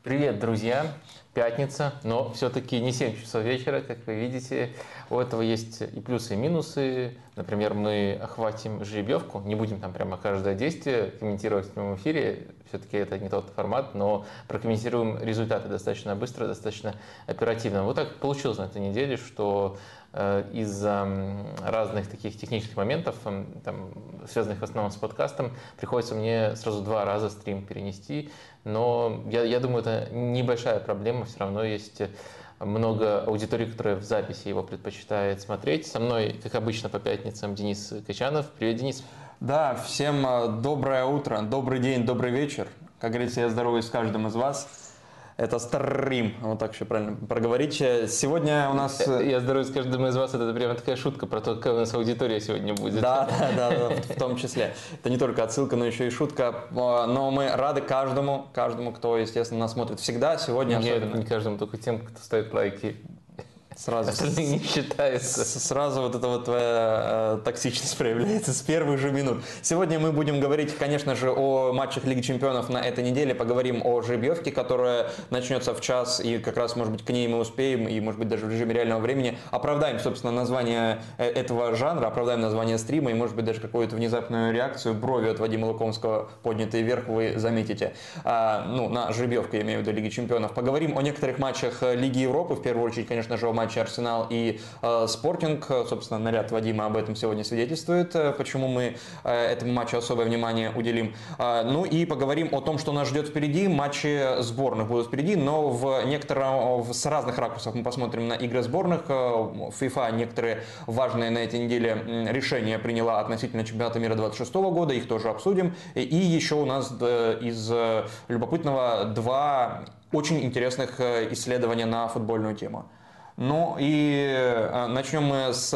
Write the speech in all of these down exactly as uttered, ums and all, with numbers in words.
Привет, друзья! Пятница, но все-таки не семь часов вечера, как вы видите. У этого есть и плюсы, и минусы. Например, мы охватим жеребьевку, не будем там прямо каждое действие комментировать в прямом эфире, все-таки это не тот формат, но прокомментируем результаты достаточно быстро, достаточно оперативно. Вот так получилось на этой неделе, что э, из-за разных таких технических моментов, э, там, связанных в основном с подкастом, приходится мне сразу два раза стрим перенести. Но я, я думаю, это небольшая проблема, все равно есть много аудитории, которая в записи его предпочитает смотреть. Со мной, как обычно, по пятницам Денис Качанов. Привет, Денис. Да, всем доброе утро, добрый день, добрый вечер. Как говорится, я здороваюсь с каждым из вас. Это стрим, вот так еще правильно проговорить. Сегодня у нас... Я здороваюсь с каждым из вас, это прямо такая шутка про то, какая у нас аудитория сегодня будет. Да, да, да, да, в том числе. Это не только отсылка, но еще и шутка. Но мы рады каждому, каждому, кто, естественно, нас смотрит всегда. Сегодня Нет, особенно... не каждому, только тем, кто ставит лайки. Сразу, остальные не считается. Сразу вот эта вот твоя э, токсичность проявляется с первых же минут. Сегодня мы будем говорить, конечно же, о матчах Лиги Чемпионов на этой неделе. Поговорим о жеребьевке, которая начнется в час, и как раз, может быть, к ней мы успеем, и, может быть, даже в режиме реального времени. Оправдаем, собственно, название этого жанра, оправдаем название стрима, и, может быть, даже какую-то внезапную реакцию, брови от Вадима Лукомского поднятые вверх, вы заметите. А, ну, на жеребьевку, я имею в виду, Лиги Чемпионов. Поговорим о некоторых матчах Лиги Европы, в первую очередь, конечно же, о матче Арсенал и э, Спортинг. Собственно, наряд Вадима об этом сегодня свидетельствует, почему мы э, этому матчу особое внимание уделим. Э, ну и поговорим о том, что нас ждет впереди. Матчи сборных будут впереди, но в некотором, в, с разных ракурсов мы посмотрим на игры сборных. FIFA некоторые важные на этой неделе решения приняла относительно чемпионата мира двадцать шестого года, их тоже обсудим. И еще у нас из любопытного два очень интересных исследования на футбольную тему. Ну и начнем мы с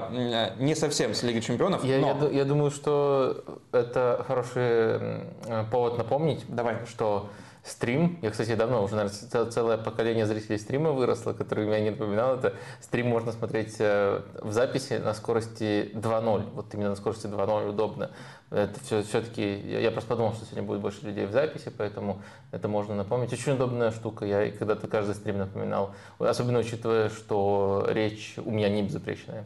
не совсем с Лиги Чемпионов. Я, но... я, я думаю, что это хороший повод напомнить, Давай. что стрим, я, кстати, давно, уже, наверное, целое поколение зрителей стрима выросло, которое меня не напоминало, это стрим можно смотреть в записи на скорости два ноль, вот именно на скорости два ноль удобно. Это все, все-таки, я просто подумал, что сегодня будет больше людей в записи, поэтому это можно напомнить. Очень удобная штука, я когда-то каждый стрим напоминал, особенно учитывая, что речь у меня не безупречная.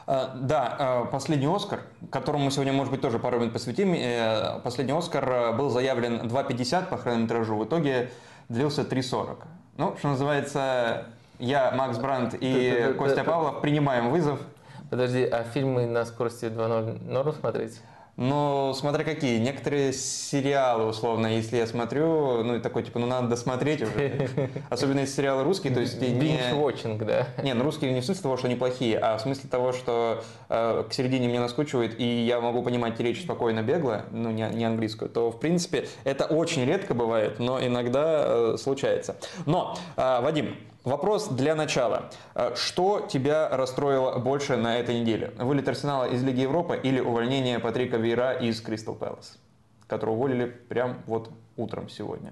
Да, последний «Оскар», которому мы сегодня, может быть, тоже пару минут посвятим. Последний «Оскар» был заявлен два пятьдесят по хронометражу, в итоге длился три сорок. Ну, что называется, я, Макс Брандт и Костя Павлов принимаем вызов. Подожди, а фильмы на скорости два ноль норм смотреть? Ну, смотря какие. Некоторые сериалы, условно, если я смотрю, ну, и такой, типа, ну, надо досмотреть уже. Особенно если сериалы русские, то есть... Бинж-вотчинг, да? Не, ну, русские не в смысле того, что они плохие, а в смысле того, что э, к середине мне наскучивает, и я могу понимать речь спокойно, бегло, ну, не, не английскую, то, в принципе, это очень редко бывает, но иногда э, случается. Но, э, Вадим, вопрос для начала. Что тебя расстроило больше на этой неделе? Вылет Арсенала из Лиги Европы или увольнение Патрика Вейра из Кристал Пэлас, которого уволили прям вот утром сегодня?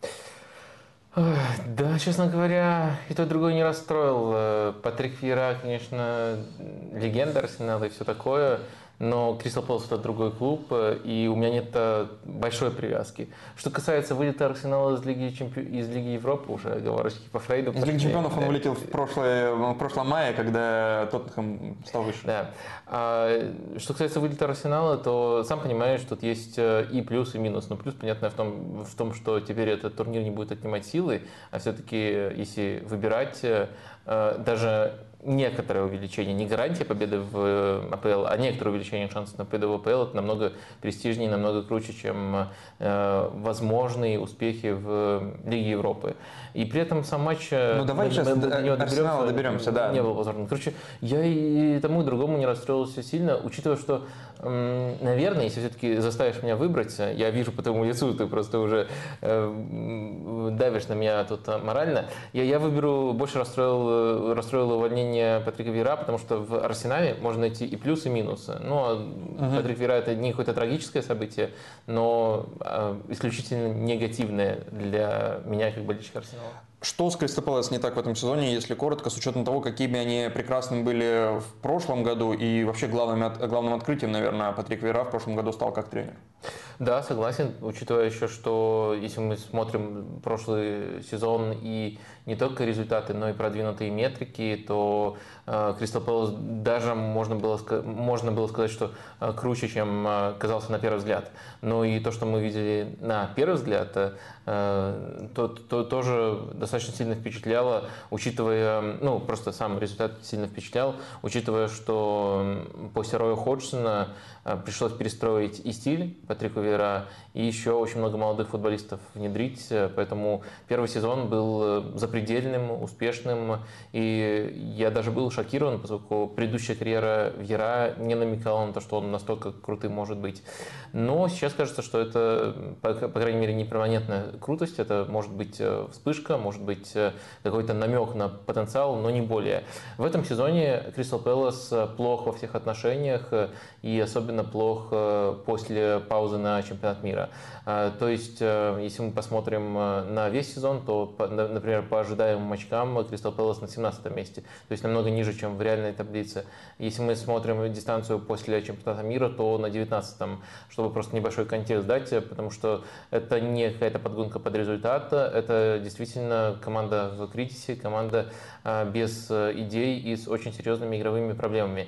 Да, честно говоря, и то, и другое не расстроил. Патрик Вейра, конечно, легенда Арсенала и все такое, но Кристал Пэлас – это другой клуб, и у меня нет большой привязки. Что касается вылета Арсенала из Лиги, Чемпи... из Лиги Европы, уже оговорочки по Фрейду. Из Лиги Чемпионов он вылетел в, прошлое, в прошлом мае, когда Тоттенхэм стал выше. Да. А, что касается вылета Арсенала, то сам понимаешь, что тут есть и плюс, и минус. Но плюс, понятно, в том, в том, что теперь этот турнир не будет отнимать силы, а все-таки, если выбирать, даже некоторое увеличение, не гарантия победы в АПЛ, а некоторое увеличение шансов на победу в АПЛ, это намного престижнее, намного круче, чем э, возможные успехи в Лиге Европы. И при этом сам матч... Ну давай мы, сейчас мы, до Арсенала доберемся, да. Не был возможным. Короче, я и тому, и другому не расстроился сильно, учитывая, что, э, наверное, если все-таки заставишь меня выбрать, я вижу по твоему лицу, ты просто уже э, давишь на меня тут морально, я, я выберу, больше расстроил, расстроил увольнение Патрика Вейра, потому что в Арсенале можно найти и плюсы, и минусы. Ну, uh-huh. Патрик Вейра – это не какое-то трагическое событие, но исключительно негативное для меня как болельщика Арсенала. Что с Кристал Пэлас не так в этом сезоне, если коротко, с учетом того, какими они прекрасными были в прошлом году и вообще главным, главным открытием, наверное, Патрик Вейра в прошлом году стал как тренер? Да, согласен, учитывая еще, что если мы смотрим прошлый сезон и не только результаты, но и продвинутые метрики, то Кристал Пэлас даже можно было, можно было сказать, что э, круче, чем э, казался на первый взгляд. Но и то, что мы видели на первый взгляд, э, то, то тоже достаточно сильно впечатляло, учитывая, ну, просто сам результат сильно впечатлял, учитывая, что после Роя Ходжсона пришлось перестроить и стиль Патрика Вейра, и еще очень много молодых футболистов внедрить, поэтому первый сезон был запредельным, успешным, и я даже был шокирован, поскольку предыдущая карьера Вейра не намекала на то, что он настолько крутым может быть. Но сейчас кажется, что это, по, по крайней мере, не перманентная крутость, это может быть вспышка, может быть какой-то намек на потенциал, но не более. В этом сезоне Кристал Пэлас плох во всех отношениях, и особенно плох после паузы на чемпионат мира. То есть, если мы посмотрим на весь сезон, то, например, по ожидаемым очкам Кристал Пэлас на семнадцатом месте, то есть намного ниже, чем в реальной таблице. Если мы смотрим дистанцию после чемпионата мира, то на девятнадцатом, чтобы просто небольшой контекст дать, потому что это не какая-то подгонка под результат, это действительно команда в кризисе, команда без идей и с очень серьезными игровыми проблемами.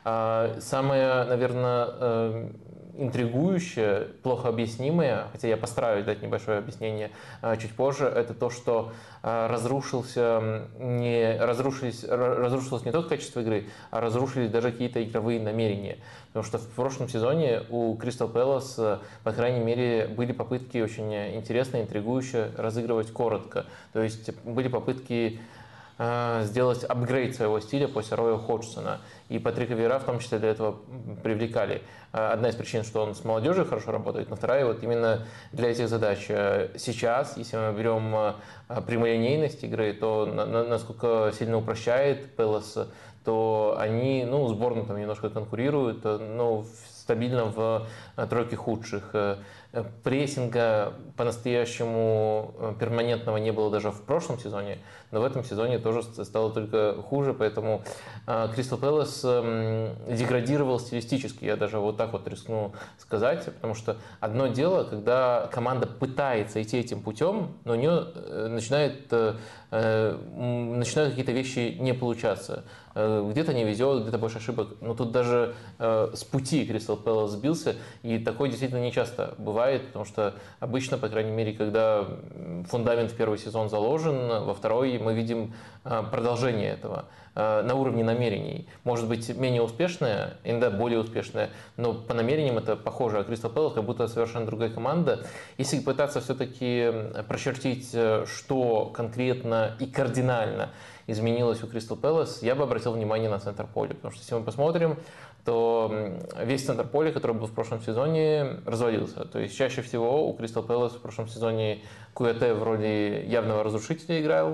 Самое, наверное, интригующее, плохо объяснимое, хотя я постараюсь дать небольшое объяснение чуть позже, это то, что разрушился не, разрушились, разрушилось не только качество игры, а разрушились даже какие-то игровые намерения. Потому что в прошлом сезоне у Кристал Пэлас, по крайней мере, были попытки очень интересные, интригующие разыгрывать коротко. То есть были попытки сделать апгрейд своего стиля после Роя Ходжсона. И Патрика Вейра в том числе для этого привлекали. Одна из причин, что он с молодежью хорошо работает, но вторая вот именно для этих задач. Сейчас, если мы берем прямолинейность игры, то насколько сильно упрощает Пэлас, то они, ну, сборную там немножко конкурируют, но стабильно в тройке худших. Прессинга по-настоящему перманентного не было даже в прошлом сезоне, но в этом сезоне тоже стало только хуже, поэтому Кристал Пэлас деградировал стилистически, я даже вот так вот рискну сказать, потому что одно дело, когда команда пытается идти этим путем, но у нее начинает, начинают какие-то вещи не получаться. Где-то не везет, где-то больше ошибок, но тут даже с пути Кристал Пэлас сбился, и такое действительно не часто бывает, потому что обычно, по крайней мере, когда фундамент в первый сезон заложен, во второй мы видим продолжение этого на уровне намерений. Может быть, менее успешная, иногда более успешная, но по намерениям это похоже. А Кристал Пэлас как будто совершенно другая команда. Если пытаться все-таки прочертить, что конкретно и кардинально изменилось у Кристал Пэлас, я бы обратил внимание на центр поля. Потому что если мы посмотрим, то весь центр поля, который был в прошлом сезоне, развалился. То есть чаще всего у Кристал Пэлас в прошлом сезоне Куяте в роли явного разрушителя играл,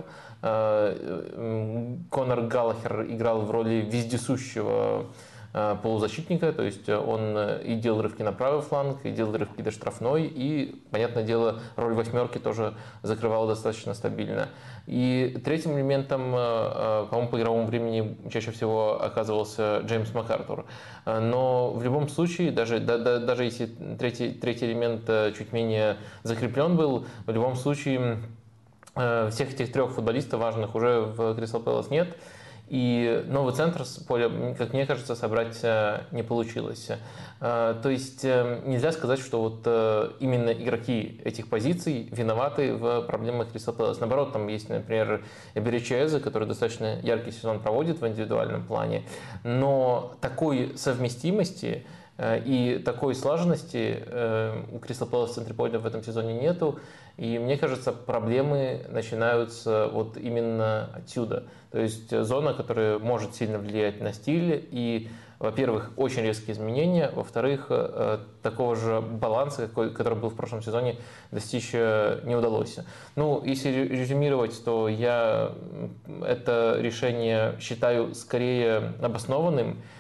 Конор Галлахер играл в роли вездесущего полузащитника, то есть он и делал рывки на правый фланг, и делал рывки до штрафной, и, понятное дело, роль восьмерки тоже закрывал достаточно стабильно. И третьим элементом, по-моему, по игровому времени чаще всего оказывался Джеймс МакАртур. Но в любом случае, даже, да, да, даже если третий, третий элемент чуть менее закреплен был, в любом случае всех этих трех футболистов важных уже в Кристал Пэлас нет. И новый центр с поля, как мне кажется, собрать не получилось. То есть нельзя сказать, что вот именно игроки этих позиций виноваты в проблемах Кристал Пэлас. Наоборот, там есть, например, Эберечиэзе, который достаточно яркий сезон проводит в индивидуальном плане, но такой совместимости и такой слаженности у Кристал Пэлас в центре поля в этом сезоне нету. И мне кажется, проблемы начинаются вот именно отсюда. То есть зона, которая может сильно влиять на стиль и, во-первых, очень резкие изменения, во-вторых, такого же баланса, который был в прошлом сезоне, достичь не удалось. Ну, если резюмировать, то я это решение считаю скорее обоснованным,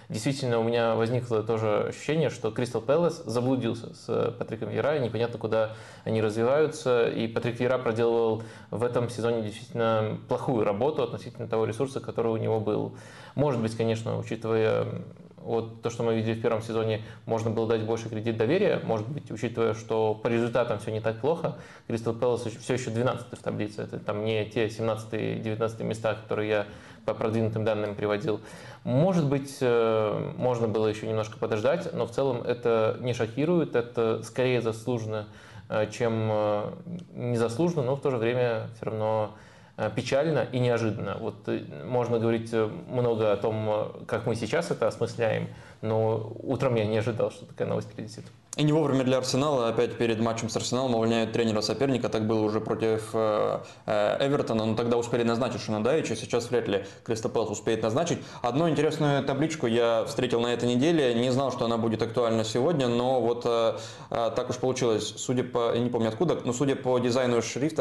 действительно у меня возникло тоже ощущение, что Кристал Пэлас заблудился с Патриком Вьейра, и непонятно, куда они развиваются. И Патрик Вьейра проделывал в этом сезоне действительно плохую работу относительно того ресурса, который у него был. Может быть, конечно, учитывая вот то, что мы видели в первом сезоне, можно было дать больше кредит доверия. Может быть, учитывая, что по результатам все не так плохо, Кристал Пэлас все еще двенадцатый в таблице. Это там не те семнадцатые-девятнадцатые места, которые я по продвинутым данным приводил. Может быть, можно было еще немножко подождать, но в целом это не шокирует, это скорее заслуженно, чем незаслуженно, но в то же время все равно печально и неожиданно. Вот можно говорить много о том, как мы сейчас это осмысляем, но утром я не ожидал, что такая новость прилетит. И не вовремя для Арсенала. Опять перед матчем с Арсеналом увольняют тренера соперника. Так было уже против э, Эвертона. Но тогда успели назначить Шинадавича. Сейчас вряд ли Кристал Пэлас успеет назначить. Одну интересную табличку я встретил на этой неделе. Не знал, что она будет актуальна сегодня. Но вот э, так уж получилось. Судя по... Я не помню откуда, но судя по дизайну шрифта,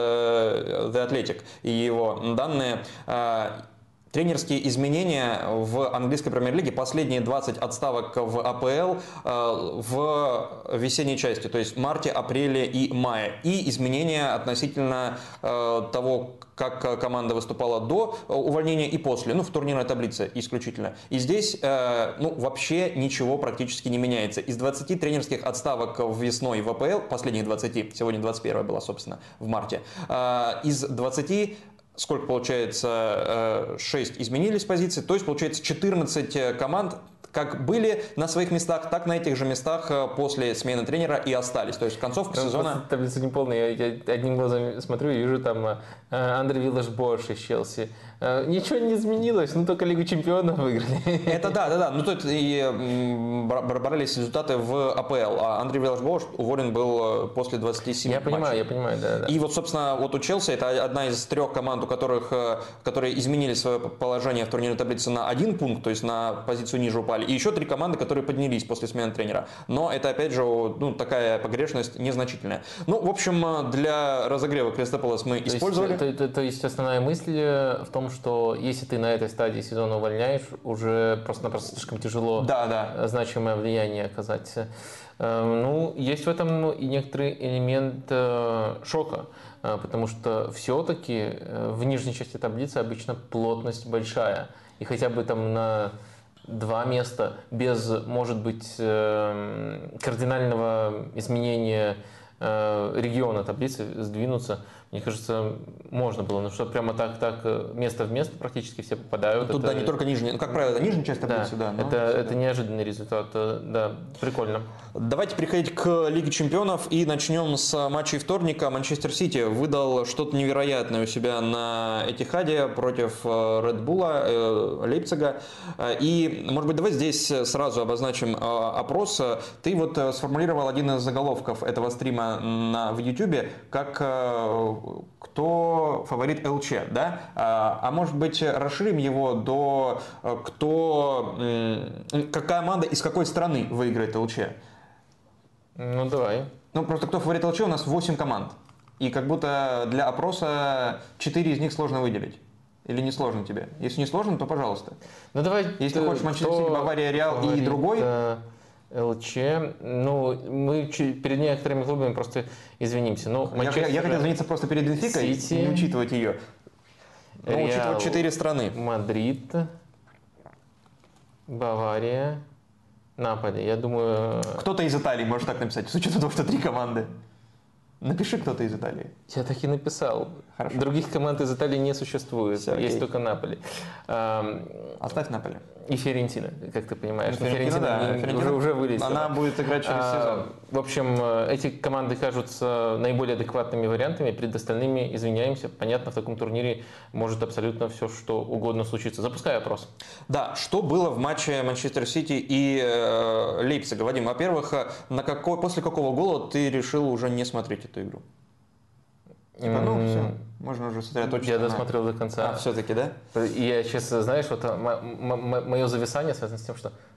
это The Athletic и его данные. Э, Тренерские изменения в английской премьер-лиге, последние двадцать отставок в АПЛ э, в весенней части, то есть марте, апреле и мае. И изменения относительно э, того, как команда выступала до увольнения и после, ну, в турнирной таблице исключительно. И здесь, э, ну, вообще ничего практически не меняется. Из двадцати тренерских отставок весной в АПЛ, последних двадцати, сегодня двадцать первая была, собственно, в марте, э, из двадцати сколько получается, шесть изменились позиции, то есть получается четырнадцать команд как были на своих местах, так на этих же местах после смены тренера и остались. То есть концовка Там сезона... Таблица не полная, я, я одним глазом смотрю и вижу там Андре Виллаш-Бош из Челси. Ничего не изменилось, ну только Лигу чемпионов выиграли. Это да, да, да. Ну тут и боролись результаты в АПЛ. А Андрей Виллаш-Бош уволен был после двадцати семи Я матчей. понимаю, я понимаю, да, да. И вот, собственно, вот у Челси это одна из трех команд, у которых, которые изменили свое положение в турнирной таблице на один пункт, то есть на позицию ниже упали. И еще три команды, которые поднялись после смены тренера. Но это, опять же, ну, такая погрешность незначительная. Ну, в общем, для разогрева Кристал Пэлас мы то использовали. Есть, то, то, то есть основная мысль в том, что если ты на этой стадии сезона увольняешь, уже просто-напросто слишком тяжело да, да. значимое влияние оказать. Ну, есть в этом и некоторый элемент шока, потому что все-таки в нижней части таблицы обычно плотность большая. И хотя бы там на два места без, может быть, кардинального изменения региона таблицы сдвинуться, мне кажется, можно было. Но что прямо так, так место в место практически все попадают. Тут, это... да, не только нижняя, ну, как правило, это нижняя часть таблицы, да. да, это, это неожиданный результат, да, прикольно. Давайте переходить к Лиге чемпионов и начнем с матчей вторника. Манчестер Сити выдал что-то невероятное у себя на Этихаде против Red-Bull, Лейпцига. И, может быть, давай здесь сразу обозначим опрос. Ты вот сформулировал один из заголовков этого стрима на, в YouTube как «Кто фаворит ЛЧ?», да? А может быть, расширим его до «Кто, какая команда из какой страны выиграет ЛЧ?». Ну, давай. Ну, просто кто фаворит ЛЧ, у нас восемь команд. И как будто для опроса четыре из них сложно выделить. Или не сложно тебе? Если не сложно, то пожалуйста. Ну, давай. Если ты хочешь Манчестер Сити, Бавария, Реал и другой. ЛЧ. Ну, мы перед некоторыми клубами просто извинимся. Ну, Манчестер... Я, я хотел извиниться просто перед Бенфикой и не учитывать ее. Но Реал, учитывать четыре страны. Мадрид, Бавария, Наполе. Я думаю... Кто-то из Италии, можешь так написать, с учетом того, что три команды. Напиши, кто-то из Италии. Я так и написал. Хорошо. Других команд из Италии не существует. Все, есть окей. только Наполе. Оставь Наполе. И Фиорентина, как ты понимаешь. Фиорентина, Фиорентина, да. Фиорентина уже, уже вылетела. Она будет играть через сезон. В общем, эти команды кажутся наиболее адекватными вариантами. Перед остальными извиняемся. Понятно, в таком турнире может абсолютно все, что угодно случиться. Запускай опрос. Да, что было в матче Манчестер Сити и э, Лейпцига? Вадим, во-первых, на какой, после какого гола ты решил уже не смотреть эту игру? Типа, ну, mm-hmm. все, можно уже сосредоточиться. Я на... досмотрел до конца. А, все-таки, да? И я, честно, знаешь, вот мое зависание связано с тем, что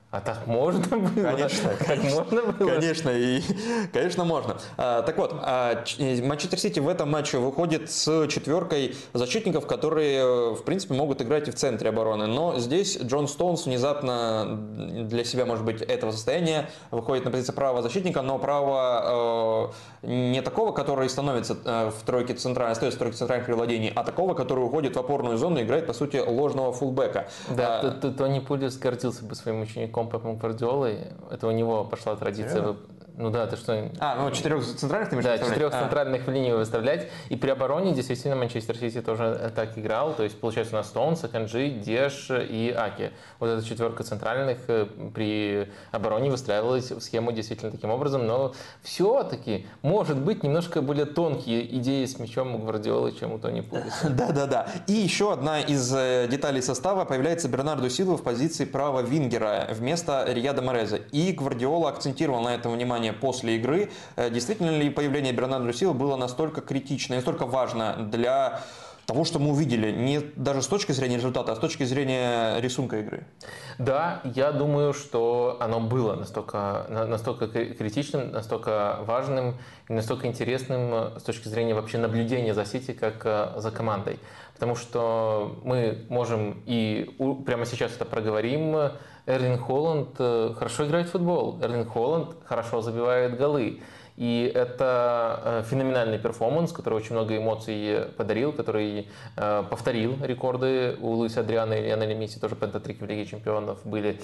А так можно было? Конечно, как можно было? Конечно, и, конечно, можно. А, так вот, а, Манчестер Сити в этом матче выходит с четверкой защитников, которые, в принципе, могут играть и в центре обороны. Но здесь Джон Стоунс внезапно для себя, может быть, этого состояния выходит на позицию правого защитника, но право э, не такого, который становится э, в тройке центральной, остается в тройке центральных владений, а такого, который уходит в опорную зону и играет, по сути, ложного фулбека. Да, А, Тони Пулис гордился бы своим учеником Пепом Гвардиолой. Это у него пошла традиция. Серьезно? Ну да, ты что? А, ну четырех центральных ты имеешь Да, в виду? четырех А. центральных в линию выставлять. И при обороне действительно Манчестер Сити тоже так играл. То есть получается у нас Стоунс, Аканджи, Деш и Аки. Вот эта четверка центральных при обороне выстраивалась в схему действительно таким образом. Но все-таки, может быть, немножко более тонкие идеи с мячом у Гвардиолы, чем у Тони Пулиса. Да-да-да. И еще одна из деталей состава появляется Бернардо Силва в позиции правого вингера вместо Рияда Мореза. И Гвардиола акцентировал на этом внимание после игры. Действительно ли появление Бернардо Силва было настолько критично, настолько важно для того, что мы увидели, не даже с точки зрения результата, а с точки зрения рисунка игры? Да, я думаю, что оно было настолько, настолько критичным, настолько важным и настолько интересным с точки зрения вообще наблюдения за Сити как за командой. Потому что мы можем и прямо сейчас это проговорим, Эрлинг Холланд хорошо играет в футбол, Эрлинг Холланд хорошо забивает голы. И это феноменальный перформанс, который очень много эмоций подарил, который повторил рекорды у Луиса Адриано и Лионеля Месси, тоже пентатрики в Лиге Чемпионов были.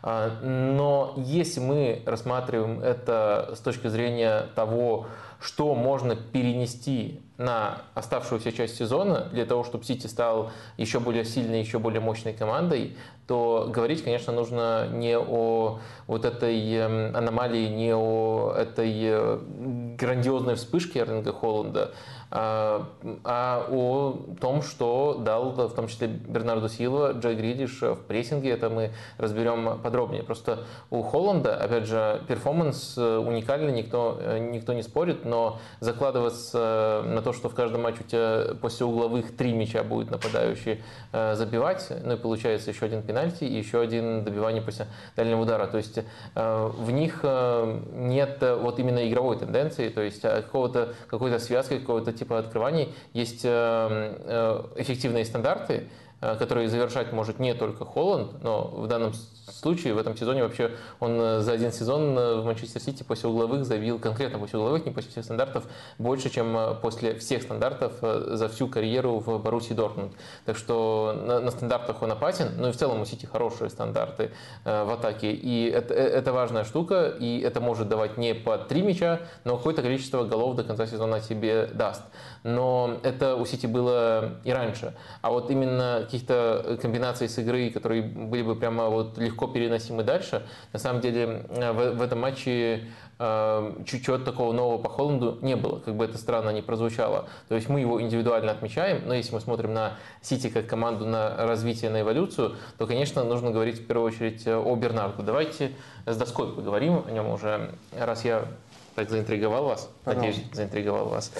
Но если мы рассматриваем это с точки зрения того, что можно перенести на оставшуюся часть сезона для того, чтобы Сити стал еще более сильной, еще более мощной командой, то говорить, конечно, нужно не о вот этой аномалии, не о этой грандиозной вспышке Эрлинга Холланда, а о том, что дал в том числе Бернардо Силва, Джей Грилиш в прессинге. Это мы разберем подробнее. Просто у Холланда, опять же, перформанс уникальный, никто, никто не спорит, но закладываться на то, что в каждом матче у тебя после угловых три мяча будет нападающий забивать, ну и получается еще один пенальти и еще один добивание после дальнего удара. То есть в них нет вот именно игровой тенденции, то есть какого-то, какой-то связки, какого-то типа открываний. Есть эффективные стандарты, которые завершать может не только Холланд, но в данном случае, в этом сезоне вообще он за один сезон в Манчестер Сити после угловых забил, конкретно после угловых, не после всех стандартов, больше, чем после всех стандартов за всю карьеру в Боруссии Дортмунд. Так что на, на стандартах он опасен, ну и в целом у Сити хорошие стандарты в атаке. И это, это важная штука, и это может давать не по три мяча, но какое-то количество голов до конца сезона тебе даст. Но это у Сити было и раньше. А вот именно каких-то комбинаций с игры, которые были бы прямо вот легко переносимы дальше, на самом деле в, в этом матче э, чуть-чуть такого нового по Холланду не было, как бы это странно не прозвучало. То есть мы его индивидуально отмечаем, но если мы смотрим на Сити как команду, на развитие, на эволюцию, то, конечно, нужно говорить в первую очередь о Бернарду. Давайте с доской поговорим о нем уже, раз я так заинтриговал вас. Пожалуйста. Надеюсь, заинтриговал вас.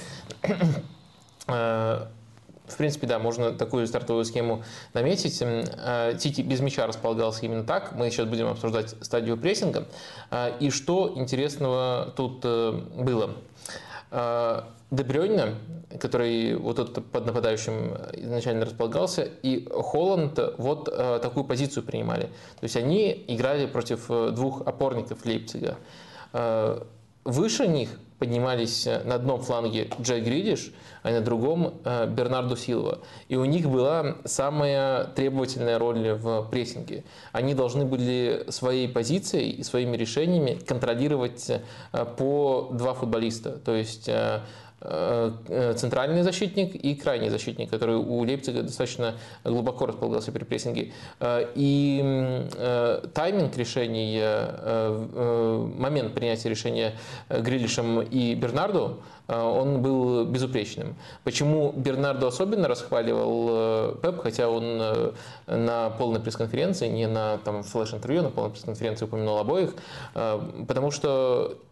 В принципе, да, можно такую стартовую схему наметить. Сити без мяча располагался именно так. Мы сейчас будем обсуждать стадию прессинга. И что интересного тут было? Де Брёйне, который вот тут под нападающим изначально располагался, и Холланд вот такую позицию принимали. То есть они играли против двух опорников Лейпцига. Выше них поднимались на одном фланге Джей Грилиш, а на другом Бернардо Силва. И у них была самая требовательная роль в прессинге. Они должны были своей позицией и своими решениями контролировать по два футболиста. То есть центральный защитник и крайний защитник, который у Лейпцига достаточно глубоко располагался при прессинге. И тайминг решений, момент принятия решения Грилишем и Бернарду, он был безупречным. Почему Бернарду особенно расхваливал Пеп, хотя он на полной пресс-конференции, не на там, флеш-интервью, на полной пресс-конференции упомянул обоих, потому что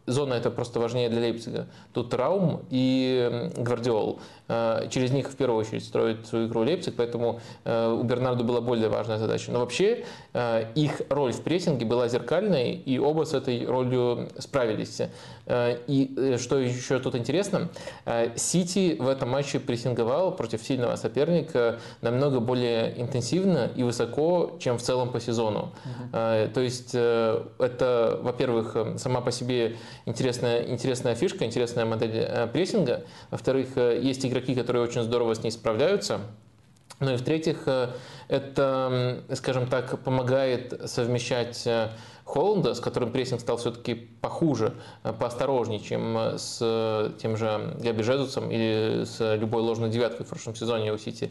зона это просто важнее для Лейпцига. Тут Раум и Гвардиол. Через них в первую очередь строит свою игру Лейпциг, поэтому у Бернарду была более важная задача. Но вообще их роль в прессинге была зеркальной, и оба с этой ролью справились. И что еще тут интересно, Сити в этом матче прессинговал против сильного соперника намного более интенсивно и высоко, чем в целом по сезону. Uh-huh. То есть это, во-первых, сама по себе интересная, интересная фишка, интересная модель прессинга. Во-вторых, есть игроки, которые очень здорово с ней справляются. Ну и в-третьих, это, скажем так, помогает совмещать Холланда, с которым прессинг стал все-таки похуже, поосторожнее, чем с тем же Габи Жезусом или с любой ложной девяткой в прошлом сезоне у Сити.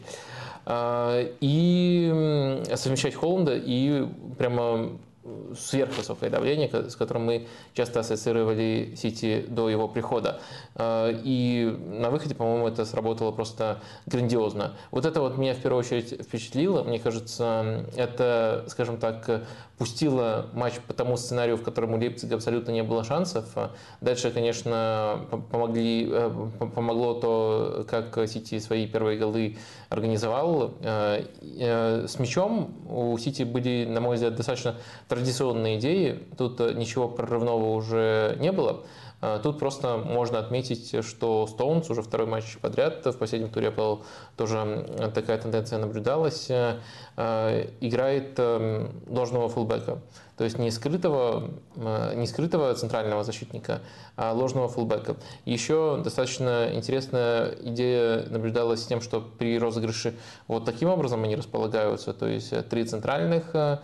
И совмещать Холланда и прямо сверхвысокое давление, с которым мы часто ассоциировали Сити до его прихода. И на выходе, по-моему, это сработало просто грандиозно. Вот это вот меня в первую очередь впечатлило. Мне кажется, это, скажем так, пустило матч по тому сценарию, в котором у Лейпцига абсолютно не было шансов. Дальше, конечно, помогли, помогло то, как Сити свои первые голы организовал. С мячом у Сити были, на мой взгляд, достаточно традиционные идеи. Тут ничего прорывного уже не было. Тут просто можно отметить, что Стоунс уже второй матч подряд, в последнем туре АПЛ тоже такая тенденция наблюдалась, играет ложного фулбека. То есть не скрытого, не скрытого центрального защитника, а ложного фулбека. Еще достаточно интересная идея наблюдалась с тем, что при розыгрыше вот таким образом они располагаются, то есть три центральных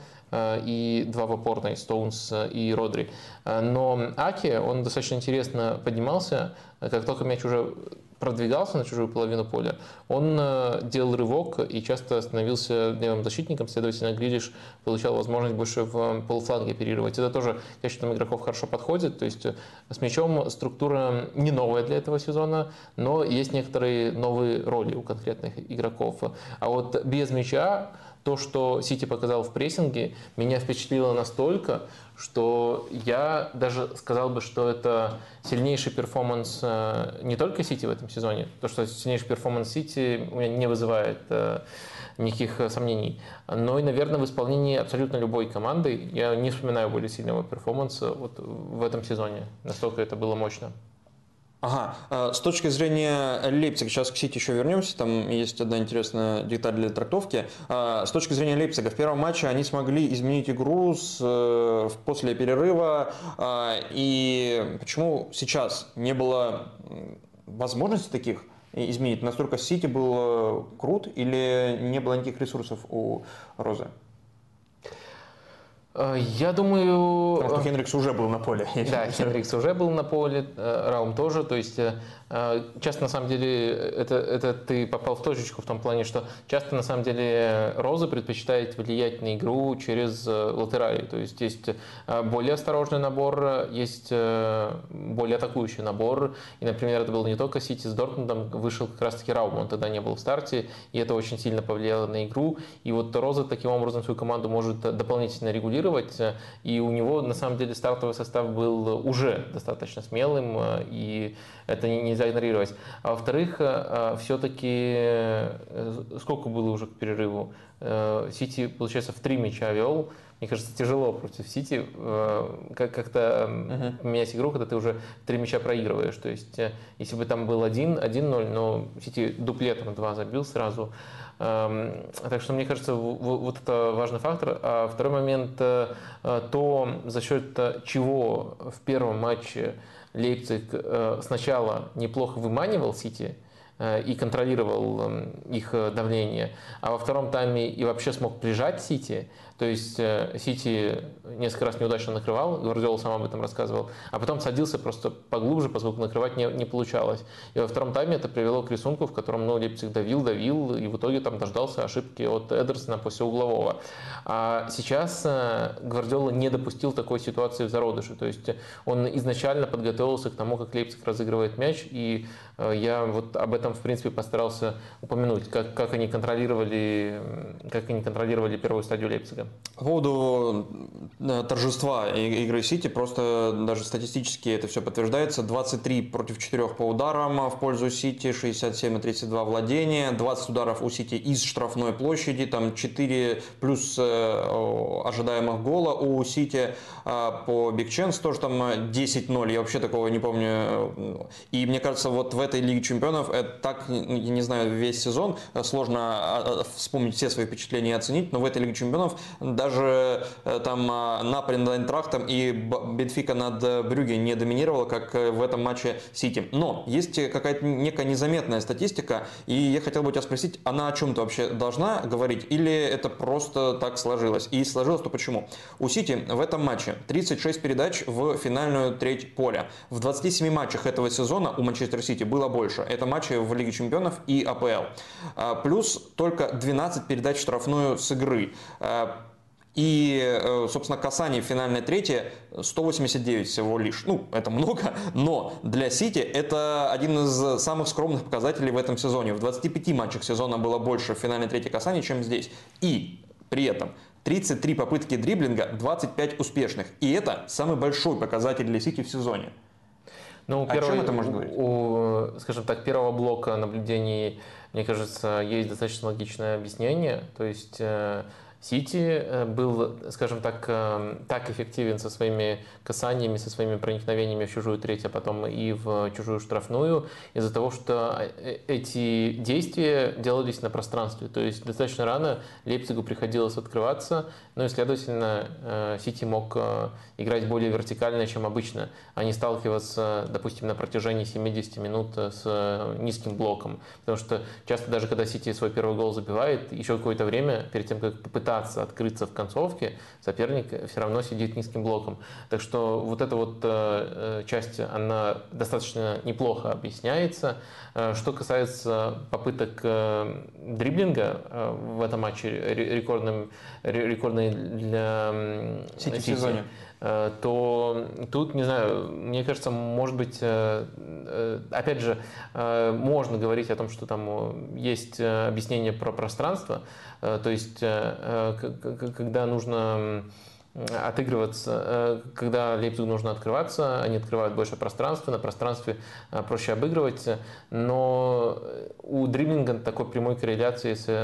и два в опорной, Стоунс и Родри. Но Аки, он достаточно интересно поднимался, как только мяч уже продвигался на чужую половину поля, он делал рывок и часто становился левым защитником, следовательно, Грилиш получал возможность больше в полуфланге оперировать. Это тоже качеством игроков хорошо подходит, то есть с мячом структура не новая для этого сезона, но есть некоторые новые роли у конкретных игроков. А вот без мяча то, что Сити показал в прессинге, меня впечатлило настолько, что я даже сказал бы, что это сильнейший перформанс не только Сити в этом сезоне, то, что сильнейший перформанс Сити у меня не вызывает никаких сомнений, но и, наверное, в исполнении абсолютно любой команды я не вспоминаю более сильного перформанса вот в этом сезоне, настолько это было мощно. Ага, с точки зрения Лейпцига, сейчас к Сити еще вернемся, там есть одна интересная деталь для трактовки. С точки зрения Лейпцига, в первом матче они смогли изменить игру с, после перерыва, и почему сейчас не было возможности таких изменить? Настолько Сити был крут или не было никаких ресурсов у Розы? Я думаю... Потому что Хендрикс уже был на поле. Да, Хендрикс уже был на поле, Раум тоже. То есть часто на самом деле это, это ты попал в точечку в том плане, что часто на самом деле Роза предпочитает влиять на игру через латерали. То есть есть более осторожный набор, есть более атакующий набор. И, например, это был не только Сити с Дортмундом, вышел как раз-таки Раум, он тогда не был в старте, и это очень сильно повлияло на игру. И вот Роза таким образом свою команду может дополнительно регулировать. И у него на самом деле стартовый состав был уже достаточно смелым, и это нельзя игнорировать. А во-вторых, все-таки сколько было уже к перерыву? Сити, получается, в три мяча вел. Мне кажется, тяжело против Сити как-то uh-huh. поменять игру, когда ты уже три мяча проигрываешь. То есть, если бы там был один ноль, но Сити дуплетом два забил сразу. Так что, мне кажется, вот это важный фактор. А второй момент, то, за счет чего в первом матче Лейпциг сначала неплохо выманивал Сити и контролировал их давление, а во втором тайме и вообще смог прижать Сити. То есть Сити несколько раз неудачно накрывал, Гвардиола сам об этом рассказывал, а потом садился просто поглубже, поскольку накрывать не, не получалось. И во втором тайме это привело к рисунку, в котором ну, Лейпциг давил, давил, и в итоге там дождался ошибки от Эдерсона после углового. А сейчас Гвардиола не допустил такой ситуации в зародыше. То есть он изначально подготовился к тому, как Лейпциг разыгрывает мяч, и я вот об этом этом, в принципе, постарался упомянуть, как, как они контролировали, как они контролировали первую стадию Лейпцига. По поводу торжества игры Сити, просто даже статистически это все подтверждается. двадцать три против четырёх по ударам в пользу Сити, шестьдесят семь и тридцать два владения, двадцать ударов у Сити из штрафной площади, там четыре плюс ожидаемых гола у Сити по Big Chance, тоже там десять ноль, я вообще такого не помню. И мне кажется, вот в этой Лиге Чемпионов, это так, я не знаю, весь сезон, сложно вспомнить все свои впечатления и оценить, но в этой Лиге Чемпионов даже там Наполи над Айнтрахтом и Бенфика над Брюгге не доминировала, как в этом матче Сити. Но есть какая-то некая незаметная статистика, и я хотел бы тебя спросить, она о чем-то вообще должна говорить, или это просто так сложилось? И сложилось, то почему? У Сити в этом матче тридцать шесть передач в финальную треть поля. В двадцати семи матчах этого сезона у Манчестер Сити было больше. Это матчи в Лиге Чемпионов и А П Л. Плюс только двенадцать передач в штрафную с игры. И, собственно, касаний в финальной трети сто восемьдесят девять всего лишь. Ну, это много, но для Сити это один из самых скромных показателей в этом сезоне. В двадцати пяти матчах сезона было больше в финальной трети касаний, чем здесь. И при этом тридцать три попытки дриблинга, двадцать пять успешных. И это самый большой показатель для Сити в сезоне. Ну, О первый, чем это может говорить? У, скажем так, первого блока наблюдений, мне кажется, есть достаточно логичное объяснение. То есть Сити был, скажем так, так эффективен со своими касаниями, со своими проникновениями в чужую треть, а потом и в чужую штрафную, из-за того, что эти действия делались на пространстве. То есть достаточно рано Лейпцигу приходилось открываться, ну и, следовательно, Сити мог играть более вертикально, чем обычно, а не сталкиваться, допустим, на протяжении семидесяти минут с низким блоком. Потому что часто даже когда Сити свой первый гол забивает, еще какое-то время перед тем, как попытаться открыться в концовке, соперник все равно сидит низким блоком. Так что вот эта вот э, часть, она достаточно неплохо объясняется. Э, что касается попыток э, дриблинга э, в этом матче, рекордным, рекордный для Сити в сезоне, то тут, не знаю, мне кажется, может быть, опять же, можно говорить о том, что там есть объяснение про пространство, то есть когда нужно отыгрываться, когда Лейпцигу нужно открываться, они открывают больше пространства, на пространстве проще обыгрывать, но у дриблинга такой прямой корреляции с,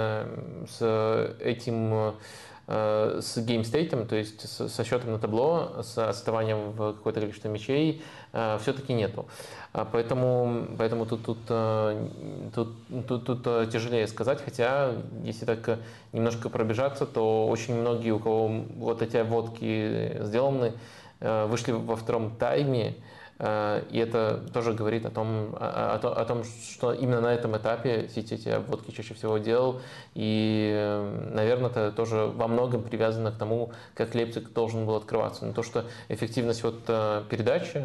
с этим, с геймстейтом, то есть со счетом на табло, с отставанием в какое-то количество мячей, все-таки нету. Поэтому, поэтому тут, тут, тут, тут, тут тяжелее сказать, хотя если так немножко пробежаться, то очень многие, у кого вот эти обводки сделаны, вышли во втором тайме. И это тоже говорит о том, о, о, о том, что именно на этом этапе Сити эти обводки чаще всего делал. И, наверное, это тоже во многом привязано к тому, как Лейпциг должен был открываться. Но то, что эффективность вот передачи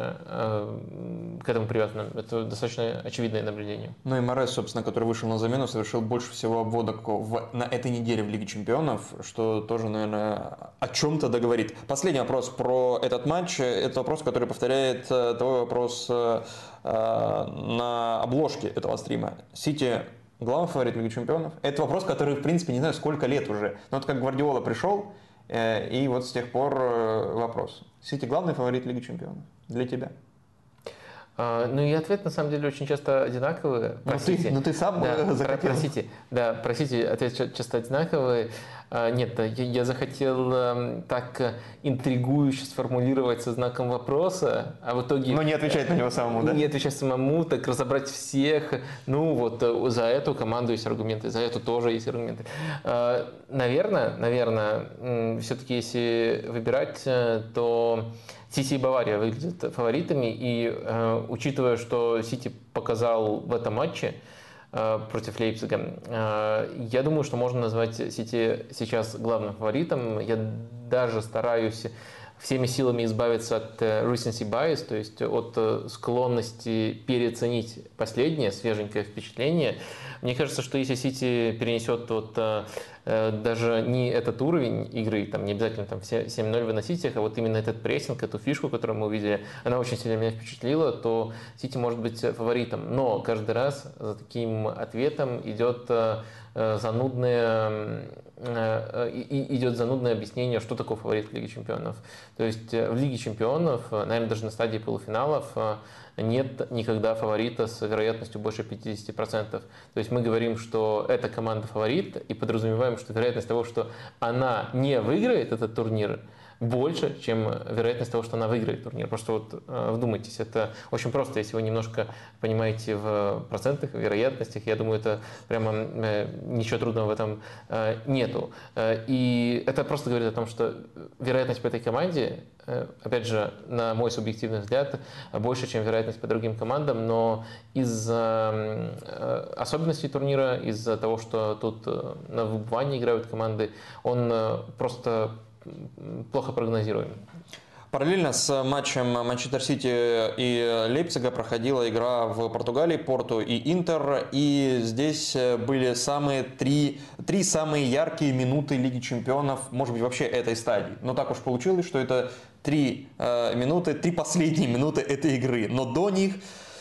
к этому привязана, это достаточно очевидное наблюдение. Ну и Морес, собственно, который вышел на замену, совершил больше всего обводок в, на этой неделе в Лиге Чемпионов, что тоже, наверное, о чем-то договорит. Последний вопрос про этот матч. Это вопрос, который повторяет твой вопрос э, на обложке этого стрима. Сити главный фаворит Лиги Чемпионов? Это вопрос, который, в принципе, не знаю, сколько лет уже. Но вот как Гвардиола пришел, э, и вот с тех пор э, вопрос. Сити главный фаворит Лиги Чемпионов для тебя? Uh, ну и ответ на самом деле очень часто одинаковый. Ну ты, ну ты сам да, захотел. Простите, да, простите, ответ часто одинаковый. Uh, нет, я, я захотел uh, так интригующе сформулировать со знаком вопроса, а в итоге... Но не отвечать на него самому, да? Не отвечать самому, так разобрать всех. Ну вот за эту команду есть аргументы, за эту тоже есть аргументы. Uh, наверное, наверное, все-таки если выбирать, то... Сити и Бавария выглядят фаворитами, и э, учитывая, что Сити показал в этом матче э, против Лейпцига, э, я думаю, что можно назвать Сити сейчас главным фаворитом. Я даже стараюсь всеми силами избавиться от recency bias, то есть от склонности переоценить последнее, свеженькое впечатление. Мне кажется, что если Сити перенесет вот даже не этот уровень игры, там не обязательно там семь ноль выносить их, а вот именно этот прессинг, эту фишку, которую мы увидели, она очень сильно меня впечатлила, то Сити может быть фаворитом. Но каждый раз за таким ответом идет занудное, идет занудное объяснение, что такое фаворит в Лиге Чемпионов. То есть в Лиге Чемпионов, наверное, даже на стадии полуфиналов нет никогда фаворита с вероятностью больше пятидесяти процентов. То есть мы говорим, что эта команда фаворит, и подразумеваем, что вероятность того, что она не выиграет этот турнир, больше, чем вероятность того, что она выиграет турнир. Просто вот вдумайтесь, это очень просто, если вы немножко понимаете в процентах, в вероятностях, я думаю, это прямо ничего трудного в этом нету. И это просто говорит о том, что вероятность по этой команде, опять же, на мой субъективный взгляд, больше, чем вероятность по другим командам, но из-за особенностей турнира, из-за того, что тут на выбывании играют команды, он просто плохо прогнозируем. Параллельно с матчем Манчестер Сити и Лейпцига проходила игра в Португалии, Порту и Интер. И здесь были самые три, три самые яркие минуты Лиги Чемпионов, может быть, вообще этой стадии. Но так уж получилось, что это три э, минуты, три последние минуты этой игры. Но до них...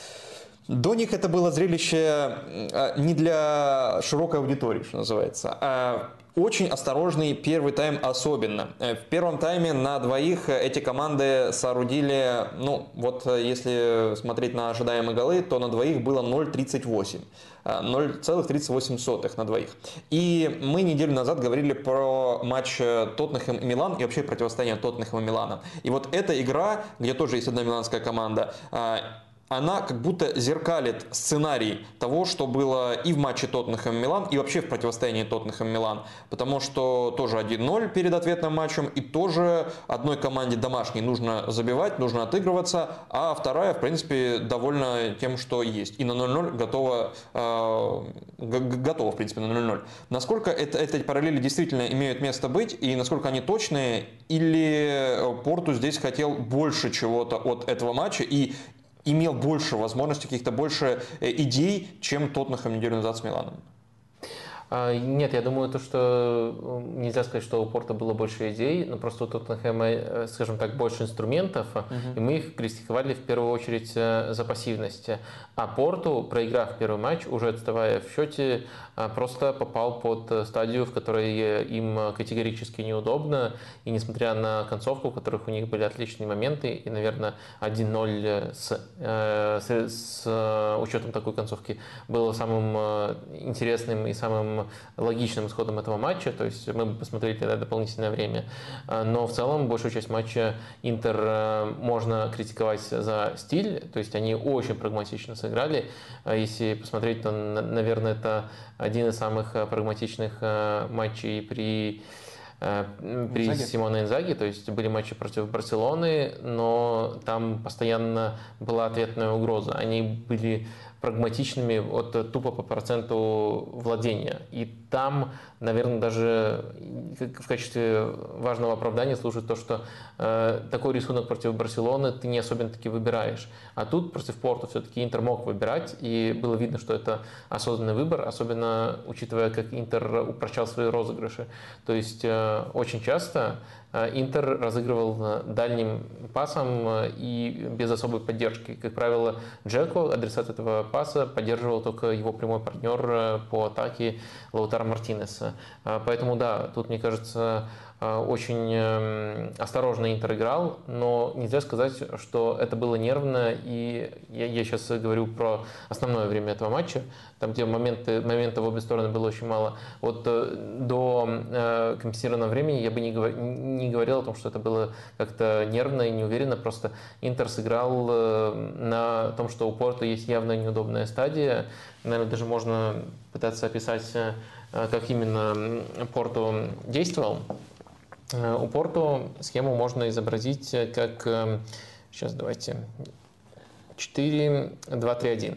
До них это было зрелище не для широкой аудитории, что называется, а очень осторожный первый тайм особенно. В первом тайме на двоих эти команды соорудили, ну вот если смотреть на ожидаемые голы, то на двоих было ноль целых тридцать восемь. ноль целых тридцать восемь сотых на двоих. И мы неделю назад говорили про матч Тоттенхэм и Милан и вообще противостояние Тоттенхэма и Милана. И вот эта игра, где тоже есть одна миланская команда, она как будто зеркалит сценарий того, что было и в матче Тоттенхэм-Милан, и вообще в противостоянии Тоттенхэм-Милан. Потому что тоже один ноль перед ответным матчем, и тоже одной команде домашней нужно забивать, нужно отыгрываться, а вторая, в принципе, довольна тем, что есть. И на ноль ноль готова, э, готова в принципе, на ноль ноль. Насколько это, эти параллели действительно имеют место быть, и насколько они точные, или Порту здесь хотел больше чего-то от этого матча, и имел больше возможностей, каких-то больше идей, чем Тоттенхэм неделю назад с Миланом? Нет, я думаю, то, что нельзя сказать, что у Порто было больше идей, но просто у Тоттенхэма, скажем так, больше инструментов, угу. И мы их критиковали в первую очередь за пассивность. А Порту, проиграв первый матч, уже отставая в счете, просто попал под стадию, в которой им категорически неудобно, и несмотря на концовку, в которых у них были отличные моменты, и, наверное, один ноль с, с, с учетом такой концовки было самым интересным и самым логичным исходом этого матча, то есть мы бы посмотрели тогда дополнительное время, но в целом большую часть матча Интер можно критиковать за стиль, то есть они очень прагматично сыграли, если посмотреть, то, наверное, это один из самых прагматичных матчей при при Инзаги. Симоне Инзаги, то есть были матчи против Барселоны, но там постоянно была ответная угроза. Они были прагматичными вот тупо по проценту владения. И там, наверное, даже в качестве важного оправдания служит то, что э, такой рисунок против Барселоны ты не особенно таки выбираешь. А тут против Порту все-таки Интер мог выбирать, и было видно, что это осознанный выбор, особенно учитывая, как Интер упрощал свои розыгрыши. То есть э, очень часто Интер разыгрывал дальним пасом и без особой поддержки. Как правило, Джеко, адресат этого паса, поддерживал только его прямой партнер по атаке Лаутаро Мартинеса. Поэтому да, тут, мне кажется, очень осторожно Интер играл, но нельзя сказать, что это было нервно, и я, я сейчас говорю про основное время этого матча, там, где моменты, моментов в обе стороны было очень мало. Вот до э, компенсированного времени я бы не, говор, не говорил о том, что это было как-то нервно и неуверенно, просто Интер сыграл э, на том, что у Порто есть явно неудобная стадия, наверное, даже можно пытаться описать, э, как именно Порто действовал. У Порту схему можно изобразить как, сейчас давайте, четыре два три один.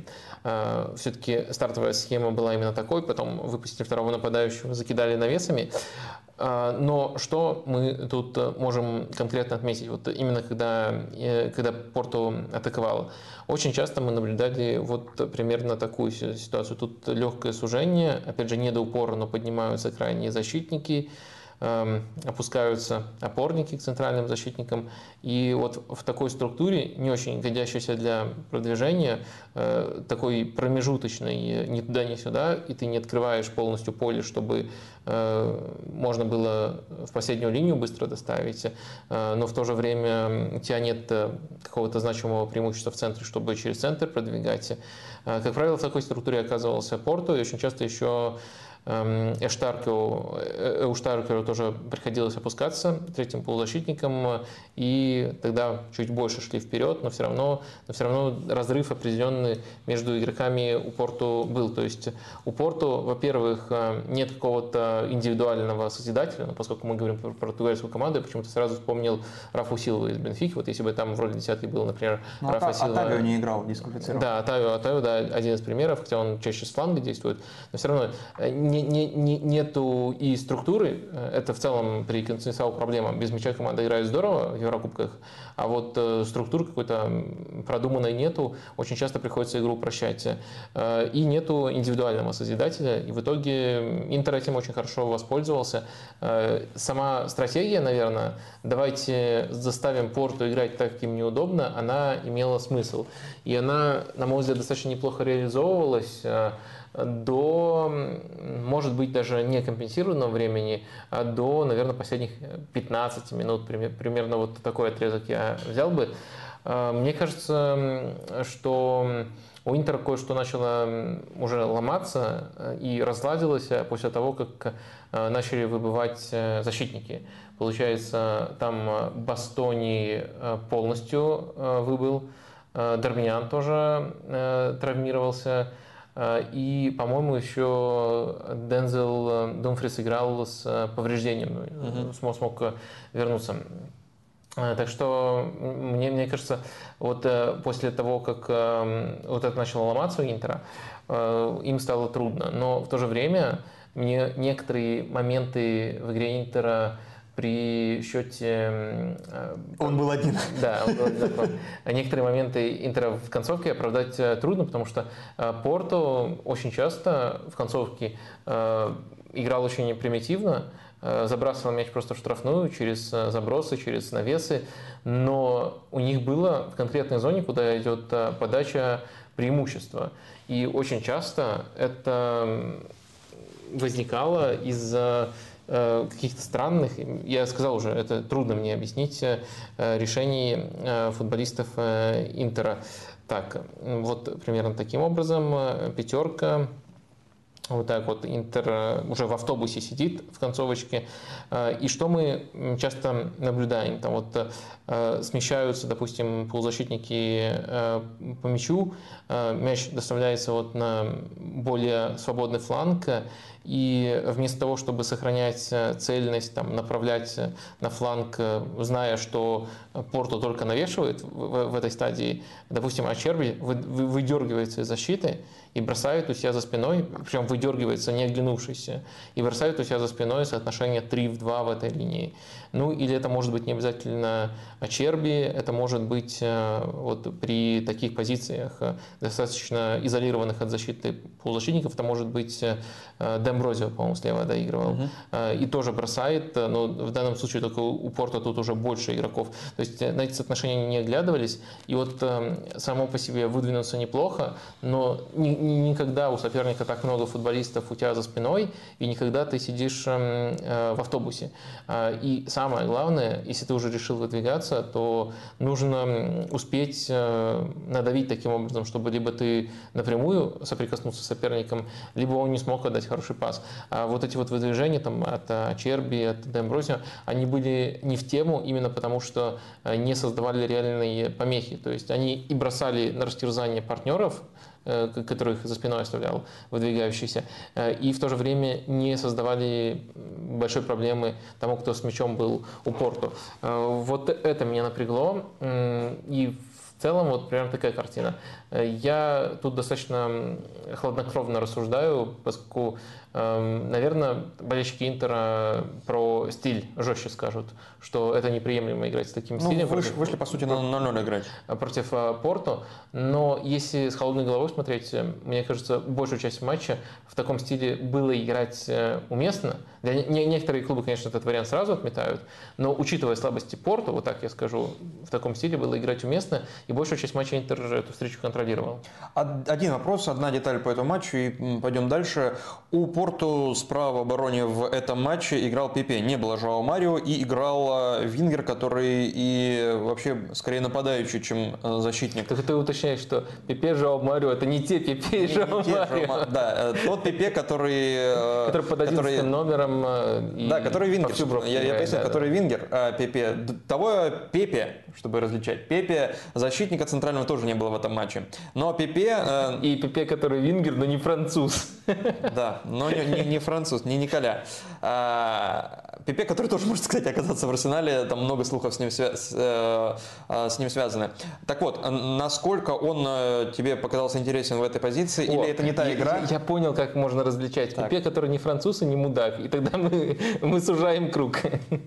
Все-таки стартовая схема была именно такой, потом выпустили второго нападающего, закидали навесами. Но что мы тут можем конкретно отметить? Вот именно когда, когда Порту атаковала. Очень часто мы наблюдали вот примерно такую ситуацию. Тут легкое сужение, опять же, не до упора, но поднимаются крайние защитники, опускаются опорники к центральным защитникам. И вот в такой структуре, не очень годящейся для продвижения, такой промежуточной, ни туда, ни сюда, и ты не открываешь полностью поле, чтобы можно было в последнюю линию быстро доставить, но в то же время у тебя нет какого-то значимого преимущества в центре, чтобы через центр продвигать. Как правило, в такой структуре оказывался Порту, и очень часто еще Эштаркеру, Эштаркеру тоже приходилось опускаться третьим полузащитником, и тогда чуть больше шли вперед, но все равно, но все равно разрыв определенный между игроками у Порту был. То есть у Порту, во-первых, нет какого-то индивидуального созидателя, но поскольку мы говорим про португальскую команду, я почему-то сразу вспомнил Рафу Силву из Бенфики. Вот если бы там в роли десятки был, например, ну, Рафа Силва. Отавио не играл, дисквалифицирован. Да, Отавио, Отавио, да, один из примеров, хотя он чаще с фланга действует, но все равно не, не, не, нету и структуры. Это в целом при Консенсуал проблема. Без мяча команда играет здорово в Еврокубках, а вот структуры какой-то продуманной нету. Очень часто приходится игру упрощать. И нету индивидуального созидателя. И в итоге Интер этим очень хорошо воспользовался. Сама стратегия, наверное, давайте заставим Порту играть так, как им неудобно, она имела смысл. И она, на мой взгляд, достаточно неплохо реализовывалась до, может быть, даже не компенсированного времени, а до, наверное, последних пятнадцати минут. Примерно вот такой отрезок я взял бы. Мне кажется, что у Интера кое-что начало уже ломаться и разладилось после того, как начали выбывать защитники. Получается, там Бастони полностью выбыл, Дармиан тоже травмировался. И, по-моему, еще Дензел Думфрис играл с повреждением, uh-huh. смог, смог вернуться. Так что, мне, мне кажется, вот после того, как вот это начало ломаться у Интера, им стало трудно. Но в то же время мне некоторые моменты в игре Интера при счете... Он был один. Да, он был один. Некоторые моменты Интера в концовке оправдать трудно, потому что Порту очень часто в концовке играл очень примитивно, забрасывал мяч просто в штрафную через забросы, через навесы, но у них было в конкретной зоне, куда идет подача, преимущество. И очень часто это возникало из-за каких-то странных, я сказал уже, это трудно мне объяснить, решений футболистов Интера. Так, вот примерно таким образом пятерка. Вот так вот Интер уже в автобусе сидит в концовочке. И что мы часто наблюдаем? Там вот смещаются, допустим, полузащитники по мячу, мяч доставляется вот на более свободный фланг, и вместо того, чтобы сохранять цельность, там, направлять на фланг, зная, что Порту только навешивает в, в этой стадии, допустим, Ачерби выдергивается из защиты и бросает у себя за спиной, причем выдергивается, не оглянувшись, и бросает у себя за спиной соотношение три в два в этой линии. Ну, или это может быть не обязательно Ачерби, это может быть вот при таких позициях, достаточно изолированных от защиты полузащитников, это может быть Демброзио, по-моему, слева доигрывал, uh-huh. и тоже бросает, но в данном случае только у Порто тут уже больше игроков. То есть на эти соотношения не оглядывались, и вот само по себе выдвинуться неплохо, но никогда у соперника так много футболистов у тебя за спиной, и никогда ты сидишь в автобусе. И самое главное, если ты уже решил выдвигаться, то нужно успеть надавить таким образом, чтобы либо ты напрямую соприкоснулся с соперником, либо он не смог отдать хороший пас. А вот эти вот выдвижения там, от Черби, от Демброзио, они были не в тему, именно потому что не создавали реальные помехи. То есть они и бросали на растерзание партнеров, которых за спиной оставлял выдвигающийся, и в то же время не создавали большой проблемы тому, кто с мячом был у Порту. Вот это меня напрягло. И В целом, вот примерно такая картина. Я тут достаточно хладнокровно рассуждаю, поскольку, наверное, болельщики Интера про стиль жестче скажут, что это неприемлемо играть с таким ну, стилем. Вышли, против, вышли, по сути, на ноль ноль играть. Против Порту. Но если с холодной головой смотреть, мне кажется, большую часть матча в таком стиле было играть уместно. Для некоторые клубы, конечно, этот вариант сразу отметают, но учитывая слабости Порту, вот так я скажу, в таком стиле было играть уместно, и большую часть матча Интер эту встречу контролировал. Один вопрос, одна деталь по этому матчу, и пойдем дальше. У Порту справа в обороне в этом матче играл Пепе, не было Жоао Марио, и играл Вингер, который и вообще скорее нападающий, чем защитник. Так ты уточняешь, что Пепе, Жоао Марио — это не те Пепе и Жоао Марио. Да, тот Пепе, который... Который под одиннадцатым номером. Да, который Вингер. Я, я поясню, да, который да. Вингер, а Пепе. Того Пепе, чтобы различать. Пепе, защитника центрального, тоже не было в этом матче. Но Пепе... Э... И Пепе, который Вингер, но не француз. Да, но не, не, не француз, не Николя. А, Пепе, который тоже, можно сказать, оказаться в Арсенале, там много слухов с ним, свя... с, э, с ним связаны. Так вот, насколько он тебе показался интересен в этой позиции, О, или это не та я, игра? Я, я понял, как можно различать. Так. Пепе, который не француз и не мудак. И тогда мы, мы сужаем круг.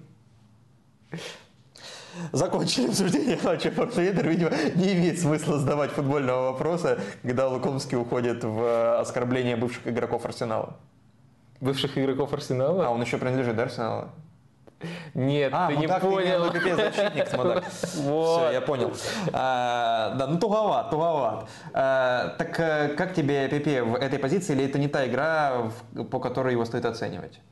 Закончили обсуждение матча Порту-Интер. Видимо, не имеет смысла задавать футбольного вопроса, когда Лукомский уходит в оскорбление бывших игроков Арсенала. Бывших игроков Арсенала? А, он еще принадлежит Арсеналу? Нет, а, ты ну не так, понял. Пепе защитник, мудак. Вот. Все, я понял. А, да, ну туговат, туговат. А, так как тебе Пепе в этой позиции, или это не та игра, по которой его стоит оценивать?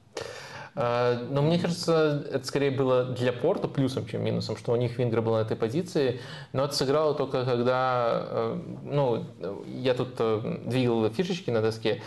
Но мне кажется, это скорее было для Порто плюсом, чем минусом, что у них Вингер был на этой позиции. Но это сыграло только когда, ну, я тут двигал фишечки на доске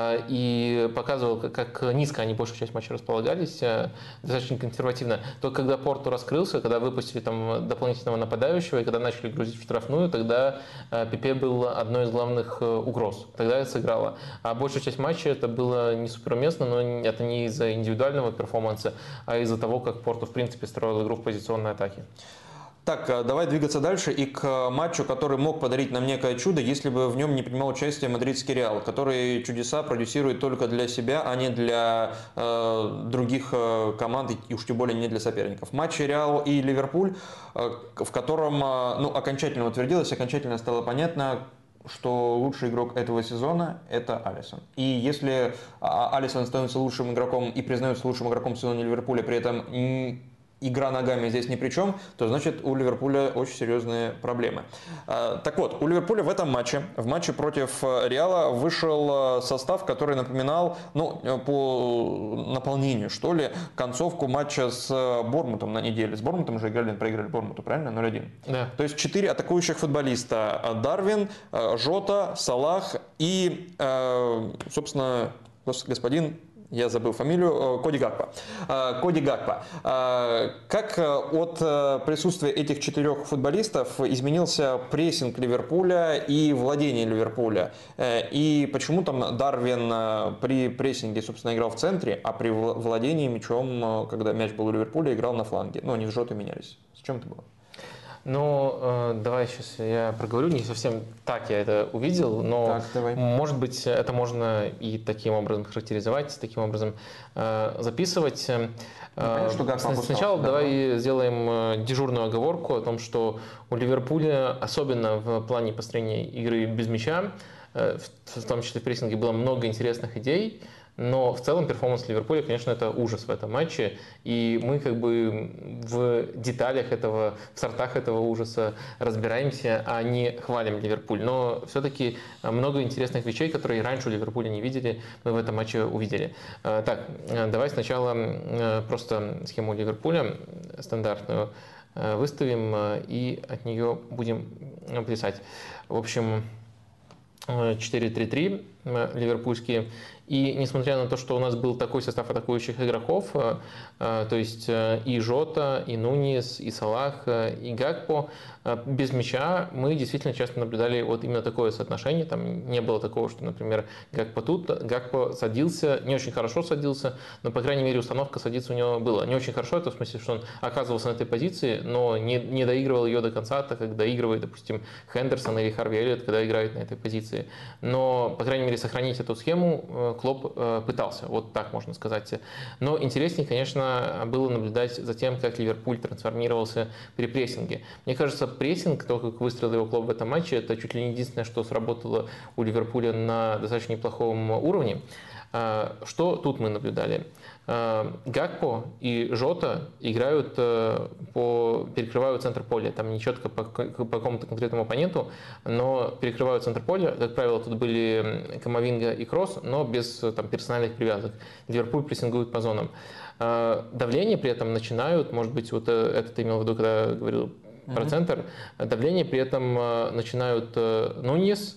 и показывал, как низко они большую часть матча располагались, достаточно консервативно. Только когда Порто раскрылся, когда выпустили там дополнительного нападающего и когда начали грузить в штрафную, тогда Пепе был одной из главных угроз. Тогда это сыграло. А большая часть матча это было не суперуместно, но это не из-за индивидуального перформанса, а из-за того, как Порту в принципе строил игру в позиционной атаке. Так, давай двигаться дальше и к матчу, который мог подарить нам некое чудо, если бы в нем не принимал участие мадридский Реал, который чудеса продюсирует только для себя, а не для э, других э, команд, и уж тем более не для соперников. Матч Реал и Ливерпуль, э, в котором э, ну, окончательно утвердилось, окончательно стало понятно, что лучший игрок этого сезона – это Алисон. И если Алисон становится лучшим игроком и признается лучшим игроком в сезоне Ливерпуля, при этом игра ногами здесь ни при чем, то значит у Ливерпуля очень серьезные проблемы. Так вот, у Ливерпуля в этом матче, в матче против Реала, вышел состав, который напоминал, ну, по наполнению, что ли, концовку матча с Борнмутом на неделе. С Борнмутом же играли, проиграли Борнмуту, правильно? ноль один. Да. То есть четыре атакующих футболиста. Дарвин, Жота, Салах и, собственно, господин... Я забыл фамилию. Коди Гакпо. Коди Гакпо. Как от присутствия этих четырех футболистов изменился прессинг Ливерпуля и владение Ливерпуля? И почему там Дарвин при прессинге, собственно, играл в центре, а при владении мячом, когда мяч был у Ливерпуля, играл на фланге? Ну, они с Жотой менялись. С чем это было? Ну, э, давай сейчас я проговорю, не совсем так я это увидел, но, так, давай. Может быть, это можно и таким образом характеризовать, таким образом э, записывать. Э, Понятно, что Сначала да, давай да. сделаем дежурную оговорку о том, что у Ливерпуля, особенно в плане построения игры без мяча, э, в, в том числе в прессинге, было много интересных идей. Но в целом перформанс Ливерпуля, конечно, это ужас в этом матче. И мы как бы в деталях этого, в сортах этого ужаса разбираемся, а не хвалим Ливерпуль. Но все-таки много интересных вещей, которые раньше у Ливерпуля не видели, мы в этом матче увидели. Так, давай сначала просто схему Ливерпуля стандартную выставим и от нее будем плясать. В общем, четыре три три. ливерпульские. И несмотря на то, что у нас был такой состав атакующих игроков, то есть и Жота, и Нуньес, и Салах, и Гакпо, без мяча мы действительно часто наблюдали вот именно такое соотношение. Там не было такого, что, например, Гакпо тут, Гакпо садился, не очень хорошо садился, но, по крайней мере, установка садиться у него была. Не очень хорошо, это в смысле, что он оказывался на этой позиции, но не, не доигрывал ее до конца, так как доигрывает, допустим, Хендерсон или Харви Эллиот, когда играет на этой позиции. Но, по крайней мере, сохранить эту схему Клоп пытался, вот так можно сказать. Но интереснее, конечно, было наблюдать за тем, как Ливерпуль трансформировался при прессинге. Мне кажется, прессинг, то, как выстроил его Клоп в этом матче, это чуть ли не единственное, что сработало у Ливерпуля на достаточно неплохом уровне. Что тут мы наблюдали? Гакпо и Жота играют по, перекрывают центр поля. Там не четко по, по какому-то конкретному оппоненту, но перекрывают центр поля. Как правило, тут были Камавинга и Кросс, но без там, персональных привязок. Ливерпуль прессингует по зонам. Давление при этом начинают, может быть, вот это ты имел в виду, когда говорил mm-hmm. про центр, давление при этом начинают Нуньес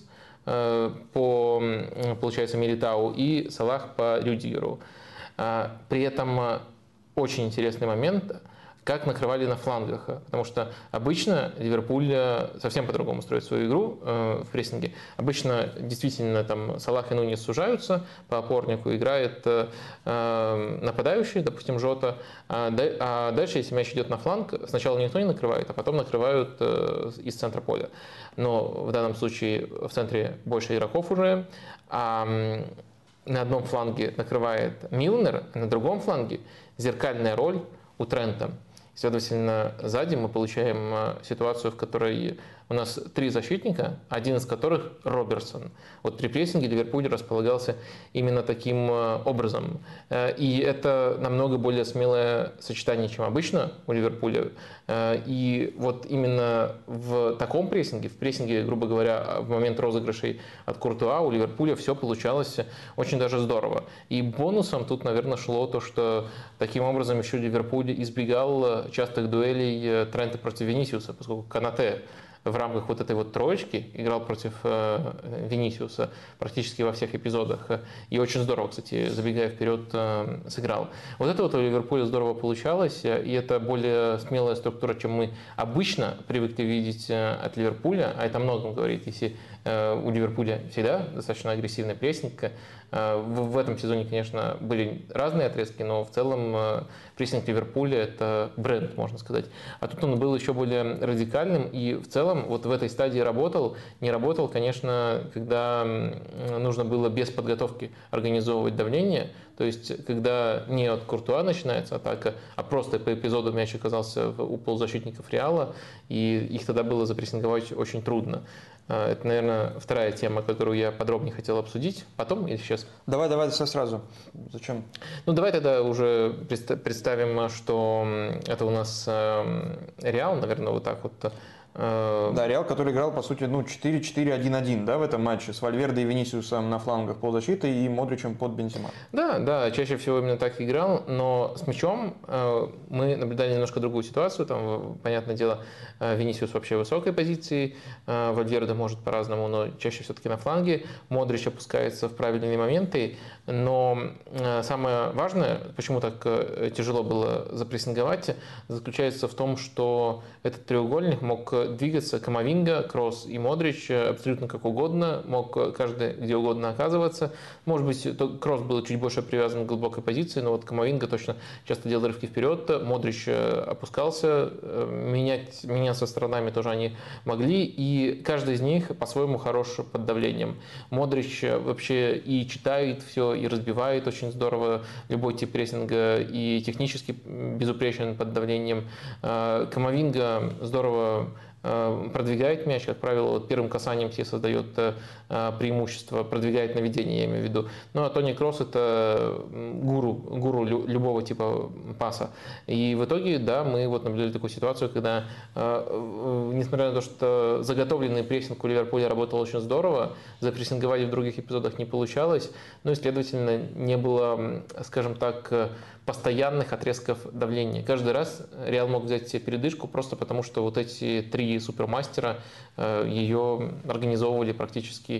по, получается, Милитау и Салах по Рюдигеру. При этом очень интересный момент, как накрывали на флангах, потому что обычно Ливерпуль совсем по-другому строит свою игру в прессинге. Обычно действительно там Салах и Нуньес сужаются, по опорнику играет нападающий, допустим, Жота, а дальше, если мяч идет на фланг, сначала никто не накрывает, а потом накрывают из центра поля. Но в данном случае в центре больше игроков уже, а на одном фланге накрывает Милнер, а на другом фланге зеркальная роль у Трента. Следовательно, сзади мы получаем ситуацию, в которой у нас три защитника, один из которых Робертсон. Вот при прессинге Ливерпуль располагался именно таким образом. И это намного более смелое сочетание, чем обычно у Ливерпуля. И вот именно в таком прессинге, в прессинге, грубо говоря, в момент розыгрышей от Куртуа у Ливерпуля все получалось очень даже здорово. И бонусом тут, наверное, шло то, что таким образом еще Ливерпуль избегал частых дуэлей Трента против Винисиуса, поскольку Канате в рамках вот этой вот троечки играл против э, Винисиуса практически во всех эпизодах. И очень здорово, кстати, забегая вперед, э, сыграл. Вот это вот у Ливерпуля здорово получалось, и это более смелая структура, чем мы обычно привыкли видеть от Ливерпуля, а это о многом говорит, если э, у Ливерпуля всегда достаточно агрессивный прессинг. Э, в, в этом сезоне, конечно, были разные отрезки, но в целом э, прессинг Ливерпуля – это бренд, можно сказать. А тут он был еще более радикальным, и в целом вот в этой стадии работал. Не работал, конечно, когда нужно было без подготовки организовывать давление. То есть, когда не от Куртуа начинается атака, а просто по эпизоду мяч оказался у полузащитников Реала, и их тогда было запрессинговать очень трудно. Это, наверное, вторая тема, которую я подробнее хотел обсудить. Потом или сейчас? Давай, давай, все сразу. Зачем? Ну, давай тогда уже представим, что это у нас Реал, наверное, вот так вот. Да, Реал, который играл, по сути, ну, четыре четыре один один, да, в этом матче, с Вальверде и Винисиусом на флангах полузащиты и Модричем под Бензема. Да, да, чаще всего именно так играл, но с мячом э, мы наблюдали немножко другую ситуацию. Там, понятное дело, Винисиус вообще в высокой позиции, э, Вальверде может по-разному, но чаще все-таки на фланге. Модрич опускается в правильные моменты, но э, самое важное, почему так э, тяжело было запрессинговать, заключается в том, что этот треугольник мог двигаться, Камавинга, Кросс и Модрич абсолютно как угодно, мог каждый где угодно оказываться. Может быть, Кросс был чуть больше привязан к глубокой позиции, но вот Камавинга точно часто делал рывки вперед, Модрич опускался, менять, меняться сторонами тоже они могли, и каждый из них по-своему хорош под давлением. Модрич вообще и читает все, и разбивает очень здорово любой тип прессинга, и технически безупречен под давлением. Камавинга здорово продвигает мяч, как правило, вот первым касанием себе создает преимущество, продвигает наведение, я имею в виду. Ну а Тони Кросс – это гуру, гуру любого типа паса. И в итоге, да, мы вот наблюдали такую ситуацию, когда, несмотря на то, что заготовленный прессинг у Ливерпуля работал очень здорово, запрессинговать в других эпизодах не получалось, ну и, следовательно, не было, скажем так, постоянных отрезков давления. Каждый раз Реал мог взять себе передышку просто потому, что вот эти три супермастера ее организовывали практически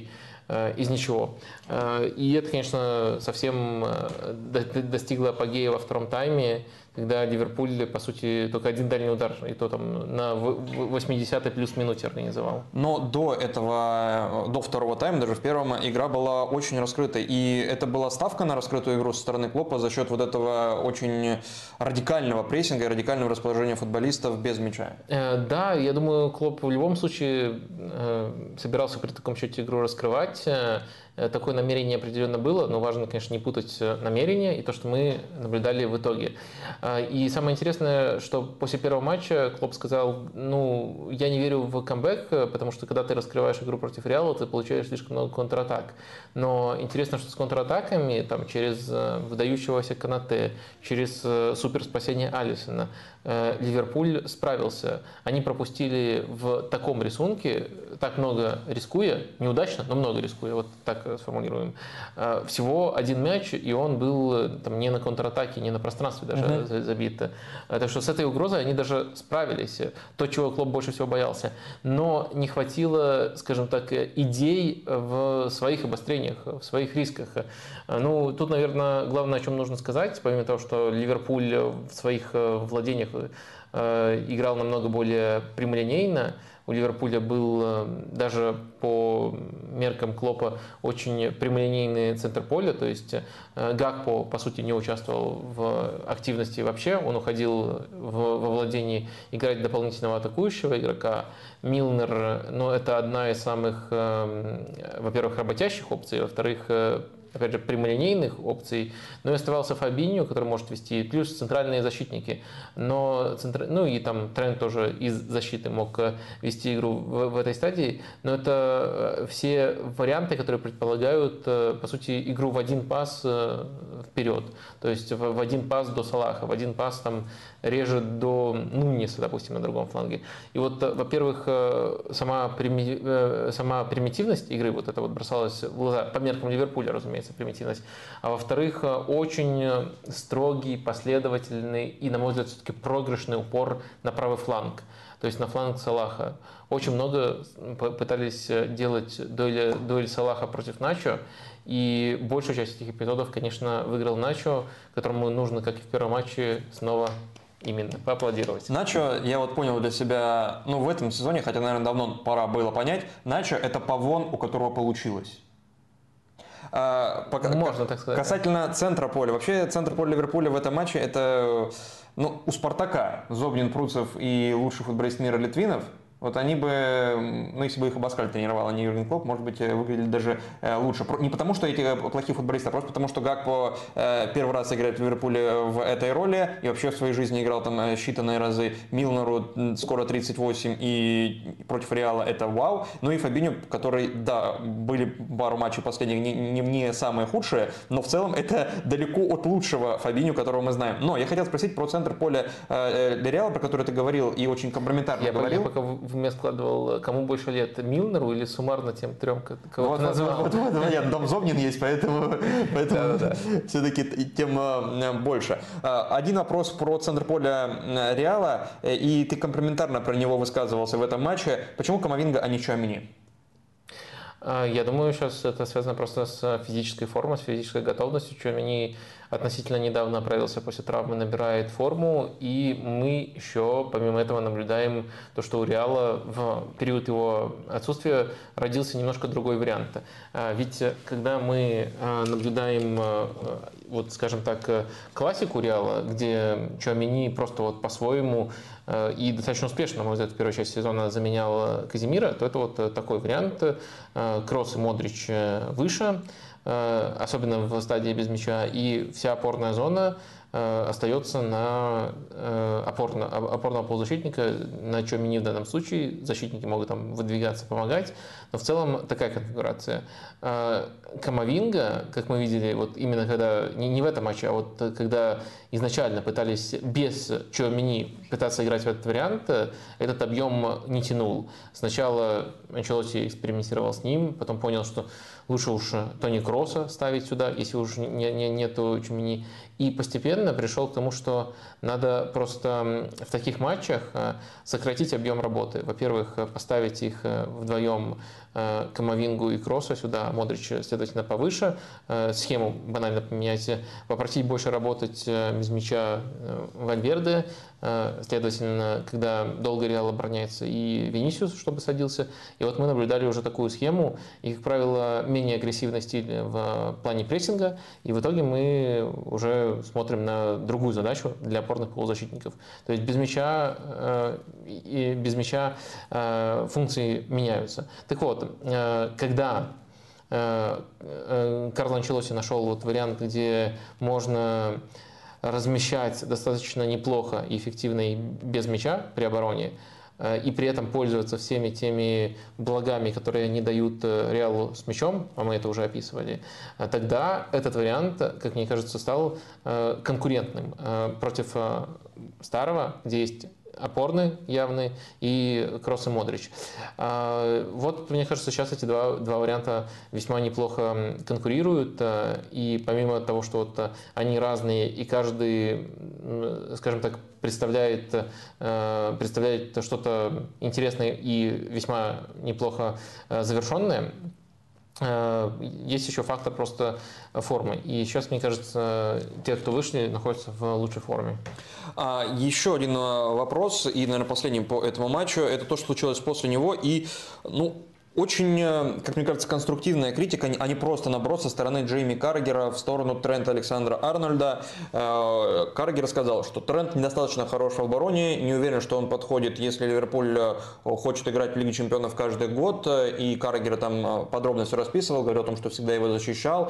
из ничего. И это, конечно, совсем достигло апогея во втором тайме, когда Ливерпуль, по сути, только один дальний удар, и то там на восьмидесятой плюс минуте организовал. Но до этого, до второго тайма, даже в первом, игра была очень раскрытой. И это была ставка на раскрытую игру со стороны Клопа за счет вот этого очень радикального прессинга и радикального расположения футболистов без мяча. Да, я думаю, Клоп в любом случае собирался при таком счете игру раскрывать. Такое намерение определенно было, но важно, конечно, не путать намерение и то, что мы наблюдали в итоге. И самое интересное, что после первого матча Клоп сказал, ну, я не верю в камбэк, потому что когда ты раскрываешь игру против Реала, ты получаешь слишком много контратак. Но интересно, что с контратаками, там, через выдающегося Канате, через суперспасение Алисона, Ливерпуль справился. Они пропустили в таком рисунке, так много рискуя, неудачно, но много рискуя, вот так сформулируем, всего один мяч, и он был там, не на контратаке, не на пространстве даже uh-huh. забит. Так что с этой угрозой они даже справились, то, чего Клоп больше всего боялся. Но не хватило, скажем так, идей в своих обострениях, в своих рисках. Ну, тут, наверное, главное, о чем нужно сказать, помимо того, что Ливерпуль в своих владениях играл намного более прямолинейно. У Ливерпуля был даже по меркам Клопа очень прямолинейный центр поля, то есть Гакпо, по сути, не участвовал в активности вообще, он уходил во владении играть дополнительного атакующего игрока. Милнер, ну, это одна из самых, во-первых, работящих опций, во-вторых, опять же, прямолинейных опций, но и оставался Фабиньо, который может вести, плюс центральные защитники, но центр... ну и там Трент тоже из защиты мог вести игру в, в этой стадии, но это все варианты, которые предполагают, по сути, игру в один пас вперед, то есть в, в один пас до Салаха, в один пас там режет до Нуньеса, допустим, на другом фланге. И вот, во-первых, сама, прими... сама примитивность игры, вот это вот бросалось в глаза, по меркам Ливерпуля, разумеется, примитивность, а во-вторых, очень строгий, последовательный и, на мой взгляд, все-таки проигрышный упор на правый фланг, то есть на фланг Салаха. Очень много пытались делать дуэль, дуэль Салаха против Начо, и большую часть этих эпизодов, конечно, выиграл Начо, которому нужно, как и в первом матче, снова именно поаплодировать. Начо, я вот понял для себя, ну, в этом сезоне, хотя, наверное, давно пора было понять, Начо – это павон, у которого получилось. А, пока, Можно так сказать. Касательно центра поля. Вообще, центр поля Ливерпуля в этом матче – это, ну, у Спартака Зобнин, Пруцев и лучший футболист мира Литвинов. Вот они бы, ну, если бы их Абаскаль тренировал, а не Юрген Клоп, может быть, выглядели даже лучше. Не потому, что эти плохие футболисты, а просто потому, что Гакпо первый раз играет в Ливерпуле в этой роли и вообще в своей жизни играл там считанные разы. Милнеру скоро тридцать восемь и против Реала это вау. Ну и Фабиньо, который, да, были пару матчей последних не, не, не самые худшие, но в целом это далеко от лучшего Фабиньо, которого мы знаем. Но я хотел спросить про центр поля э, Реала, про который ты говорил и очень комплиментарно я говорил. Я пока в уме складывал, кому больше лет, Милнеру или суммарно тем трем, кого вот, ты назвал? Вот, вот, вот, нет, Дом Зобнин есть, поэтому, поэтому да, да, да. все-таки тем больше. Один вопрос про центр поля Реала, и ты комплиментарно про него высказывался в этом матче. Почему Камавинга, а не Чуамини? Я думаю, сейчас это связано просто с физической формой, с физической готовностью. Чуамини относительно недавно оправился после травмы, набирает форму, и мы еще, помимо этого, наблюдаем то, что у Реала в период его отсутствия родился немножко другой вариант. Ведь когда мы наблюдаем, вот, скажем так, классику Реала, где Чуамини просто вот по-своему и достаточно успешно, на мой взгляд, в первой части сезона заменял Казимира, то это вот такой вариант. Кросс и Модрич выше, особенно в стадии без мяча, и вся опорная зона остается на опорно, опорного полузащитника, на Чуамини в данном случае. Защитники могут там выдвигаться, помогать, но в целом такая конфигурация. Камавинга, как мы видели, вот именно когда, не, не в этом матче, а вот когда изначально пытались без Чуамини пытаться играть в этот вариант, этот объем не тянул. Сначала Анчелотти экспериментировал с ним, потом понял, что лучше уж Тони Кросса ставить сюда, если уж не, не, нету Чуамини. И постепенно пришел к тому, что надо просто в таких матчах сократить объем работы. Во-первых, поставить их вдвоем, Камавингу и Кросса сюда, Модрич, следовательно, повыше, схему банально поменять, попросить больше работать без мяча Вальверде, следовательно, когда долго Реал обороняется, и Винисиус, чтобы садился. И вот мы наблюдали уже такую схему, и, как правило, менее агрессивный стиль в плане прессинга, и в итоге мы уже смотрим на другую задачу для опорных полузащитников. То есть без мяча, и без мяча функции меняются. Так вот, когда Карло Анчелотти нашел вот вариант, где можно размещать достаточно неплохо и эффективно и без мяча при обороне, и при этом пользоваться всеми теми благами, которые они дают Реалу с мячом, а мы это уже описывали, тогда этот вариант, как мне кажется, стал конкурентным против старого, где есть опорный явный и Кросс и Модрич. Вот, мне кажется, сейчас эти два, два варианта весьма неплохо конкурируют. И помимо того, что вот они разные, и каждый, скажем так, представляет, представляет что-то интересное и весьма неплохо завершенное, есть еще фактор просто формы. И сейчас, мне кажется, те, кто вышли, находятся в лучшей форме. А, еще один вопрос, и, наверное, последний по этому матчу, это то, что случилось после него. И, ну, очень, как мне кажется, конструктивная критика, а не просто наброс со стороны Джейми Каррагера в сторону Трента Александра-Арнольда. Каррагер сказал, что Трент недостаточно хорош в обороне, не уверен, что он подходит, если Ливерпуль хочет играть в Лиге Чемпионов каждый год. И Каррагер там подробно все расписывал, говорил о том, что всегда его защищал.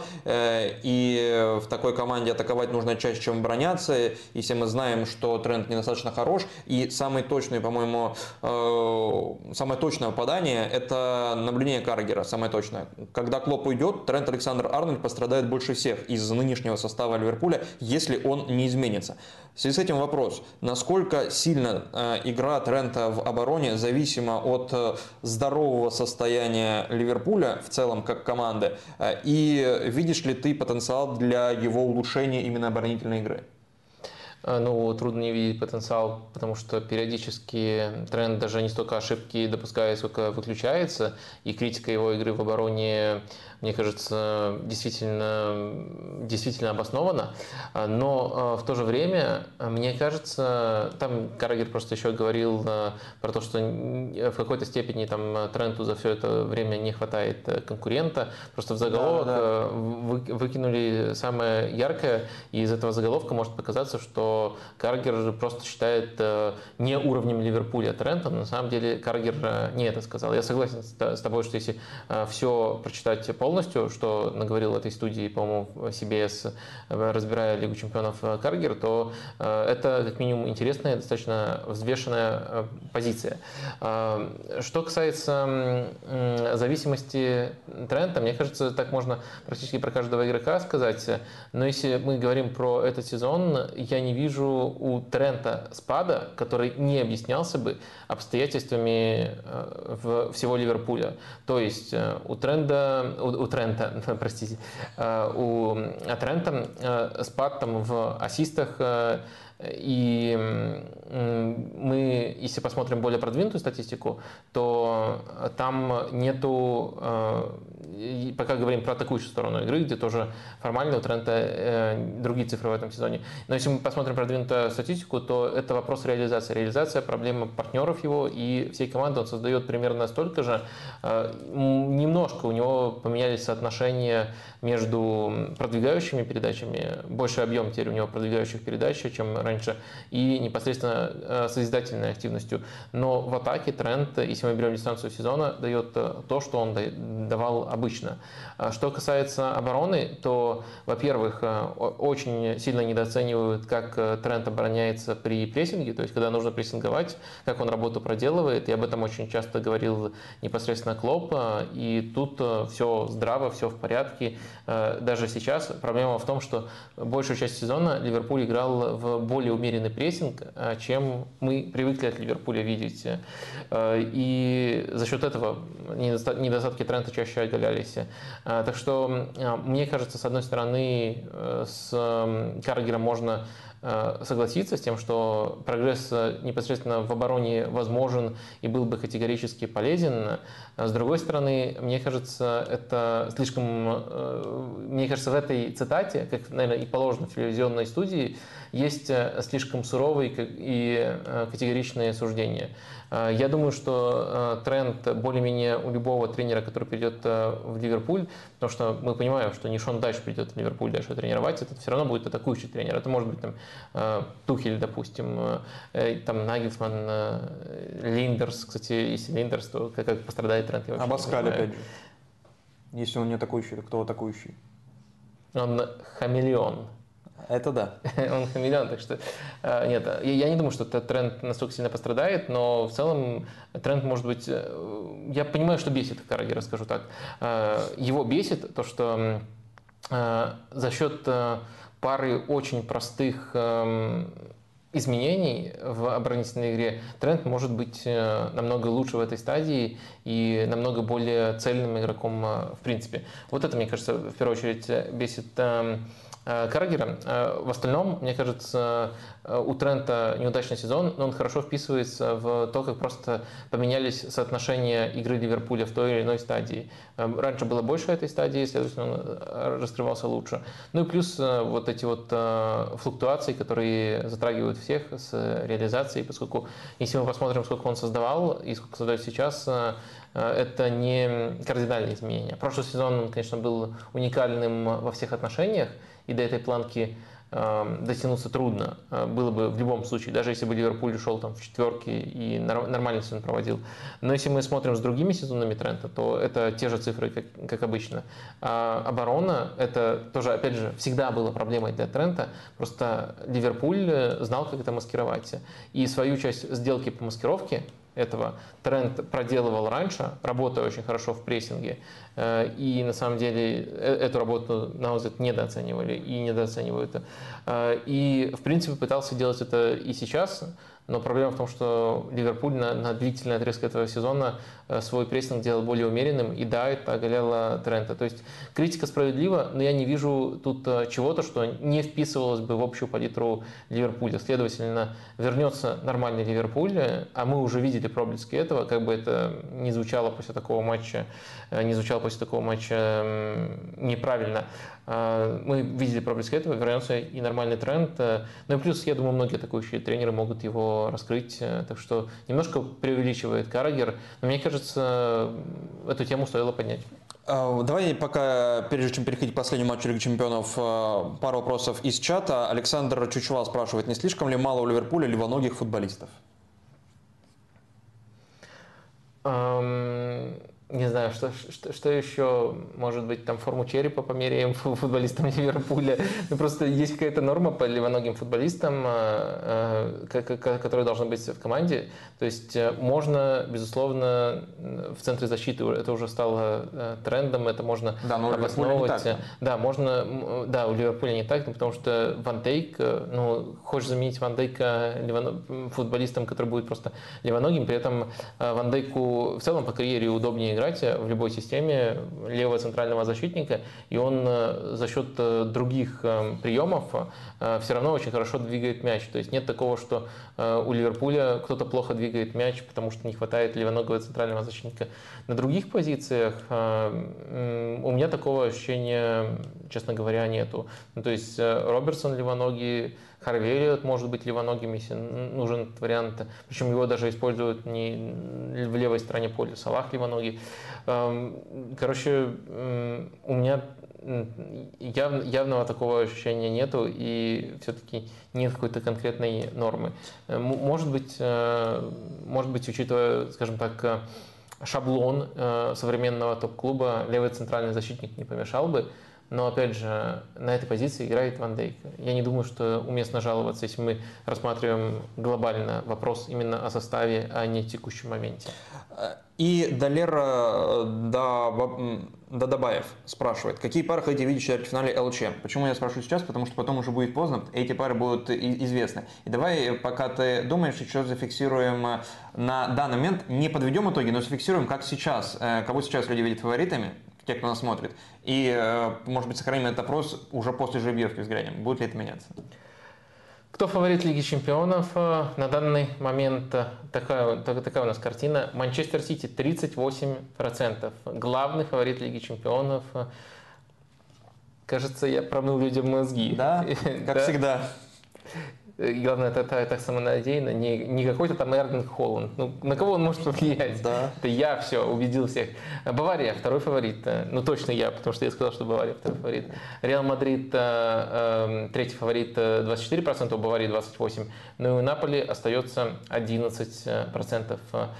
И в такой команде атаковать нужно чаще, чем обороняться. И все мы знаем, что Трент недостаточно хорош. И самый точный, по-моему, самое точное попадание – это наблюдение Каррагера, самое точное. Когда Клоп уйдет, Трент Александр-Арнольд пострадает больше всех из нынешнего состава Ливерпуля, если он не изменится. В связи с этим вопрос, насколько сильно э, игра Трента в обороне зависима от э, здорового состояния Ливерпуля в целом как команды, э, и видишь ли ты потенциал для его улучшения именно оборонительной игры? Ну, трудно не видеть потенциал, потому что периодически Трент даже не столько ошибки допускает, сколько выключается, и критика его игры в обороне, мне кажется, действительно, действительно обоснована. Но в то же время, мне кажется, там Каррагер просто еще говорил про то, что в какой-то степени там Тренту за все это время не хватает конкурента. Просто в заголовок да, да. выкинули самое яркое, и из этого заголовка может показаться, что Каррагер просто считает не уровнем Ливерпуля Трента, но на самом деле Каррагер не это сказал. Я согласен с тобой, что если все прочитать полностью, что наговорил в этой студии, по-моему, си би эс, разбирая Лигу Чемпионов Каррагер, то это как минимум интересная, достаточно взвешенная позиция. Что касается зависимости Трента, мне кажется, так можно практически про каждого игрока сказать, но если мы говорим про этот сезон, я не вижу у Трента спада, который не объяснялся бы обстоятельствами всего Ливерпуля. То есть у Трента, у, у Трента, простите, у Трента спад там в ассистах, и мы, если посмотрим более продвинутую статистику, то там нету, пока говорим про атакующую сторону игры, где тоже формально у Трента другие цифры в этом сезоне. Но если мы посмотрим продвинутую статистику, то это вопрос реализации. Реализация – проблема партнеров его и всей команды. Он создает примерно столько же. Немножко у него поменялись соотношения между продвигающими передачами, больше объем теперь у него продвигающих передач, чем раньше, и непосредственно созидательной активностью. Но в атаке Трент, если мы берем дистанцию сезона, дает то, что он давал обычно. Что касается обороны, то, во-первых, очень сильно недооценивают, как Трент обороняется при прессинге, то есть когда нужно прессинговать, как он работу проделывает, и об этом очень часто говорил непосредственно Клоп, и тут все здраво, все в порядке. Даже сейчас проблема в том, что большую часть сезона Ливерпуль играл в более более умеренный прессинг, чем мы привыкли от Ливерпуля видеть. И за счет этого недостатки Трента чаще оголялись. Так что, мне кажется, с одной стороны, с Каррагером можно согласиться с тем, что прогресс непосредственно в обороне возможен и был бы категорически полезен. С другой стороны, мне кажется, это слишком... Мне кажется, в этой цитате, как, наверное, и положено в телевизионной студии, есть слишком суровые и категоричные суждения. Я думаю, что тренд более-менее у любого тренера, который придет в Ливерпуль, потому что мы понимаем, что не Шон Дайч придет в Ливерпуль дальше тренировать, это все равно будет атакующий тренер. Это может быть там Тухель, допустим, там Нагельсман, Линдерс. Кстати, если Линдерс, то как, как пострадает тренд, я вообще Абаскаль, не знаю. опять же. Если он не атакующий, то кто атакующий? Он хамелеон. Это да. Он хамелеон, так что нет, я не думаю, что этот тренд настолько сильно пострадает, но в целом тренд может быть... Я понимаю, что бесит Каррагера, скажу так. Его бесит то, что за счет пары очень простых изменений в оборонительной игре тренд может быть намного лучше в этой стадии и намного более цельным игроком в принципе. Вот это, мне кажется, в первую очередь бесит Каррагера. В остальном, мне кажется, у Трента неудачный сезон, но он хорошо вписывается в то, как просто поменялись соотношения игры Ливерпуля в той или иной стадии. Раньше было больше этой стадии, следовательно, он раскрывался лучше. Ну и плюс вот эти вот флуктуации, которые затрагивают всех с реализацией, поскольку если мы посмотрим, сколько он создавал и сколько создает сейчас, это не кардинальные изменения. Прошлый сезон, конечно, был уникальным во всех отношениях, и до этой планки э, дотянуться трудно было бы в любом случае, даже если бы Ливерпуль шел там в четверке и нормальный сезон проводил. Но если мы смотрим с другими сезонами Трента, то это те же цифры, как, как обычно. А оборона, это тоже, опять же, всегда была проблемой для Трента, просто Ливерпуль знал, как это маскировать. И свою часть сделки по маскировке этого Трент проделывал раньше, работая очень хорошо в прессинге. И на самом деле эту работу, на мой взгляд, недооценивали и недооценивают. И в принципе пытался делать это и сейчас. Но проблема в том, что Ливерпуль на, на длительный отрезок этого сезона свой прессинг делал более умеренным, и да, это оголяло Трента. То есть критика справедлива, но я не вижу тут чего-то, что не вписывалось бы в общую палитру Ливерпуля. Следовательно, вернется нормальный Ливерпуль, а мы уже видели проблески этого, как бы это ни звучало после такого матча, не звучало после такого матча неправильно. Мы видели проблески этого, вернется и нормальный тренд. Ну и плюс, я думаю, многие атакующие тренеры могут его раскрыть. Так что немножко преувеличивает Каррагер. Но мне кажется, эту тему стоило поднять. Давай пока, прежде чем переходить к последнему матчу Лиги Чемпионов, пару вопросов из чата. Александр Чучула спрашивает, не слишком ли мало у Ливерпуля левоногих футболистов? Um... Не знаю, что, что, что еще, может быть, там форму черепа померяем футболистам Ливерпуля. Ну, просто есть какая-то норма по левоногим футболистам, которая должна быть в команде. То есть можно, безусловно, в центре защиты, это уже стало трендом, это можно да, но обосновывать. Так. Да, можно, да, у Ливерпуля не так, потому что Ван Дейк, ну, хочешь заменить Ван Дейка футболистом, который будет просто левоногим, при этом Ван Дейку в целом по карьере удобнее играть в любой системе левого центрального защитника, и он за счет других приемов все равно очень хорошо двигает мяч. То есть нет такого, что у Ливерпуля кто-то плохо двигает мяч, потому что не хватает левоногого центрального защитника. На других позициях у меня такого ощущения, честно говоря, нету. Ну, то есть Робертсон левоногий, Харви Эллиот может быть левоногим, если нужен этот вариант. Причем его даже используют не в левой стороне поля. Салах левоногий. Короче, у меня яв, явного такого ощущения нету, и все-таки нет какой-то конкретной нормы. Может быть, может быть, учитывая, скажем так, шаблон современного топ-клуба, левый центральный защитник не помешал бы. Но, опять же, на этой позиции играет Ван Дейк. Я не думаю, что уместно жаловаться, если мы рассматриваем глобально вопрос именно о составе, а не о текущем моменте. И Далер, да, Дадабаев спрашивает, какие пары хотите видеть в четвертьфинале ЛЧ? Почему я спрашиваю сейчас? Потому что потом уже будет поздно, эти пары будут известны. И давай, пока ты думаешь, еще зафиксируем на данный момент, не подведем итоги, но зафиксируем, как сейчас, кого сейчас люди видят фаворитами, те, кто нас смотрит. И, может быть, сохраним этот опрос уже после жеребьевки, взглянем, будет ли это меняться. Кто фаворит Лиги Чемпионов? На данный момент такая, такая у нас картина. Манчестер Сити тридцать восемь процентов. Главный фаворит Лиги Чемпионов. Кажется, я промыл людям мозги. Да, как да? всегда. И главное, это так самонадеянно, не, не какой-то там Эрлинг Холланд. Ну, на кого он может повлиять? Да. Это я все, убедил всех. Бавария, второй фаворит. Ну, точно я, потому что я сказал, что Бавария второй фаворит. Реал Мадрид, третий фаворит, двадцать четыре процента, у Баварии двадцать восемь процентов. Ну и у Наполи остается одиннадцать процентов.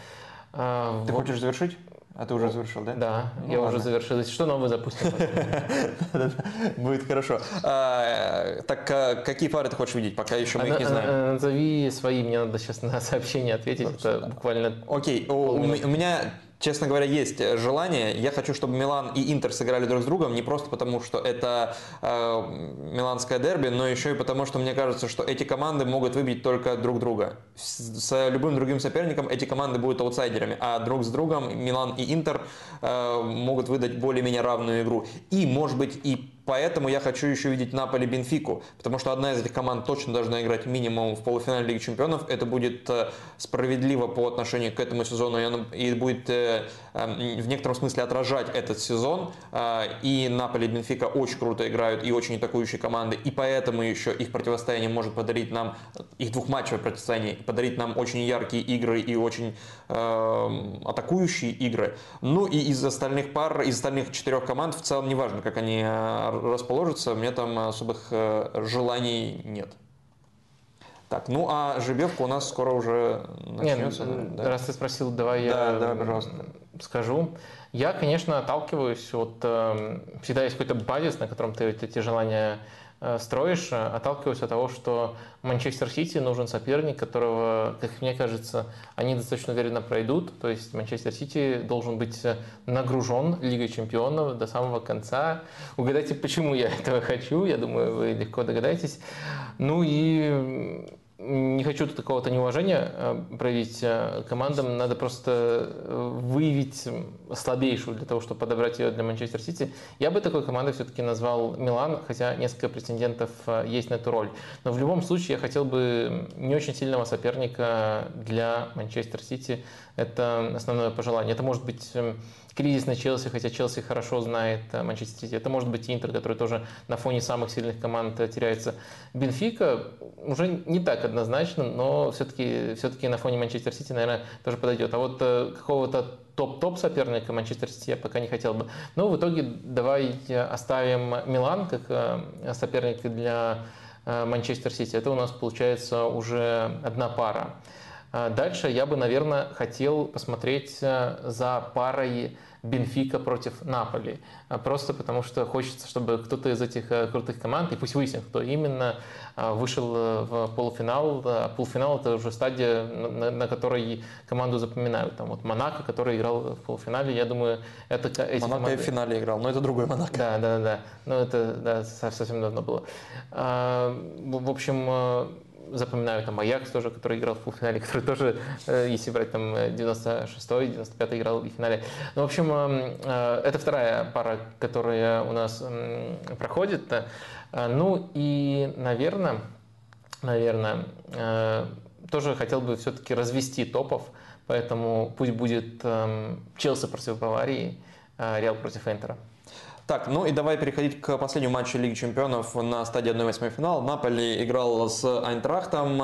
Ты хочешь завершить? А ты уже завершил, да? Да, ну, я ладно. уже завершил. Если что, новый запустим. Будет хорошо. Так какие пары ты хочешь видеть, пока еще мы их не знаем? Назови свои, мне надо сейчас на сообщение ответить. Это буквально... Окей, у меня... Честно говоря, есть желание. Я хочу, чтобы Милан и Интер сыграли друг с другом, не просто потому, что это э, миланское дерби, но еще и потому, что мне кажется, что эти команды могут выбить только друг друга. С, с любым другим соперником эти команды будут аутсайдерами, а друг с другом Милан и Интер э, могут выдать более-менее равную игру. И, может быть, и поэтому я хочу еще видеть Наполи Бенфику, потому что одна из этих команд точно должна играть минимум в полуфинале Лиги Чемпионов. Это будет справедливо по отношению к этому сезону и будет в некотором смысле отражать этот сезон. И Наполи и Бенфика очень круто играют и очень атакующие команды, и поэтому еще их противостояние может подарить нам, их двухматчевое противостояние, подарить нам очень яркие игры и очень э, атакующие игры. Ну и из остальных пар, из остальных четырех команд в целом неважно, как они расположатся, у меня там особых желаний нет. Так, ну а жеребьевка у нас скоро уже начнется. Нет, да? Раз ты спросил, давай да, я давай, пожалуйста. скажу. Я, конечно, отталкиваюсь от... Всегда есть какой-то базис, на котором ты эти желания строишь. Отталкиваюсь от того, что Манчестер Сити нужен соперник, которого, как мне кажется, они достаточно уверенно пройдут. То есть Манчестер Сити должен быть нагружен Лигой Чемпионов до самого конца. Угадайте, почему я этого хочу. Я думаю, вы легко догадаетесь. Ну и... Не хочу тут какого-то неуважения проявить командам, надо просто выявить слабейшую для того, чтобы подобрать ее для Манчестер Сити. Я бы такой командой все-таки назвал Милан, хотя несколько претендентов есть на эту роль. Но в любом случае я хотел бы не очень сильного соперника для Манчестер Сити. Это основное пожелание. Это может быть кризисный Челси, хотя Челси хорошо знает Манчестер Сити. Это может быть Интер, который тоже на фоне самых сильных команд теряется. Бенфика уже не так однозначно, но все-таки, все-таки на фоне Манчестер Сити, наверное, тоже подойдет. А вот какого-то топ-топ соперника Манчестер Сити я пока не хотел бы. Но в итоге давай оставим Милан как соперник для Манчестер Сити. Это у нас получается уже одна пара. Дальше я бы, наверное, хотел посмотреть за парой Бенфика против Наполи. Просто потому что хочется, чтобы кто-то из этих крутых команд, и пусть выяснит, кто именно, вышел в полуфинал. А полуфинал – это уже стадия, на, на которой команду запоминают. Там вот Монако, который играл в полуфинале, я думаю, это эти Монако команды... и в финале играл, но это другой Монако. Да, да, да. Но это да, совсем давно было. В общем, запоминаю там Аякс тоже, который играл в полуфинале, который тоже, если брать там девяносто шестой, девяносто пятый играл в финале. Ну, в общем, это вторая пара, которая у нас проходит. Ну и, наверное, наверное, тоже хотел бы все-таки развести топов, поэтому пусть будет Челси против Баварии, Реал против Интера. Так, ну и давай переходить к последнему матчу Лиги Чемпионов на стадии одна восьмая финала. Наполи играл с Айнтрахтом.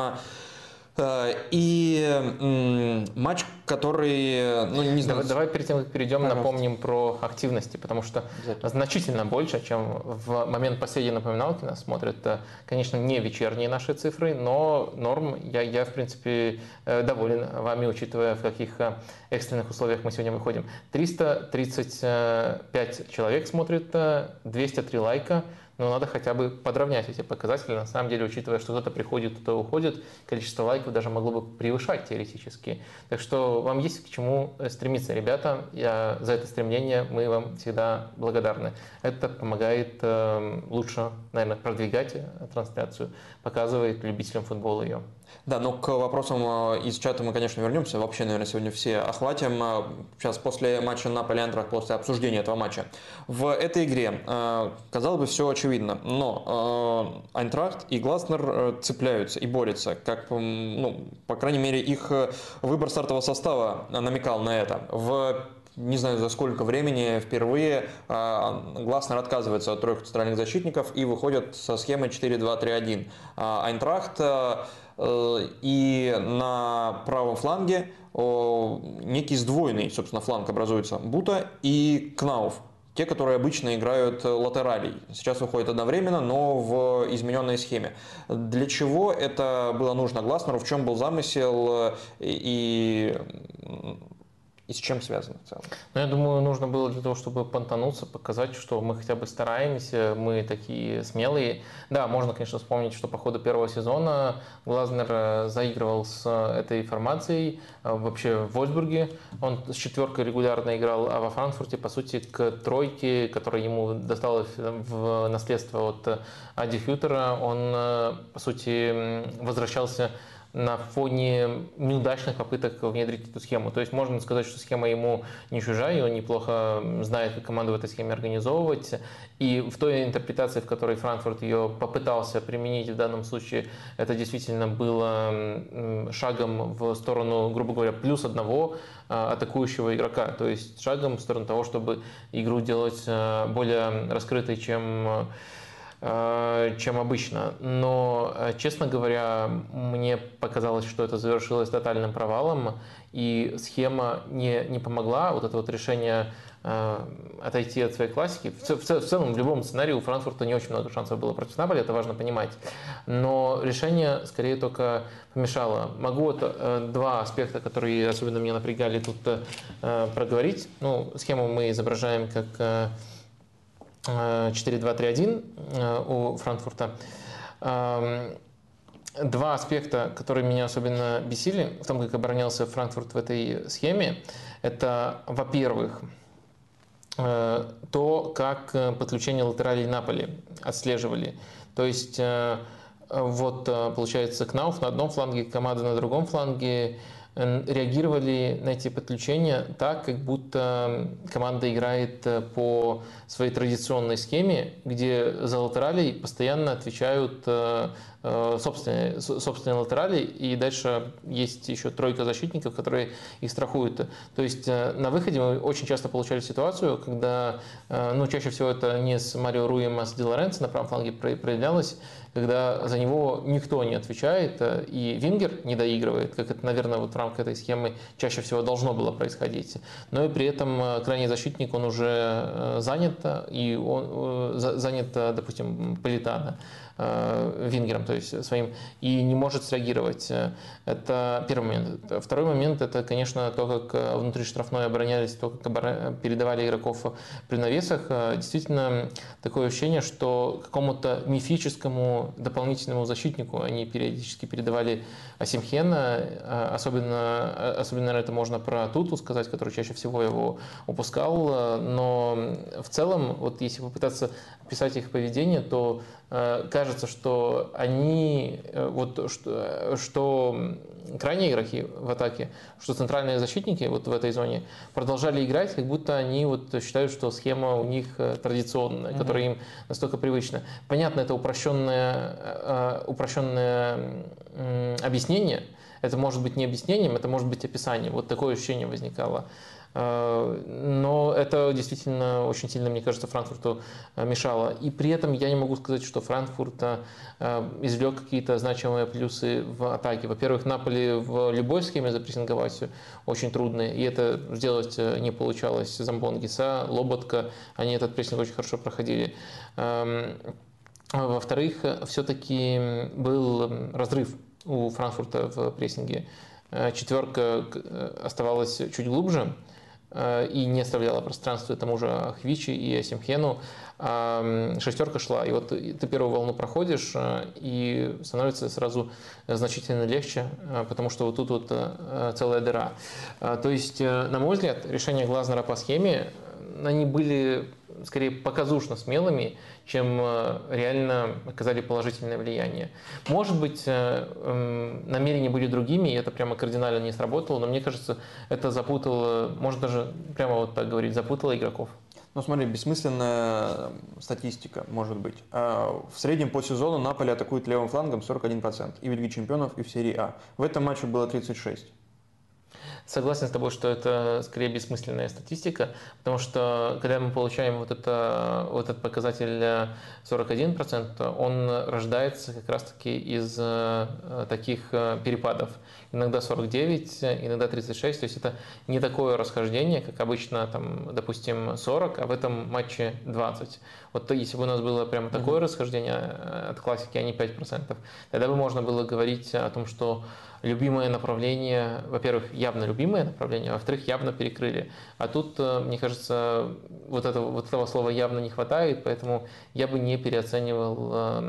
И матч, который, ну не знаю... Давай, давай перед тем, как перейдем, пожалуйста, напомним про активности, потому что значительно больше, чем в момент последней напоминалки нас смотрят. Конечно, не вечерние наши цифры, но норм. Я, я в принципе, доволен вами, учитывая, в каких экстренных условиях мы сегодня выходим. триста тридцать пять человек смотрит, двести три лайка. но надо хотя бы подровнять эти показатели. На самом деле, учитывая, что кто-то приходит, кто-то уходит, количество лайков даже могло бы превышать теоретически. Так что вам есть к чему стремиться, ребята. Я, за это стремление мы вам всегда благодарны. Это помогает э, лучше, наверное, продвигать трансляцию, показывает любителям футбола ее. Да, но к вопросам из чата мы, конечно, вернемся. Вообще, наверное, сегодня все охватим. Сейчас после матча Наполи-Айнтрахт, после обсуждения этого матча. В этой игре, казалось бы, все очевидно, но Айнтрахт и Глазнер цепляются и борются. Как, ну, по крайней мере, их выбор стартового состава намекал на это. В не знаю за сколько времени впервые Глазнер отказывается от трех центральных защитников и выходит со схемой четыре два три один. Айнтрахт и на правом фланге некий сдвоенный, собственно, фланг образуется. Бута и Кнауф. Те, которые обычно играют латералей. Сейчас выходят одновременно, но в измененной схеме. Для чего это было нужно Глазнеру? В чем был замысел и... И с чем связано в целом? Ну, я думаю, нужно было для того, чтобы понтануться, показать, что мы хотя бы стараемся, мы такие смелые. Да, можно, конечно, вспомнить, что по ходу первого сезона Глазнер заигрывал с этой формацией вообще в Вольсбурге. Он с четверкой регулярно играл, а во Франкфурте, по сути, к тройке, которая ему досталась в наследство от Ади Хютера, он, по сути, возвращался на фоне неудачных попыток внедрить эту схему. То есть можно сказать, что схема ему не чужая, и он неплохо знает, как команду в этой схеме организовывать. И в той интерпретации, в которой Франкфурт ее попытался применить в данном случае, это действительно было шагом в сторону, грубо говоря, плюс одного атакующего игрока. То есть шагом в сторону того, чтобы игру делать более раскрытой, чем чем обычно. Но, честно говоря, мне показалось, что это завершилось тотальным провалом, и схема не, не помогла. Вот это вот решение э, отойти от своей классики. В, в, в целом, в любом сценарии у Франкфурта не очень много шансов было против Наполи, это важно понимать. Но решение скорее только помешало. Могу вот, э, два аспекта, которые особенно меня напрягали, тут э, проговорить. Ну, схему мы изображаем как э, четыре два три один у Франкфурта. Два аспекта, которые меня особенно бесили в том, как оборонялся Франкфурт в этой схеме, это, во-первых, то, как подключение латералей Наполи отслеживали. То есть, вот получается, Кнауф на одном фланге, команда на другом фланге реагировали на эти подключения так, как будто команда играет по своей традиционной схеме, где за латералей постоянно отвечают собственные, собственные латерали, и дальше есть еще тройка защитников, которые их страхуют. То есть на выходе мы очень часто получали ситуацию, когда, ну, чаще всего это не с Марио Руем, а с Ди Лоренцо на правом фланге проявлялось, когда за него никто не отвечает, и Вингер не доигрывает, как это, наверное, вот в рамках этой схемы чаще всего должно было происходить. Но и при этом крайний защитник, он уже занят, и он занят, допустим, Политано Вингером, то есть своим, и не может среагировать. Это первый момент. Второй момент – это, конечно, то, как внутри штрафной оборонялись, то, как передавали игроков при навесах. Действительно, такое ощущение, что какому-то мифическому дополнительному защитнику они периодически передавали Осимхена. Особенно, особенно, наверное, это можно про Туту сказать, который чаще всего его упускал. Но в целом, вот если попытаться описать их поведение, то кажется, что они, вот, что, что крайние игроки в атаке, что центральные защитники вот в этой зоне продолжали играть, как будто они вот считают, что схема у них традиционная, mm-hmm. которая им настолько привычна. Понятно, это упрощенное, упрощенное объяснение. Это может быть не объяснением, это может быть описанием. Вот такое ощущение возникало. Но это действительно очень сильно, мне кажется, Франкфурту мешало. И при этом я не могу сказать, что Франкфурт извлек какие-то значимые плюсы в атаке. Во-первых, Наполи в любой схеме запрессинговать очень трудно, и это сделать не получалось. Замбонгиса, Лоботка, они этот прессинг очень хорошо проходили. Во-вторых, все-таки был разрыв у Франкфурта в прессинге. Четверка оставалась чуть глубже. и не оставляла пространства тому же Хвичи и Асимхену. Шестерка шла, и вот ты первую волну проходишь, и становится сразу значительно легче, потому что вот тут вот целая дыра. То есть, на мой взгляд, решения Глазнера по схеме, они были скорее показушно смелыми, чем реально оказали положительное влияние. Может быть, намерения были другими, и это прямо кардинально не сработало, но мне кажется, это запутало, можно даже прямо вот так говорить, запутало игроков. Ну, смотри, бессмысленная статистика, может быть. В среднем по сезону Наполе атакует левым флангом сорок один процент и в Лиге Чемпионов, и в серии А. В этом матче было тридцать шесть процентов. Согласен с тобой, что это скорее бессмысленная статистика, потому что когда мы получаем вот, это, вот этот показатель сорок один процент, он рождается как раз-таки из таких перепадов. Иногда сорок девять, иногда тридцать шесть, то есть это не такое расхождение, как обычно, там, допустим, сорок, а в этом матче двадцать. Вот если бы у нас было прямо такое mm-hmm. расхождение от классики, а не пять процентов, тогда бы можно было говорить о том, что любимое направление, во-первых, явно любимое направление, а во-вторых, явно перекрыли. А тут, мне кажется, вот этого, вот этого слова явно не хватает, поэтому я бы не переоценивал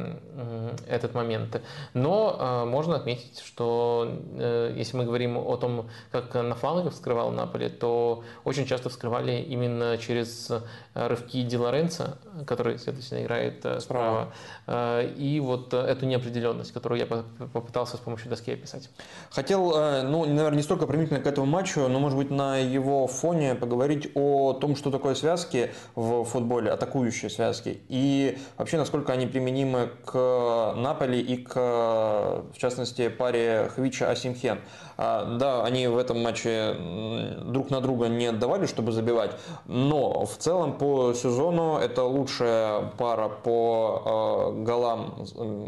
э, этот момент. Но э, можно отметить, что э, если мы говорим о том, как на флангах вскрывал Наполе, то очень часто вскрывали именно через рывки Ди Лоренцо, который, следовательно, играет справа. Э, и вот эту неопределенность, которую я попытался с помощью доски описать. Хотел, ну, наверное, не столько применительно к этому матчу, но, может быть, на его фоне поговорить о том, что такое связки в футболе, атакующие связки, и вообще, насколько они применимы к Наполи и к, в частности, паре Хвича-Асимхен. Да, они в этом матче друг на друга не отдавали, чтобы забивать, но в целом по сезону это лучшая пара по голам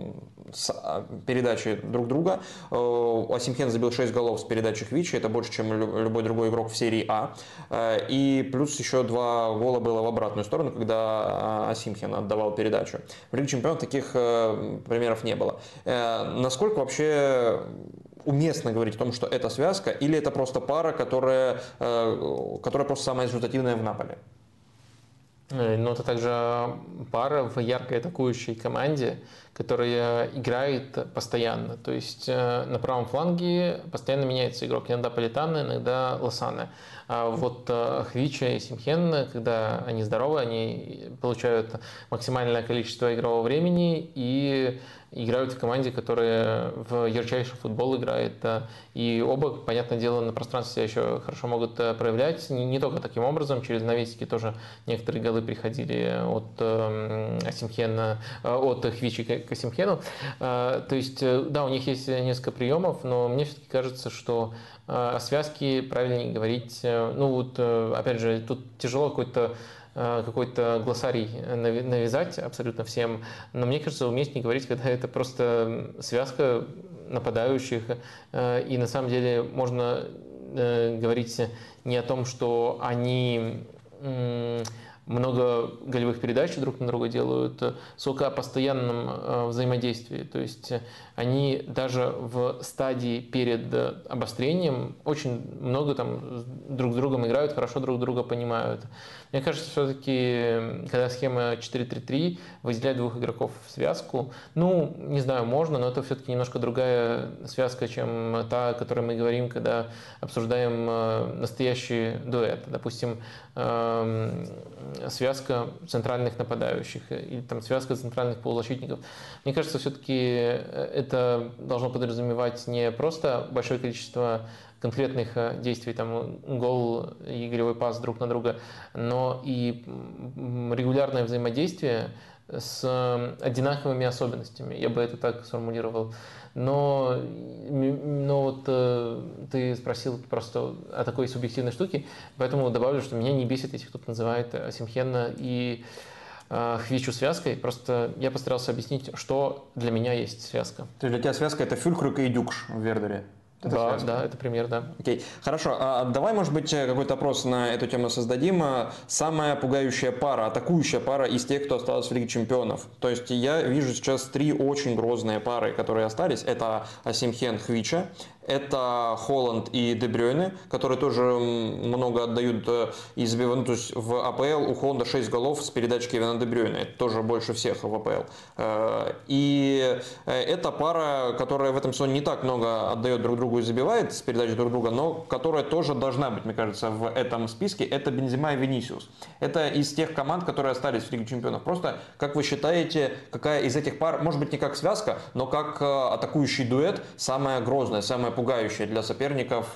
с передачи друг друга. Асимхен забил шесть голов с передачи Хвича, это больше, чем любой другой игрок в серии А. И плюс еще два гола было в обратную сторону, когда Асимхен отдавал передачу. В Лиге Чемпионов таких примеров не было. Насколько вообще уместно говорить о том, что это связка, или это просто пара, которая, которая просто самая результативная в Наполе? Но это также пара в яркой атакующей команде, которая играет постоянно. То есть на правом фланге постоянно меняется игрок. Иногда Политано, иногда Лосано. А вот Хвича и Симхен, когда они здоровы, они получают максимальное количество игрового времени и играют в команде, которая в ярчайший футбол играет. И оба, понятное дело, на пространстве еще хорошо могут проявлять. Не, не только таким образом, через навесики тоже некоторые голы приходили от э, Асимхена, от Хвичи к Асимхену. Э, то есть, да, у них есть несколько приемов, но мне все-таки кажется, что о связке правильнее говорить. Ну вот, опять же, тут тяжело какой-то какой-то глоссарий навязать абсолютно всем, но мне кажется, уместнее говорить, когда это просто связка нападающих, и на самом деле можно говорить не о том, что они много голевых передач друг на друга делают, сколько о постоянном взаимодействии. То есть они даже в стадии перед обострением очень много там друг с другом играют, хорошо друг друга понимают. Мне кажется, все-таки, когда схема четыре три три выделяет двух игроков в связку, ну, не знаю, можно, но это все-таки немножко другая связка, чем та, о которой мы говорим, когда обсуждаем настоящий дуэт. Допустим, связка центральных нападающих или там связка центральных полузащитников. Мне кажется, все-таки это должно подразумевать не просто большое количество конкретных действий, там гол и голевой пас друг на друга, но и регулярное взаимодействие с одинаковыми особенностями. Я бы это так сформулировал. Но, но вот э, ты спросил просто о такой субъективной штуке, поэтому добавлю, что меня не бесит, если кто-то называет Асимхена и э, Хвичу связкой. Просто я постарался объяснить, что для меня есть связка. То есть для тебя связка — это Фюлькрюк и Дюкш в Вердере? Это да, связка. Да, это пример, да. Окей, хорошо. А давай, может быть, какой-то опрос на эту тему создадим. Самая пугающая пара, атакующая пара из тех, кто остался в Лиге Чемпионов. То есть я вижу сейчас три очень грозные пары, которые остались. Это Асимхен, Хвича. Это Холланд и Де Брюйне, которые тоже много отдают и забивают. Ну, то есть в АПЛ у Холланда шесть голов с передач Кевина Де Брюйне. Это тоже больше всех в АПЛ. И это пара, которая в этом сезоне не так много отдает друг другу и забивает с передач друг друга, но которая тоже должна быть, мне кажется, в этом списке. Это Бензема и Винисиус. Это из тех команд, которые остались в Лиге Чемпионов. Просто, как вы считаете, какая из этих пар, может быть, не как связка, но как атакующий дуэт, самая грозная, самая пугающая для соперников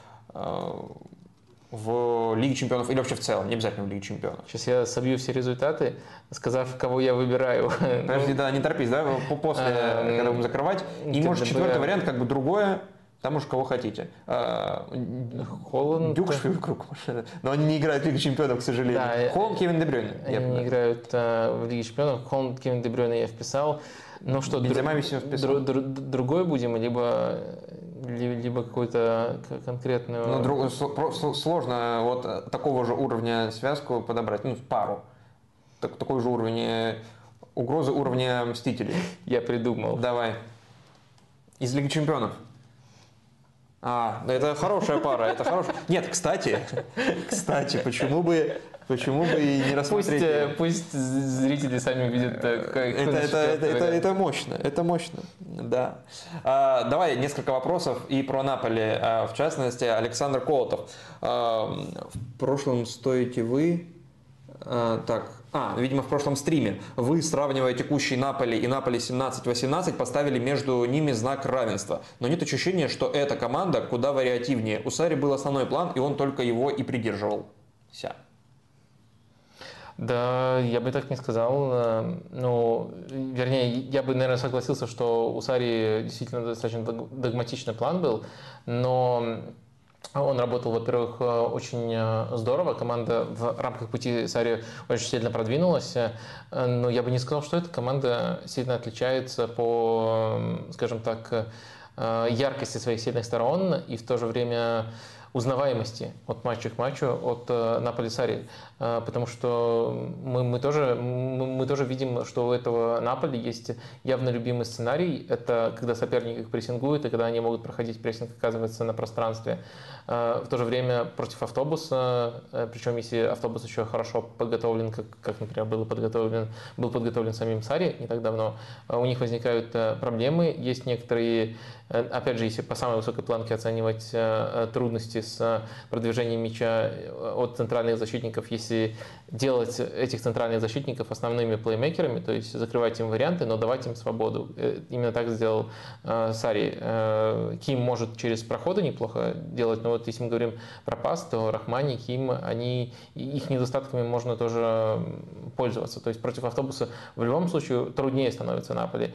в Лиге Чемпионов или вообще в целом, не обязательно в Лиге Чемпионов? Сейчас я собью все результаты, сказав, кого я выбираю. Подожди, да, не торопись, да, после, когда будем закрывать. И может четвертый вариант, как бы другое, там уж кого хотите. Холланд. Дюкшвиль круг. Но они не играют в Лиге Чемпионов, к сожалению. Да, Холланд, Кевин Де Брюйне. Они не играют в Лиге Чемпионов. Холланд, Кевин Де Брюйне я вписал. Ну что, Бензема друг, вписал. Друг, другой будем, либо, либо какую-то конкретную... Ну, друг, сложно вот такого же уровня связку подобрать, ну, пару. Так, такой же уровень угрозы уровня Мстителей. Я придумал. Давай. Из Лиги Чемпионов. А, это хорошая пара, это хорошая. Нет, кстати, кстати, почему бы, почему бы и не рассмотреть? Пусть, пусть зрители сами видят, как это, это, это, это, это мощно, это мощно, да. А, давай несколько вопросов и про Наполи, а, в частности, Александр Колотов. А, в прошлом стоите вы, а, так. А, видимо, в прошлом стриме вы, сравнивая текущий Наполи и Наполи семнадцать восемнадцать, поставили между ними знак равенства. Но нет ощущения, что эта команда куда вариативнее. У Сарри был основной план, и он только его и придерживался. Да, я бы так не сказал. Ну, вернее, я бы, наверное, согласился, что у Сарри действительно достаточно догматичный план был, но... Он работал, во-первых, очень здорово, команда в рамках пути Сарри очень сильно продвинулась, но я бы не сказал, что эта команда сильно отличается по, скажем так, яркости своих сильных сторон и в то же время узнаваемости от матча к матчу от Наполи Сарри, потому что мы, мы, тоже, мы, мы тоже видим, что у этого Наполи есть явно любимый сценарий, это когда соперник их прессингует и когда они могут проходить прессинг, оказывается, на пространстве. В то же время против автобуса, причем если автобус еще хорошо подготовлен, как, как например, был подготовлен, был подготовлен самим Сарри не так давно, у них возникают проблемы, есть некоторые, опять же, если по самой высокой планке оценивать трудности с продвижением мяча от центральных защитников, если делать этих центральных защитников основными плеймейкерами, то есть закрывать им варианты, но давать им свободу. Именно так сделал Сарри. Ким может через проходы неплохо делать, но вот если мы говорим про пас, то Рахмани, Ким, они, их недостатками можно тоже пользоваться. То есть против автобуса в любом случае труднее становится Наполи.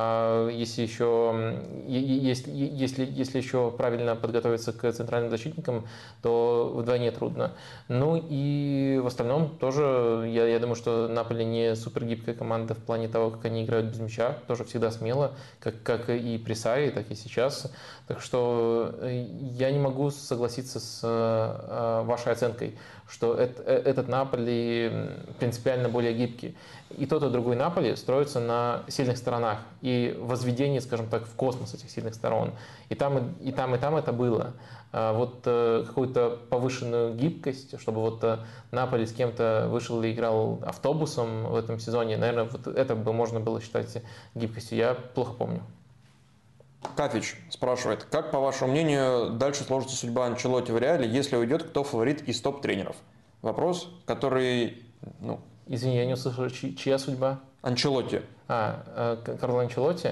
А если еще, если, если, если еще правильно подготовиться к центральным защитникам, то вдвойне трудно. Ну и в остальном тоже, я, я думаю, что Наполи не супергибкая команда в плане того, как они играют без мяча, тоже всегда смело, как, как и при Сарри, так и сейчас. Так что я не могу согласиться с э, вашей оценкой, что это, этот Наполи принципиально более гибкий. И тот, и другой Наполи строится на сильных сторонах и возведении, скажем так, в космос этих сильных сторон. И там, и там, и там это было. А вот э, какую-то повышенную гибкость, чтобы вот э, Наполи с кем-то вышел и играл автобусом в этом сезоне, наверное, вот это бы можно было считать гибкостью. Я плохо помню. Катвич спрашивает, как, по вашему мнению, дальше сложится судьба Анчелотти в Реале, если уйдет, кто фаворит из топ-тренеров? Вопрос, который, ну... Извини, я не услышал, чья судьба? Анчелотти. А, Карло Анчелотти?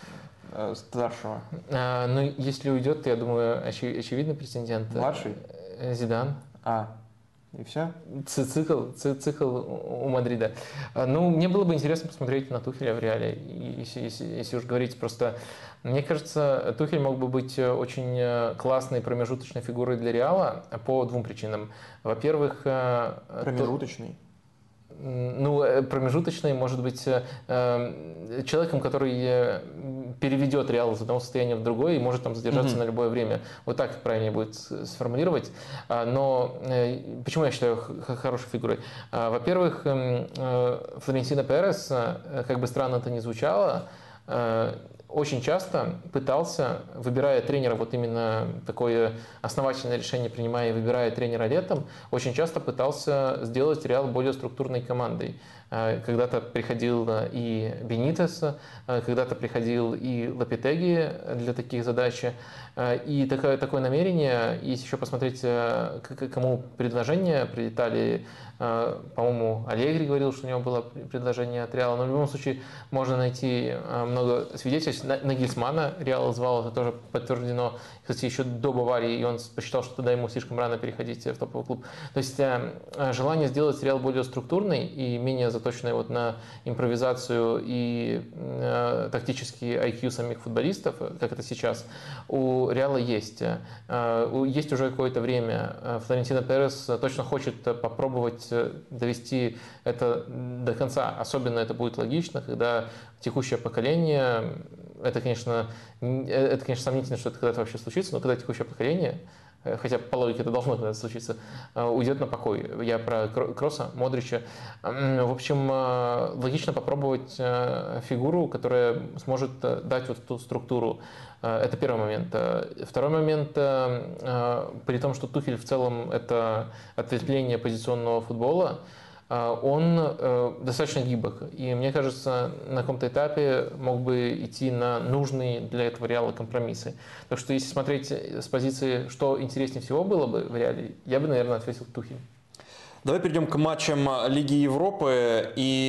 Старшего. А, ну, если уйдет, то, я думаю, очи- очевидный претендент. Младший? Зидан. А, и все? Цикл, цикл у Мадрида. Ну, мне было бы интересно посмотреть на Тухеля в Реале, если, если, если уж говорить просто... Мне кажется, Тухель мог бы быть очень классной промежуточной фигурой для Реала по двум причинам. Во-первых... Промежуточный? То... Ну, промежуточный может быть человеком, который переведет Реал из одного состояния в другое и может там задержаться mm-hmm. на любое время. Вот так правильнее будет сформулировать. Но почему я считаю хорошей фигурой? Во-первых, Флорентино Перес, как бы странно это ни звучало, очень часто пытался, выбирая тренера, вот именно такое основательное решение принимая и выбирая тренера летом, очень часто пытался сделать Реал более структурной командой. Когда-то приходил и Бенитес, когда-то приходил и Лопетеги для таких задач. И такое, такое намерение, если еще посмотреть, к кому предложения прилетали, по-моему, Аллегри говорил, что у него было предложение от Реала, но в любом случае можно найти много свидетельств. Нагельсмана Реал звал, это тоже подтверждено, кстати, еще до Баварии, и он посчитал, что тогда ему слишком рано переходить в топовый клуб. То есть желание сделать Реал более структурный и менее заточенный вот на импровизацию и э, тактический ай кью самих футболистов, как это сейчас, у Реала есть. Э, есть уже какое-то время. Флорентино Перес точно хочет попробовать довести это до конца. Особенно это будет логично, когда текущее поколение, это, конечно, это, конечно, сомнительно, что это когда-то вообще случится, но когда текущее поколение, хотя по логике это должно когда-то случиться, уйдет на покой. Я про Кросса, Модрича. В общем, логично попробовать фигуру, которая сможет дать вот ту структуру. Это первый момент. Второй момент, при том, что Тухель в целом это ответвление позиционного футбола, он достаточно гибок. И мне кажется, на каком-то этапе мог бы идти на нужные для этого Реала компромиссы. Так что если смотреть с позиции, что интереснее всего было бы в Реале, я бы, наверное, ответил Тухель. Давай перейдем к матчам Лиги Европы.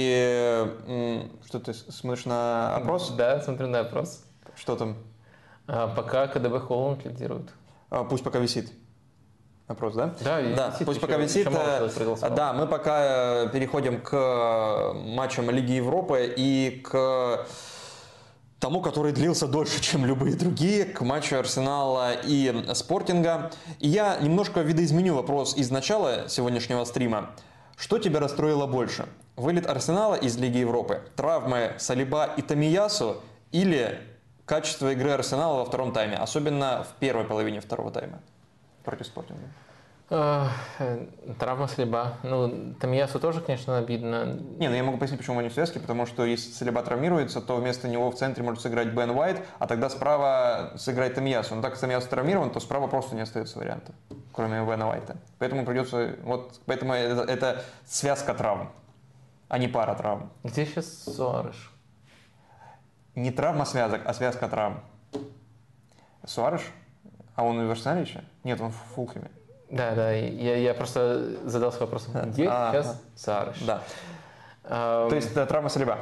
И что ты смотришь на опрос? Да, смотрю на опрос. Что там? Пока КДБ Холланд лидирует. Пусть пока висит. Опрос, да? Да, да висит, пусть еще, пока висит. Да, мы пока переходим к матчам Лиги Европы и к тому, который длился дольше, чем любые другие, к матчу Арсенала и Спортинга. И я немножко видоизменю вопрос из начала сегодняшнего стрима. Что тебя расстроило больше? Вылет Арсенала из Лиги Европы, травмы Салиба и Томиясу или качество игры Арсенала во втором тайме, особенно в первой половине второго тайма против Спортинга? Травма Салиба. Ну, Томиясу тоже, конечно, обидно. Не, ну я могу пояснить, почему они в связке, потому что если Салиба травмируется, то вместо него в центре может сыграть Бен Уайт, а тогда справа сыграет Томиясу. Но так как Томиясу травмирован, то справа просто не остается варианта, кроме Бена Уайта. Поэтому придется, вот, поэтому это, это связка травм, а не пара травм. Где сейчас Суареш? Не травма связок, а связка травм. Суареш? А он в Арсенале еще? Нет, он в Фулхэме. Да, да, я, я просто задался вопросом, где а, сейчас Суареш? Да. А, То есть да, травма Салиба?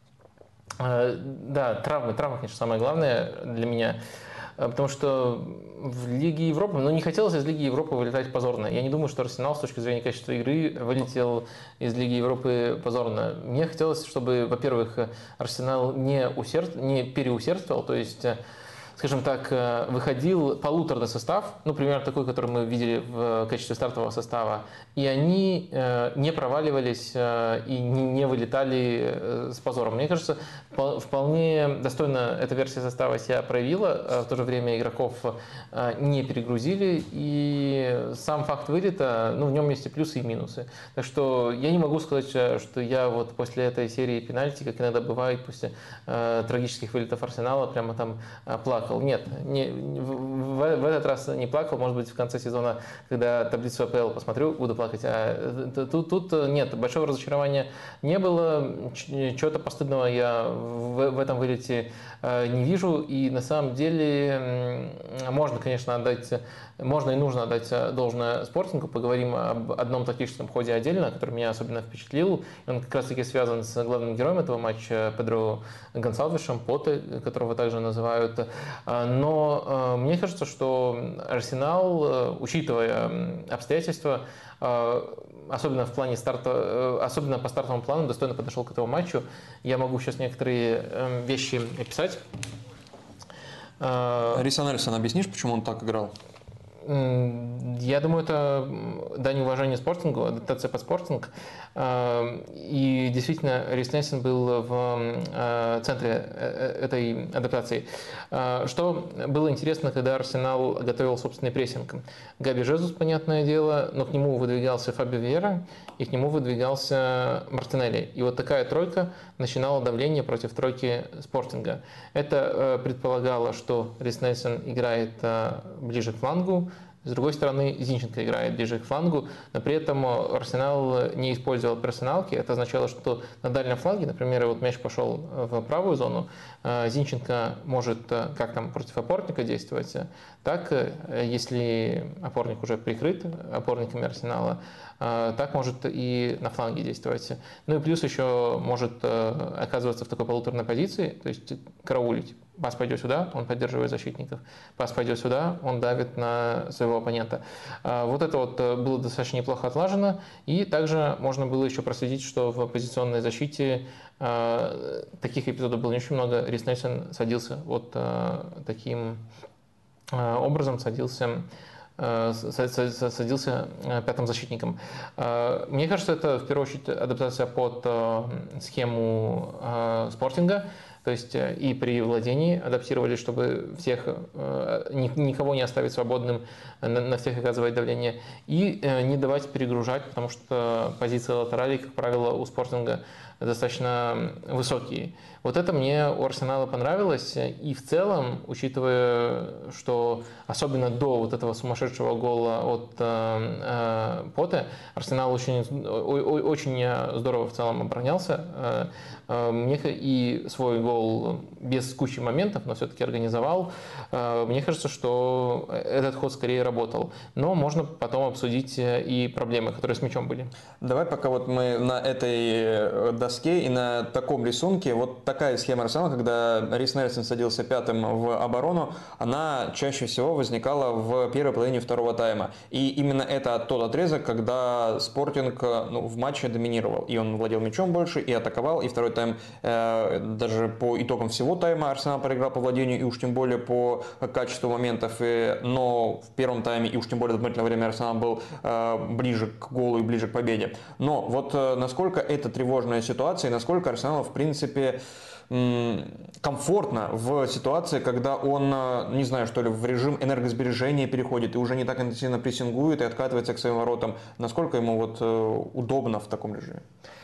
А, да, травмы, травмы, конечно, самое главное для меня. Потому что в Лиге Европы, ну не хотелось из Лиги Европы вылетать позорно. Я не думаю, что Арсенал с точки зрения качества игры вылетел из Лиги Европы позорно. Мне хотелось, чтобы, во-первых, Арсенал не, усерд... не переусердствовал, то есть, скажем так, выходил полуторный состав, ну, примерно такой, который мы видели в качестве стартового состава, и они не проваливались и не вылетали с позором. Мне кажется, вполне достойно эта версия состава себя проявила, в то же время игроков не перегрузили, и сам факт вылета, ну, в нем есть и плюсы, и минусы. Так что я не могу сказать, что я вот после этой серии пенальти, как иногда бывает, после трагических вылетов Арсенала, прямо там плакал. Нет, не, в, в этот раз не плакал, может быть, в конце сезона, когда таблицу АПЛ посмотрю, буду плакать. А тут, тут нет, большого разочарования не было, чего-то постыдного я в, в этом вылете не вижу, и на самом деле можно, конечно, отдать, можно и нужно отдать должное Спортингу. Поговорим об одном тактическом ходе отдельно, который меня особенно впечатлил. Он как раз-таки связан с главным героем этого матча, Педро Гонсалвесом, Поте, которого также называют. Но мне кажется, что Арсенал, учитывая обстоятельства, особенно в плане старта, особенно по стартовому плану, достойно подошел к этому матчу. Я могу сейчас некоторые вещи описать. Риса Нельсон, объяснишь, почему он так играл? я думаю, это дань уважения спортингу, адаптация под спортинг. И действительно, Рис Нельсон был в центре этой адаптации. Что было интересно, когда Арсенал готовил собственный прессинг. Габи Жезус, понятное дело, но к нему выдвигался Фабио Виейра и к нему выдвигался Мартинелли. И вот такая тройка начинала давление против тройки спортинга. Это предполагало, что Рис Нельсон играет ближе к флангу, с другой стороны, Зинченко играет ближе к флангу, но при этом Арсенал не использовал персоналки. Это означало, что на дальнем фланге, например, вот мяч пошел в правую зону, Зинченко может как там против опорника действовать, так, если опорник уже прикрыт опорниками Арсенала, так может и на фланге действовать. Ну и плюс еще может оказываться в такой полуторной позиции, то есть караулить. Пас пойдет сюда, он поддерживает защитников. Пас пойдет сюда, он давит на своего оппонента. Вот это вот было достаточно неплохо отлажено. И также можно было еще проследить, что в позиционной защите таких эпизодов было не очень много. Рис Нельсон садился вот таким образом, садился садился пятым защитником. Мне кажется, это в первую очередь адаптация под схему спортинга. То есть и при владении адаптировали, чтобы всех, никого не оставить свободным, на всех оказывать давление. И не давать перегружать, потому что позиции латералей, как правило, у спортинга достаточно высокие. Вот это мне у Арсенала понравилось. И в целом, учитывая, что особенно до вот этого сумасшедшего гола от э, Поте, Арсенал очень, очень здорово в целом оборонялся. Мне и свой гол без кучи моментов, но все-таки организовал. Мне кажется, что этот ход скорее работал. Но можно потом обсудить и проблемы, которые с мячом были. Давай пока вот мы на этой доске и на таком рисунке, вот такая схема Арсенала, когда Рис Нельсон садился пятым в оборону, она чаще всего возникала в первой половине второго тайма. И именно это тот отрезок, когда Спортинг ну, в матче доминировал. И он владел мячом больше, и атаковал, и второй тайм, э, даже по итогам всего тайма Арсенал проиграл по владению, и уж тем более по качеству моментов. И, но в первом тайме, и уж тем более в дополнительное время Арсенал был э, ближе к голу и ближе к победе. Но вот э, насколько это тревожная ситуация, и насколько Арсенал, в принципе, комфортно в ситуации, когда он, не знаю, что ли, в режим энергосбережения переходит и уже не так интенсивно прессингует и откатывается к своим воротам. Насколько ему вот удобно в таком режиме?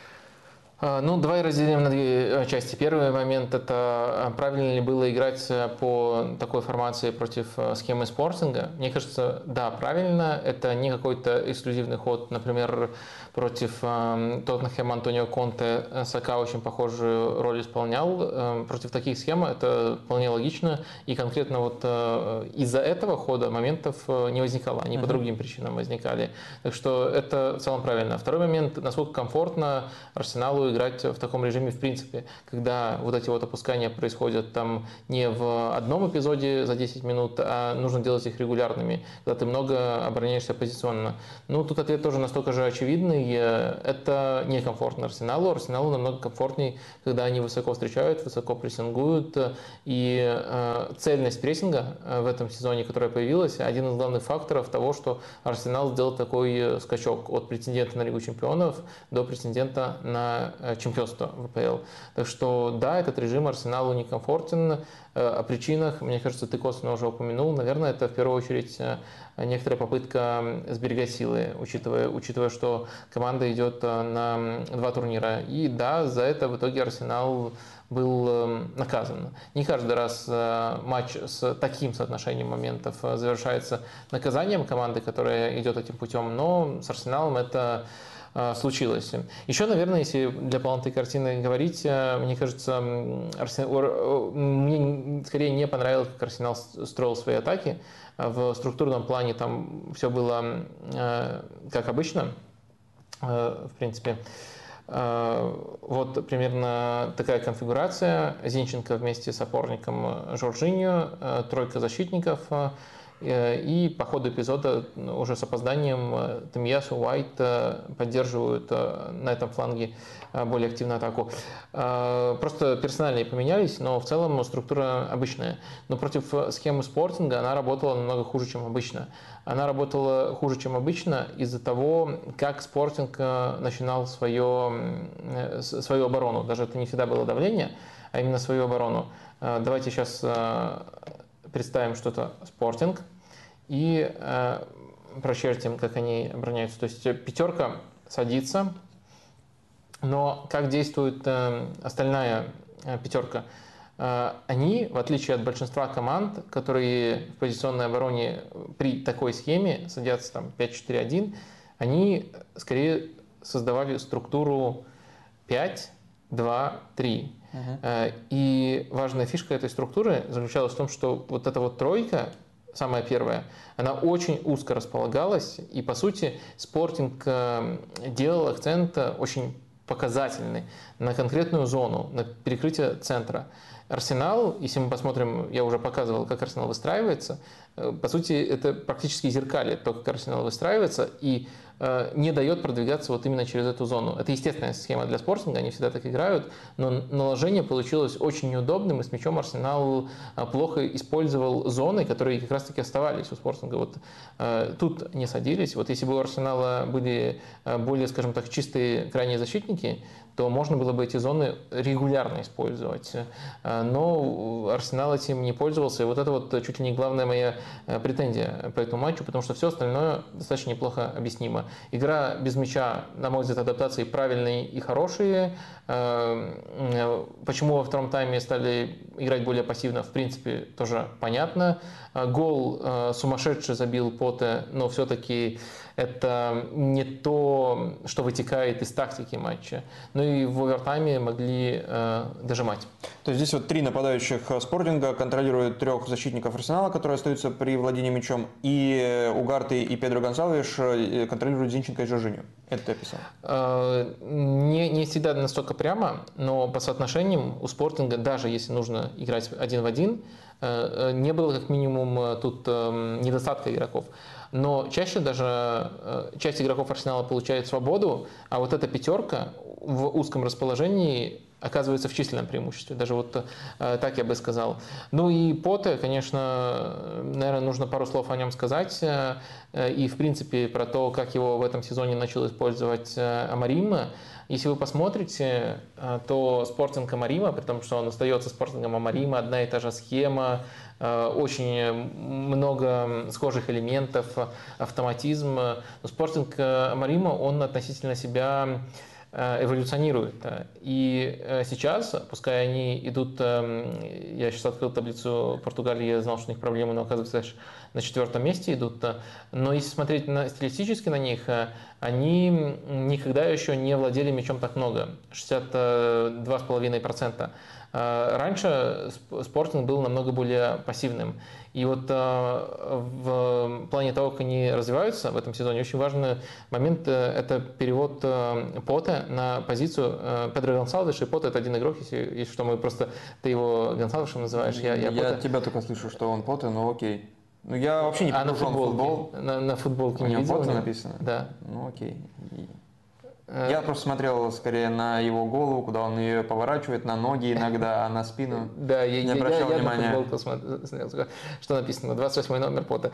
Ну, давай разделим на две части. Первый момент – это правильно ли было играть по такой формации против схемы спортинга. Мне кажется, да, правильно. Это не какой-то эксклюзивный ход, например, против Тоттенхэма Антонио Конте. Сака очень похожую роль исполнял. Против таких схем это вполне логично. И конкретно вот из-за этого хода моментов не возникало. Они uh-huh. по другим причинам возникали. Так что это в целом правильно. Второй момент – насколько комфортно Арсеналу играть в таком режиме в принципе, когда вот эти вот опускания происходят там не в одном эпизоде за десять минут, а нужно делать их регулярными, когда ты много обороняешься позиционно. Ну, тут ответ тоже настолько же очевидный. Это некомфортно Арсеналу. Арсеналу намного комфортнее, когда они высоко встречают, высоко прессингуют. И цельность прессинга в этом сезоне, которая появилась, один из главных факторов того, что Арсенал сделал такой скачок от претендента на Лигу чемпионов до претендента на чемпионство в ВПЛ. Так что да, этот режим Арсеналу некомфортен. О причинах, мне кажется, ты косвенно уже упомянул. Наверное, это в первую очередь некоторая попытка сберегать силы, учитывая, учитывая, что команда идет на два турнира. И да, за это в итоге Арсенал был наказан. Не каждый раз матч с таким соотношением моментов завершается наказанием команды, которая идет этим путем, но с Арсеналом это случилось. Еще, наверное, если для полноты картины говорить, мне кажется, Арсенал, мне скорее не понравилось, как Арсенал строил свои атаки. В структурном плане там все было как обычно, в принципе. Вот примерно такая конфигурация. Зинченко вместе с опорником Жоржиньо, тройка защитников. И по ходу эпизода уже с опозданием Томиясу, Уайт поддерживают на этом фланге более активную атаку. Просто персональные поменялись, но в целом структура обычная. Но против схемы Спортинга она работала намного хуже, чем обычно. Она работала хуже, чем обычно из-за того, как Спортинг начинал свое, свою оборону. Даже это не всегда было давление, а именно свою оборону. Давайте сейчас представим что-то Спортинг и прочертим, как они обороняются. То есть пятерка садится, но как действует остальная пятерка? Они, в отличие от большинства команд, которые в позиционной обороне при такой схеме садятся там пять четыре один, они скорее создавали структуру пять два три. Uh-huh. И важная фишка этой структуры заключалась в том, что вот эта вот тройка, самая первая, она очень узко располагалась, и по сути Спортинг делал акцент очень показательный на конкретную зону, на перекрытие центра. Арсенал, если мы посмотрим, я уже показывал, как Арсенал выстраивается, по сути, это практически зеркалит то, как Арсенал выстраивается, и э, не дает продвигаться вот именно через эту зону. Это естественная схема для Спортинга, они всегда так играют, но наложение получилось очень неудобным, и с мячом Арсенал плохо использовал зоны, которые как раз-таки оставались у Спортинга. Вот э, тут не садились. Вот если бы у Арсенала были более, скажем так, чистые крайние защитники, то можно было бы эти зоны регулярно использовать. Но Арсенал этим не пользовался, и вот это вот чуть ли не главная моя претензия по этому матчу, потому что все остальное достаточно неплохо объяснимо. Игра без мяча, на мой взгляд, адаптации правильные и хорошие. Почему во втором тайме стали играть более пассивно, в принципе, тоже понятно. Гол сумасшедший забил Поте, но все-таки это не то, что вытекает из тактики матча. Ну и в овертайме могли э, дожимать. То есть здесь вот три нападающих Спортинга контролируют трех защитников Арсенала, которые остаются при владении мячом, и Угарте и Педро Гонсалвеш контролируют Зинченко и Жоржиньо. Это ты описал? Э, не, не всегда настолько прямо, но по соотношениям у Спортинга, даже если нужно играть один в один, э, не было как минимум тут э, недостатка игроков. Но чаще даже часть игроков Арсенала получает свободу, а вот эта пятерка в узком расположении оказывается в численном преимуществе. Даже вот так я бы сказал. Ну и Поте, конечно, наверное, нужно пару слов о нем сказать. И, в принципе, про то, как его в этом сезоне начал использовать Амарима. Если вы посмотрите, то Спортинг Амарима, при том, что он остается Спортингом Амарима, одна и та же схема, очень много схожих элементов, автоматизм. Но Спортинг Амарима, он относительно себя эволюционирует. И сейчас, пускай они идут, я сейчас открыл таблицу Португалии, я знал, что у них проблемы, но оказывается, на четвертом месте идут. Но если смотреть на, стилистически на них, они никогда еще не владели мячом так много, шестьдесят два целых пять десятых процента. Раньше Спортинг был намного более пассивным. И вот в плане того, как они развиваются в этом сезоне, очень важный момент – это перевод Поте на позицию Педро Гонсалвеш. И Поте – это один игрок, если, если что, мы просто… Ты его Гонсалвешем называешь, я, я, я Поте. тебя только слышу, что он Поте, но окей. Ну, я вообще не а на футболке, футбол. На, на футболке у не него видел? Поте написано? Да. Ну, окей. Я просто смотрел скорее на его голову, куда он ее поворачивает, на ноги иногда, а на спину. Да, я, не я, обращал я, я внимания. на футболку смотрел, что написано, двадцать восьмой номер Пота.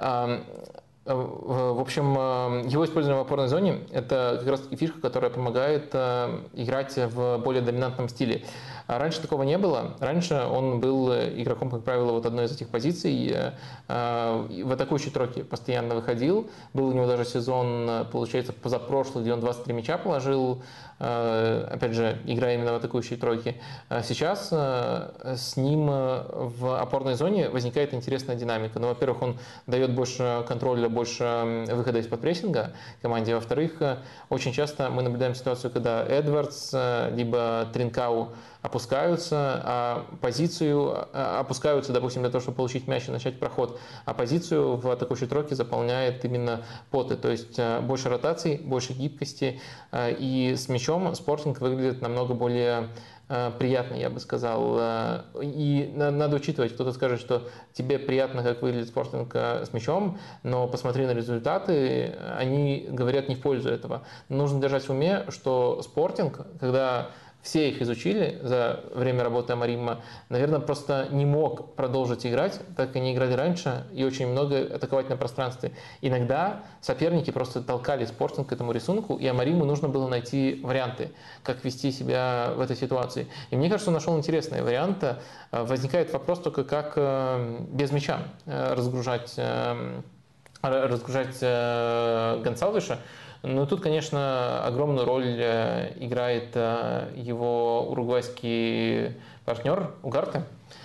В общем, его использование в опорной зоне – это как раз фишка, которая помогает играть в более доминантном стиле. Раньше такого не было. Раньше он был игроком, как правило, вот одной из этих позиций. В атакующей тройке постоянно выходил. Был у него даже сезон, получается, позапрошлый, где он двадцать три мяча положил. Опять же, играя именно в атакующей тройке. Сейчас с ним в опорной зоне возникает интересная динамика. Ну, во-первых, он дает больше контроля, больше выхода из-под прессинга команде. Во-вторых, очень часто мы наблюдаем ситуацию, когда Эдвардс либо Тринкау опускаются, а позицию опускаются, допустим, для того, чтобы получить мяч и начать проход, а позицию в атакующей тройке заполняет именно Поте, то есть больше ротаций, больше гибкости, и с мячом Спортинг выглядит намного более приятный, я бы сказал. И надо учитывать, кто-то скажет, что тебе приятно, как выглядит Спортинг с мячом, но посмотри на результаты, они говорят не в пользу этого. Нужно держать в уме, что Спортинг, когда все их изучили за время работы Амарима, наверное, просто не мог продолжить играть, так как они играли раньше, и очень много атаковать на пространстве. Иногда соперники просто толкали Спортинг к этому рисунку, и Амариму нужно было найти варианты, как вести себя в этой ситуации. И мне кажется, он нашел интересные варианты. Возникает вопрос только, как без мяча разгружать, разгружать Гонсалвеша. Ну, тут, конечно, огромную роль играет его уругвайский партнер Угарте.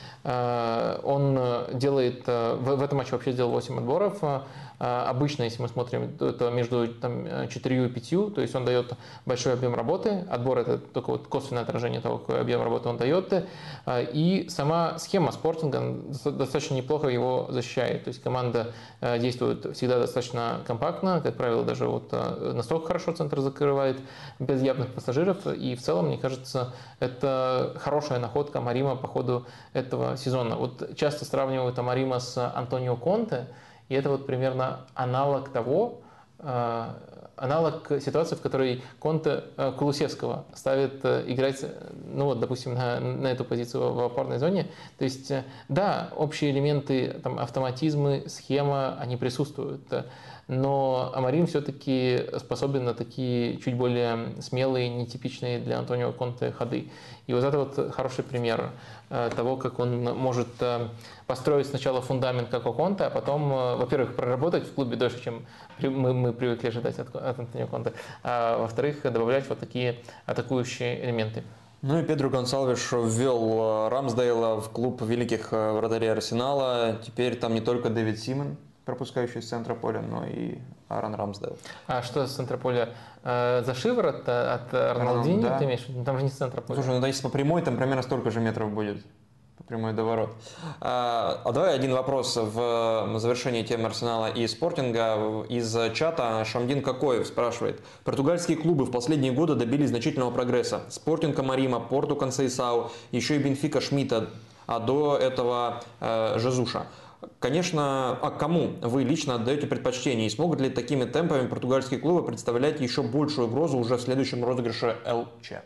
Он делает, в этом матче вообще сделал восемь отборов. Обычно, если мы смотрим, то между там, четырьмя и пятью, то есть он дает большой объем работы. Отбор – это только вот косвенное отражение того, какой объем работы он дает. И сама схема Спортинга достаточно неплохо его защищает. То есть команда действует всегда достаточно компактно, как правило, даже вот настолько хорошо центр закрывает без явных пассажиров. И в целом, мне кажется, это хорошая находка Амарима по ходу этого сезона. Вот часто сравнивают Амарима с Антонио Конте. И это вот примерно аналог того, э, аналог ситуации, в которой Конте э, Кулусевского ставит э, играть, ну вот, допустим, на, на эту позицию в опорной зоне. То есть, э, да, общие элементы, там, автоматизмы, схема, они присутствуют. Но Амарим все-таки способен на такие чуть более смелые, нетипичные для Антонио Конте ходы. И вот это вот хороший пример того, как он может построить сначала фундамент, как у Конте, а потом, во-первых, проработать в клубе дольше, чем мы, мы привыкли ожидать от, от Антонио Конте, а во-вторых, добавлять вот такие атакующие элементы. Ну и Педро Гонсалвеш ввел Рамсдейла в клуб великих вратарей Арсенала. Теперь там не только Дэвид Симон, пропускающий с центра поля, но и Аарон Рамсдейл. А что с центра поля? Э, за шиворот от Роналдиньо, да. Ты имеешь? Там же не с центра поля. Слушай, ну если по прямой, там примерно столько же метров будет. По прямой до ворот. А, а давай один вопрос в завершении темы Арсенала и Спортинга. Из чата Шамдин Кокоев спрашивает. Португальские клубы в последние годы добились значительного прогресса. Спортинг Амарима, Порту Консейсау, еще и Бенфика Шмидта, а до этого э, Жезуша. Конечно, а кому вы лично отдаете предпочтение и смогут ли такими темпами португальские клубы представлять еще большую угрозу уже в следующем розыгрыше эл че?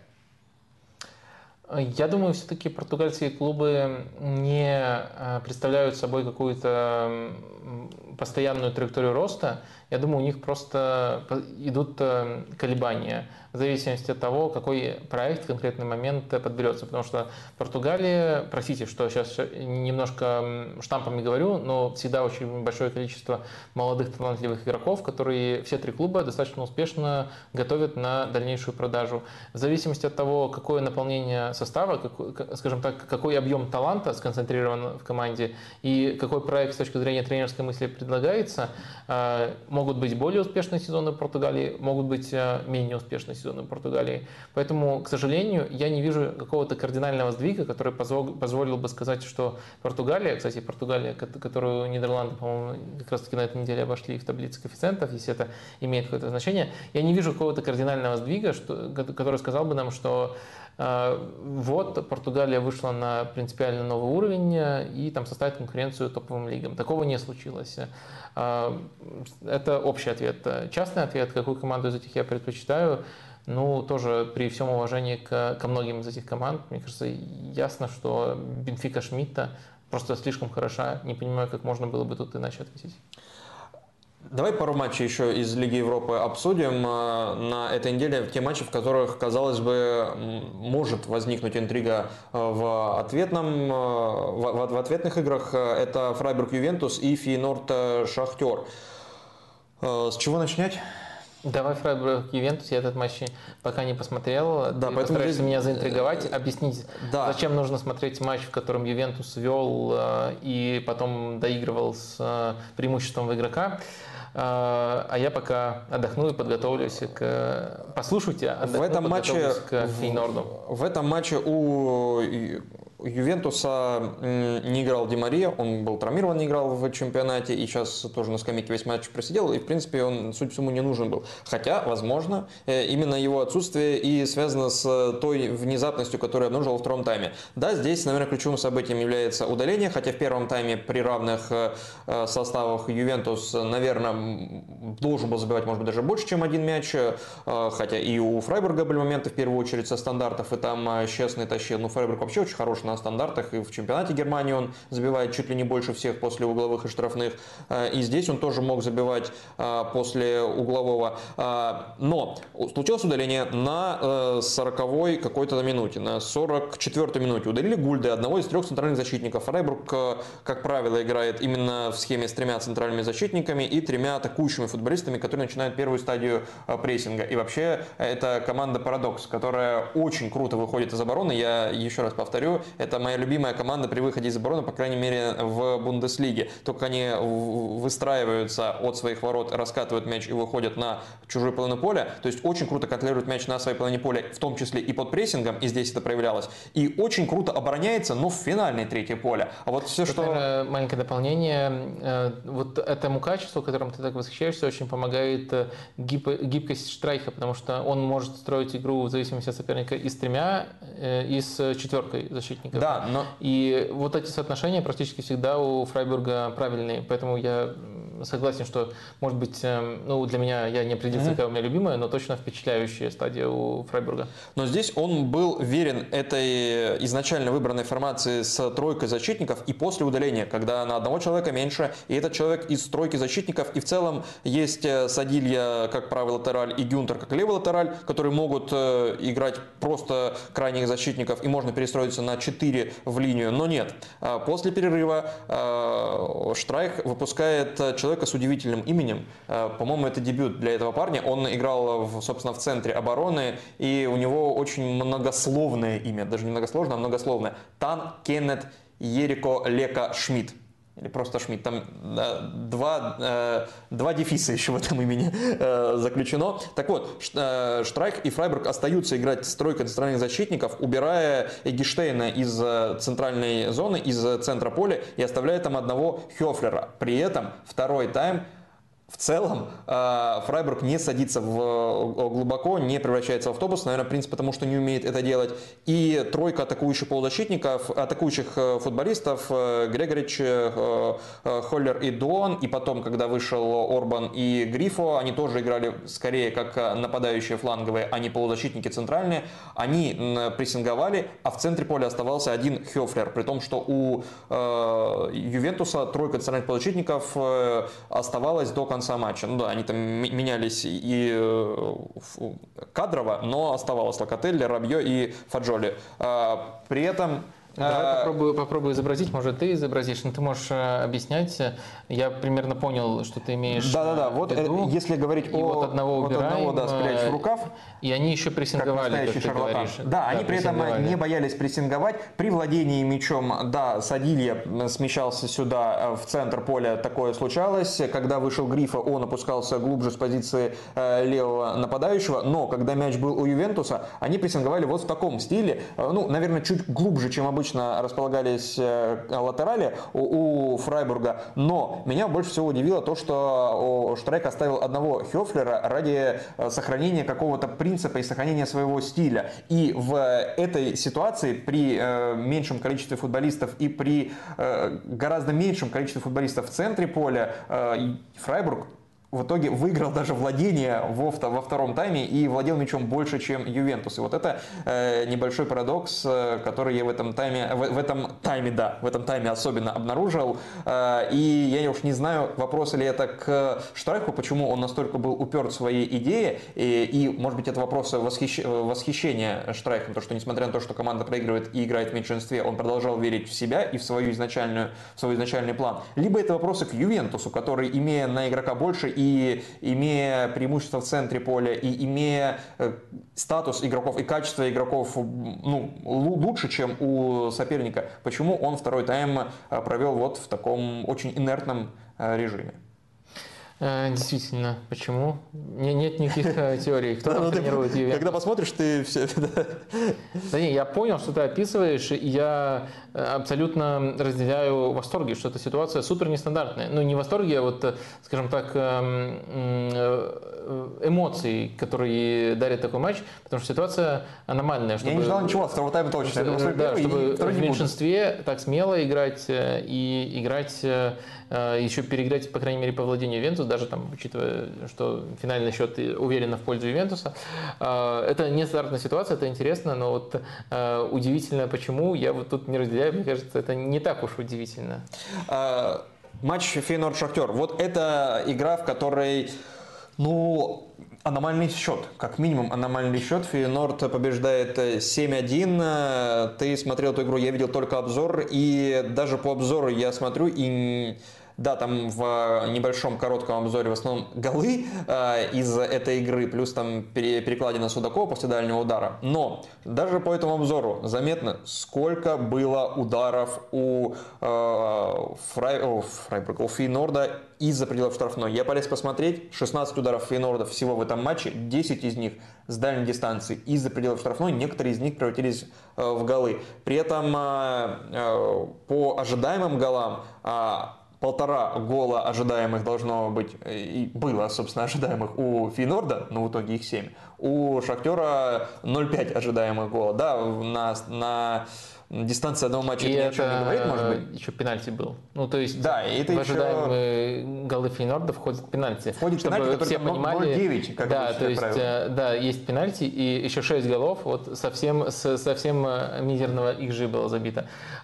Я думаю, все-таки португальские клубы не представляют собой какую-то постоянную траекторию роста. Я думаю, у них просто идут колебания в зависимости от того, какой проект в конкретный момент подберется. Потому что Португалия, простите, что сейчас немножко штампами говорю, но всегда очень большое количество молодых талантливых игроков, которые все три клуба достаточно успешно готовят на дальнейшую продажу. В зависимости от того, какое наполнение состава, какой, скажем так, какой объем таланта сконцентрирован в команде и какой проект с точки зрения тренерской мысли предлагается, могут быть более успешные сезоны в Португалии, могут быть менее успешные сезоны в Португалии. Поэтому, к сожалению, я не вижу какого-то кардинального сдвига, который позволил бы сказать, что Португалия, кстати, Португалия, которую Нидерланды, по-моему, как раз таки на этой неделе обошли в таблице коэффициентов, если это имеет какое-то значение, я не вижу какого-то кардинального сдвига, что, который сказал бы нам, что вот Португалия вышла на принципиально новый уровень и там составит конкуренцию топовым лигам. Такого не случилось. Это общий ответ. Частный ответ, какую команду из этих я предпочитаю, ну, тоже при всем уважении к, ко многим из этих команд, мне кажется, ясно, что Бенфика Шмидта просто слишком хороша. Не понимаю, как можно было бы тут иначе ответить. Давай пару матчей еще из Лиги Европы обсудим. На этой неделе те матчи, в которых, казалось бы, может возникнуть интрига в, ответном, в, в ответных играх. Это Фрайбург-Ювентус и Фейнорд-Шахтер. С чего начать? Давай Фрайбург-Ювентус, я этот матч пока не посмотрел. Да, ты постараешься здесь... меня заинтриговать, объяснить, да. Зачем нужно смотреть матч, в котором Ювентус вел и потом доигрывал с преимуществом в игрока. А я пока отдохну и подготовлюсь к... Послушайте, отдохну, в этом матче, к Фейнорду. В, в этом матче у Ювентуса не играл Ди Мария, он был травмирован, не играл в чемпионате, и сейчас тоже на скамейке весь матч просидел, и, в принципе, он, судя по всему, не нужен был. Хотя, возможно, именно его отсутствие и связано с той внезапностью, которую я обнаружил во втором тайме. Да, здесь, наверное, ключевым событием является удаление, хотя в первом тайме при равных составах Ювентус, наверное, должен был забивать, может быть, даже больше, чем один мяч, хотя и у Фрайбурга были моменты, в первую очередь, со стандартов, и там Щесный тащил. Ну, Фрайбург вообще очень хорош на стандартах, и в чемпионате Германии он забивает чуть ли не больше всех после угловых и штрафных, и здесь он тоже мог забивать после углового. Но случилось удаление на сороковой какой-то минуте, на сорок четвёртой минуте. Удалили Гульде, одного из трех центральных защитников. Фрайбург, как правило, играет именно в схеме с тремя центральными защитниками и тремя атакующими футболистами, которые начинают первую стадию прессинга. И вообще это команда «Парадокс», которая очень круто выходит из обороны. Я еще раз повторю, это моя любимая команда при выходе из обороны, по крайней мере, в Бундеслиге. Только они выстраиваются от своих ворот, раскатывают мяч и выходят на чужую половину поля. То есть очень круто контролируют мяч на своей половине поля, в том числе и под прессингом, и здесь это проявлялось. И очень круто обороняется, но в финальной третьей поля. А вот все, что... Наверное, маленькое дополнение. Вот этому качеству, которым ты так восхищаешься, очень помогает гиб... гибкость Штрайха, потому что он может строить игру в зависимости от соперника и с тремя, и с четверкой защитников. Да, но... И вот эти соотношения практически всегда у Фрайбурга правильные. Поэтому я согласен, что, может быть, ну, для меня, я не определился, mm-hmm. какая у меня любимая, но точно впечатляющая стадия у Фрайбурга. Но здесь он был верен этой изначально выбранной формации с тройкой защитников и после удаления, когда на одного человека меньше, и этот человек из тройки защитников, и в целом есть Садилья как правый латераль и Гюнтер как левый латераль, которые могут играть просто крайних защитников, и можно перестроиться на четыре в линию, но нет. После перерыва Штрайх выпускает человека с удивительным именем. По-моему, это дебют для этого парня. Он играл, в, собственно, в центре обороны, и у него очень многословное имя, даже не многосложное, а многословное. Тан Кеннет Ерико Лека Шмидт. Или просто Шмидт. Там э, два, э, два дефиса еще в этом имени э, заключено. Так вот, э, Штрайх и Фрайбург остаются играть с тройкой центральных защитников, убирая Эггештейна из центральной зоны, из центра поля, и оставляя там одного Хёфлера. При этом второй тайм в целом Фрайбург не садится в, глубоко, не превращается в автобус, наверное, в принципе, потому что не умеет это делать. И тройка атакующих полузащитников, атакующих футболистов, Грегорич, Холлер и Дуон, и потом, когда вышел Орбан и Грифо, они тоже играли скорее как нападающие фланговые, а не полузащитники центральные. Они прессинговали, а в центре поля оставался один Хёфлер, при том, что у Ювентуса тройка центральных полузащитников оставалась до конца конца матча. Ну да, они там менялись и кадрово, но оставалось Локотелли, Рабье и Фаджоли. При этом... Давай попробую, попробую изобразить, может, ты изобразишь, но ты можешь объяснять. Я примерно понял, что ты имеешь в виду. Да-да-да, вот если говорить и о... вот одного убираем, вот одного, да, спрячь в рукав. И они еще прессинговали, как, как ты говоришь. Да, да, они при этом не боялись прессинговать. При владении мячом, да, Садилья смещался сюда, в центр поля, такое случалось. Когда вышел Грифа, он опускался глубже с позиции левого нападающего. Но когда мяч был у Ювентуса, они прессинговали вот в таком стиле. Ну, наверное, чуть глубже, чем обычно располагались латерали у, у Фрайбурга, но меня больше всего удивило то, что Штрайх оставил одного Хёфлера ради сохранения какого-то принципа и сохранения своего стиля. И в этой ситуации при э, меньшем количестве футболистов и при э, гораздо меньшем количестве футболистов в центре поля э, Фрайбург в итоге выиграл даже владение во, во втором тайме и владел мячом больше, чем Ювентус. И вот это э, небольшой парадокс, э, который я в этом тайме, в, в этом тайме, да, в этом тайме особенно обнаружил. Э, и я уж не знаю, вопрос ли это к Штрайху, почему он настолько был уперт в своей идее. И, и может быть, это вопрос восхищ... восхищения Штрайхом, потому что, несмотря на то, что команда проигрывает и играет в меньшинстве, он продолжал верить в себя и в, свою изначальную, в свой изначальный план. Либо это вопросы к Ювентусу, который, имея на игрока больше, и имея преимущество в центре поля, и имея статус игроков и качество игроков ну, лучше, чем у соперника, почему он второй тайм провел вот в таком очень инертном режиме? Действительно, почему? Не, нет никаких теорий, кто там тренирует Ювентус. Когда посмотришь, ты все... Да не, я понял, что ты описываешь, и я абсолютно разделяю восторги, что эта ситуация супер нестандартная. Ну, не в восторге, а вот, скажем так, эмоции, которые дарит такой матч, потому что ситуация аномальная. Чтобы, я не ждал ничего от второго тайма точно. Что, да, чтобы в меньшинстве так смело играть и играть, еще переиграть, по крайней мере, по владению Ювентуса, даже там, учитывая, что финальный счет уверенно в пользу Ювентуса. Это нестандартная ситуация, это интересно, но вот удивительно, почему, я вот тут не разделяю, мне кажется, это не так уж удивительно. А, матч Фейнорд-Шахтер. Вот это игра, в которой, ну, аномальный счет, как минимум аномальный счет. Фейнорд побеждает семь один. Ты смотрел эту игру, я видел только обзор, и даже по обзору я смотрю, и да, там в небольшом коротком обзоре в основном голы э, из этой игры, плюс там перекладина Судакова после дальнего удара. Но даже по этому обзору заметно, сколько было ударов у, э, Фрай... О, Фрайбурга, у Фейнорда из-за пределов штрафной. Я полез посмотреть, шестнадцать ударов Фейнорда всего в этом матче, десять из них с дальней дистанции из-за пределов штрафной, некоторые из них превратились э, в голы. При этом э, э, по ожидаемым голам э, полтора гола ожидаемых должно быть, и было, собственно, ожидаемых у Фейнорда, но в итоге их семь. У Шахтера ноль целых пять ожидаемых гола. Да, на, на дистанции одного матча и это ни о это чем не говорит, может быть. Еще пенальти был. Ну, то есть да, и это в еще... ожидаемые голы Фейнорда входит пенальти. Входит чтобы пенальти, все понимали, ноль девять, как да, то есть, правило. Да, есть пенальти, и еще шесть голов, вот совсем, совсем мизерного икс джи было забито.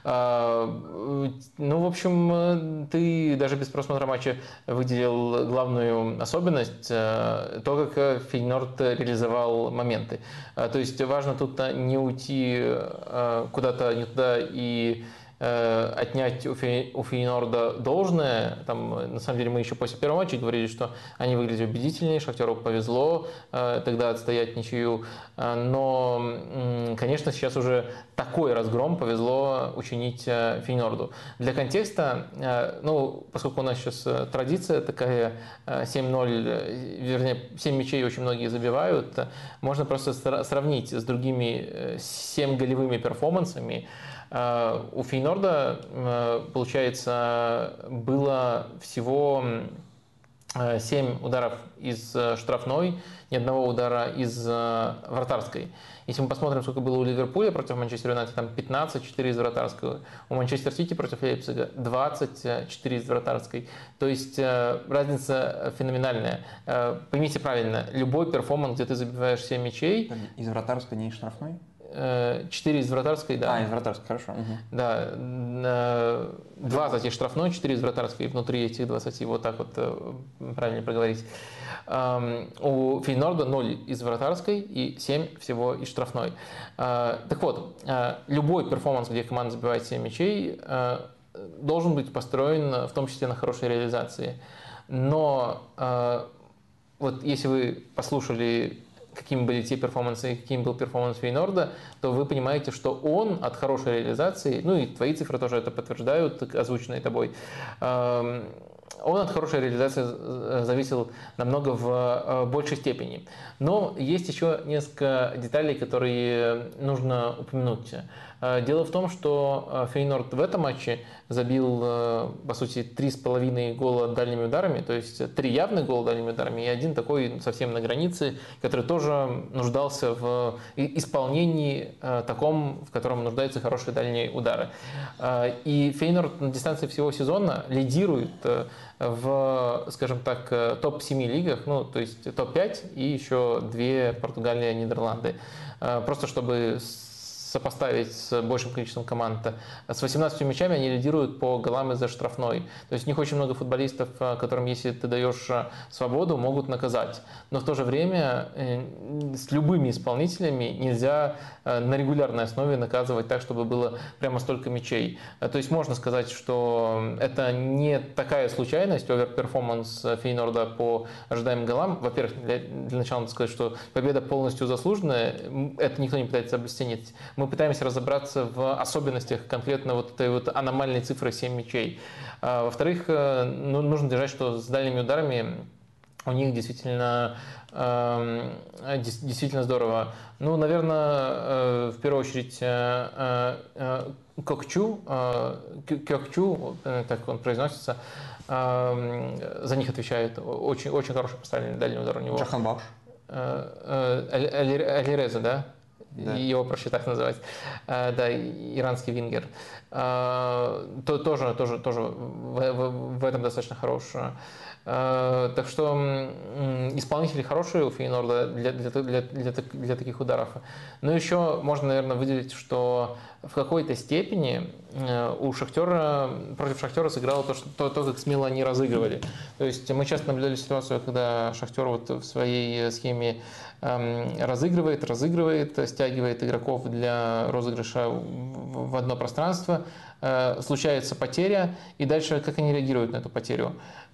Ну, в общем, ты даже без просмотра матча выделил главную особенность, то, как Фейнорд реализовал моменты. То есть важно тут не уйти куда-то не туда и отнять у Фейнорда должное. Там, на самом деле, мы еще после первого матча говорили, что они выглядели убедительнее, Шахтеру повезло тогда отстоять ничью. Но, конечно, сейчас уже такой разгром повезло учинить Фейнорду. Для контекста, ну, поскольку у нас сейчас традиция такая, семь ноль, вернее, семь мячей очень многие забивают, можно просто сравнить с другими семь голевыми перформансами. У Фейнорда, получается, было всего семь ударов из штрафной, ни одного удара из вратарской. Если мы посмотрим, сколько было у Ливерпуля против Манчестер Юнайтед, там пятнадцать четыре из вратарской. У Манчестер Сити против Лейпцига двадцать четыре из вратарской. То есть разница феноменальная. Поймите правильно, любой перформанс, где ты забиваешь семь мячей... Из вратарской, не из штрафной? четыре из вратарской, да. А, из вратарской, хорошо. Угу. Да, двадцать из штрафной, четыре из вратарской, и внутри этих двадцати, вот так вот правильно проговорить. У Фейнорда ноль из вратарской и семь всего из штрафной. Так вот, любой перформанс, где команда забивает семь мячей, должен быть построен в том числе на хорошей реализации. Но вот если вы послушали, какими были те перформансы и каким был перформанс Фейнорда, то вы понимаете, что он от хорошей реализации, ну и твои цифры тоже это подтверждают, озвученные тобой, он от хорошей реализации зависел намного в большей степени. Но есть еще несколько деталей, которые нужно упомянуть. Дело в том, что Фейнорд в этом матче забил, по сути, три с половиной гола дальними ударами, то есть три явных гола дальними ударами и один такой совсем на границе, который тоже нуждался в исполнении таком, в котором нуждаются хорошие дальние удары. И Фейнорд на дистанции всего сезона лидирует в, скажем так, топ семи лигах, ну, то есть топ пять и еще две Португалия, Нидерланды. Просто чтобы сопоставить с большим количеством команд. С восемнадцатью мячами они лидируют по голам из-за штрафной. То есть у них очень много футболистов, которым, если ты даешь свободу, могут наказать. Но в то же время с любыми исполнителями нельзя на регулярной основе наказывать так, чтобы было прямо столько мячей. То есть можно сказать, что это не такая случайность, оверперформанс Фейнорда по ожидаемым голам. Во-первых, для, для начала надо сказать, что победа полностью заслуженная. Это никто не пытается обесценить. Мы мы пытаемся разобраться в особенностях конкретно вот этой вот аномальной цифры семь мячей. Во-вторых, ну, нужно держать, что с дальними ударами у них действительно, э, действительно здорово. Ну, наверное, в первую очередь Кокчу, Кёкчу, так он произносится, за них отвечает. Очень, очень хороший поставленный дальний удар у него. Джаханбахш. Алиреза, да? Да. Его проще так называть. Да, иранский вингер. То, тоже, тоже, тоже в, в, в этом достаточно хорош. Так что исполнители хорошие у Фейнорда для, для, для, для, для таких ударов. Но еще можно, наверное, выделить, что в какой-то степени у Шахтера, против Шахтера сыграло то, что, то, то, как смело они разыгрывали. То есть мы часто наблюдали ситуацию, когда Шахтер вот в своей схеме разыгрывает, разыгрывает, стягивает игроков для розыгрыша в одно пространство, случается потеря, и дальше как они реагируют на эту потерю?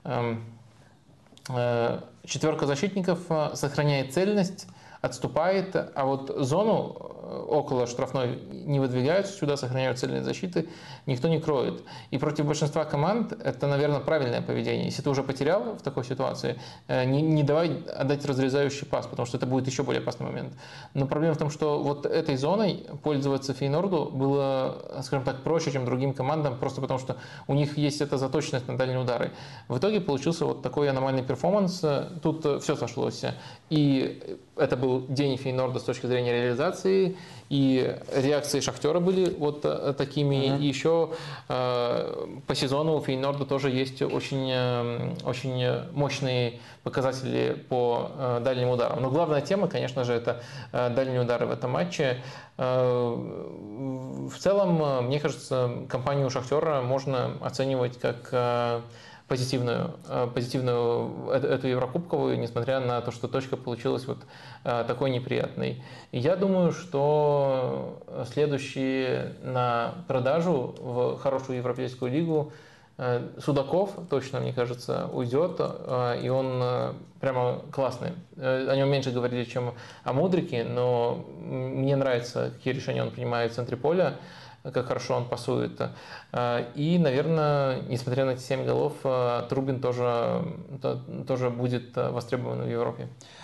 Четверка защитников сохраняет цельность, отступает, а вот зону около штрафной не выдвигаются, сюда сохраняют цельность защиты, никто не кроет. И против большинства команд это, наверное, правильное поведение. Если ты уже потерял в такой ситуации, не, не давай отдать разрезающий пас, потому что это будет еще более опасный момент. Но проблема в том, что вот этой зоной пользоваться Фейнорду было, скажем так, проще, чем другим командам, просто потому что у них есть эта заточенность на дальние удары. В итоге получился вот такой аномальный перформанс. Тут все сошлось. И это был день Фейнорда с точки зрения реализации, и реакции Шахтера были вот такими. Mm-hmm. И еще э, по сезону у Фейнорда тоже есть очень, э, очень мощные показатели по э, дальним ударам. Но главная тема, конечно же, это э, дальние удары в этом матче. Э, в целом, мне кажется, кампанию Шахтера можно оценивать как э, позитивную, позитивную эту Еврокубковую, несмотря на то, что точка получилась вот такой неприятной. И я думаю, что следующий на продажу в хорошую Европейскую лигу Судаков точно, мне кажется, уйдет, и он прямо классный. О нем меньше говорили, чем о Мудрике, но мне нравится, какие решения он принимает в центре поля, как хорошо он пасует. И, наверное, несмотря на эти семь голов, Трубин тоже, тоже будет востребован в Европе.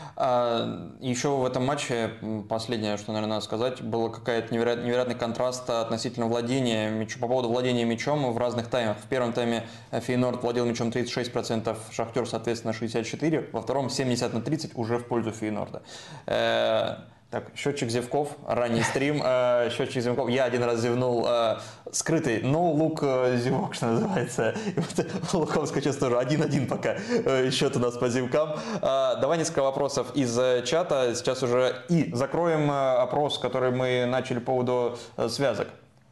Еще в этом матче, последнее, что, наверное, надо сказать, был какой-то невероятный, невероятный контраст относительно владения мячом, по поводу владения мячом в разных таймах. В первом тайме Фейнорд владел мячом тридцать шесть процентов, Шахтер, соответственно, шестьдесят четыре процента, во втором семьдесят на тридцать уже в пользу Фейнорда. Так, счетчик зевков, ранний стрим, э, счетчик зевков. Я один раз зевнул э, скрытый, но лук э, зевок, что называется. И вот Луковская сейчас тоже один-один пока э, счет у нас по зевкам. Э, давай несколько вопросов из э, чата. Сейчас уже и закроем э, опрос, который мы начали по поводу э, связок.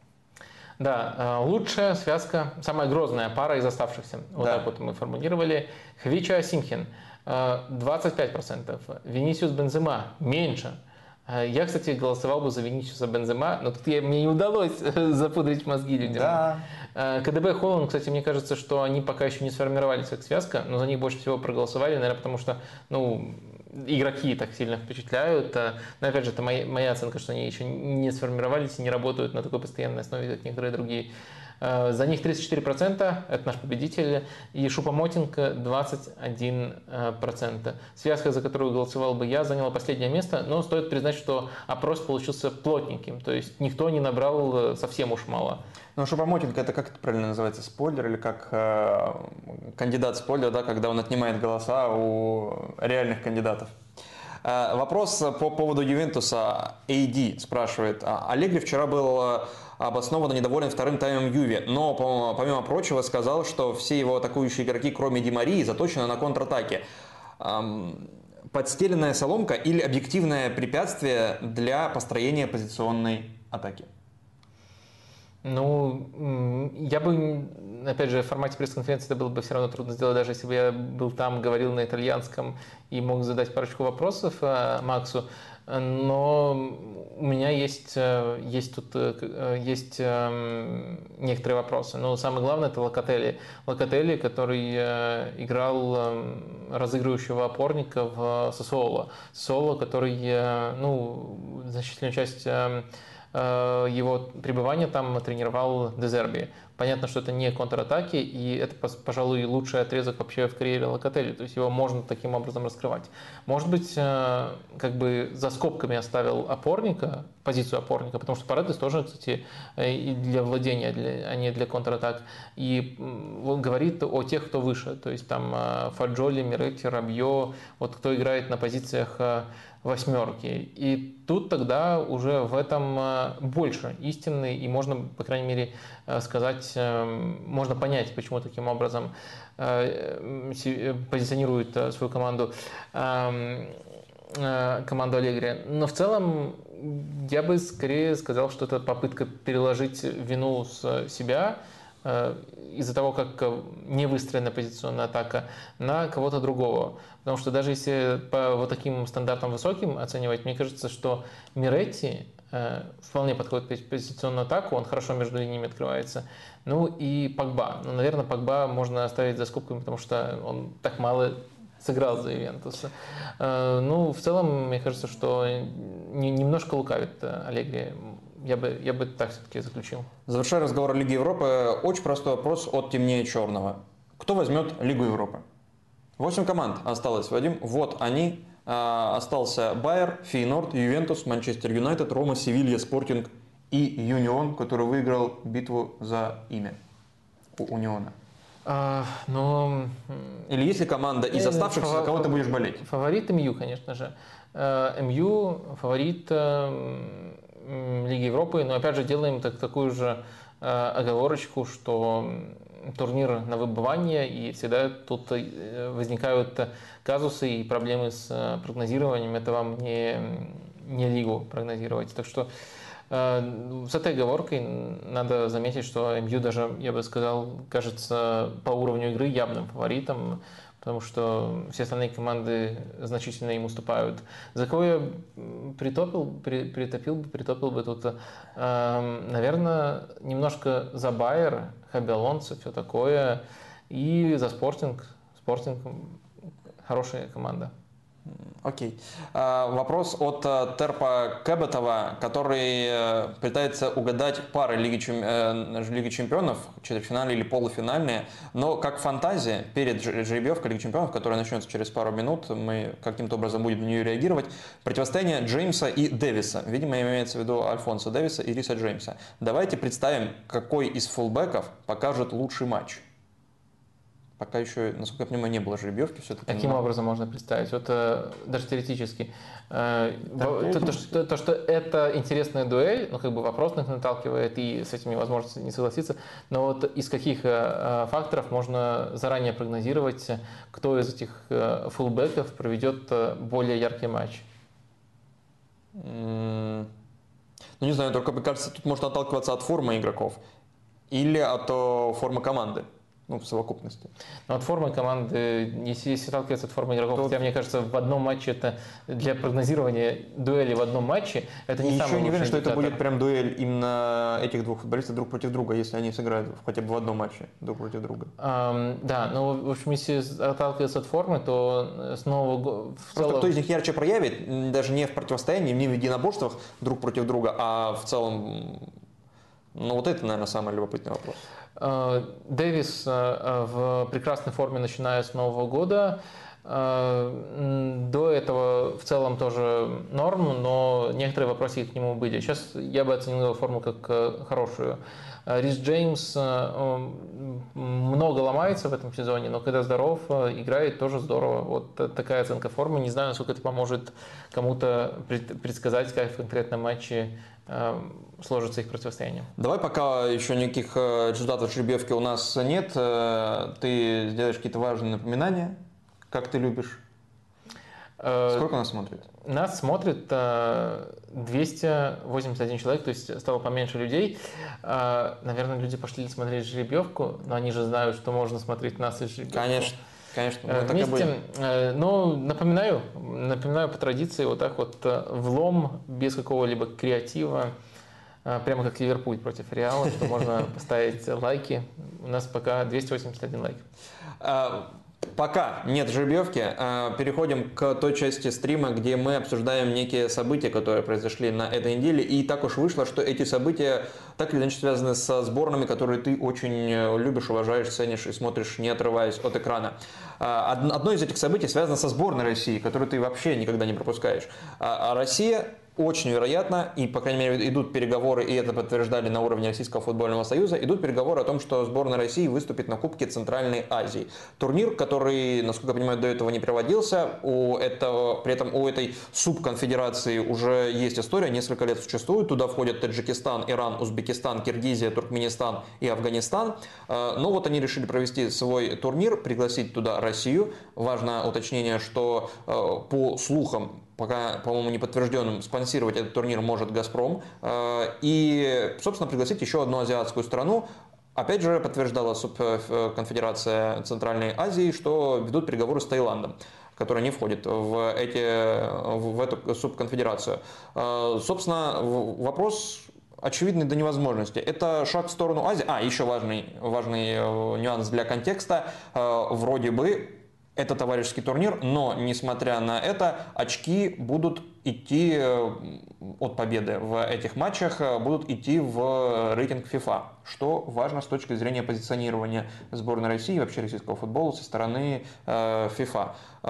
Да, лучшая связка, самая грозная пара из оставшихся. Вот да. Так вот мы формулировали. Хвича Симхин двадцать пять процентов, Винисиус Бензема меньше. Я, кстати, голосовал бы за Винисиуса Бензема, но тут я, мне не удалось запудрить мозги людям. Да. КДБ Холланд, кстати, мне кажется, что они пока еще не сформировались как связка, но за них больше всего проголосовали, наверное, потому что, ну, игроки так сильно впечатляют. Но, опять же, это моя, моя оценка, что они еще не сформировались и не работают на такой постоянной основе, как некоторые другие. За них тридцать четыре процента, это наш победитель, и Шупа-Мотинг двадцать один процент. Связка, за которую голосовал бы я, заняла последнее место, но стоит признать, что опрос получился плотненьким, то есть никто не набрал совсем уж мало. Ну, Шупа-Мотинг, это как это правильно называется, спойлер или как э, кандидат-спойлер, да, когда он отнимает голоса у реальных кандидатов. Вопрос по поводу Ювентуса. эй ди спрашивает. Аллегри вчера был обоснованно недоволен вторым таймом Юве, но, помимо прочего, сказал, что все его атакующие игроки, кроме Ди Марии, заточены на контратаке. Подстеленная соломка или объективное препятствие для построения позиционной атаки? Ну, я бы, опять же, в формате пресс-конференции это было бы все равно трудно сделать, даже если бы я был там, говорил на итальянском и мог задать парочку вопросов Максу. Но у меня есть, есть тут есть некоторые вопросы. Но самое главное — это Локотелли. Локотелли, который играл разыгрывающего опорника в Сассуоло. Сассуоло, который, ну, значительную часть его пребывания там тренировал Дезерби. Понятно, что это не контратаки, и это, пожалуй, лучший отрезок вообще в карьере Локотелли, то есть его можно таким образом раскрывать. Может быть, как бы за скобками оставил опорника, позицию опорника, потому что Паредес тоже, кстати, и для владения, а не для контратак, и он говорит о тех, кто выше, то есть там Фаджоли, Миретти, Рабье, вот кто играет на позициях восьмерки. И тут тогда уже в этом больше истины, и можно, по крайней мере, сказать, можно понять, почему таким образом позиционирует свою команду команду Аллегри. Но в целом я бы скорее сказал, что это попытка переложить вину с себя из-за того, как не выстроена позиционная атака, на кого-то другого. Потому что даже если по вот таким стандартам высоким оценивать, мне кажется, что Миретти вполне подходит под позиционную атаку, он хорошо между линиями открывается. Ну и Погба. Ну, наверное, Погба можно оставить за скобками, потому что он так мало сыграл за Ювентус. Ну, в целом, мне кажется, что немножко лукавит Аллегри. Я бы, я бы так все-таки заключил. Завершая разговор о Лиге Европы, очень простой вопрос от темнее черного. Кто возьмет Лигу Европы? Восемь команд осталось, Вадим. Вот они. Остался Байер, Фейнорд, Ювентус, Манчестер Юнайтед, Рома, Севилья, Спортинг и Юнион, который выиграл битву за имя у Униона. А, но... Или есть ли команда из оставшихся, за кого ты будешь болеть? Фаворит МЮ, конечно же. МЮ фаворит Лиги Европы, но опять же делаем так, такую же оговорочку, что турнир на выбывание, и всегда тут возникают казусы и проблемы с прогнозированием. Это вам не, не лигу прогнозировать. Так что с этой оговоркой надо заметить, что МЮ даже, я бы сказал, кажется по уровню игры явным фаворитом, потому что все остальные команды значительно им уступают. За кого я притопил, при, притопил бы, притопил бы тут, э, наверное, немножко за Байер, Хаби Алонсо, все такое, и за Спортинг. Спортинг хорошая команда. Окей. Okay. Вопрос от Терпа Кэбетова, который пытается угадать пары Лиги, Лиги Чемпионов, четвертьфинальные или полуфинальные, но как фантазия перед жеребьевкой Лиги Чемпионов, которая начнется через пару минут, мы каким-то образом будем на нее реагировать, противостояние Джеймса и Дэвиса. Видимо, имеется в виду Альфонсо Дэвиса и Риса Джеймса. Давайте представим, какой из фулбеков покажет лучший матч. Пока еще, насколько я понимаю, не было жеребьевки. Все-таки Каким на... образом можно представить? Вот даже теоретически. То, то, что, то, что это интересная дуэль, ну, как бы вопрос наталкивает, и с этими возможностями не согласиться. Но вот из каких факторов можно заранее прогнозировать, кто из этих фулбеков проведет более яркий матч? Ну, не знаю, только, мне кажется, тут можно отталкиваться от формы игроков или от формы команды. Ну, в совокупности. Но от формы команды, если, если сталкиваться от формы игроков, то... хотя, мне кажется, в одном матче это для прогнозирования дуэли в одном матче, это не и самый еще не уверен, что это будет прям дуэль именно этих двух футболистов друг против друга, если они сыграют хотя бы в одном матче друг против друга. Um, да, но, в общем, если отталкиваться от формы, то с нового года... Просто целом... кто из них ярче проявит, даже не в противостоянии, не в единоборствах друг против друга, а в целом... Ну, вот это, наверное, самый любопытный вопрос. Дэвис в прекрасной форме, начиная с Нового года. До этого в целом тоже норм, но некоторые вопросы к нему были. Сейчас я бы оценил его форму как хорошую. Рис Джеймс много ломается в этом сезоне, но когда здоров, играет тоже здорово. Вот такая оценка формы. Не знаю, насколько это поможет кому-то предсказать, как в конкретном матче сложится их противостояние. Давай, пока еще никаких результатов жеребьевки у нас нет, ты сделаешь какие-то важные напоминания, как ты любишь. Сколько нас смотрит? Нас смотрит двести восемьдесят один человек, то есть стало поменьше людей. Наверное, люди пошли смотреть жеребьевку, но они же знают, что можно смотреть нас и жеребьевку. Конечно. Конечно, мы вместе. Но напоминаю, напоминаю по традиции, вот так вот влом, без какого-либо креатива, прямо как Ливерпуль против Реала, что можно поставить лайки. У нас пока двести восемьдесят один лайк. Пока нет жеребьевки, переходим к той части стрима, где мы обсуждаем некие события, которые произошли на этой неделе. И так уж вышло, что эти события так или иначе связаны со сборными, которые ты очень любишь, уважаешь, ценишь и смотришь, не отрываясь от экрана. Одно из этих событий связано со сборной России, которую ты вообще никогда не пропускаешь. А Россия... Очень вероятно, и, по крайней мере, идут переговоры, и это подтверждали на уровне Российского футбольного союза, идут переговоры о том, что сборная России выступит на Кубке Центральной Азии. Турнир, который, насколько я понимаю, до этого не проводился, у этого, при этом у этой субконфедерации уже есть история, несколько лет существует, туда входят Таджикистан, Иран, Узбекистан, Киргизия, Туркменистан и Афганистан. Но вот они решили провести свой турнир, пригласить туда Россию. Важно уточнение, что по слухам, пока, по-моему, не подтвержденным, спонсировать этот турнир может «Газпром». И, собственно, пригласить еще одну азиатскую страну. Опять же, подтверждала субконфедерация Центральной Азии, что ведут переговоры с Таиландом, который не входит в, эти, в эту субконфедерацию. Собственно, вопрос очевидный до невозможности. Это шаг в сторону Азии. А, еще важный, важный нюанс для контекста. Вроде бы это товарищеский турнир, но, несмотря на это, очки будут идти от победы в этих матчах, будут идти в рейтинг FIFA, что важно с точки зрения позиционирования сборной России и вообще российского футбола со стороны FIFA.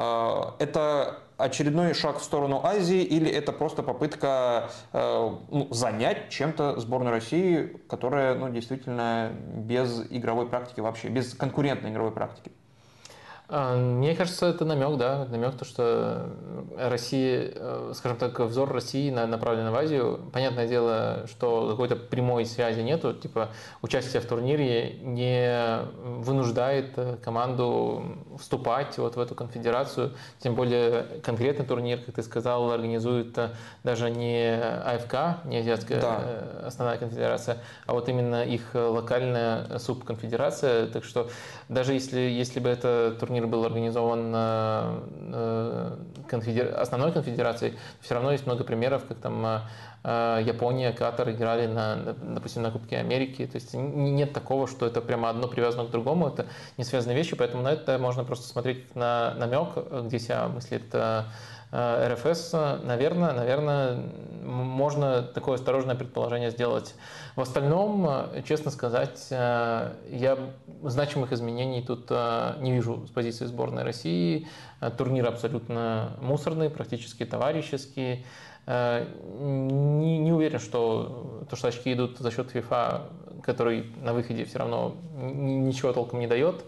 Это очередной шаг в сторону Азии или это просто попытка ну, занять чем-то сборную России, которая ну, действительно без игровой практики вообще, без конкурентной игровой практики? Мне кажется, это намек, да, намек то, что Россия, скажем так, взор России направлен в Азию. Понятное дело, что какой-то прямой связи нету, типа участие в турнире не вынуждает команду вступать вот в эту конфедерацию, тем более конкретный турнир, как ты сказал, организует даже не АФК, не Азиатская да. основная конфедерация, а вот именно их локальная субконфедерация, так что даже если, если бы это турнир был организован конфедер... основной конфедерацией, все равно есть много примеров, как там Япония, Катар играли, на, допустим, на Кубке Америки. То есть нет такого, что это прямо одно привязано к другому, это не связанные вещи, поэтому на это можно просто смотреть на намек, где себя мыслит эр эф эс, наверное, наверное, можно такое осторожное предположение сделать. В остальном, честно сказать, я значимых изменений тут не вижу с позиции сборной России. Турнир абсолютно мусорный, практически товарищеский. Не, не уверен, что то, что очки идут за счет FIFA, который на выходе все равно ничего толком не дает.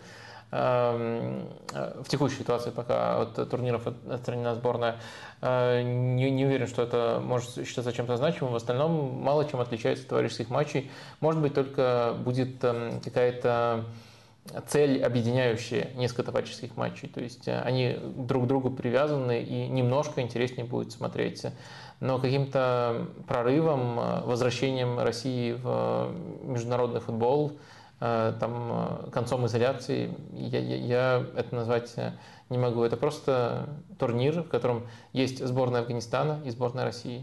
В текущей ситуации, пока от турниров отстранена сборная, не, не уверен, что это может считаться чем-то значимым. В остальном мало чем отличается от товарищеских матчей. Может быть, только будет какая-то цель, объединяющая несколько товарищеских матчей. То есть они друг к другу привязаны и немножко интереснее будет смотреть. Но каким-то прорывом, возвращением России в международный футбол, там, концом изоляции, я, я, я это назвать не могу. Это просто турнир, в котором есть сборная Афганистана и сборная России.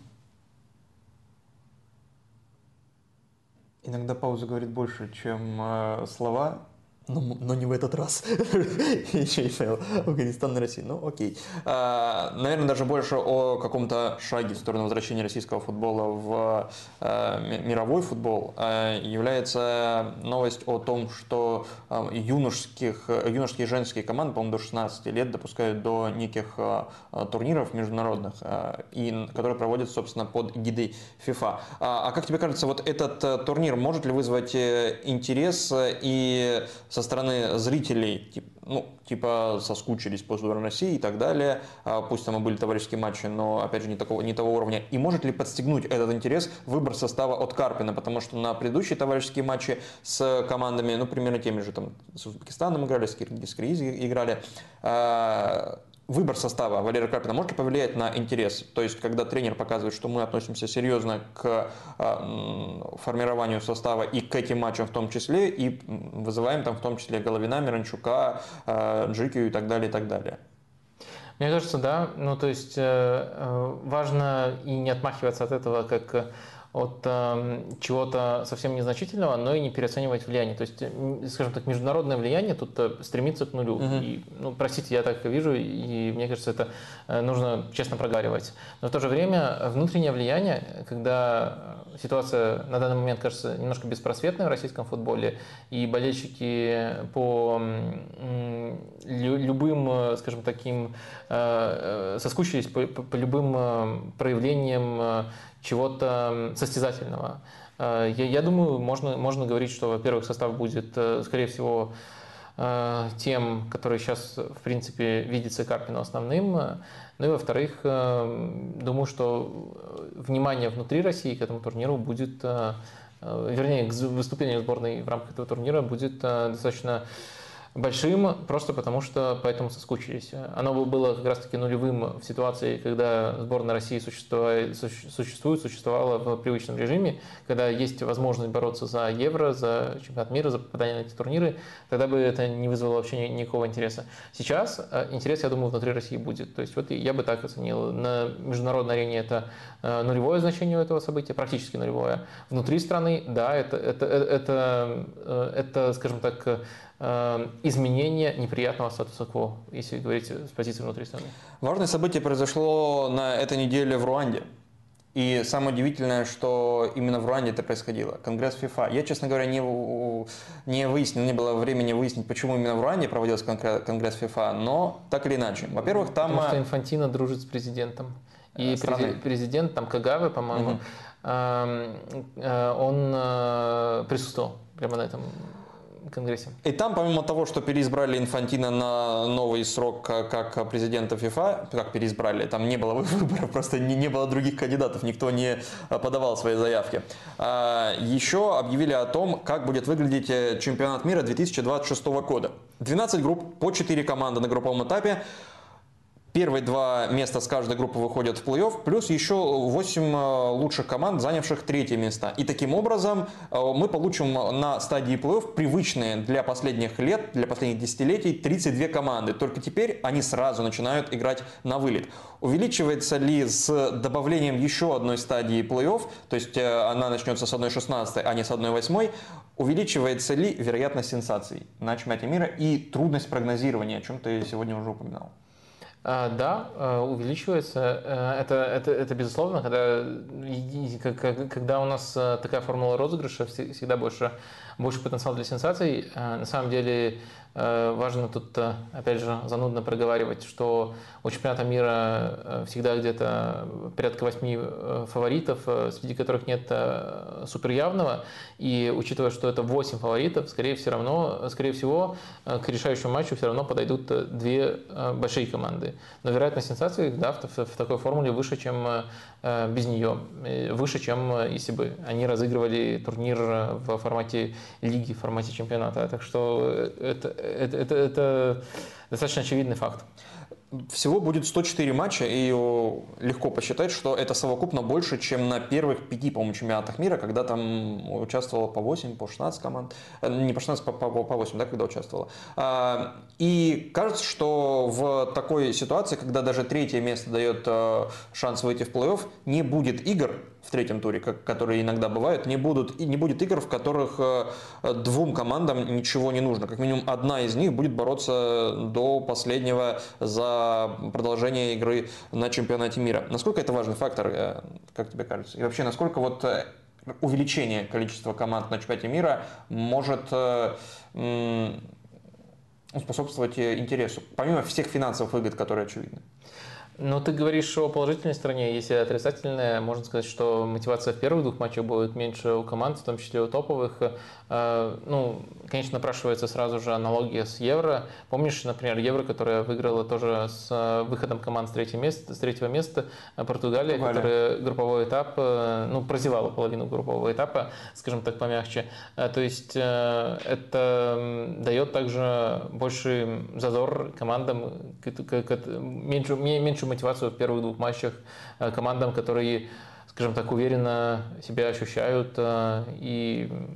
Иногда пауза говорит больше, чем э, слова. Но, но не в этот раз. Еще и фейл. Афганистан на Россию. Ну, окей. А, наверное, даже больше о каком-то шаге в сторону возвращения российского футбола в а, мировой футбол а, является новость о том, что а, юношеских, юношеские и женские команды, по-моему, до шестнадцати лет допускают до неких а, турниров международных, а, и, которые проводятся, собственно, под эгидой FIFA. А, а как тебе кажется, вот этот а, турнир может ли вызвать интерес и со стороны зрителей, типа, ну, типа соскучились по сборной России и так далее, пусть там и были товарищеские матчи, но, опять же, не, такого, не того уровня. И может ли подстегнуть этот интерес выбор состава от Карпина, потому что на предыдущие товарищеские матчи с командами, ну, примерно теми же, там, с Узбекистаном играли, с Киргизией играли, выбор состава Валерия Карпина может ли повлиять на интерес? То есть, когда тренер показывает, что мы относимся серьезно к э, формированию состава и к этим матчам в том числе, и вызываем там в том числе Головина, Миранчука, э, Джикию и так далее, и так далее. Мне кажется, да. Ну, то есть э, важно и не отмахиваться от этого как от э, чего-то совсем незначительного, но и не переоценивать влияние. То есть, скажем так, международное влияние тут стремится к нулю. Угу. И, ну, простите, я так вижу, и мне кажется, это нужно честно проговаривать. Но в то же время внутреннее влияние, когда ситуация на данный момент кажется немножко беспросветной в российском футболе, и болельщики по любым, скажем, таким, соскучились по, по любым проявлениям чего-то состязательного. Я, я думаю, можно, можно говорить, что, во-первых, состав будет, скорее всего, тем, который сейчас, в принципе, видится Карпину основным. Ну и, во-вторых, думаю, что внимание внутри России к этому турниру будет, вернее, к выступлению сборной в рамках этого турнира будет достаточно большим, просто потому что поэтому соскучились. Оно было как раз-таки нулевым в ситуации, когда сборная России существует, существует, существовала в привычном режиме, когда есть возможность бороться за Евро, за чемпионат мира, за попадание на эти турниры, тогда бы это не вызвало вообще никакого интереса. Сейчас интерес, я думаю, внутри России будет. То есть вот я бы так оценил. На международной арене это нулевое значение у этого события, практически нулевое. Внутри страны, да, это, это, это, это, это скажем так, изменение неприятного статуса кво, если говорить с позиции внутри страны. Важное событие произошло на этой неделе в Руанде. И самое удивительное, что именно в Руанде это происходило. Конгресс ФИФА. Я, честно говоря, не, не выяснил, не было времени выяснить, почему именно в Руанде проводился Конгресс ФИФА, но так или иначе. Во-первых, там... Потому что Инфантино дружит с президентом. И страны. Президент, там Кагаве, по-моему, угу. он присутствовал прямо на этом Конгрессе. И там, помимо того, что переизбрали Инфантино на новый срок как президента ФИФА, как переизбрали, там не было выборов, просто не, не было других кандидатов, никто не подавал свои заявки. Еще объявили о том, как будет выглядеть чемпионат мира две тысячи двадцать шестого года. двенадцать групп, по четыре команды на групповом этапе. Первые два места с каждой группы выходят в плей-офф, плюс еще восемь лучших команд, занявших третье место. И таким образом мы получим на стадии плей-офф привычные для последних лет, для последних десятилетий тридцать две команды. Только теперь они сразу начинают играть на вылет. Увеличивается ли с добавлением еще одной стадии плей-офф, то есть она начнется с одной шестнадцатой, а не с одной восьмой, увеличивается ли вероятность сенсаций на чемпионате мира и трудность прогнозирования, о чем ты сегодня уже упоминал? Да, увеличивается. Это, это, это безусловно, когда, когда у нас такая формула розыгрыша, всегда больше, больше потенциал для сенсаций. На самом деле важно тут, опять же, занудно проговаривать, что у чемпионата мира всегда где-то порядка восьми фаворитов, среди которых нет суперявного. И учитывая, что это восемь фаворитов, скорее, все равно, скорее всего, к решающему матчу все равно подойдут две большие команды. Но вероятность сенсаций, да, в, в такой формуле выше, чем без нее. Выше, чем если бы они разыгрывали турнир в формате лиги, в формате чемпионата. Так что это, это, это, это достаточно очевидный факт. Всего будет сто четыре матча, и легко посчитать, что это совокупно больше, чем на первых пяти, по-моему, чемпионатах мира, когда там участвовало по восемь, по шестнадцать команд. Не по шестнадцать, по, по, по восемь, да, когда участвовало. И кажется, что в такой ситуации, когда даже третье место дает шанс выйти в плей-офф, не будет игр в третьем туре, которые иногда бывают, не, будут, не будет игр, в которых двум командам ничего не нужно. Как минимум одна из них будет бороться до последнего за продолжение игры на чемпионате мира. Насколько это важный фактор, как тебе кажется? И вообще, насколько вот увеличение количества команд на чемпионате мира может способствовать интересу, помимо всех финансовых выгод, которые очевидны? Ну, ты говоришь о положительной стороне. Если отрицательная, можно сказать, что мотивация в первых двух матчах будет меньше у команд, в том числе у топовых. Ну, конечно, напрашивается сразу же аналогия с Евро. Помнишь, например, Евро, которая выиграла тоже с выходом команд с третьего места, с третьего места Португалия, Португалия, которая групповой этап, ну, прозевала половину группового этапа, скажем так, помягче. То есть это дает также больший зазор командам, меньше, меньше мотивацию в первых двух матчах командам, которые, скажем так, уверенно себя ощущают и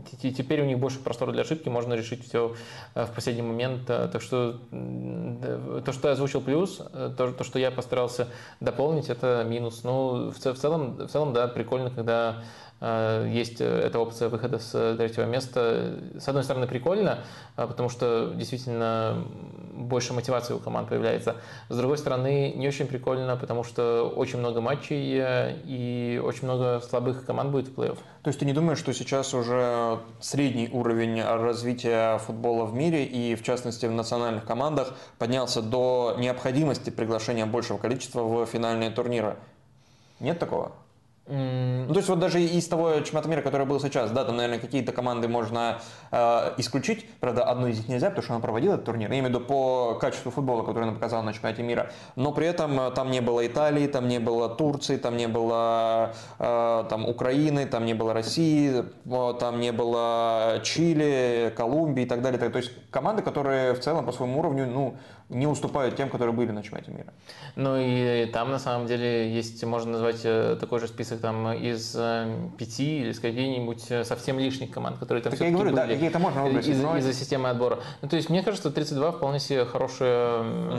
теперь у них больше простора для ошибки, можно решить все в последний момент. Так что то, что я озвучил плюс, то, то что я постарался дополнить, это минус. Ну, в целом, в целом, да, прикольно, когда есть эта опция выхода с третьего места. С одной стороны, прикольно, потому что действительно больше мотивации у команд появляется. С другой стороны, не очень прикольно, потому что очень много матчей и очень много слабых команд будет в плей-офф. То есть ты не думаешь, что сейчас уже средний уровень развития футбола в мире и, в частности, в национальных командах поднялся до необходимости приглашения большего количества в финальные турниры? Нет такого? Mm. Ну, то есть вот даже из того чемпионата мира, который был сейчас, да, там, наверное, какие-то команды можно э, исключить, правда, одну из них нельзя, потому что она проводила этот турнир, я имею в виду по качеству футбола, который она показала на чемпионате мира, но при этом там не было Италии, там не было Турции, там не было э, там, Украины, там не было России, там не было Чили, Колумбии и так далее, то есть команды, которые в целом по своему уровню, ну, не уступают тем, которые были на чемпионате мира. Ну и там на самом деле есть, можно назвать такой же список там из пяти или из каких-нибудь совсем лишних команд, которые там все-таки были, да, какие-то можно выбрать из, из-за системы отбора. Ну то есть мне кажется, тридцать два вполне себе хорошее,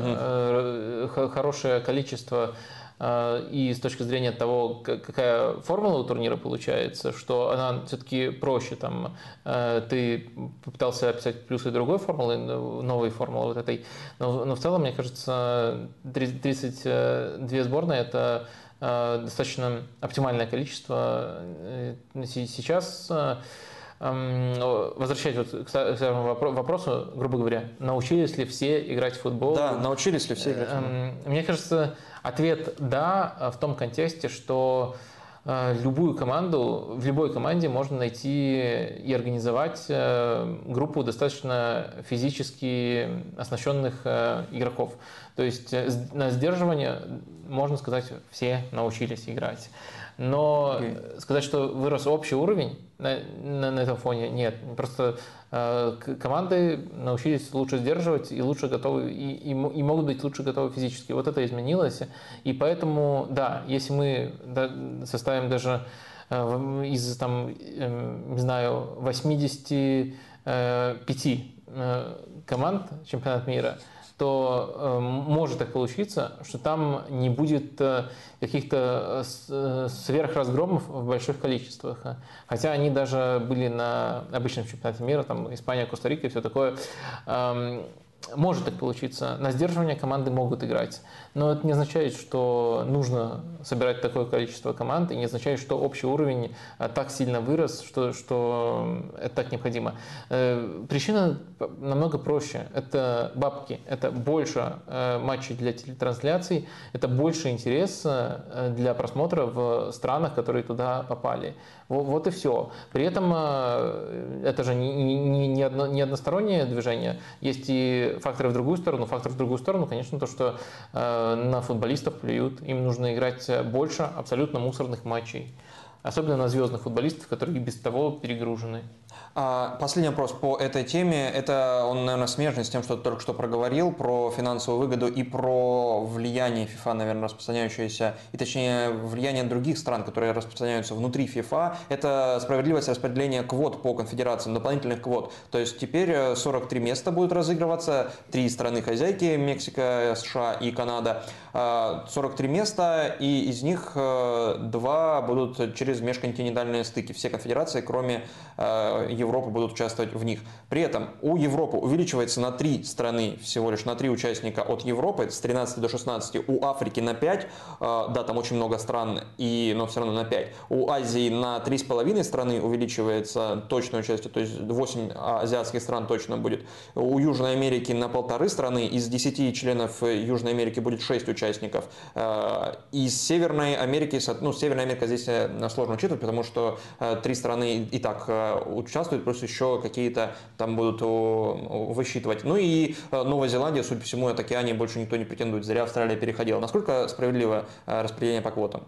угу. хорошее количество. И с точки зрения того, какая формула у турнира получается, что она все-таки проще. Там, ты попытался описать плюсы другой формулы, новой формулы вот этой, но, но в целом, мне кажется, тридцать две сборные – это достаточно оптимальное количество. Сейчас, возвращаясь вот к вопросу, грубо говоря, научились ли все играть в футбол? Да, научились ли все играть в футбол? Мне кажется, ответ «да» в том контексте, что любую команду, в любой команде можно найти и организовать группу достаточно физически оснащенных игроков. То есть на сдерживание, можно сказать, все научились играть. Но okay. сказать, что вырос общий уровень на, на, на этом фоне, нет. Просто э, команды научились лучше сдерживать и лучше готовы и, и, и могут быть лучше готовы физически. Вот это изменилось. И поэтому, да, если мы да, составим даже э, из там, э, не знаю, восьмидесяти пяти э, команд чемпионата мира, то э, может так получиться, что там не будет э, каких-то э, сверхразгромов в больших количествах. Хотя они даже были на обычном чемпионате мира, там Испания, Коста-Рика и все такое. Э, может так получиться. На сдерживание команды могут играть. Но это не означает, что нужно собирать такое количество команд, и не означает, что общий уровень так сильно вырос, что, что это так необходимо. Причина намного проще. Это бабки, это больше матчей для телетрансляций, это больше интереса для просмотра в странах, которые туда попали. Вот и все. При этом это же не, не, не, одно, не одностороннее движение. Есть и факторы в другую сторону. Фактор в другую сторону, конечно, то, что на футболистов плюют. Им нужно играть больше абсолютно мусорных матчей. Особенно на звездных футболистов, которые и без того перегружены. Последний вопрос по этой теме. Это он, наверное, смежный с тем, что ты только что проговорил, про финансовую выгоду и про влияние FIFA, наверное, распространяющееся, и точнее влияние других стран, которые распространяются внутри FIFA. Это справедливость распределения квот по конфедерациям, дополнительных квот. То есть теперь сорок три места будут разыгрываться, три страны-хозяйки, Мексика, США и Канада. сорок три места, и из них два будут через межконтинентальные стыки. Все конфедерации, кроме Европы, будут участвовать в них. При этом у Европы увеличивается на три страны, всего лишь на три участника от Европы, с тринадцати до шестнадцати, у Африки на пять, да, там очень много стран, и, но все равно на пять. У Азии на три с половиной страны увеличивается точное участие, то есть восемь азиатских стран точно будет. У Южной Америки на полторы страны, из десяти членов Южной Америки будет шесть участников. Из Северной Америки, ну, Северная Америка здесь сложно учитывать, потому что три страны и так участвуют, просто еще какие-то там будут высчитывать. Ну и Новая Зеландия, судя по всему, от океании больше никто не претендует, зря Австралия переходила. Насколько справедливо распределение по квотам?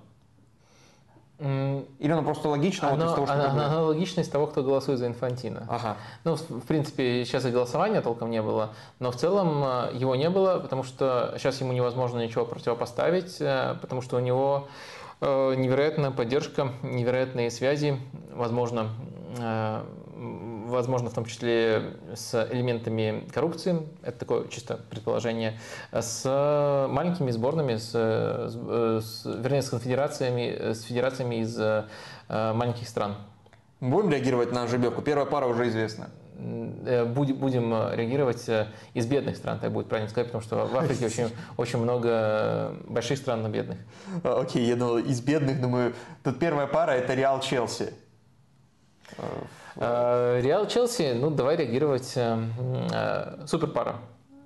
Или оно просто логично? Оно, вот из того, что оно, оно логично из того, кто голосует за Инфантино. Ага. Ну, в принципе, сейчас и голосования толком не было, но в целом его не было, потому что сейчас ему невозможно ничего противопоставить, потому что у него невероятная поддержка, невероятные связи, возможно, возможно, в том числе с элементами коррупции, это такое чисто предположение, с маленькими сборными, с, с, вернее, с конфедерациями, с федерациями из маленьких стран. Будем реагировать на жеребьевку? Первая пара уже известна. Будем реагировать из бедных стран, так будет правильно сказать, потому что в Африке очень, очень много больших стран, но бедных. Окей, я думал, из бедных, думаю, тут первая пара – это Реал Челси. Реал Челси, ну давай реагировать супер пара.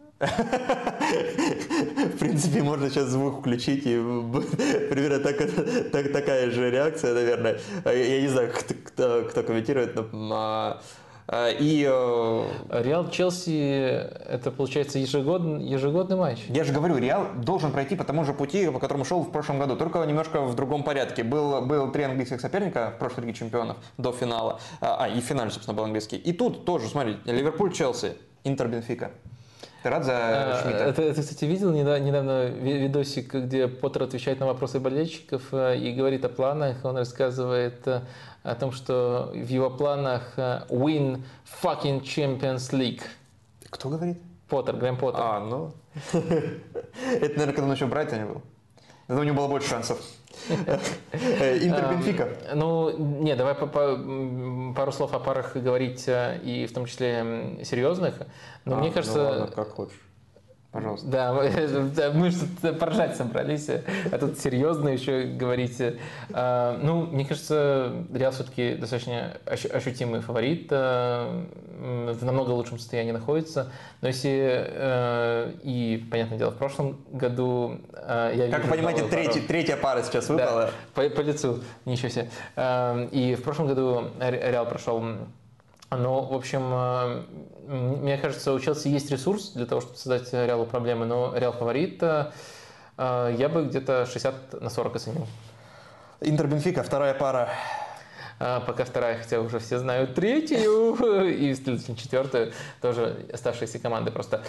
В принципе, можно сейчас звук включить, и примерно так, так, такая же реакция, наверное. Я не знаю, кто, кто, кто комментирует, но... И... Реал Челси это получается ежегодный, ежегодный матч. Я же говорю, Реал должен пройти по тому же пути, по которому шел в прошлом году, только немножко в другом порядке. Был, был три английских соперника в прошлой Лиге Чемпионов до финала. А, и в финале, собственно, был английский. И тут тоже, смотри, Ливерпуль, Челси, Интер, Бенфика. Ты рад за Шмидта? Это, ты, кстати, видел недавно видосик, где Поттер отвечает на вопросы болельщиков и говорит о планах. Он рассказывает о том, что в его планах win fucking Champions League. Кто говорит? Поттер, Грэм Поттер. А, ну... Это, наверное, когда он еще в Брайтоне был. Тогда у него было больше шансов. Интер, Бенфика. Ну, не, давай пару слов о парах говорить, и в том числе серьезных. Но мне кажется... Как хочешь. Пожалуйста. Да, мы что-то поржать собрались, а тут серьезно еще говорить. Ну, мне кажется, Реал все-таки достаточно ощутимый фаворит, в намного лучшем состоянии находится. Но если, и, понятное дело, в прошлом году я вижу... Как вы понимаете, третья, третья пара сейчас выпала. Да, по, по лицу, ничего себе. И в прошлом году Реал прошел... Ну, в общем, мне кажется, у Челси есть ресурс для того, чтобы создать Реалу проблемы, но Реал фаворит, я бы где-то шестьдесят на сорок оценил. Интер-Бенфика, вторая пара. Пока вторая, хотя уже все знают третью, и, следовательно, четвертую, тоже оставшиеся команды просто.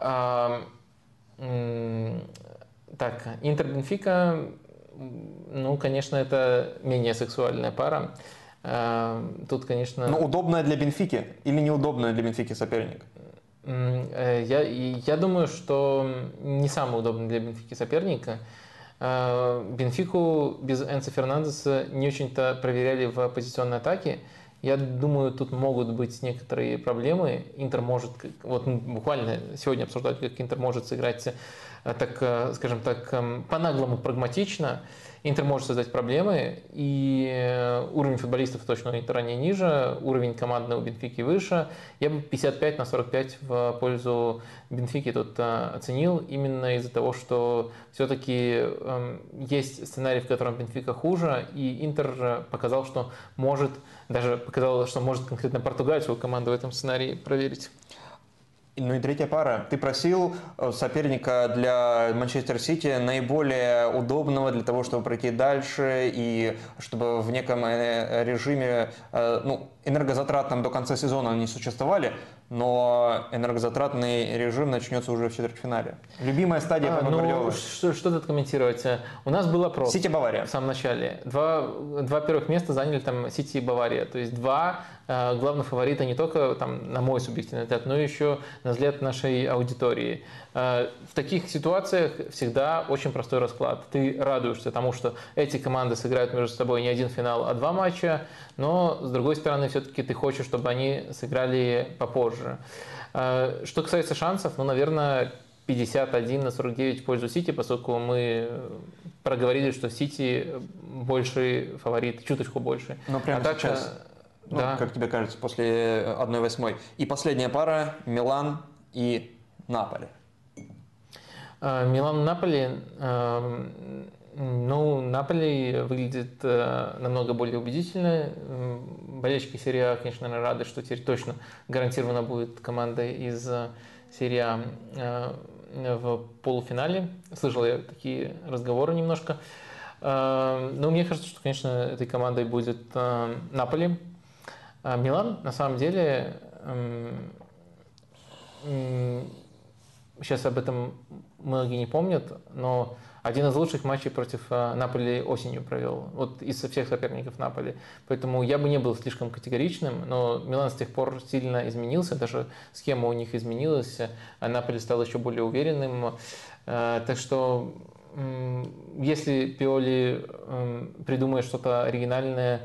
Так, Интер-Бенфика, ну, конечно, это менее сексуальная пара. Тут, конечно... Но удобная для Бенфики или неудобная для Бенфики соперник? Я, я думаю, что не самый удобный для Бенфики соперника. Бенфику без Энцо Фернандеса не очень-то проверяли в позиционной атаке. Я думаю, тут могут быть некоторые проблемы. Интер может, вот буквально сегодня обсуждать, как Интер может сыграть, так, скажем так, по-наглому прагматично. Интер может создать проблемы, и уровень футболистов точно у Интера не ниже, уровень командный у Бенфики выше. Я бы пятьдесят пять на сорок пять в пользу Бенфики тут оценил, именно из-за того, что все-таки есть сценарий, в котором Бенфика хуже, и Интер показал, что может, даже показал, что может конкретно португальскую команду в этом сценарии проверить. Ну и третья пара. Ты просил соперника для Манчестер Сити наиболее удобного для того, чтобы пройти дальше и чтобы в неком режиме, ну, энергозатратном до конца сезона они существовали, но энергозатратный режим начнется уже в четвертьфинале. Любимая стадия а, ну, что, что тут комментировать? У нас был опрос. Сити Бавария. В самом начале. Два, два первых места заняли там Сити и Бавария. То есть два э, главных фаворита не только там, на мой субъективный взгляд, но еще на взгляд нашей аудитории. Э, в таких ситуациях всегда очень простой расклад. Ты радуешься тому, что эти команды сыграют между собой не один финал, а два матча, но с другой стороны все-таки ты хочешь, чтобы они сыграли попозже. Э, что касается шансов, ну, наверное, пятьдесят один на сорок девять в пользу Сити, поскольку мы проговорили, что Сити больший фаворит, чуточку больше. Но прямо а так, сейчас, ну, да. Как тебе кажется, после одной восьмой. И последняя пара – Милан и Наполи. Милан-Наполи, ну, Наполи выглядит намного более убедительно. Болельщики серии А, конечно, рады, что теперь точно гарантированно будет команда из серии А в полуфинале. Слышал я такие разговоры немножко. Но мне кажется, что, конечно, этой командой будет Наполи. Милан, на самом деле, сейчас об этом многие не помнят, но один из лучших матчей против Наполи осенью провел, вот из всех соперников Наполи. Поэтому я бы не был слишком категоричным, но Милан с тех пор сильно изменился, даже схема у них изменилась, а Наполи стал еще более уверенным. Так что если Пиоли придумает что-то оригинальное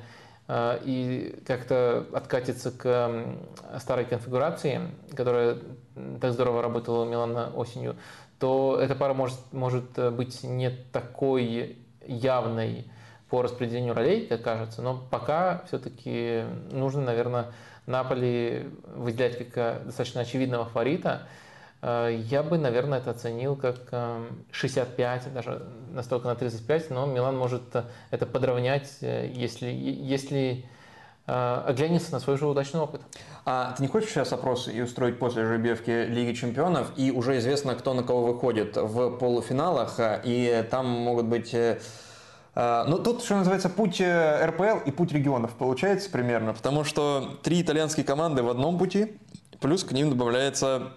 и как-то откатится к старой конфигурации, которая так здорово работала у Милана осенью, то эта пара может, может быть не такой явной по распределению ролей, как кажется, но пока все-таки нужно, наверное, Наполи выделять как достаточно очевидного фаворита. Я бы, наверное, это оценил как шестьдесят пять, даже настолько на тридцать пять, но Милан может это подровнять, если, если оглянется на свой же удачный опыт. А ты не хочешь сейчас опрос и устроить после жеребьевки Лиги Чемпионов, и уже известно, кто на кого выходит в полуфиналах, и там могут быть... Ну, тут, что называется, путь эр пэ эл и путь регионов получается примерно, потому что три итальянские команды в одном пути, плюс к ним добавляется...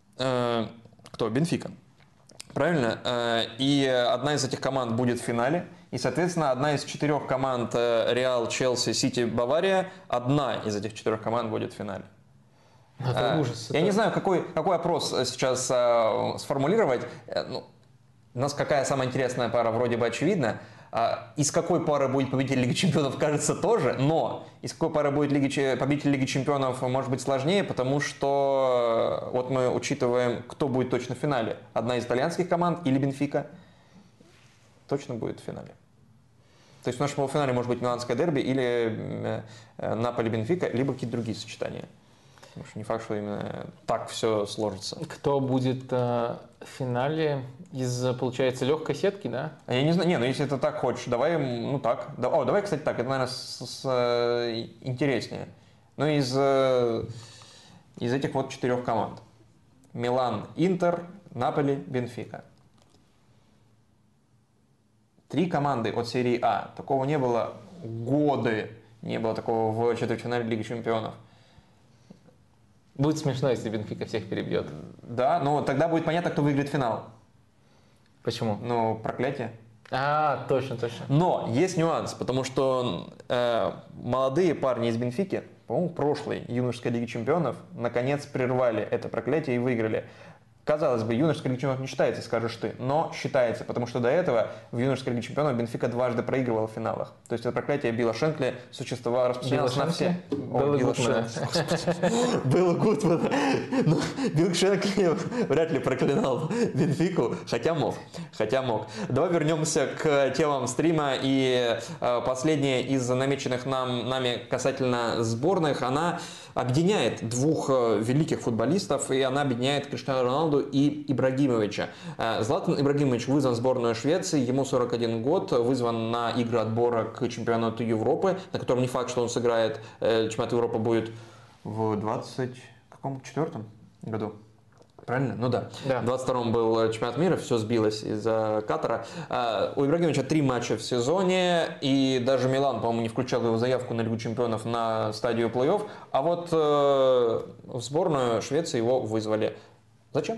Кто? Бенфика. Правильно? И одна из этих команд будет в финале. И, соответственно, одна из четырех команд Реал, Челси, Сити, Бавария, одна из этих четырех команд будет в финале. Это ужас. Я это... не знаю, какой, какой опрос сейчас а, сформулировать. Ну, у нас какая самая интересная пара, вроде бы очевидна. А, из какой пары будет победитель Лиги Чемпионов, кажется, тоже. Но из какой пары будет Лиги, победитель Лиги Чемпионов, может быть сложнее, потому что вот мы учитываем, кто будет точно в финале. Одна из итальянских команд или Бенфика точно будет в финале. То есть в нашем полуфинале может быть миланское дерби или Наполи-Бенфика, либо какие-то другие сочетания. Потому что не факт, что именно так все сложится. Кто будет э, в финале из, получается, легкой сетки, да? Я не знаю, не, ну если ты так хочешь, давай, ну так. Да, о, давай, кстати, так, это, наверное, с, с, э, интереснее. Ну, из, э, из этих вот четырех команд. Милан, Интер, Наполи, Бенфика. Три команды от серии А. Такого не было годы. Не было такого в четвертьфинале Лиги Чемпионов. Будет смешно, если Бенфика всех перебьет. Да, но тогда будет понятно, кто выиграет финал. Почему? Ну, проклятие. А, точно, точно. Но есть нюанс, потому что э, молодые парни из Бенфики, по-моему, прошлой юношеской Лиги Чемпионов, наконец прервали это проклятие и выиграли. Казалось бы, юношеская Лига Чемпионов не считается, скажешь ты, но считается, потому что до этого в юношеской Лиге Чемпионов Бенфика дважды проигрывала в финалах. То есть это проклятие Билла Шенкли существовало, распространялось на все. Билла Гудмана. Билла Гудмана. Ну, Билл Шенкли вряд ли проклинал Бенфику, хотя мог. Хотя мог. Давай вернемся к темам стрима. И последняя из намеченных нам, нами касательно сборных, она объединяет двух великих футболистов, и она объединяет Криштиану Роналду и Ибрагимовича. Златан Ибрагимович вызван в сборную Швеции, ему сорок один год, вызван на игры отбора к чемпионату Европы, на котором не факт, что он сыграет. Чемпионат Европы будет в двадцать четвёртом году. Правильно? Ну да. да. В двадцать втором был чемпионат мира, все сбилось из-за Катара. У Ибрагимовича три матча в сезоне, и даже Милан, по-моему, не включал его заявку на Лигу Чемпионов на стадию плей-офф. А вот в сборную Швеции его вызвали. Зачем?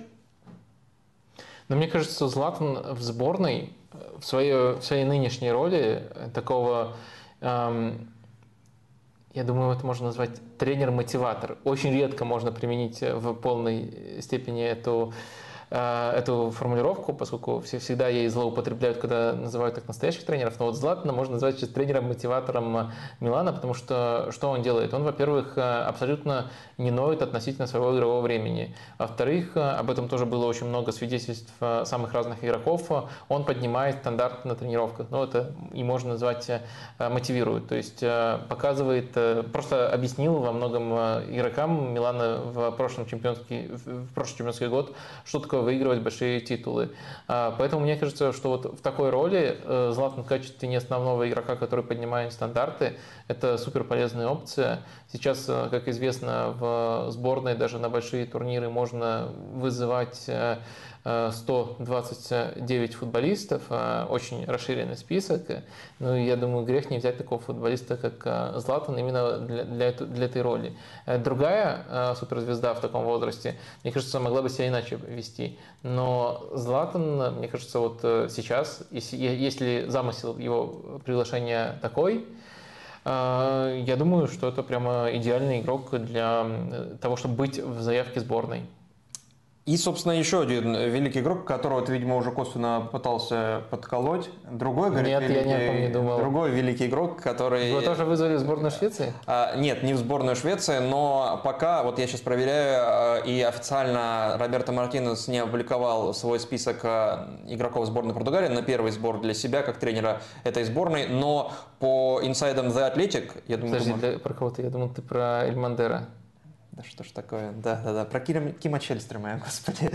Но мне кажется, Златан в сборной в своей, в своей нынешней роли такого... Эм, я думаю, это можно назвать тренер-мотиватор. Очень редко можно применить в полной степени эту, эту формулировку, поскольку все всегда ей злоупотребляют, когда называют так настоящих тренеров. Но вот Златана можно назвать сейчас тренером-мотиватором Милана, потому что что он делает? Он, во-первых, абсолютно не ноет относительно своего игрового времени. Во-вторых, об этом тоже было очень много свидетельств самых разных игроков. Он поднимает стандарт на тренировках. Ну, это и можно назвать мотивирует. То есть показывает, просто объяснил во многом игрокам Милана в прошлом чемпионский, в прошлый чемпионский год, что такое выигрывать большие титулы. Поэтому мне кажется, что вот в такой роли Златан в качестве не основного игрока, который поднимает стандарты, это супер полезная опция. Сейчас, как известно, в сборной даже на большие турниры можно вызывать сто двадцать девять футболистов, очень расширенный список. Ну, я думаю, грех не взять такого футболиста, как Златан, именно для, для, для этой роли. Другая суперзвезда в таком возрасте, мне кажется, могла бы себя иначе вести. Но Златан, мне кажется, вот сейчас, если, если замысел его приглашения такой, я думаю, что это прямо идеальный игрок для того, чтобы быть в заявке сборной. И, собственно, еще один великий игрок, которого ты, видимо, уже косвенно пытался подколоть. Другой, говорит, нет, великий, я не думал. Другой великий игрок, который... Его тоже вызвали в сборную Швеции? А, нет, не в сборную Швеции, но пока, вот я сейчас проверяю, и официально Роберто Мартинес не опубликовал свой список игроков сборной Португалии на первый сбор для себя, как тренера этой сборной, но по инсайдам The Athletic, я думаю... Подожди, думаю... для, про кого ты? Я думал, ты про Эльмандера. Да что ж такое? Да, да, да. Про Кима, Кима Чельстрема, господи.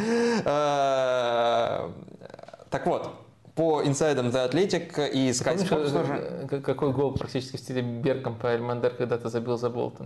Так вот, по инсайдам The Athletic и Sky Sports тоже... Какой гол практически в стиле Бергампа Эльмандер когда-то забил за Болтон?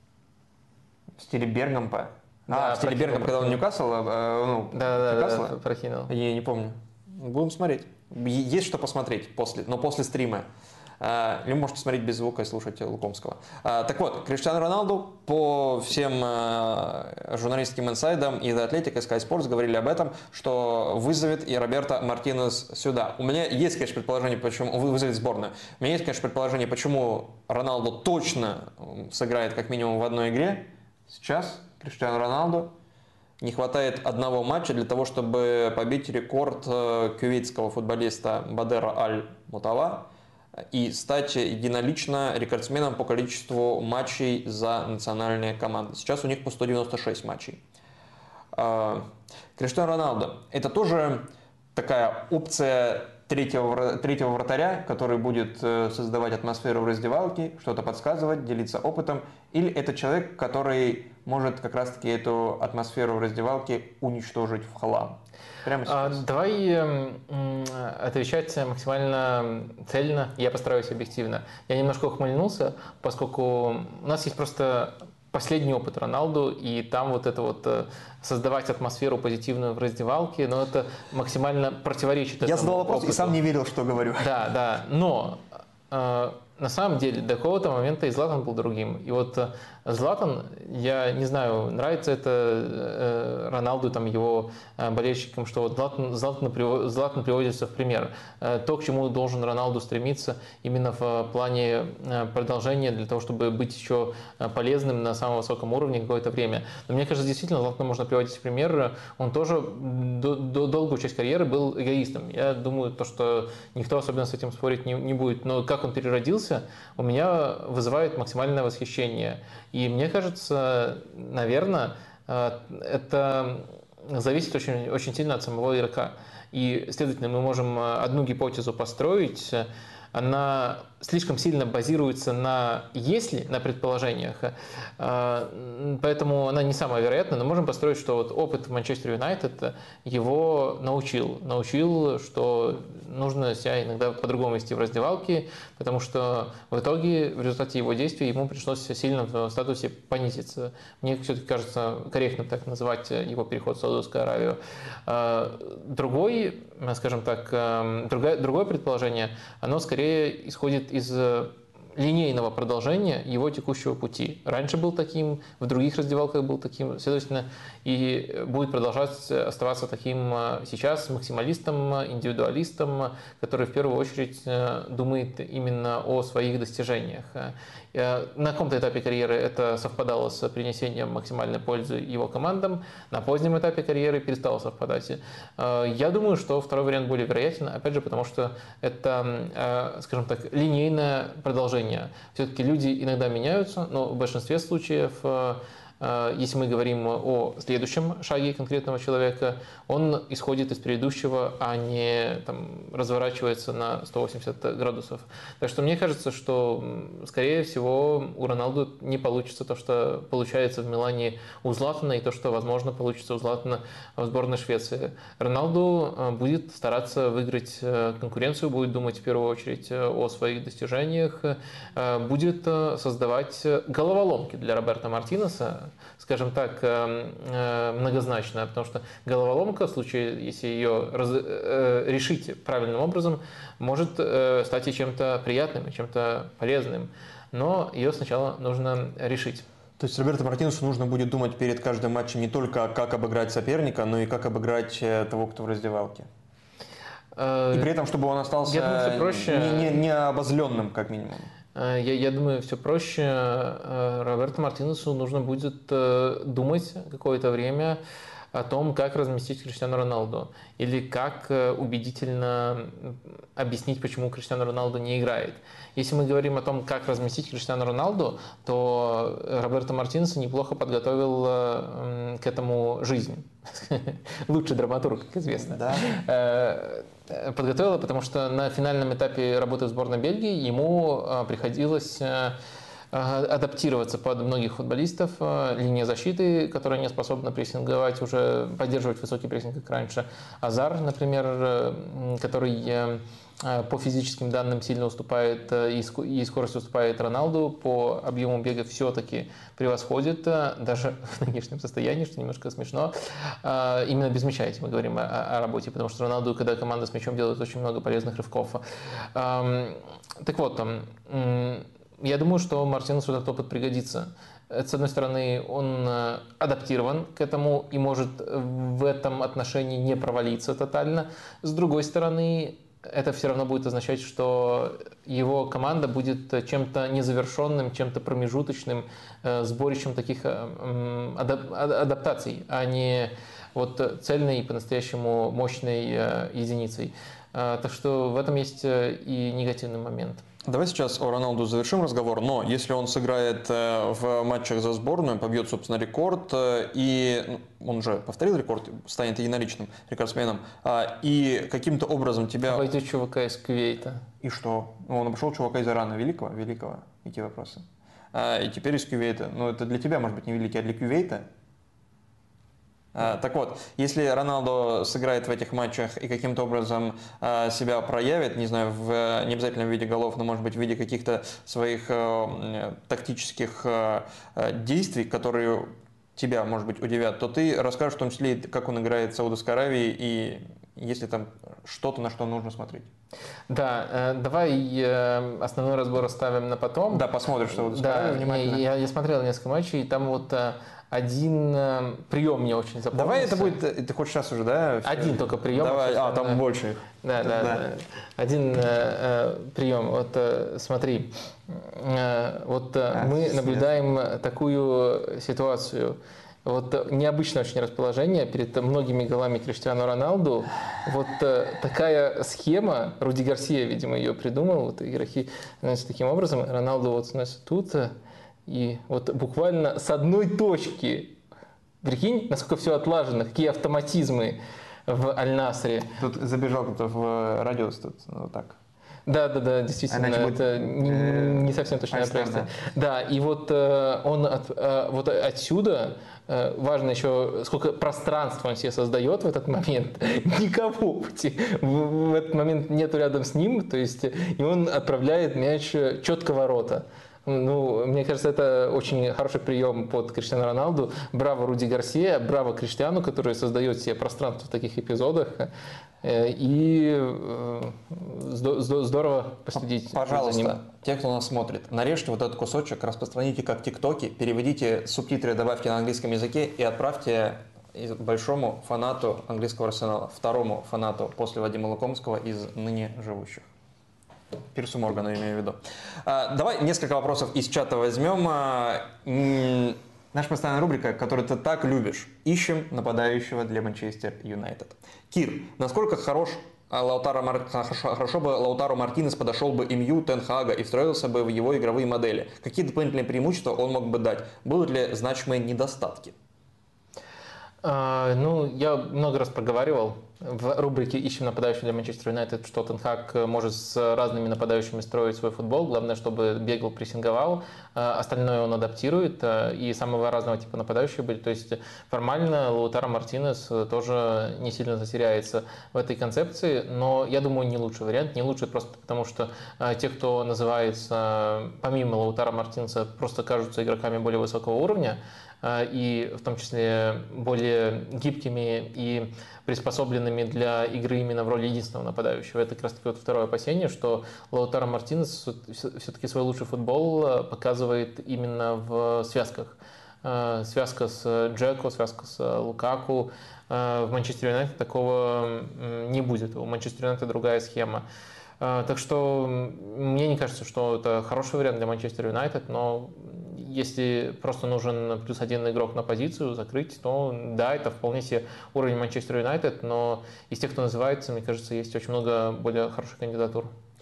В стиле Бергампа? Да, а, в стиле Бергампа, когда он Ньюкасл, ну, да, да, да, прокинул. Я не помню. Будем смотреть. Есть что посмотреть после, но после стрима. Или можете смотреть без звука и слушать Лукомского. Так вот, Криштиану Роналду по всем журналистским инсайдам и The Athletic, и Sky Sports говорили об этом, что вызовет и Роберто Мартинес сюда. У меня есть, конечно, предположение, почему вызовет сборную. У меня есть, конечно, предположение, почему Роналду точно сыграет как минимум в одной игре. Сейчас Криштиану Роналду не хватает одного матча для того, чтобы побить рекорд кувейтского футболиста Бадера Аль-Мутава и стать единолично рекордсменом по количеству матчей за национальные команды. Сейчас у них по сто девяносто шесть матчей. Криштиану Роналду – это тоже такая опция третьего, третьего вратаря, который будет создавать атмосферу в раздевалке, что-то подсказывать, делиться опытом, или это человек, который может как раз-таки эту атмосферу в раздевалке уничтожить в хлам? Прямо сейчас. Давай отвечать максимально цельно, я постараюсь объективно. Я немножко ухмыльнулся, поскольку у нас есть просто последний опыт Роналду, и там вот это вот создавать атмосферу позитивную в раздевалке, но это максимально противоречит этому. Я задал вопрос опыту. И сам не верил, что говорю. Да, да, но э, на самом деле до какого-то момента и Златан был другим. И вот Златан, я не знаю, нравится это э, Роналду, там, его э, болельщикам, что вот Златан, Златан, Златан приводится в пример. Э, то, к чему должен Роналду стремиться именно в плане э, продолжения, для того, чтобы быть еще полезным на самом высоком уровне какое-то время. Но мне кажется, действительно, Златана можно приводить в пример. Он тоже до, до, долгую часть карьеры был эгоистом. Я думаю, то, что никто особенно с этим спорить не, не будет. Но как он переродился, у меня вызывает максимальное восхищение. И мне кажется, наверное, это зависит очень, очень сильно от самого игрока. И, следовательно, мы можем одну гипотезу построить, она слишком сильно базируется на «если», на предположениях, поэтому она не самая вероятная, но можем построить, что вот опыт Манчестер Юнайтед его научил, научил, что нужно себя иногда по-другому вести в раздевалке, потому что в итоге в результате его действий ему пришлось сильно в статусе понизиться. Мне все-таки кажется корректно так называть его переход в Саудовскую Аравию. Другой, скажем так, другое, другое предположение, оно скорее исходит из линейного продолжения его текущего пути. Раньше был таким, в других раздевалках был таким, следовательно, и будет продолжать оставаться таким сейчас, максималистом, индивидуалистом, который в первую очередь думает именно о своих достижениях. На каком-то этапе карьеры это совпадало с принесением максимальной пользы его командам, на позднем этапе карьеры перестало совпадать. Я думаю, что второй вариант более вероятен, опять же, потому что это, скажем так, линейное продолжение. Все-таки люди иногда меняются, но в большинстве случаев, если мы говорим о следующем шаге конкретного человека, он исходит из предыдущего, а не там, разворачивается на сто восемьдесят градусов. Так что мне кажется, что, скорее всего, у Роналду не получится то, что получается в Милане у Златана, и то, что, возможно, получится у Златана в сборной Швеции. Роналду будет стараться выиграть конкуренцию, будет думать в первую очередь о своих достижениях, будет создавать головоломки для Роберто Мартинеса, скажем так, многозначная, потому что головоломка, в случае, если ее раз, решить правильным образом, может стать и чем-то приятным, и чем-то полезным, но ее сначала нужно решить. То есть Роберту Мартинесу нужно будет думать перед каждым матчем не только как обыграть соперника, но и как обыграть того, кто в раздевалке. И при этом, чтобы он остался я думаю, все проще. не, не, не обозленным, как минимум. Я, я думаю, все проще. Роберту Мартинесу нужно будет думать какое-то время о том, как разместить Криштиану Роналду. Или как убедительно объяснить, почему Криштиану Роналду не играет. Если мы говорим о том, как разместить Криштиану Роналду, то Роберто Мартинес неплохо подготовил к этому жизнь. Лучший драматург, как известно. Да. Подготовила, потому что на финальном этапе работы в сборной Бельгии ему приходилось адаптироваться под многих футболистов. Линия защиты, которая не способна прессинговать, уже поддерживать высокий прессинг, как раньше. Азар, например, который по физическим данным сильно уступает и скорость уступает Роналду, по объему бега все-таки превосходит, даже в нынешнем состоянии, что немножко смешно. Именно без мяча, если мы говорим о, о работе, потому что Роналду, когда команда с мячом, делает очень много полезных рывков. Так вот, я думаю, что Мартинесу этот опыт пригодится. С одной стороны, он адаптирован к этому и может в этом отношении не провалиться тотально. С другой стороны, это все равно будет означать, что его команда будет чем-то незавершенным, чем-то промежуточным, сборищем таких адаптаций, а не вот цельной и по-настоящему мощной единицей. Так что в этом есть и негативный момент. Давай сейчас о Роналду завершим разговор, но если он сыграет в матчах за сборную, побьет, собственно, рекорд, и он же повторил рекорд, станет единоличным рекордсменом, и каким-то образом тебя... Обойдет чувака из Кувейта. И что? Он обошел чувака из Ирана, великого, великого, эти вопросы. И теперь из Кувейта. Ну, это для тебя, может быть, не великий, а для Кувейта? Так вот, если Роналдо сыграет в этих матчах и каким-то образом себя проявит, не знаю, в, не обязательно в виде голов, но может быть в виде каких-то своих тактических действий, которые тебя, может быть, удивят, то ты расскажешь в том числе, как он играет в Саудовской Аравии и есть ли там что-то, на что нужно смотреть. Да, давай основной разбор оставим на потом. Да, посмотришь Саудовскую да, Аравию внимательно. Я, я смотрел несколько матчей, и там вот... Один э, прием мне очень запомнился. Давай это будет, ты хочешь сейчас уже, да? Один только прием. Давай, а, там да. больше их. Да, да, да. Один э, прием. Вот э, смотри, э, вот э, а, мы наблюдаем нет. такую ситуацию. Вот необычное очень расположение перед многими голами Криштиану Роналду. Вот э, такая схема, Руди Гарсия, видимо, ее придумал. Вот игроки, значит, таким образом. Роналду вот, значит, тут... И вот буквально с одной точки, прикинь, насколько все отлажено, какие автоматизмы в Аль-Насре. Тут забежал кто-то в радиус, тут вот так. Да, да, да, действительно, а это будет, не, не совсем точная проекция. Да. да, и вот э, он от, э, вот отсюда, э, важно еще, сколько пространства он себе создает в этот момент. Никого в, в этот момент нету рядом с ним, то есть, и он отправляет мяч четко в ворота. Ну, мне кажется, это очень хороший прием под Криштиану Роналду. Браво Руди Гарсия, браво Криштиану, который создает себе пространство в таких эпизодах. И здорово последить Пожалуйста, за ним. Те, кто нас смотрит, нарежьте вот этот кусочек, распространите как тиктоки, переведите субтитры, добавьте на английском языке и отправьте большому фанату английского Арсенала, второму фанату после Вадима Лукомского из ныне живущих. Пирсу Моргану имею в виду. А, давай несколько вопросов из чата возьмем. А, м- наша постоянная рубрика, которую ты так любишь. Ищем нападающего для Манчестер Юнайтед. Кир, насколько хорош Лаутаро Мар... хорошо бы Лаутаро Мартинес подошел бы МЮ Тен Хага и встроился бы в его игровые модели? Какие дополнительные преимущества он мог бы дать? Будут ли значимые недостатки? А, ну, я много раз проговаривал, в рубрике «Ищем нападающего для Манчестер Юнайтед», что Тен Хаг может с разными нападающими строить свой футбол. Главное, чтобы бегал, прессинговал. Остальное он адаптирует. И самого разного типа нападающие были. То есть формально Лаутаро Мартинес тоже не сильно затеряется в этой концепции. Но я думаю, не лучший вариант. Не лучший просто потому, что те, кто называется помимо Лаутаро Мартинеса, просто кажутся игроками более высокого уровня. И в том числе более гибкими и приспособленными для игры именно в роли единственного нападающего. Это как раз таки вот второе опасение, что Лаутаро Мартинес все-таки свой лучший футбол показывает именно в связках. Связка с Джеко, связка с Лукаку. В Манчестер Юнайтед такого не будет. У Манчестер Юнайтед другая схема. Так что мне не кажется, что это хороший вариант для Манчестер Юнайтед, но если просто нужен плюс один игрок на позицию закрыть, то да, это вполне себе уровень Манчестер Юнайтед, но из тех, кто называется, мне кажется, есть очень много более хороших кандидатур.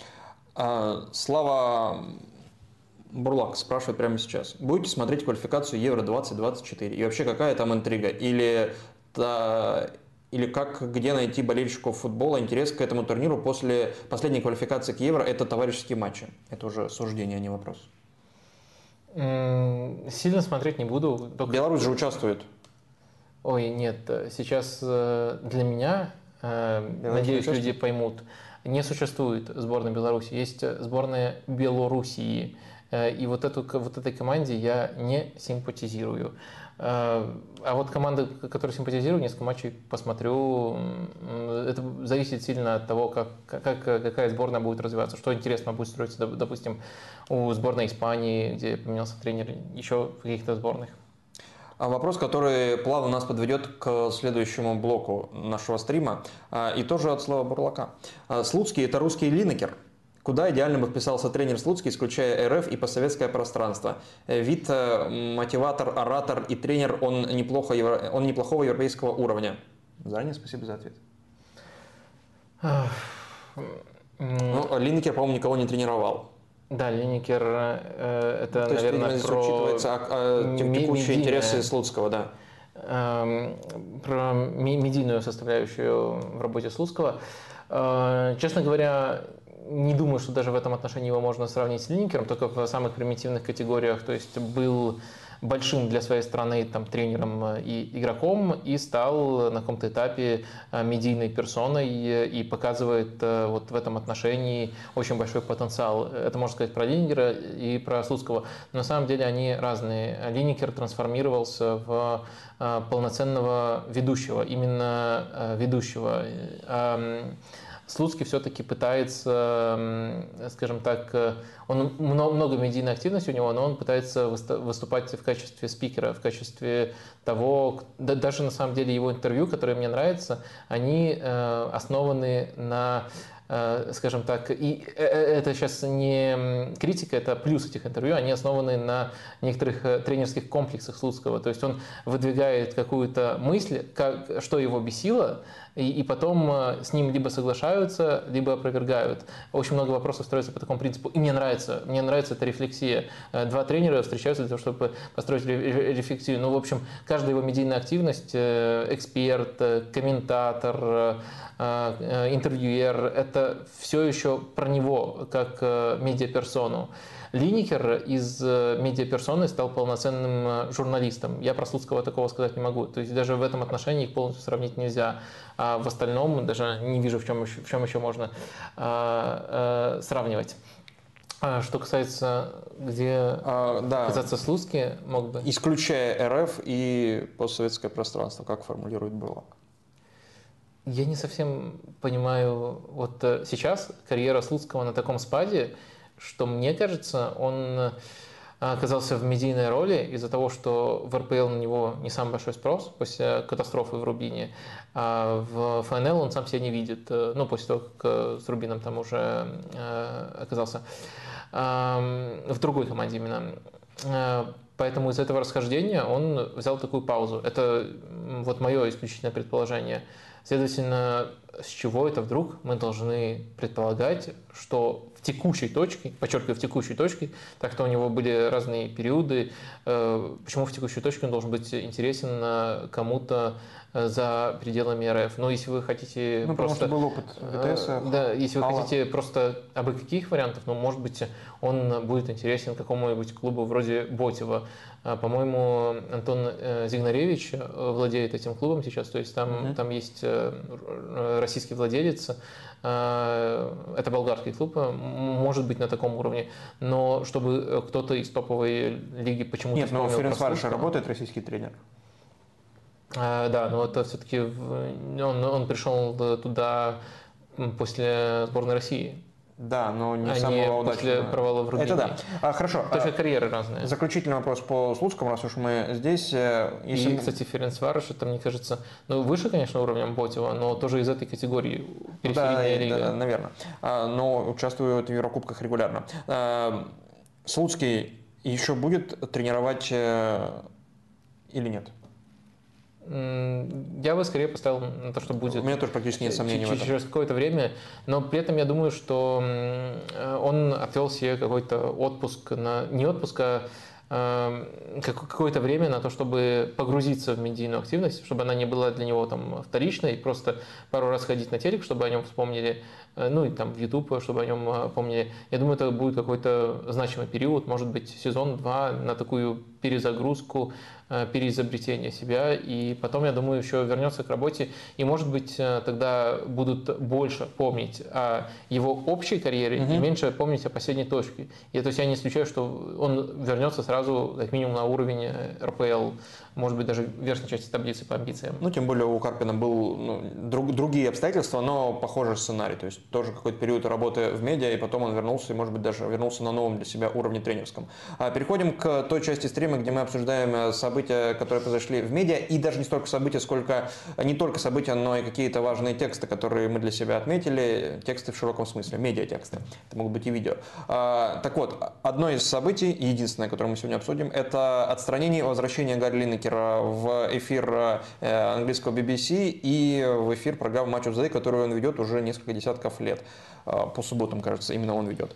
Слава Бурлак спрашивает прямо сейчас. Будете смотреть квалификацию Евро двадцать двадцать четыре? И вообще какая там интрига? Или, та, или как, где найти болельщиков футбола интерес к этому турниру после последней квалификации к Евро? Это товарищеские матчи. Это уже суждение, а не вопрос. Сильно смотреть не буду. Только... Беларусь же участвует. Ой, нет. Сейчас для меня, Беларусь надеюсь, люди поймут, не существует сборной Беларуси. Есть сборная Белоруссии. И вот, эту, вот этой команде я не симпатизирую. А вот команды, которые симпатизирую, несколько матчей посмотрю. Это зависит сильно от того, как, как, какая сборная будет развиваться, что интересно будет строиться, допустим, у сборной Испании, где поменялся тренер, еще в каких-то сборных. А вопрос, который плавно нас подведет к следующему блоку нашего стрима, и тоже от Слава Бурлака. Слуцкий – это русский Линекер. Куда идеально бы вписался тренер Слуцкий, исключая РФ и постсоветское пространство? Вид, мотиватор, оратор и тренер, он, неплохо, он неплохого европейского уровня. Заранее спасибо за ответ. Ну, Линекер, по-моему, никого не тренировал. Да, Линекер, э, это, то есть, наверное, здесь про учитывается а, а, текущие медийные, интересы Слуцкого, да. Э, про медийную составляющую в работе Слуцкого. Э, честно говоря, не думаю, что даже в этом отношении его можно сравнить с Линекером, только в самых примитивных категориях. То есть был большим для своей страны там, тренером и игроком и стал на каком-то этапе медийной персоной и показывает вот в этом отношении очень большой потенциал. Это можно сказать про Линекера и про Слуцкого. Но на самом деле они разные. Линекер трансформировался в полноценного ведущего, именно ведущего. Слуцкий все-таки пытается, скажем так, он много медийной активности у него, но он пытается выступать в качестве спикера, в качестве того, даже на самом деле его интервью, которые мне нравятся, они основаны на, скажем так, и это сейчас не критика, это плюс этих интервью, они основаны на некоторых тренерских комплексах Слуцкого, то есть он выдвигает какую-то мысль, как, что его бесило, и, и потом с ним либо соглашаются, либо опровергают. Очень много вопросов строится по такому принципу, и мне нравится, мне нравится эта рефлексия. Два тренера встречаются для того, чтобы построить рефлексию. Ну, в общем, каждая его медийная активность, эксперт, комментатор, интервьюер, это все еще про него, как медиаперсону. Линекер из медиаперсоны стал полноценным журналистом. Я про Слуцкого такого сказать не могу. То есть даже в этом отношении их полностью сравнить нельзя. А в остальном даже не вижу, в чем еще, в чем еще можно а, а, сравнивать. А что касается, где а, да. казаться Слуцкий, мог бы... Исключая РФ и постсоветское пространство, как формулирует Бурлак? Я не совсем понимаю, вот сейчас карьера Слуцкого на таком спаде, что, мне кажется, он оказался в медийной роли из-за того, что в эр пэ эл на него не самый большой спрос после катастрофы в Рубине, а в эф эн эл он сам себя не видит, ну, после того, как с Рубином там уже оказался в другой команде именно. Поэтому из этого расхождения он взял такую паузу. Это вот мое исключительное предположение. Следовательно, с чего это вдруг мы должны предполагать, что в текущей точке, подчеркиваю, в текущей точке, так что у него были разные периоды, почему в текущей точке он должен быть интересен кому-то за пределами РФ. Но если вы хотите ну, просто... потому что был опыт ВТС. Да, если вы Алла. хотите просто абы каких вариантов, ну, может быть, он будет интересен какому-нибудь клубу вроде Ботева. По-моему, Антон Зигнаревич владеет этим клубом сейчас, то есть там, mm-hmm. там есть российский владелец, это болгарский клуб, может быть на таком уровне, но чтобы кто-то из топовой лиги почему-то... Нет, но у Ференцвароша работает российский тренер. А, да, но это все-таки он, он пришел туда после сборной России. Да, но не а самого не удачного. После провала в Рубине. Это да. А, хорошо. Точка а, карьеры разная. Заключительный вопрос по Слуцкому, раз уж мы здесь. Если... И, кстати, Ференцварош, это, мне кажется, ну, выше, конечно, уровнем Ботева, но тоже из этой категории. Периферийная да, лига. Да, наверное. А, но участвует в Еврокубках регулярно. А, Слуцкий еще будет тренировать или нет? Я бы скорее поставил на то, что будет. У меня тоже практически нет сомнений в этом. Через какое-то время, но при этом я думаю, что он отвел себе какой-то отпуск, на, не отпуск, а какое-то время на то, чтобы погрузиться в медийную активность, чтобы она не была для него там вторичной, просто пару раз ходить на телек, чтобы о нем вспомнили, ну и там в YouTube, чтобы о нем помнили. Я думаю, это будет какой-то значимый период, может быть, сезон-два на такую перезагрузку, переизобретение себя, и потом, я думаю, еще вернется к работе, и, может быть, тогда будут больше помнить о его общей карьере mm-hmm. и меньше помнить о последней точке. И, то есть я не исключаю, что он вернется сразу, как минимум, на уровень эр пэ эл, может быть, даже в верхней части таблицы по амбициям. Ну, тем более у Карпина был ну, друг, другие обстоятельства, но похожий сценарий, то есть тоже какой-то период работы в медиа, и потом он вернулся, и, может быть, даже вернулся на новом для себя уровне тренерском. Переходим к той части стрима, где мы обсуждаем события, которые произошли в медиа, и даже не столько события, сколько не только события, но и какие-то важные тексты, которые мы для себя отметили, тексты в широком смысле, медиатексты, это могут быть и видео. Так вот, одно из событий, единственное, которое мы сегодня обсудим, это отстранение и возвращение Гарри Линнекера в эфир английского би би си и в эфир программы Match of the Day, которую он ведет уже несколько десятков лет. По субботам, кажется, именно он ведет.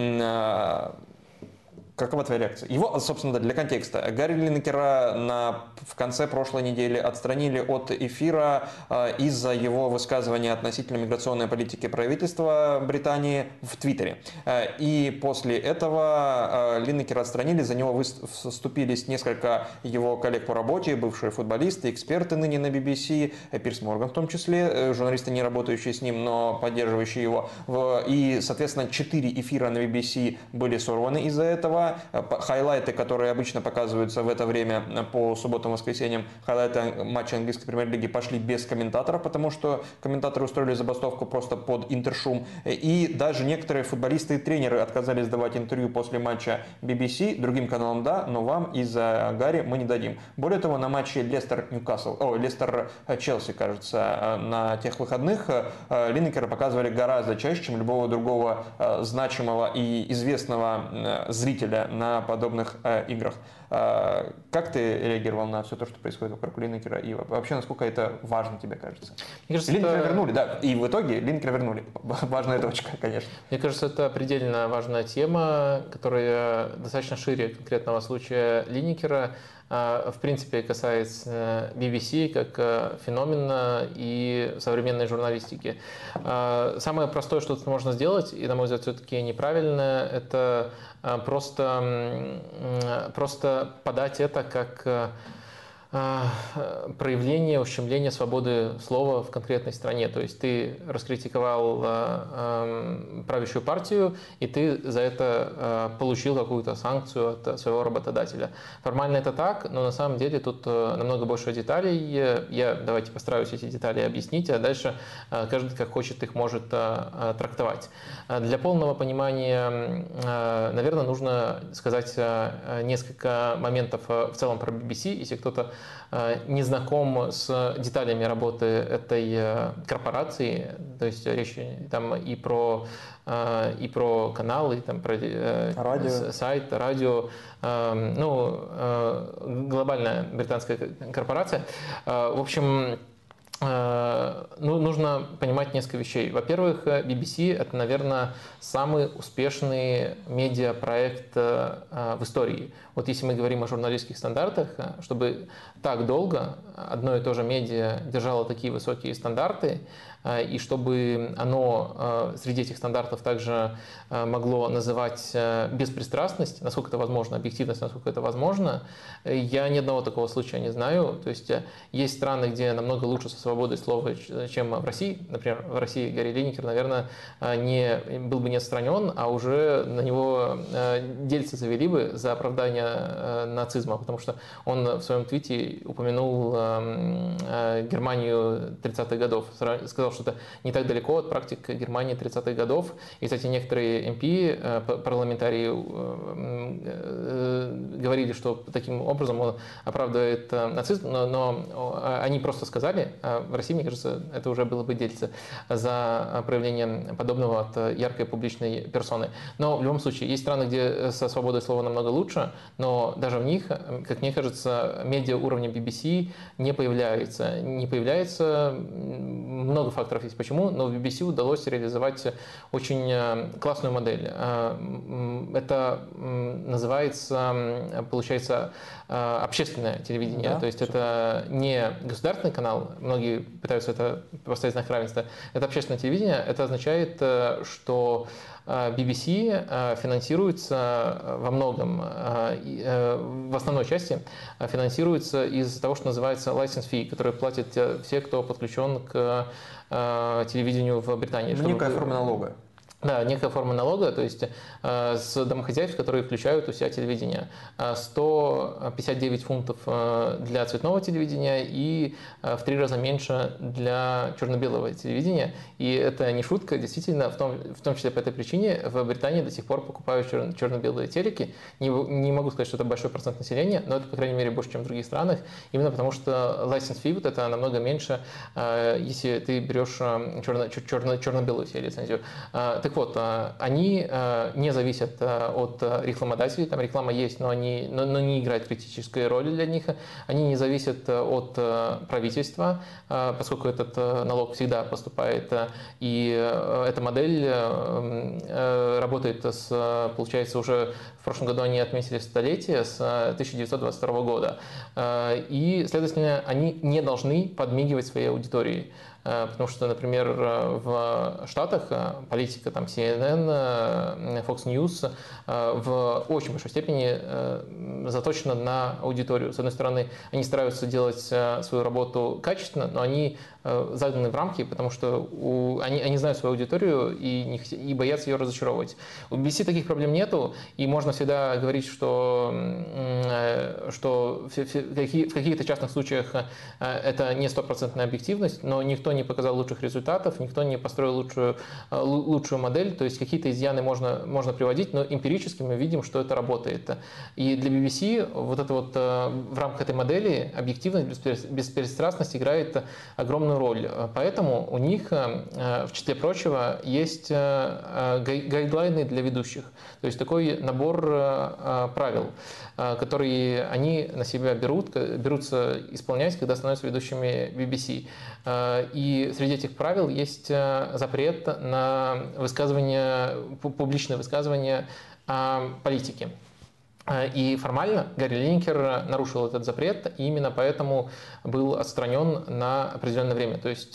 Какова твоя реакция? Его, собственно, для контекста. Гарри Линнекера на, в конце прошлой недели отстранили от эфира э, из-за его высказывания относительно миграционной политики правительства Британии в Твиттере. Э, и после этого э, Линнекера отстранили, за него вступились несколько его коллег по работе, бывшие футболисты, эксперты ныне на би би си, Пирс Морган в том числе, э, журналисты, не работающие с ним, но поддерживающие его. В, и, соответственно, четыре эфира на би би си были сорваны из-за этого. Хайлайты, которые обычно показываются в это время по субботам и воскресеньям, хайлайты матча английской премьер-лиги пошли без комментаторов, потому что комментаторы устроили забастовку просто под интершум. И даже некоторые футболисты и тренеры отказались давать интервью после матча би би си. Другим каналам да, но вам из-за Гарри мы не дадим. Более того, на матче Лестер-Ньюкасл, о, Лестер-Челси, кажется, на тех выходных Линнекера показывали гораздо чаще, чем любого другого значимого и известного зрителя на подобных э, играх. Э, как ты реагировал на все то, что происходит вокруг Линнекера? И вообще, насколько это важно тебе кажется? Мне кажется, Линнекера это... вернули, да. И в итоге Линнекера вернули. Важная точка, конечно. Мне кажется, это предельно важная тема, которая достаточно шире конкретного случая Линнекера. В принципе, касается би би си как феномена и современной журналистики. Самое простое, что тут можно сделать, и, на мой взгляд, все-таки неправильное, это просто, просто подать это как проявление, ущемление свободы слова в конкретной стране. То есть ты раскритиковал э, правящую партию, и ты за это э, получил какую-то санкцию от своего работодателя. Формально это так, но на самом деле тут намного больше деталей. Я давайте постараюсь эти детали объяснить, а дальше э, каждый как хочет их может э, трактовать. Для полного понимания, э, наверное, нужно сказать э, несколько моментов в целом про би би си, если кто-то не знаком с деталями работы этой корпорации, то есть речь там и про, и про каналы, и там про радио. Сайт, радио, ну, глобальная британская корпорация. В общем, Ну, нужно понимать несколько вещей. Во-первых, би би си – это, наверное, самый успешный медиапроект в истории. Вот если мы говорим о журналистских стандартах, чтобы так долго одно и то же медиа держало такие высокие стандарты, и чтобы оно среди этих стандартов также могло называть беспристрастность, насколько это возможно, объективность, насколько это возможно, я ни одного такого случая не знаю. То есть есть страны, где намного лучше со свободой слова, чем в России. Например, в России Гарри Линнекер, наверное, не, был бы не отстранен, а уже на него дельцы завели бы за оправдание нацизма, потому что он в своем твите упомянул Германию тридцатых годов, сказал, что это не так далеко от практик Германии тридцатых годов. И, кстати, некоторые эм пи, парламентарии, говорили, что таким образом он оправдывает нацизм, но, но они просто сказали, а в России, мне кажется, это уже было бы дельце за проявление подобного от яркой публичной персоны. Но в любом случае, есть страны, где со свободой слова намного лучше, но даже в них, как мне кажется, медиа уровня би би си не появляется. Не появляется, много факторов есть почему, но в би би си удалось реализовать очень классную модель. Это называется, получается, общественное телевидение. Да, то есть это не государственный канал, многие пытаются это поставить знак равенства, это общественное телевидение. Это означает, что би би си финансируется во многом, в основной части финансируется из того, что называется license fee, который платят все, кто подключен к телевидению в Британии. Некая форма налога. Да, некая форма налога, то есть э, с домохозяйств, которые включают у себя телевидение. сто пятьдесят девять фунтов для цветного телевидения и в три раза меньше для черно-белого телевидения. И это не шутка, действительно, в том, в том числе по этой причине в Британии до сих пор покупают чер- черно-белые телеки. Не, не могу сказать, что это большой процент населения, но это, по крайней мере, больше, чем в других странах. Именно потому что license fee вот это намного меньше, э, если ты берешь черно- черно- черно-белую себе лицензию. Так вот, они не зависят от рекламодателей, там реклама есть, но, они, но, но не играет критической роли для них. Они не зависят от правительства, поскольку этот налог всегда поступает, и эта модель работает с, получается, уже в прошлом году они отметили столетие с тысяча девятьсот двадцать второго года, и, следовательно, они не должны подмигивать своей аудитории. Потому что, например, в Штатах политика там, си эн эн, Fox News в очень большой степени заточена на аудиторию. С одной стороны, они стараются делать свою работу качественно, но они загнаны в рамки, потому что у, они, они знают свою аудиторию и, не, и боятся ее разочаровывать. У би би си таких проблем нету, и можно всегда говорить, что, что в, в, в каких-то частных случаях это не стопроцентная объективность, но никто не показал лучших результатов, никто не построил лучшую, лучшую модель, то есть какие-то изъяны можно, можно приводить, но эмпирически мы видим, что это работает. И для би би си вот это вот в рамках этой модели объективность, беспристрастность играет огромную роль. Поэтому у них, в числе прочего, есть гайдлайны для ведущих, то есть такой набор правил, которые они на себя берут, берутся исполнять, когда становятся ведущими би би си. И среди этих правил есть запрет на высказывание, публичное высказывание о политике. И формально Гарри Линнекер нарушил этот запрет, и именно поэтому был отстранен на определенное время. То есть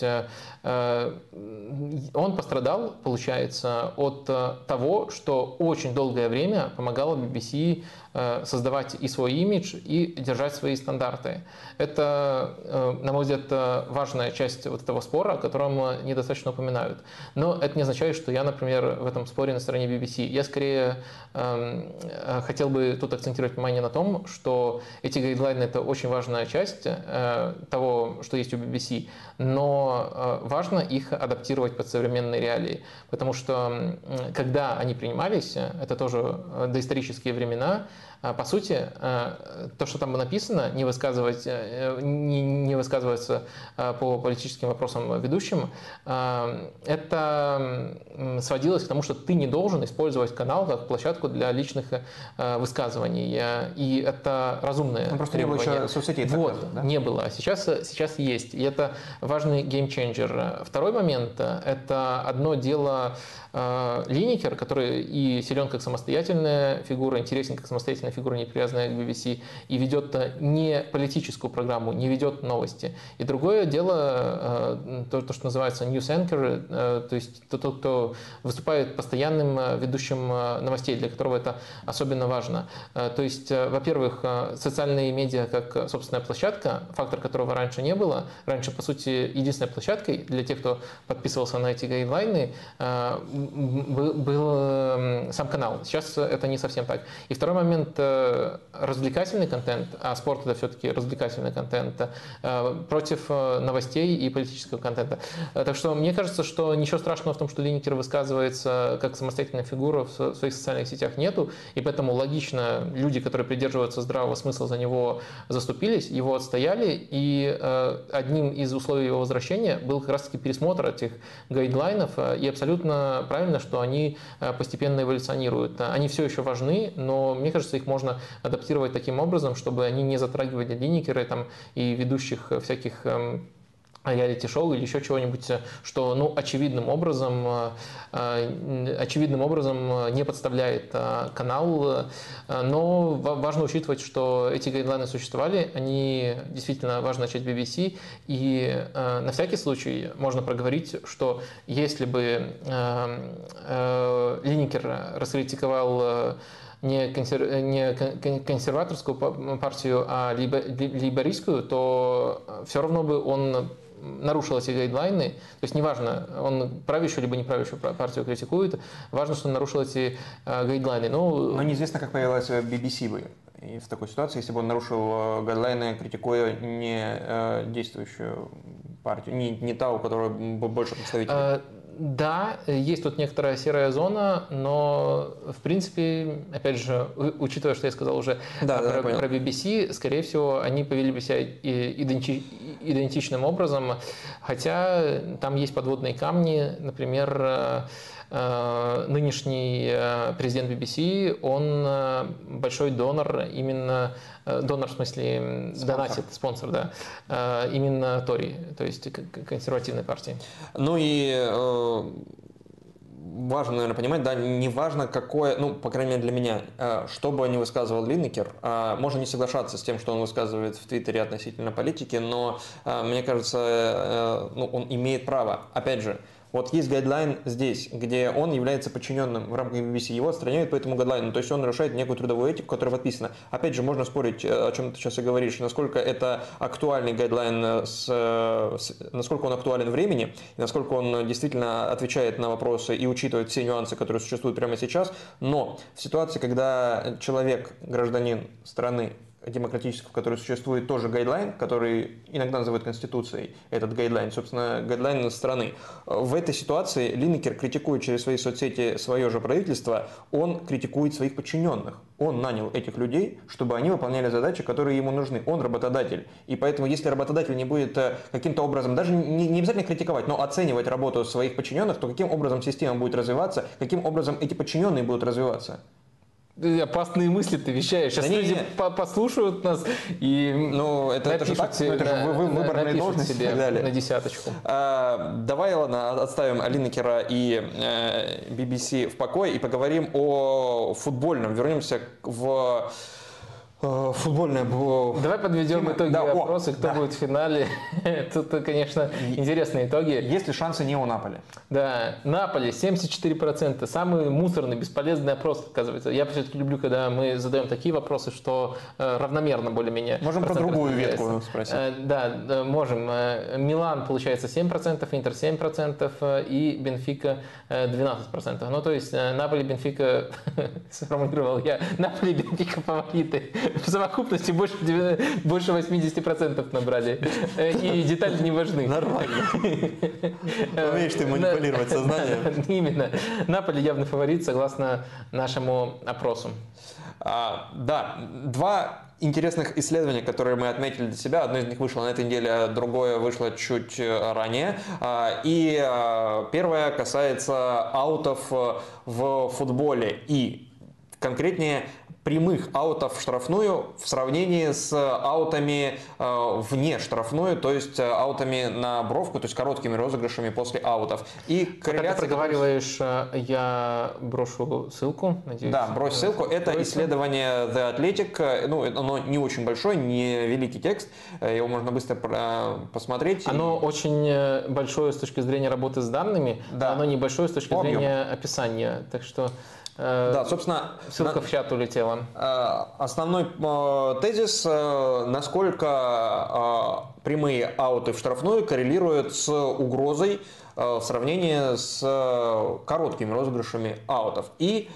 он пострадал, получается, от того, что очень долгое время помогало би би си создавать и свой имидж, и держать свои стандарты. Это, на мой взгляд, важная часть вот этого спора, о котором недостаточно упоминают. Но это не означает, что я, например, в этом споре на стороне би би си. Я скорее э, хотел бы тут акцентировать внимание на том, что эти гайдлайны – это очень важная часть э, того, что есть у би би си, но э, важно их адаптировать под современные реалии, потому что э, когда они принимались, это тоже доисторические времена, По сути, то, что там написано, не, высказывать, не, не высказывается по политическим вопросам ведущим, это сводилось к тому, что ты не должен использовать канал как площадку для личных высказываний. И это разумное ну, просто требование. Не было еще соцсетей. Вот, да? не было. Сейчас, сейчас есть. И это важный геймченджер. Второй момент – это одно дело Линекер, который и силен как самостоятельная фигура, интересен как самостоятельная фигура, не привязанная к би би си, и ведет не политическую программу, не ведет новости. И другое дело, то, то что называется news anchor, то есть тот, кто выступает постоянным ведущим новостей, для которого это особенно важно. То есть, во-первых, социальные медиа как собственная площадка, фактор которого раньше не было. Раньше, по сути, единственной площадкой для тех, кто подписывался на эти гайдлайны, был сам канал. Сейчас это не совсем так. И второй момент – развлекательный контент, а спорт – это все-таки развлекательный контент, против новостей и политического контента. Так что мне кажется, что ничего страшного в том, что Линекер высказывается как самостоятельная фигура в своих социальных сетях нету, и поэтому логично люди, которые придерживаются здравого смысла, за него заступились, его отстояли, и одним из условий его возвращения был как раз-таки пересмотр этих гайдлайнов, и абсолютно правильно, что они постепенно эволюционируют. Они все еще важны, но мне кажется, их можно адаптировать таким образом, чтобы они не затрагивали Линекера там, и ведущих всяких реалити-шоу или еще чего-нибудь, что ну, очевидным, образом, очевидным образом не подставляет канал. Но важно учитывать, что эти гайдлайны существовали, они действительно важная часть би би си, и на всякий случай можно проговорить, что если бы Линекер раскритиковал не, консер... не консерваторскую партию, а лейбористскую, то все равно бы он нарушил эти гайдлайны, то есть неважно, он правящую либо не правящую партию критикует, важно, что он нарушил эти гайдлайны. Ну, Но неизвестно, как появилась би би си бы и в такой ситуации, если бы он нарушил гайдлайны, критикуя не действующую партию, не, не та, у которой больше представителей. Да, есть тут некоторая серая зона, но в принципе, опять же, учитывая, что я сказал уже да, про, да, про би би си, скорее всего, они повели бы себя иденти, идентичным образом, хотя там есть подводные камни, например, нынешний президент би би си, он большой донор, именно донор в смысле спонсор. Донатит, спонсор, да, именно Тори, то есть консервативной партии. Ну и э, важно, наверное, понимать, да, не важно какое, ну, по крайней мере для меня, э, что бы ни высказывал Линекер, э, можно не соглашаться с тем, что он высказывает в Твиттере относительно политики, но э, мне кажется, э, ну, он имеет право, опять же. Вот есть гайдлайн здесь, где он является подчиненным в рамках би би си, его отстраняют по этому гайдлайну, то есть он нарушает некую трудовую этику, которая подписана. Опять же, можно спорить, о чем ты сейчас и говоришь, насколько это актуальный гайдлайн, с, с, насколько он актуален времени, и насколько он действительно отвечает на вопросы и учитывает все нюансы, которые существуют прямо сейчас. Но в ситуации, когда человек, гражданин страны, демократического, в которой существует тоже гайдлайн, который иногда называют Конституцией, этот гайдлайн, собственно, гайдлайн страны. В этой ситуации Линекер критикует через свои соцсети свое же правительство, он критикует своих подчиненных. Он нанял этих людей, чтобы они выполняли задачи, которые ему нужны. Он работодатель. И поэтому, если работодатель не будет каким-то образом, даже не, не обязательно критиковать, но оценивать работу своих подчиненных, то каким образом система будет развиваться, каким образом эти подчиненные будут развиваться? Опасные мысли ты вещаешь. Сейчас да люди не, не. послушают нас и ну, это, это же, так, ну, это же на, вы, выборные должности и так далее. На десяточку. А, давай, ладно, отставим Линекера и э, би би си в покое и поговорим о футбольном. Вернемся в футбольное. Давай подведем Тема. итоги да, опроса, кто да. будет в финале. Тут, конечно, интересные итоги. Есть ли шансы не у Наполи? Да, Наполи семьдесят четыре процента. Самый мусорный, бесполезный опрос, оказывается. Я все-таки люблю, когда мы задаем такие вопросы, что э, равномерно более-менее. Можем про другую ветку спросить. Э, да, да, можем. Милан получается семь процентов, Интер семь процентов и Бенфика двенадцать процентов. Ну, то есть Наполи, Бенфика, сформулировал я, Наполи, Бенфика фавориты. В совокупности больше, больше восемьдесят процентов набрали. И детали не важны. Нормально. Умеешь ты манипулировать сознанием. Именно. Наполи явный фаворит, согласно нашему опросу. А, да, два интересных исследования, которые мы отметили для себя. Одно из них вышло на этой неделе, другое вышло чуть ранее. И первое касается аутов в футболе и конкретнее прямых аутов в штрафную в сравнении с аутами э, вне штрафную, то есть аутами на бровку, то есть короткими розыгрышами после аутов. И корреляция... Когда ты проговариваешь, я брошу ссылку, надеюсь. Да, брось ссылку. Это откроется. Исследование The Athletic. Ну, оно не очень большое, не великий текст. Его можно быстро посмотреть. Оно и... очень большое с точки зрения работы с данными, да. Оно небольшое с точки Объем. зрения описания. Так что... Да, собственно, ссылка на, в чат улетела. Основной тезис, насколько прямые ауты в штрафную коррелируют с угрозой в сравнении с короткими розыгрышами аутов. И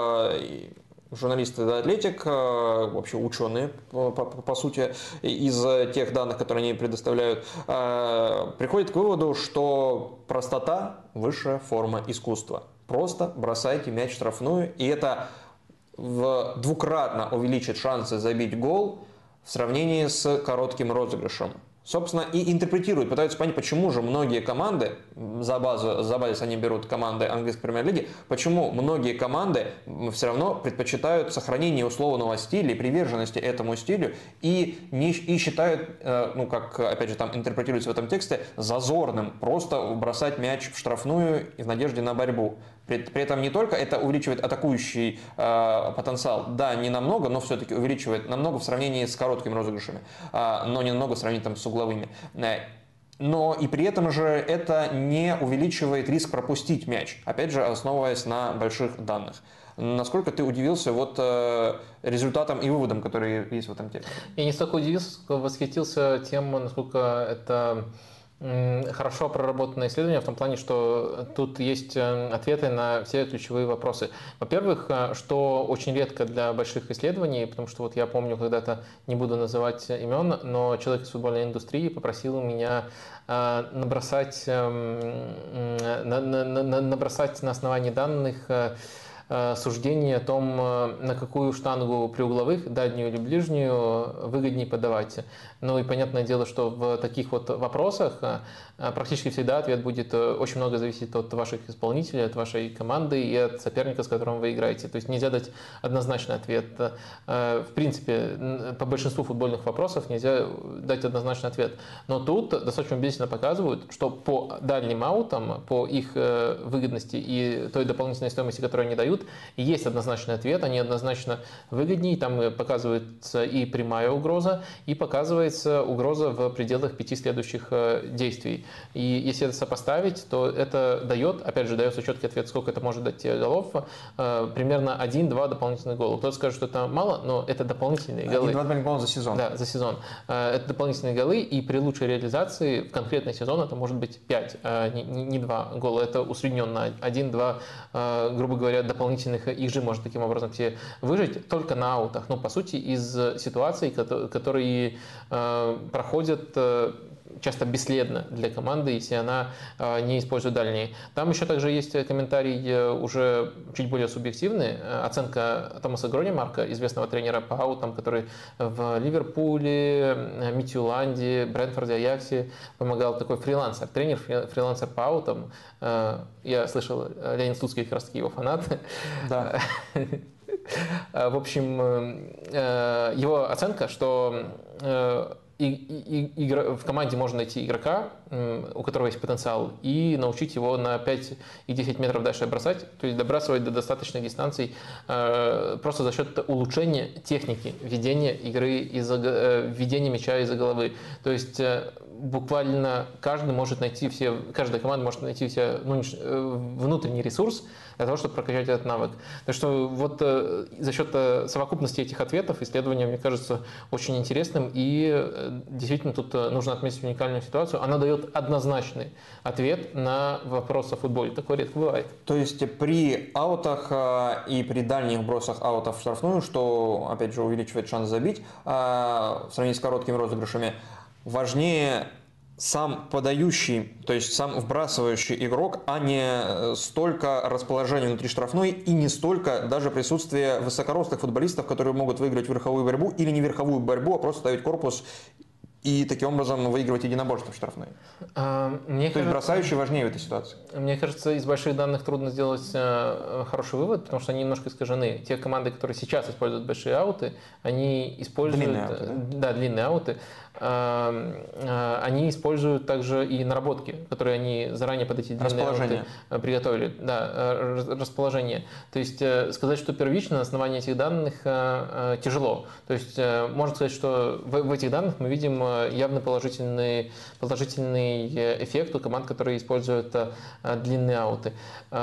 журналисты The Athletic, вообще ученые, по, по, по сути, из тех данных, которые они предоставляют, приходят к выводу, что простота – высшая форма искусства. Просто бросайте мяч в штрафную, и это в двукратно увеличит шансы забить гол в сравнении с коротким розыгрышем. Собственно, и интерпретируют, пытаются понять, почему же многие команды, за базу, за базис они берут команды английской премьер-лиги, почему многие команды все равно предпочитают сохранение условного стиля и приверженности этому стилю и, не, и считают, ну как опять же там интерпретируется в этом тексте, зазорным просто бросать мяч в штрафную в надежде на борьбу. При, при этом не только это увеличивает атакующий э, потенциал, да, не намного, но все-таки увеличивает намного в сравнении с короткими розыгрышами, э, но не намного в сравнении там, с угловыми. Но и при этом же это не увеличивает риск пропустить мяч, опять же, основываясь на больших данных. Насколько ты удивился вот э, результатам и выводам, которые есть в этом тексте? Я не столько удивился, сколько восхитился тем, насколько это хорошо проработанное исследование в том плане, что тут есть ответы на все ключевые вопросы. Во-первых, что очень редко для больших исследований, потому что вот я помню когда-то, не буду называть имен, но человек из футбольной индустрии попросил меня набросать, набросать на основании данных суждение о том, на какую штангу при угловых, дальнюю или ближнюю, выгоднее подавать. Ну и понятное дело, что в таких вот вопросах практически всегда ответ будет очень много зависеть от ваших исполнителей, от вашей команды и от соперника, с которым вы играете. То есть нельзя дать однозначный ответ. В принципе, по большинству футбольных вопросов нельзя дать однозначный ответ. Но тут достаточно убедительно показывают, что по дальним аутам, по их выгодности и той дополнительной стоимости, которую они дают, есть однозначный ответ, они однозначно выгоднее. Там показывается и прямая угроза, и показывается угроза в пределах пяти следующих действий. И если это сопоставить, то это дает, опять же, дается четкий ответ, сколько это может дать голов, примерно один-два дополнительных гола. Кто-то скажет, что это мало, но это дополнительные голы. один-два дополнительных гола за сезон. Да, за сезон. Это дополнительные голы, и при лучшей реализации в конкретный сезон это может быть пять, не два гола. Это усредненно один-два, грубо говоря, дополнительных, их же может таким образом все выжить только на аутах. Ну, по сути, из ситуаций, которые проходят часто бесследно для команды, если она не использует дальние. Там еще также есть комментарий уже чуть более субъективный. Оценка Томаса Гронимарка, известного тренера по аутам, который в Ливерпуле, Митьюланде, Брентфорде, Аяксе помогал, такой фрилансер, тренер, фрилансер по аутам. Я слышал, Леонид Слуцкий как раз таки его фанат. Да. В общем, его оценка, что И, и, и, в команде можно найти игрока, у которого есть потенциал, и научить его на пять и десять метров дальше бросать, то есть добрасывать до достаточной дистанции просто за счет улучшения техники ведения игры, из-за, ведения мяча из-за головы. То есть буквально каждый может найти все, каждая команда может найти все внутренний ресурс для того, чтобы прокачать этот навык. Так что вот за счет совокупности этих ответов исследование, мне кажется, очень интересным, и действительно тут нужно отметить уникальную ситуацию. Она дает однозначный ответ на вопрос о футболе. Такое редко бывает. То есть при аутах и при дальних бросах аутов в штрафную, что, опять же, увеличивает шанс забить, в сравнении с короткими розыгрышами, важнее сам подающий, то есть сам вбрасывающий игрок, а не столько расположение внутри штрафной и не столько даже присутствие высокорослых футболистов, которые могут выиграть верховую борьбу или не верховую борьбу, а просто ставить корпус и таким образом выигрывать единоборство в штрафной. А, мне То кажется, есть бросающий важнее в этой ситуации. Мне кажется, из больших данных трудно сделать э, хороший вывод, потому что они немножко искажены. Те команды, которые сейчас используют большие ауты, они используют... Длинные ауты, да? Да, длинные ауты. Э, э, они используют также и наработки, которые они заранее под эти длинные ауты приготовили. Да, расположение. То есть э, сказать, что первично на основании этих данных э, э, тяжело. То есть э, можно сказать, что в, в этих данных мы видим явно положительный, положительный эффект у команд, которые используют длинные ауты.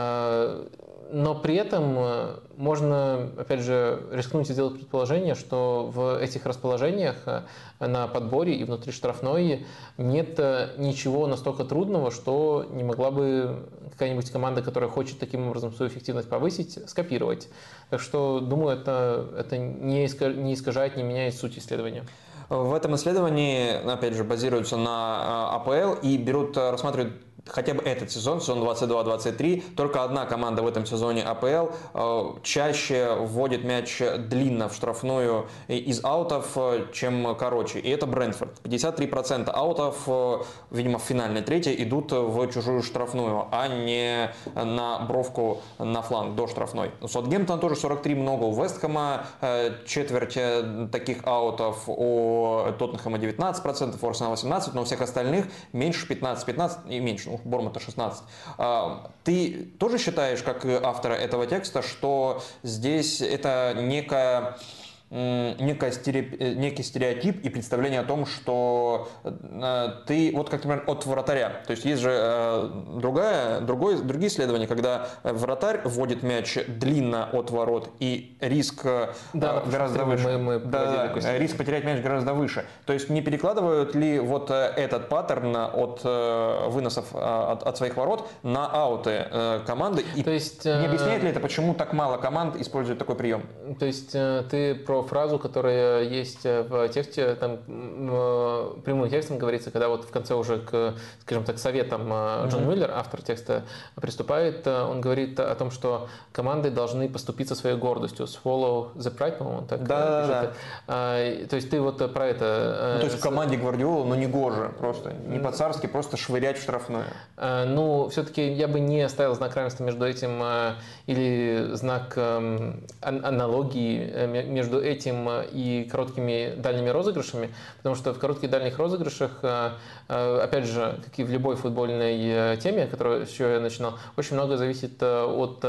Но при этом можно, опять же, рискнуть и сделать предположение, что в этих расположениях на подборе и внутри штрафной нет ничего настолько трудного, что не могла бы какая-нибудь команда, которая хочет таким образом свою эффективность повысить, скопировать. Так что, думаю, это, это не искажает, не меняет суть исследования. В этом исследовании, опять же, базируются на АПЛ и берут, рассматривают хотя бы этот сезон, сезон двадцать два двадцать три, только одна команда в этом сезоне АПЛ чаще вводит мяч длинно в штрафную из аутов, чем короче. И это Брентфорд. пятьдесят три процента аутов, видимо, в финальной трети идут в чужую штрафную, а не на бровку на фланг до штрафной. У Саутгемптона тоже сорок три, много. У Вестхэма четверть таких аутов, у Тоттенхэма девятнадцать процентов, у Арсенала восемнадцать процентов, но у всех остальных меньше пятнадцать пятнадцать и меньше. Бормута шестнадцать. Ты тоже считаешь, как автора этого текста, что здесь это некая некий стереотип и представление о том, что ты, вот как, например, от вратаря. То есть есть же другая, другое, другие исследования, когда вратарь вводит мяч длинно от ворот и риск да, гораздо выше. Мы, мы да, риск потерять мяч гораздо выше. То есть не перекладывают ли вот этот паттерн от выносов от, от своих ворот на ауты команды? И то есть, не объясняет ли это, почему так мало команд используют такой прием? То есть ты про фразу, которая есть в тексте, там прямым текстом говорится, когда вот в конце уже к, скажем так, советам Джон mm-hmm. Мюллер, автор текста, приступает, он говорит о том, что команды должны поступиться своей гордостью, swallow the pride, по-моему, он так да, пишет. Да. То есть ты вот про это... Ну, то есть в команде Гвардиола, но не гоже, просто, не по-царски, просто швырять в штрафную. Ну, все-таки я бы не ставил знак равенства между этим или знак аналогии между этим и короткими дальними розыгрышами, потому что в коротких дальних розыгрышах, опять же, как и в любой футбольной теме, которую еще я начинал, очень много зависит от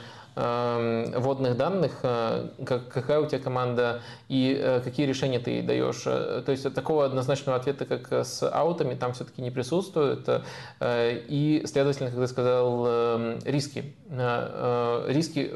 вводных данных, какая у тебя команда и какие решения ты даешь. То есть такого однозначного ответа, как с аутами, там все-таки не присутствует. И, следовательно, как ты сказал, риски. Риски,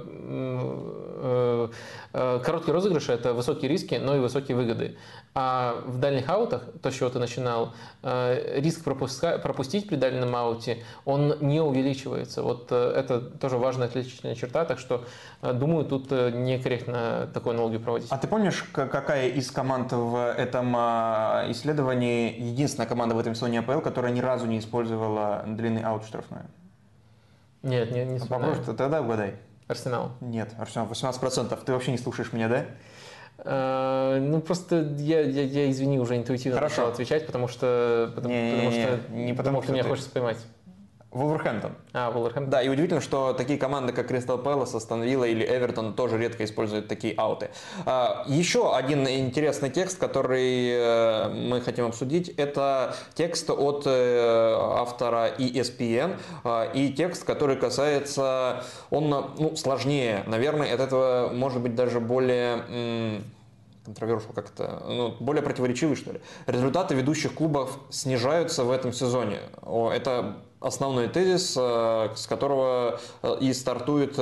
короткие розыгрыши – это высокие риски, но и высокие выгоды. А в дальних аутах, то, с чего ты начинал, риск пропуска, пропустить при дальнем ауте, он не увеличивается. Вот это тоже важная отличительная черта, так что, думаю, тут некорректно такую аналогию проводить. А ты помнишь, какая из команд в этом исследовании, единственная команда в этом сезоне АПЛ, которая ни разу не использовала длинный аут в штрафную? Нет, не, не вспоминаю. Попробуй, тогда угадай. Арсенал. Нет, Арсенал восемнадцать процентов. Ты вообще не слушаешь меня, да? Uh, ну, просто я, я, я, извини, уже интуитивно начал отвечать, потому что, потому, не, потому, не, что, не потому, потому что что меня ты... хочется поймать. Вулверхэмптон. А, Вулверхэмптон. Да, и удивительно, что такие команды, как Кристал Пэлас, Астон Вилла или Эвертон, тоже редко используют такие ауты. Еще один интересный текст, который мы хотим обсудить, это текст от автора и эс пи эн, и текст, который касается, он ну, сложнее, наверное, от этого может быть даже более... контровершил как-то, ну, более противоречивый, что ли. Результаты ведущих клубов снижаются в этом сезоне. Это основной тезис, с которого и стартует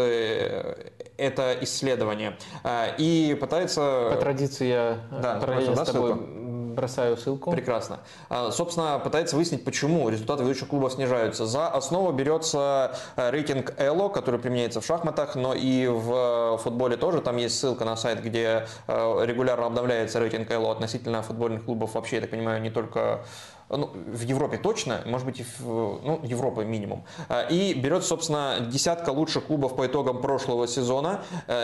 это исследование. И пытается... По традиции я да, параллельно с тобой бросаю ссылку. Прекрасно. Собственно, пытается выяснить, почему результаты ведущих клубов снижаются. За основу берется рейтинг Elo, который применяется в шахматах, но и в футболе тоже. Там есть ссылка на сайт, где регулярно обновляется рейтинг Elo относительно футбольных клубов вообще, я так понимаю, не только... Ну, в Европе точно, может быть, и в, ну, Европа минимум. И берет, собственно, десятка лучших клубов по итогам прошлого сезона.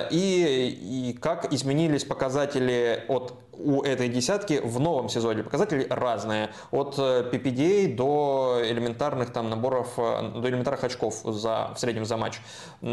И, и как изменились показатели от у этой десятки в новом сезоне. Показатели разные. От пи пи ди эй до элементарных там наборов, до элементарных очков за, в среднем за матч.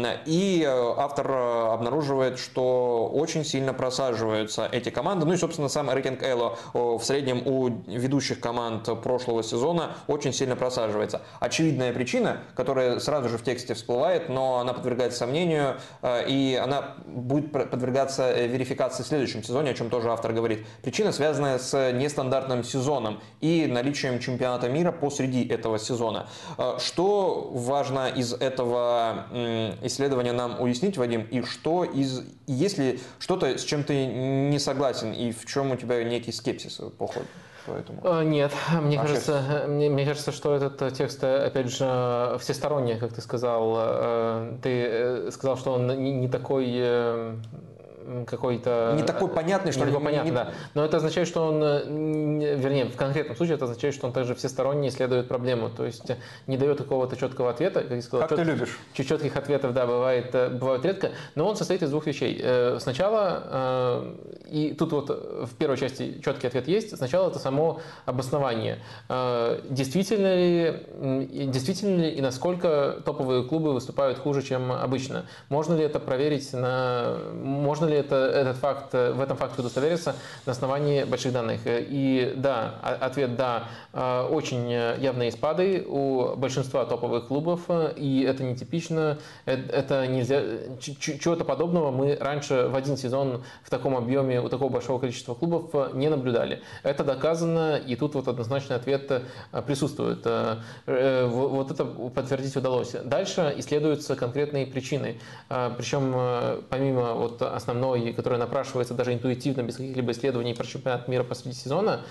И автор обнаруживает, что очень сильно просаживаются эти команды. Ну и, собственно, сам рейтинг Elo в среднем у ведущих команд прошлого сезона очень сильно просаживается. Очевидная причина, которая сразу же в тексте всплывает, но она подвергается сомнению, и она будет подвергаться верификации в следующем сезоне, о чем тоже автор говорит. Причина, связанная с нестандартным сезоном и наличием чемпионата мира посреди этого сезона. Что важно из этого исследования нам уяснить, Вадим, и что из, есть ли что-то, с чем ты не согласен, и в чем у тебя некий скепсис по ходу? Поэтому... Нет, мне кажется, мне, мне кажется, что этот текст, опять же, всесторонний, как ты сказал. Ты сказал, что он не, не такой какой-то... Не такой понятный, что ли? Не такой понятный, да. Но это означает, что он, вернее, в конкретном случае это означает, что он также всесторонне исследует проблему, то есть не дает какого-то четкого ответа. Как, я сказал, как чет... ты любишь. Четких ответов, да, бывает, бывает редко, но он состоит из двух вещей. Сначала, и тут вот в первой части четкий ответ есть, сначала это само обоснование. Действительно ли, действительно ли и насколько топовые клубы выступают хуже, чем обычно? Можно ли это проверить на... Можно ли это, этот факт, в этом факте удостовериться на основании больших данных? И да, ответ да, очень явные спады у большинства топовых клубов, и это нетипично, это нельзя, чего-то подобного мы раньше в один сезон в таком объеме у такого большого количества клубов не наблюдали. Это доказано, и тут вот однозначный ответ присутствует. Вот это подтвердить удалось. Дальше исследуются конкретные причины, причем помимо вот основного, которая напрашивается даже интуитивно, без каких-либо исследований про чемпионат мира посреди сезона,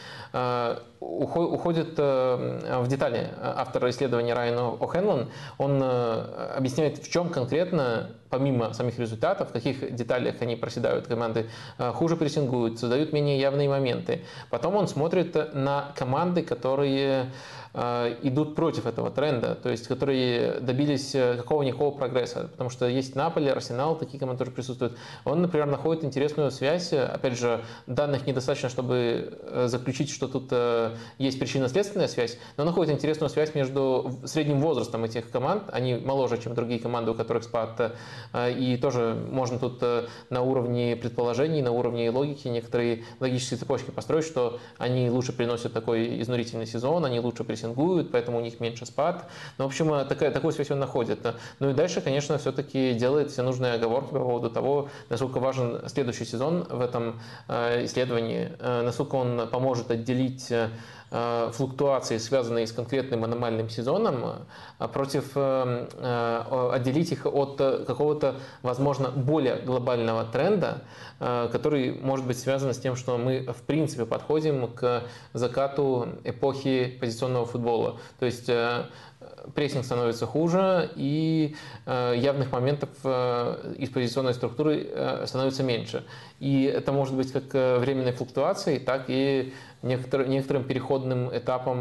уходит в детали автор исследования Райан О'Хенлон. Он объясняет, в чем конкретно, помимо самих результатов, в каких деталях они проседают, команды хуже прессингуют, создают менее явные моменты. Потом он смотрит на команды, которые идут против этого тренда, то есть которые добились какого-никакого прогресса, потому что есть Наполи, Арсенал, такие команды тоже присутствуют. Он, например, находит интересную связь, опять же, данных недостаточно, чтобы заключить, что тут есть причинно-следственная связь, но находит интересную связь между средним возрастом этих команд, они моложе, чем другие команды, у которых спад, и тоже можно тут на уровне предположений, на уровне логики некоторые логические цепочки построить, что они лучше приносят такой изнурительный сезон, они лучше прессингуют, поэтому у них меньше спад. Ну, в общем, такая, такую связь он находит. Ну и дальше, конечно, все-таки делает все нужные оговорки по поводу того, насколько важен следующий сезон в этом исследовании, насколько он поможет отделить флуктуации, связанные с конкретным аномальным сезоном, против отделить их от какого-то, возможно, более глобального тренда, который может быть связан с тем, что мы в принципе подходим к закату эпохи позиционного футбола. То есть прессинг становится хуже, и явных моментов из позиционной структуры становится меньше. И это может быть как временной флуктуацией, так и некоторым, некоторым переходным этапом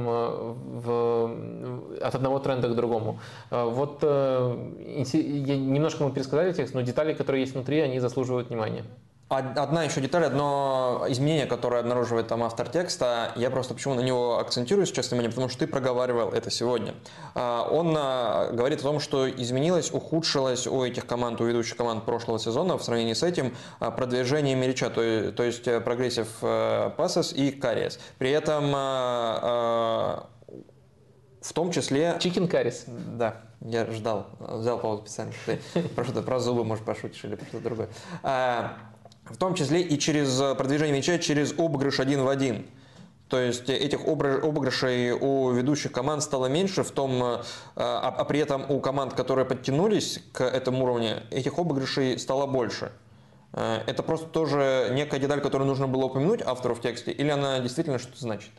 в, от одного тренда к другому. Вот я, немножко мы пересказали текст, но детали, которые есть внутри, они заслуживают внимания. Одна еще деталь, одно изменение, которое обнаруживает там автор текста, я просто почему на него акцентирую сейчас внимание, потому что ты проговаривал это сегодня. Он говорит о том, что изменилось, ухудшилось у этих команд, у ведущих команд прошлого сезона в сравнении с этим продвижение мяча, то есть прогрессив passes и carries. При этом в том числе... Chicken carries. Да, я ждал, взял паузу специально. Про что-то, про зубы, может, пошутишь или про что-то другое. В том числе и через продвижение мяча, через обыгрыш один в один. То есть этих обыгрышей у ведущих команд стало меньше, в том, а, а при этом у команд, которые подтянулись к этому уровню, этих обыгрышей стало больше. Это просто тоже некая деталь, которую нужно было упомянуть автору в тексте, или она действительно что-то значит?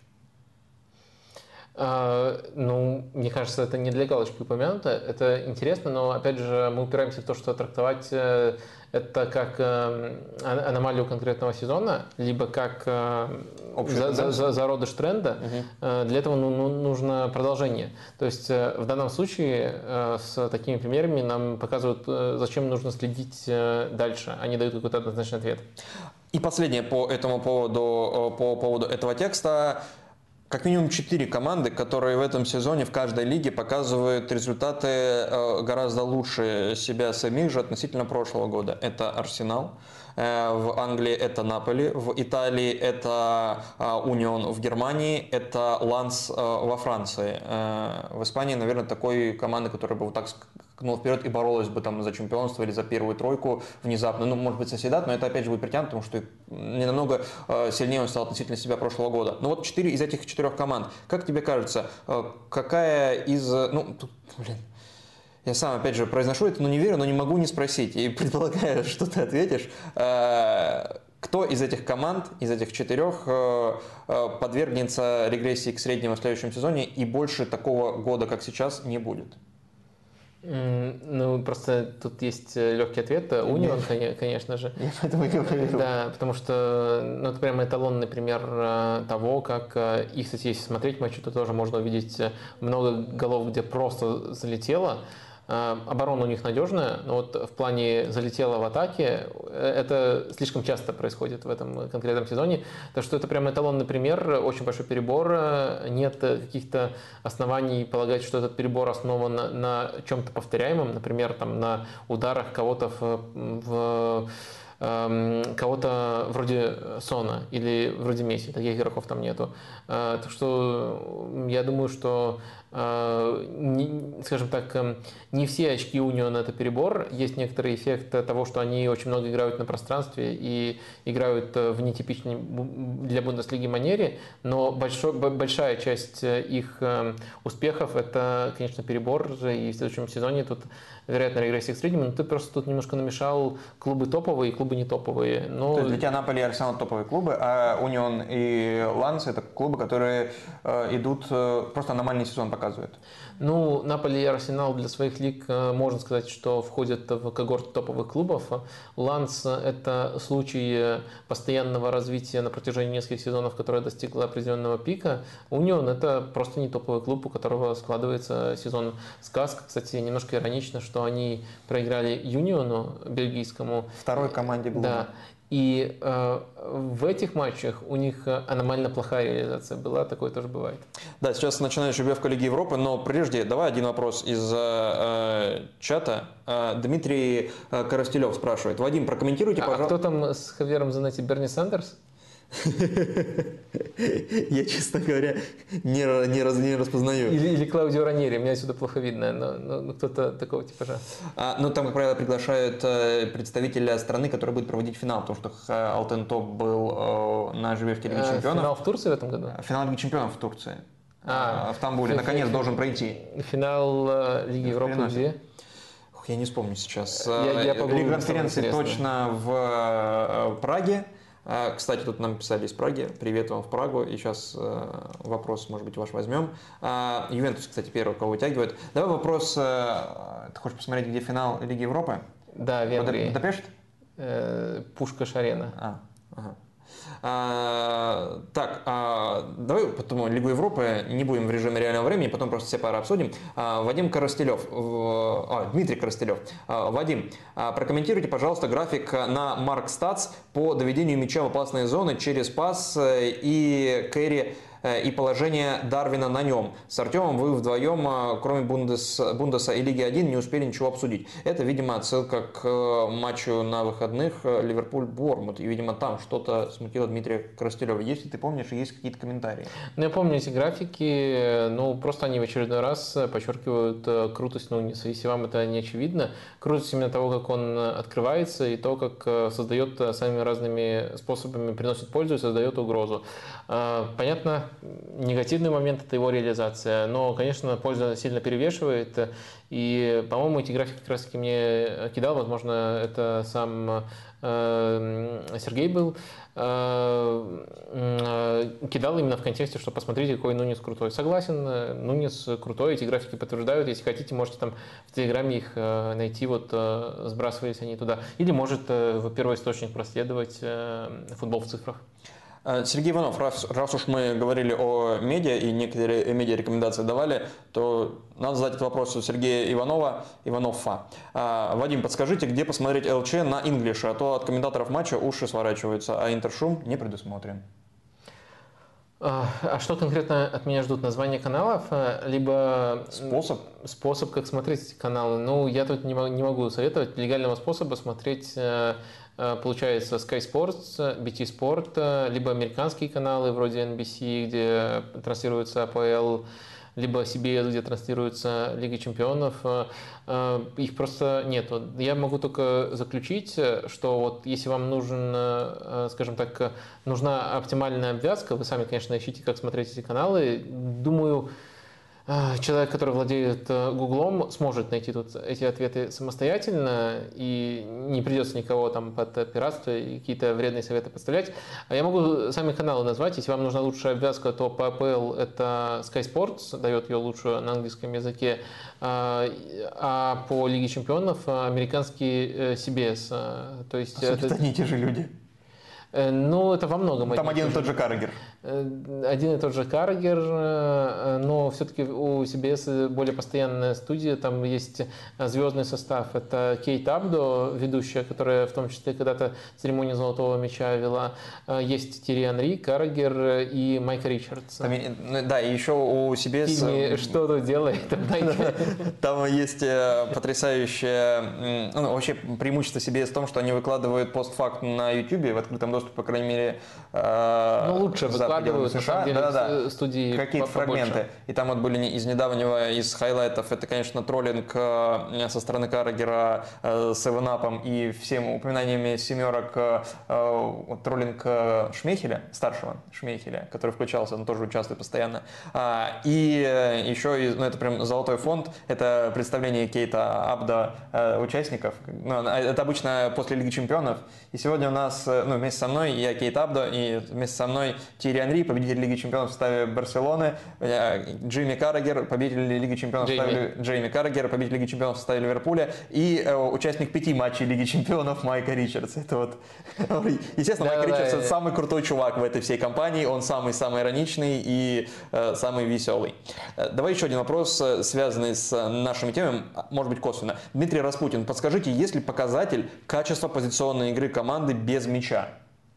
А, ну, мне кажется, это не для галочки упомянуто, это интересно, но, опять же, мы упираемся в то, что трактовать э, это как э, аномалию конкретного сезона, либо как э, за, за, за, зародыш тренда. Угу. Э, для этого ну, ну, нужно продолжение. То есть э, в данном случае э, с такими примерами нам показывают, э, зачем нужно следить э, дальше, они дают какой-то однозначный ответ. И последнее по этому поводу, по поводу этого текста. Как минимум четыре команды, которые в этом сезоне в каждой лиге показывают результаты гораздо лучше себя самих же относительно прошлого года. Это Арсенал, в Англии это Наполи, в Италии это Унион, в Германии это Ланс во Франции. В Испании, наверное, такой команды, которая бы вот так скакнула вперед и боролась бы там за чемпионство или за первую тройку внезапно. Ну, может быть, Соседат, но это опять же будет притянуто, потому что не намного сильнее он стал относительно себя прошлого года. Но вот четыре из этих четырех команд. Как тебе кажется, какая из... Ну, тут, блин, я сам, опять же, произношу это, но не верю, но не могу не спросить. И предполагаю, что ты ответишь. Кто из этих команд, из этих четырех, подвергнется регрессии к среднему в следующем сезоне и больше такого года, как сейчас, не будет? Ну, просто тут есть легкий ответ. Унион, конечно же. Я поэтому и говорю. Да, потому что ну, это прямо эталонный пример того, как их, кстати, если смотреть матчи, то тоже можно увидеть много голов, где просто залетело. Оборона у них надежная, но вот в плане залетела в атаке, это слишком часто происходит в этом конкретном сезоне. Так что это прям эталонный пример, очень большой перебор, нет каких-то оснований полагать, что этот перебор основан на, на чем-то повторяемом, например, там, на ударах кого-то в, в кого-то вроде Сона или вроде Месси, таких игроков там нету. Так что я думаю, что, скажем так, не все очки Униона это перебор. Есть некоторый эффект того, что они очень много играют на пространстве и играют в нетипичной для Бундеслиги манере, но большой, большая часть их успехов это, конечно, перебор, и в следующем сезоне тут вероятно регрессия к среднему, но ты просто тут немножко намешал клубы топовые и клубы не топовые. Но... То есть для тебя Наполи и Арсенал топовые клубы, а Унион и Ланс это клубы, которые э, идут, э, просто аномальный сезон показывают? Ну, Наполи и Арсенал для своих лиг, можно сказать, что входят в когорт топовых клубов. Ланс – это случай постоянного развития на протяжении нескольких сезонов, которое достигло определенного пика. Унион – это просто не топовый клуб, у которого складывается сезон. Сказка, кстати, немножко иронично, что они проиграли Юниону бельгийскому. Второй команде было. Да. И э, в этих матчах у них аномально плохая реализация была, такое тоже бывает. Да, сейчас начинается жеребьевка Лиги Европы, но прежде давай один вопрос из э, чата. Э, Дмитрий Коростелев спрашивает. Вадим, прокомментируйте, а, пожалуйста. А кто там с Хавьером Занетти, Берни Сандерс? Я, честно говоря, не, не, раз, не распознаю. Или, или Клаудио Раньери, меня отсюда плохо видно, но, но, но кто-то такого типажа. А, ну, там, как правило, приглашают э, представителя страны, который будет проводить финал, потому что э, Алтен Топ был э, на жеребьевке Лиги Чемпионов. Финал в Турции в этом году? Финал Лиги Чемпионов в Турции. А, в Стамбуле, наконец, фи- должен пройти. Финал Лиги Европы где? Я не вспомню сейчас. Я, я Лига конференции точно в э, Праге. Кстати, тут нам писали из Праги. Привет вам в Прагу. И сейчас э, вопрос, может быть, ваш возьмем. Э, Ювентус, кстати, первый, кого вытягивает. Давай вопрос. Э, ты хочешь посмотреть, где финал Лиги Европы? Да, Венгрии. Будапешт? Э, Пушкаш-арена. А, ага. А, так, а, давай потом Лигу Европы не будем в режиме реального времени, потом просто все пары обсудим. А, Вадим Коростелев, а, Дмитрий Коростелев. А, Вадим, а, прокомментируйте, пожалуйста, график на Марк Статс по доведению мяча в опасные зоны через пас и кэрри и положение Дарвина на нем. С Артемом вы вдвоем, кроме Бундес, Бундеса и Лиги один, не успели ничего обсудить. Это, видимо, отсылка к матчу на выходных Ливерпуль-Бормут. И, видимо, там что-то смутило Дмитрия Коростелева. Если ты помнишь, есть какие-то комментарии? Ну, я помню эти графики. Ну, просто они в очередной раз подчеркивают крутость Нунеса. Если вам это не очевидно, крутость именно того, как он открывается, и то, как создает самыми разными способами, приносит пользу и создает угрозу. Понятно, негативный момент – это его реализация, но, конечно, польза сильно перевешивает, и, по-моему, эти графики как раз-таки мне кидал, возможно, это сам Сергей был, кидал именно в контексте, что посмотрите, какой Нунес крутой. Согласен, Нунес крутой, эти графики подтверждают. Если хотите, можете там в Телеграме их найти, вот сбрасывались они туда. Или может в первоисточник проследовать футбол в цифрах. Сергей Иванов, раз, раз уж мы говорили о медиа и некоторые медиа-рекомендации давали, то надо задать этот вопрос у Сергея Иванова, Иванова. А, Вадим, подскажите, где посмотреть ЛЧ на инглише, а то от комментаторов матча уши сворачиваются, а интершум не предусмотрен. А что конкретно от меня ждут? Название каналов? Либо способ? Способ, как смотреть эти каналы. Ну, я тут не могу, не могу советовать. Легального способа смотреть... Получается Sky Sports, би ти Sport, либо американские каналы вроде эн би си, где транслируется АПЛ, либо си би эс, где транслируется Лига Чемпионов. Их просто нету. Я могу только заключить, что вот если вам нужен, скажем так, нужна оптимальная обвязка, вы сами, конечно, ищите, как смотреть эти каналы. Думаю, человек, который владеет Гуглом, сможет найти тут эти ответы самостоятельно, и не придется никого там под пиратство и какие-то вредные советы подставлять. А я могу сами каналы назвать. Если вам нужна лучшая обвязка, то по АПЛ это Sky Sports, дает ее лучше на английском языке, а по Лиге Чемпионов американский си би эс. То есть это одни и те же люди. Ну, это во многом. Там один и тот же Каррагер. Один и тот же Каррагер, но все-таки у си би эс более постоянная студия, там есть звездный состав. Это Кейт Абдо, ведущая, которая в том числе когда-то церемонию Золотого Мяча вела. Есть Тири Анри, Каррагер и Майк Ричардс. Там, да, и еще у си би эс... И что тут делает Майк? Там есть потрясающее... Ну, вообще преимущество си би эс в том, что они выкладывают постфакт на YouTube в открытом доступе, по крайней мере, ну, лучше выкладывают, в США, да, да, студии какие-то фрагменты. И там вот были из недавнего, из хайлайтов, это, конечно, троллинг со стороны Каррагера с Эвенапом и всем упоминаниями семерок, троллинг Шмейхеля, старшего Шмейхеля, который включался, он тоже участвует постоянно. И еще, ну, это прям золотой фонд, это представление Кейта Абда участников. Ну, это обычно после Лиги Чемпионов. И сегодня у нас, ну, вместе со мной, я Кейт Абдо, и вместе со мной Тири Анри, победитель Лиги Чемпионов в составе Барселоны, Джейми Каррагер, победитель Лиги Чемпионов в составе Джейми Каррагер, победитель Лиги Чемпионов в составе Ливерпуля, и э, участник пяти матчей Лиги Чемпионов Майка Ричардс. Это вот, естественно, Майк Ричардс это самый крутой чувак в этой всей компании, он самый-самый ироничный и э, самый веселый. Давай еще один вопрос, связанный с нашими темами, может быть косвенно. Дмитрий Распутин, подскажите, есть ли показатель качества позиционной игры команды без мяча?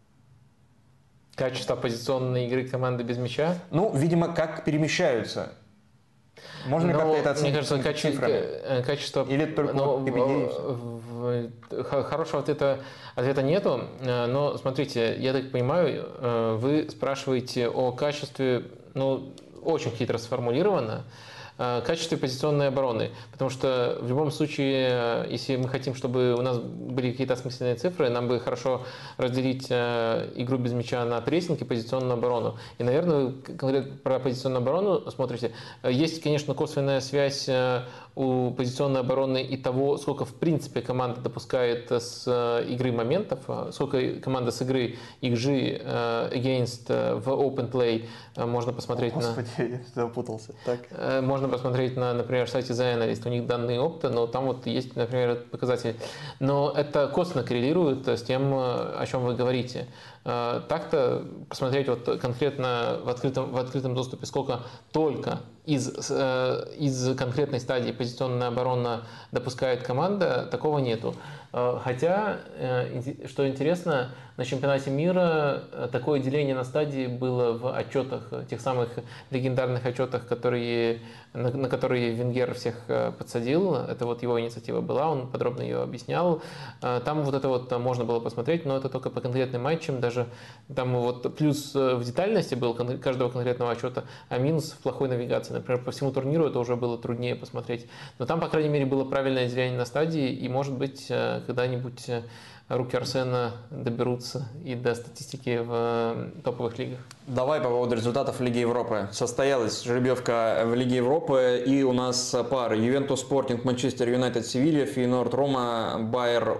Качество позиционной игры команды без мяча? Ну, видимо, как перемещаются. Можно ли как-то это оценить? Мне кажется, каче- качество... Или только но, вот в, в, хорошего ответа, ответа нету, но смотрите, я так понимаю, вы спрашиваете о качестве, ну, очень хитро сформулировано, качестве позиционной обороны. Потому что в любом случае, если мы хотим, чтобы у нас были какие-то осмысленные цифры, нам бы хорошо разделить игру без мяча на прессинг и позиционную оборону. И, наверное, вы конкретно про позиционную оборону смотрите. Есть, конечно, косвенная связь у позиционной обороны и того, сколько в принципе команда допускает с игры моментов, сколько команда с игры икс джи against в open play можно посмотреть. Господи, на... я запутался. Так. Можно посмотреть на, например, сайте The Analyst, у них данные опыта, но там вот есть, например, этот показатель. Но это косвенно коррелирует с тем, о чем вы говорите. Так-то посмотреть вот конкретно в открытом, в открытом доступе, сколько только из, из конкретной стадии позиционная оборона допускает команда, такого нету. Хотя, что интересно, на чемпионате мира такое деление на стадии было в отчетах, тех самых легендарных отчетах, которые, на, на которые Венгер всех подсадил. Это вот его инициатива была, он подробно ее объяснял. Там вот это вот можно было посмотреть, но это только по конкретным матчам. Даже там вот плюс в детальности был каждого конкретного отчета, а минус в плохой навигации. Например, по всему турниру это уже было труднее посмотреть. Но там, по крайней мере, было правильное деление на стадии, и, может быть, когда-нибудь руки Арсена доберутся и до статистики в топовых лигах. Давай по поводу результатов Лиги Европы. Состоялась жеребьевка в Лиге Европы, и у нас пары: Ювентус Спортинг, Манчестер Юнайтед Севилья, Фейнорд Рома, Байер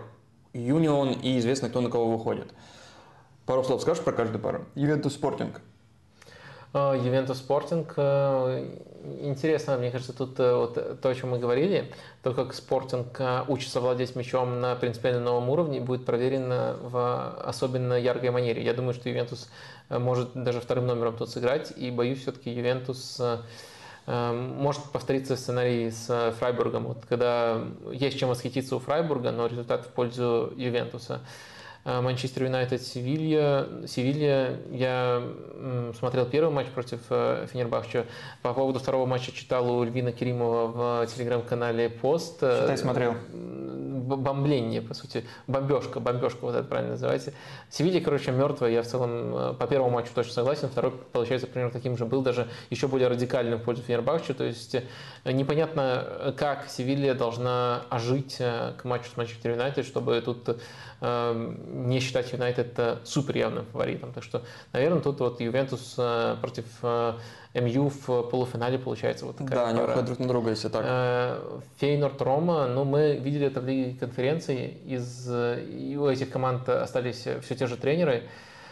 Юнион и известно, кто на кого выходит. Пару слов скажешь про каждую пару? Ювентус Спортинг. Ювентус Спортинг. Интересно, мне кажется, тут вот то, о чем мы говорили, то, как Спортинг учится владеть мячом на принципиально новом уровне, будет проверено в особенно яркой манере. Я думаю, что Ювентус может даже вторым номером тут сыграть, и боюсь, все-таки Ювентус может повториться сценарий с Фрайбургом, вот, когда есть чем восхититься у Фрайбурга, но результат в пользу Ювентуса. Манчестер Юнайтед, Севилья. Севилья, я смотрел первый матч против Фенербахче. По поводу второго матча читал у Эльвина Керимова в телеграм-канале пост. Считай, смотрел. Бомбление, по сути. Бомбежка, бомбежка, вот это правильно называется. Севилья, короче, мертвая. Я в целом по первому матчу точно согласен. Второй, получается, примерно таким же был, даже еще более радикальным в пользу Фенербахче. То есть непонятно, как Севилья должна ожить к матчу с Манчестер Юнайтед, чтобы тут не считать Юнайтед супер явным фаворитом. Так что, наверное, тут вот Ювентус против МЮ в полуфинале получается вот такая Да, пара. они выходят друг на друга, если так. Фейнорд, Рома, ну, мы видели это в Лиге конференции. Из, и у этих команд остались все те же тренеры.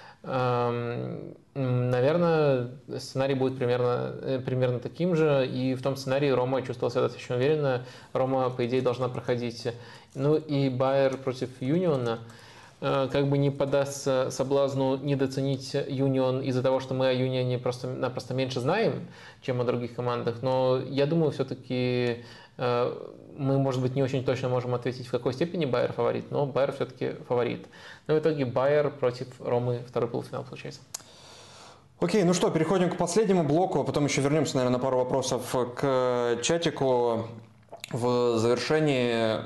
Наверное, сценарий будет примерно, примерно таким же. И в том сценарии Рома чувствовал себя достаточно уверенно. Рома, по идее, должна проходить. Ну и Байер против Юниона. Как бы не поддастся соблазну недооценить Юнион из-за того, что мы о Юнионе просто-напросто меньше знаем, чем о других командах. Но я думаю, все-таки мы, может быть, не очень точно можем ответить, в какой степени Байер фаворит, но Байер все-таки фаворит. Но в итоге Байер против Ромы, второй полуфинал получается. Окей, ну что, переходим к последнему блоку, а потом еще вернемся, наверное, на пару вопросов к чатику. В завершении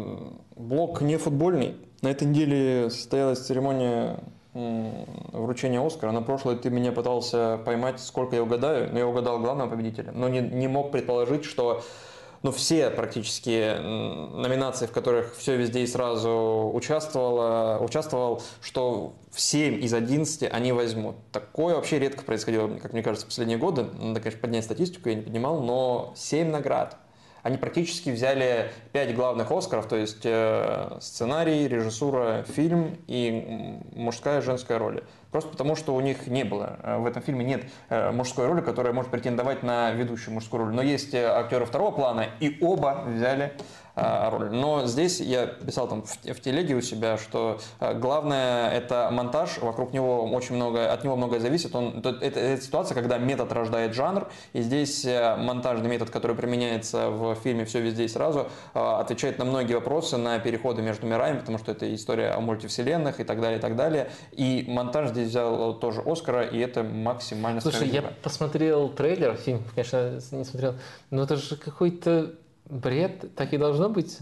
блок не футбольный. На этой неделе состоялась церемония вручения Оскара. На прошлой ты меня пытался поймать, сколько я угадаю, но я угадал главного победителя. Но не, не мог предположить, что ну, все практически номинации, в которых все везде и сразу участвовало, участвовал, что в семь из одиннадцати они возьмут. Такое вообще редко происходило, как мне кажется, в последние годы. Надо, конечно, поднять статистику, я не поднимал, но семь наград. Они практически взяли пять главных Оскаров, то есть э, сценарий, режиссура, фильм и мужская и женская роли. Просто потому, что у них не было, в этом фильме нет э, мужской роли, которая может претендовать на ведущую мужскую роль. Но есть актеры второго плана, и оба взяли э, роль. Но здесь я писал там в, в телеге у себя, что э, главное это монтаж, вокруг него очень много, от него многое зависит. Он, это, это, это ситуация, когда метод рождает жанр, и здесь э, монтажный метод, который применяется в фильме «Все везде и сразу», отвечает на многие вопросы, на переходы между мирами, потому что это история о мультивселенных и так далее, и так далее. И монтаж здесь взял тоже Оскара, и это максимально Слушай, справедливо. я посмотрел трейлер, фильм, конечно, не смотрел, но это же какой-то бред, так и должно быть.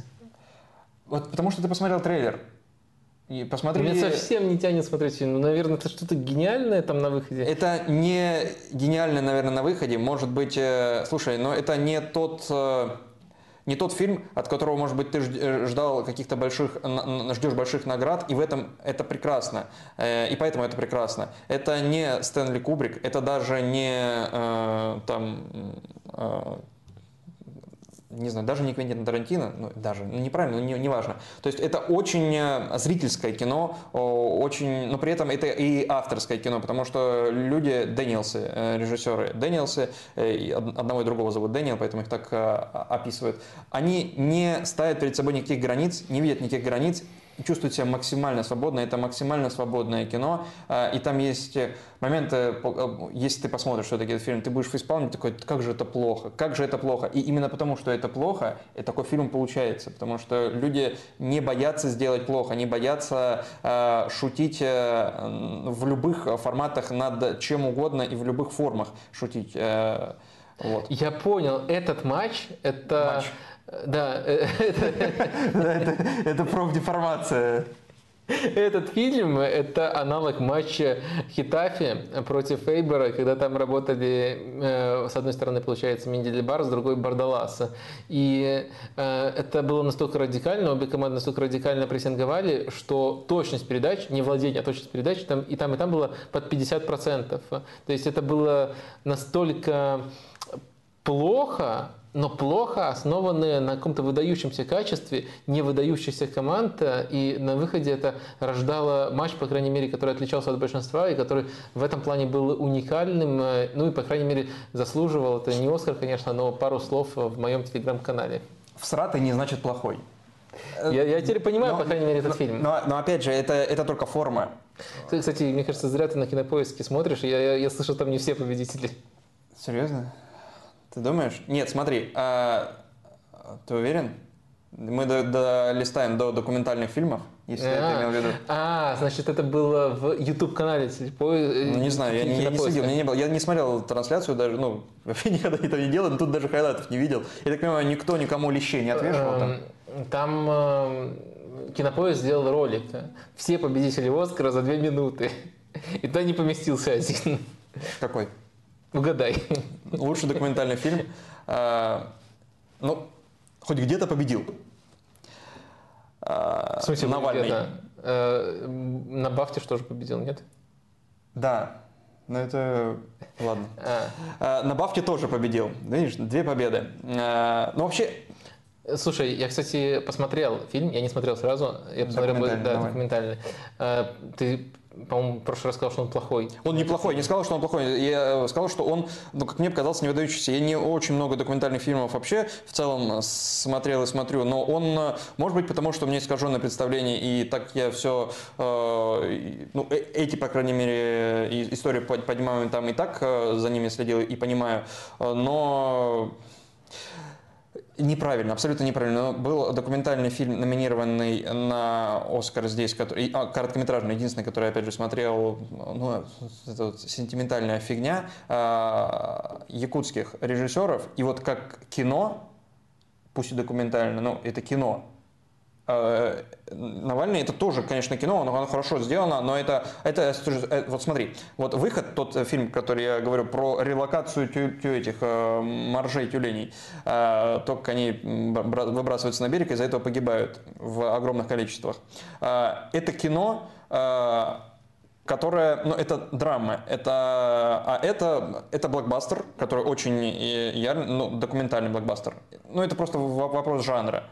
Вот потому что ты посмотрел трейлер. И посмотри... Меня совсем не тянет смотреть фильм. Ну, наверное, это что-то гениальное там на выходе. Это не гениальное, наверное, на выходе. Может быть, э, слушай, но это не тот, э, не тот фильм, от которого, может быть, ты ждал каких-то больших, ждешь больших наград, и в этом это прекрасно. Э, и поэтому это прекрасно. Это не Стэнли Кубрик, это даже не э, там... Э, не знаю, даже не Квентин Тарантино, ну, даже, ну, неправильно, но не, не важно. То есть это очень зрительское кино, очень, но при этом это и авторское кино, потому что люди, Дэниелсы, режиссеры Дэниелсы, одного и другого зовут Дэниел, поэтому их так описывают, они не ставят перед собой никаких границ, не видят никаких границ, чувствуют себя максимально свободно. Это максимально свободное кино. И там есть моменты, если ты посмотришь все-таки этот фильм, ты будешь фейспалмить такой, как же это плохо, как же это плохо. И именно потому, что это плохо, и такой фильм получается. Потому что люди не боятся сделать плохо, не боятся э, шутить э, в любых форматах над чем угодно и в любых формах шутить. Э, вот. Я понял, этот матч, это... Матч. Да, это профдеформация. Этот фильм – это аналог матча Хетафе против Эйбера, когда там работали, с одной стороны, получается, Менделебар, с другой – Бардаласа. И это было настолько радикально, обе команды настолько радикально прессинговали, что точность передач, не владение, а точность передач, там, и там, и там было под пятьдесят процентов. То есть это было настолько плохо, но плохо основанные на каком-то выдающемся качестве, не выдающихся команд, и на выходе это рождало матч, по крайней мере, который отличался от большинства, и который в этом плане был уникальным, ну и, по крайней мере, заслуживал, это не Оскар, конечно, но пару слов в моем телеграм-канале. Всратый не значит плохой. Я, я теперь понимаю, но, по крайней мере, этот но, фильм. Но, но опять же, это, это только форма. Ты, кстати, мне кажется, зря ты на Кинопоиске смотришь, я, я, я слышу, там не все победители. Серьезно? Ты думаешь? Нет, смотри, а, ты уверен? Мы до, до, листаем до документальных фильмов, если а, это имел в виду. А, значит, это было в YouTube-канале. Ну, не знаю, я не, я не следил, мне не было, я не смотрел трансляцию даже, ну, вообще никогда этого не делал, но тут даже хайлайтов не видел. Я так понимаю, никто никому лещей не отвешивал там? Там Кинопоиск сделал ролик. Все победители Оскара за две минуты. И туда не поместился один. Какой? Угадай. Лучший документальный фильм. А, ну, хоть где-то победил. А, в смысле, Навальный. А, на Бафте что же победил, нет? Да. Но это... Ладно. А. А, на Бафте тоже победил. Видишь, две победы. А, ну, вообще... Слушай, я, кстати, посмотрел фильм. Я не смотрел сразу. Я посмотрел документальный. Да, документальный. А, ты... По-моему, в прошлый раз сказал, что он плохой. Он неплохой. Я не сказал, что он плохой. Я сказал, что он, ну, как мне показалось, не выдающийся. Я не очень много документальных фильмов вообще в целом смотрел и смотрю, но он, может быть, потому что у меня искаженное представление, и так я все, э, ну, эти, по крайней мере, истории поднимаю там и так за ними следил и понимаю, но... Неправильно, абсолютно неправильно. Был документальный фильм, номинированный на Оскар здесь, который, а, короткометражный, единственный, который я опять же смотрел, ну, это вот сентиментальная фигня, а, якутских режиссеров. И вот как кино, пусть и документально, но это кино. А, Навальный это тоже, конечно, кино, оно, оно хорошо сделано, но это, это, вот смотри, вот «Выход», тот фильм, который я говорю про релокацию тю, тю этих э, моржей, тюленей, э, то, как они выбрасываются на берег и из-за этого погибают в огромных количествах. Э, это кино, э, которое, ну, это драма, это, а это, это блокбастер, который очень яркий, ну, документальный блокбастер. Ну, это просто вопрос жанра.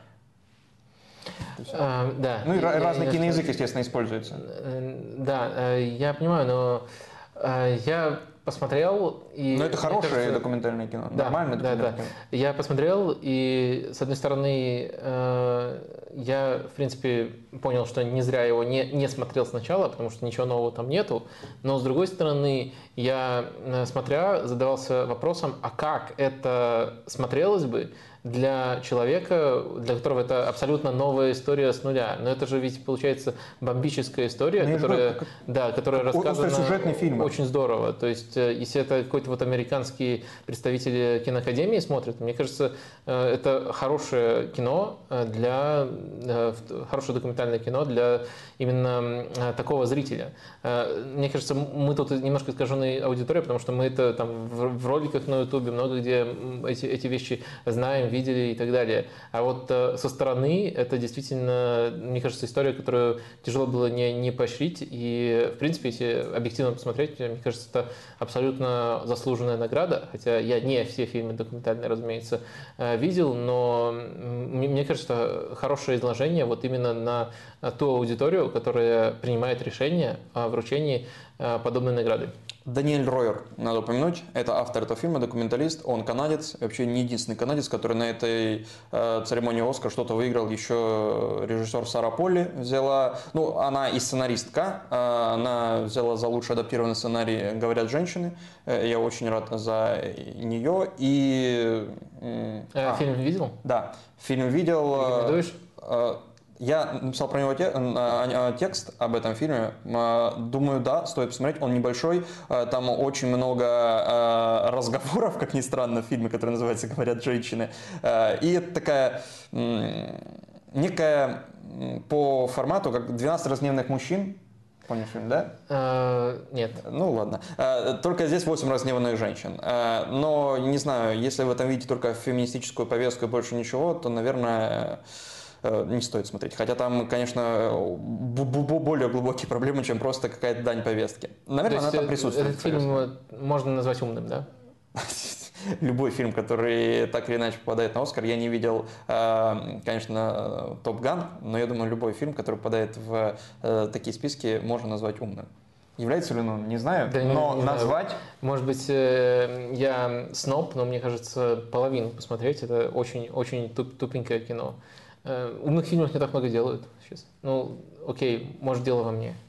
А, да. Ну и я, разный я, киноязык, я, естественно, используется. Да, я понимаю, но я посмотрел и... Но это хорошее кажется, документальное кино, да, нормальное да, документальное да. кино. Я посмотрел, и с одной стороны, я, в принципе, понял, что не зря его не, не смотрел сначала, потому что ничего нового там нету, но с другой стороны, я, смотря, задавался вопросом, а как это смотрелось бы для человека, для которого это абсолютно новая история с нуля. Но это же ведь получается бомбическая история, ну, которая, как... да, которая рассказана фильм. Очень здорово. То есть, если это какой-то вот американский представитель киноакадемии смотрит, мне кажется, это хорошее кино для хорошее документальное кино для именно такого зрителя. Мне кажется, мы тут немножко искаженной аудитория, потому что мы это там в роликах на Ютубе много где эти, эти вещи знаем, видели и так далее. А вот со стороны это действительно, мне кажется, история, которую тяжело было не, не поощрить. И, в принципе, если объективно посмотреть, мне кажется, это абсолютно заслуженная награда. Хотя я не все фильмы документальные, разумеется, видел, но мне кажется, это хорошее изложение вот именно на ту аудиторию, которая принимает решение о вручении подобной награды. Даниэль Ройер, надо упомянуть, это автор этого фильма, документалист, он канадец, вообще не единственный канадец, который на этой э, церемонии Оскар что-то выиграл, еще режиссер Сара Полли взяла, ну, она и сценаристка, э, она взяла за лучший адаптированный сценарий «Говорят женщины», э, я очень рад за нее, и... Э, а, фильм видел? Да, фильм видел. Рекомендуешь? Э, Я написал про него текст об этом фильме. Думаю, да, стоит посмотреть. Он небольшой. Там очень много разговоров, как ни странно, в фильме, который называется «Говорят женщины». И это такая некая по формату, как «двенадцать разгневанных мужчин». Помнишь фильм, да? Uh, нет. Ну ладно. Только здесь восемь разгневанных женщин. Но, не знаю, если вы там видите только феминистическую повестку и больше ничего, то, наверное... не стоит смотреть. Хотя там, конечно, более глубокие проблемы, чем просто какая-то дань повестки. Наверное, она там присутствует. Этот фильм можно назвать умным, да? любой фильм, который так или иначе попадает на Оскар. Я не видел, конечно, Топ Ган, но я думаю, любой фильм, который попадает в такие списки, можно назвать умным. Является ли он, не знаю, Да, но не, не назвать... Знаю. Может быть, я сноб, но мне кажется, половину посмотреть, это очень, очень туп, тупенькое кино. Умных фильмов не так много делают сейчас. Ну, окей, может, дело во мне.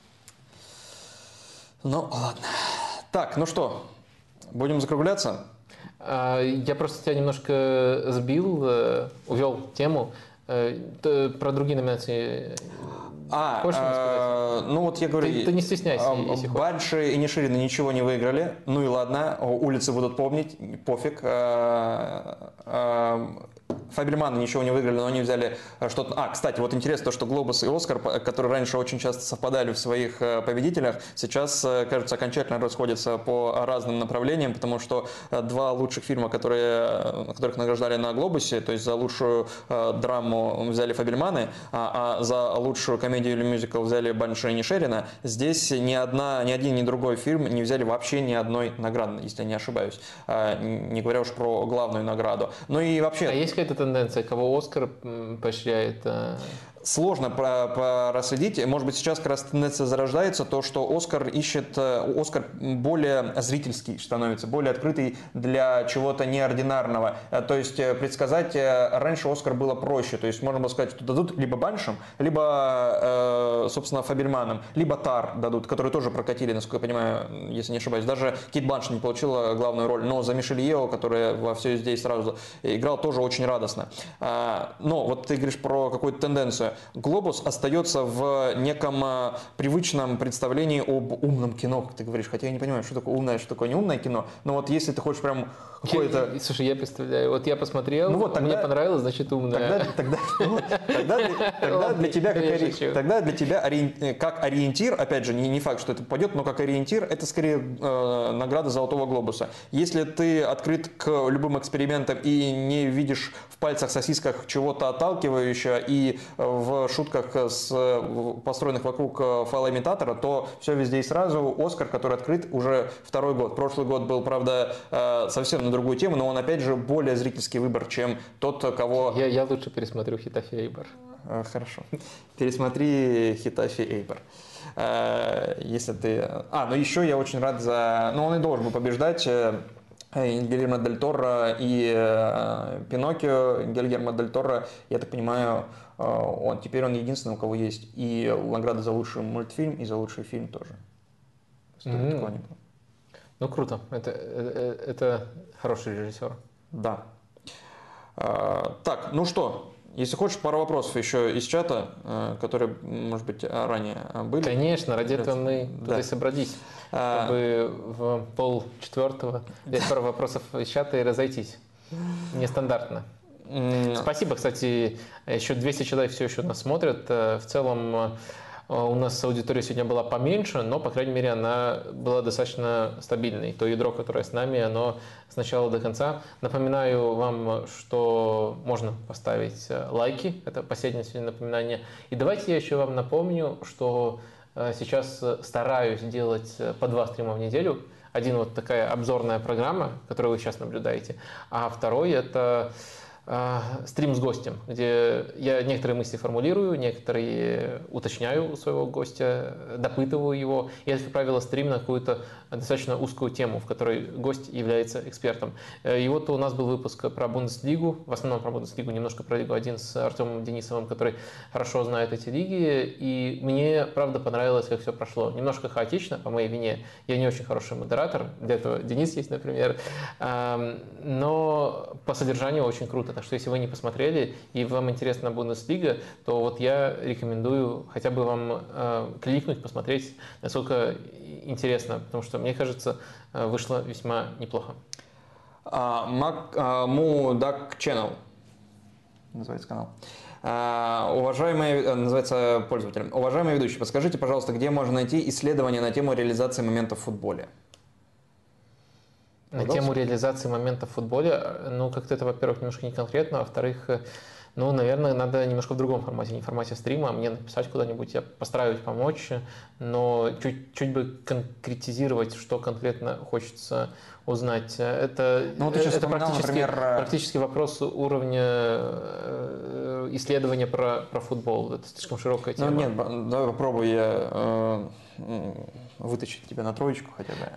Ну, ладно. Так, ну что, будем закругляться? Я просто тебя немножко сбил, увел тему. Про другие номинации. А, э, ну вот я говорю, ты, ты не стесняйся, э, если Банши и Ниширина ничего не выиграли, ну и ладно, улицы будут помнить, пофиг. Э, э, Фабельманы ничего не выиграли, но они взяли что-то... А, кстати, вот интересно то, что Глобус и Оскар, которые раньше очень часто совпадали в своих победителях, сейчас, кажется, окончательно расходятся по разным направлениям, потому что два лучших фильма, которые, которых награждали на Глобусе, то есть за лучшую драму взяли Фабельманы, а, а за лучшую комедию или мюзикл взяли Банши и Ниширина, здесь ни, одна, ни один, ни другой фильм не взяли вообще ни одной награды, если я не ошибаюсь, не говоря уж про главную награду. Ну и вообще... А есть какая-то тенденция, кого Оскар поощряет? Сложно проследить. Может быть, сейчас как раз тенденция зарождается, то, что Оскар ищет, Оскар более зрительский становится, более открытый для чего-то неординарного. То есть предсказать раньше Оскар было проще. То есть можно было сказать, что дадут либо Баншам, либо, собственно, Фабельманам, либо Тар дадут, которые тоже прокатили, насколько я понимаю, если не ошибаюсь. Даже Кейт Бланшетт не получила главную роль, но за Мишель Йео, которая во «Все здесь» сразу играл, тоже очень радостно. Но вот ты говоришь про какую-то тенденцию. Глобус остается в неком привычном представлении об умном кино, как ты говоришь. Хотя я не понимаю, что такое умное, что такое не умное кино. Но вот если ты хочешь прям какое-то... Слушай, я представляю, вот я посмотрел, ну, вот тогда, мне понравилось, значит умное. Тогда, тогда, ну, тогда, для, тогда для тебя, как, ори... тогда для тебя ори... как ориентир, опять же, не, не факт, что это попадет, но как ориентир, это скорее э, награда Золотого Глобуса. Если ты открыт к любым экспериментам и не видишь в пальцах, сосисках чего-то отталкивающего и в шутках, с, построенных вокруг фалоимитатора, то все везде и сразу. Оскар, который открыт уже второй год. Прошлый год был, правда, совсем на другую тему, но он, опять же, более зрительский выбор, чем тот, кого... Я, я лучше пересмотрю Хитафи Эйбор. Хорошо. Пересмотри Хитафи Эйбор. Если ты... А, ну еще я очень рад за... Ну, он и должен был побеждать. Гильермо Дель Торо и Пиноккио. Гильермо Дель Торо, я так понимаю, он, теперь он единственный, у кого есть и награда за лучший мультфильм, и за лучший фильм тоже. Mm-hmm. Такого не было. Ну, круто. Это, это, это хороший режиссер. Да. А, так, ну что, если хочешь, пару вопросов еще из чата, которые, может быть, ранее были. Конечно, ради этого мы да. тут и собрались, а... чтобы в пол четвертого взять пару вопросов из чата и разойтись. Нестандартно. Спасибо, кстати, еще двести человек все еще нас смотрят. В целом у нас аудитория сегодня была поменьше, но, по крайней мере, она была достаточно стабильной. То ядро, которое с нами, оно с начала до конца. Напоминаю вам, что можно поставить лайки. Это последнее сегодня напоминание. И давайте я еще вам напомню, что сейчас стараюсь делать по два стрима в неделю. Один вот такая обзорная программа, которую вы сейчас наблюдаете, а второй это стрим с гостем, где я некоторые мысли формулирую, некоторые уточняю у своего гостя, допытываю его. И это, как правило, стрим на какую-то достаточно узкую тему, в которой гость является экспертом. И вот у нас был выпуск про Бундеслигу, в основном про Бундеслигу, немножко про Лигу один с Артемом Денисовым, который хорошо знает эти лиги. И мне, правда, понравилось, как все прошло. Немножко хаотично, по моей вине. Я не очень хороший модератор, для этого Денис есть, например. Но по содержанию очень круто. Так что если вы не посмотрели и вам интересна Бундеслига, то вот я рекомендую хотя бы вам э, кликнуть, посмотреть, насколько интересно, потому что, мне кажется, вышло весьма неплохо. Мудак Channel называется канал. Uh, уважаемые, называется пользователь. Уважаемые ведущие, подскажите, пожалуйста, где можно найти исследования на тему реализации моментов в футболе? На тему реализации моментов в футболе, ну, как-то это, во-первых, немножко не конкретно, а во-вторых, Ну, наверное, надо немножко в другом формате, не в формате стрима, а мне написать куда-нибудь, я постараюсь помочь, но чуть, чуть бы конкретизировать, что конкретно хочется узнать. Это, Ну, вот ты сейчас это вспоминал, практически, например, практически вопрос уровня э, исследования про, про футбол. Это слишком широкая тема. Ну нет, давай попробую я э, вытащить тебя на троечку хотя бы.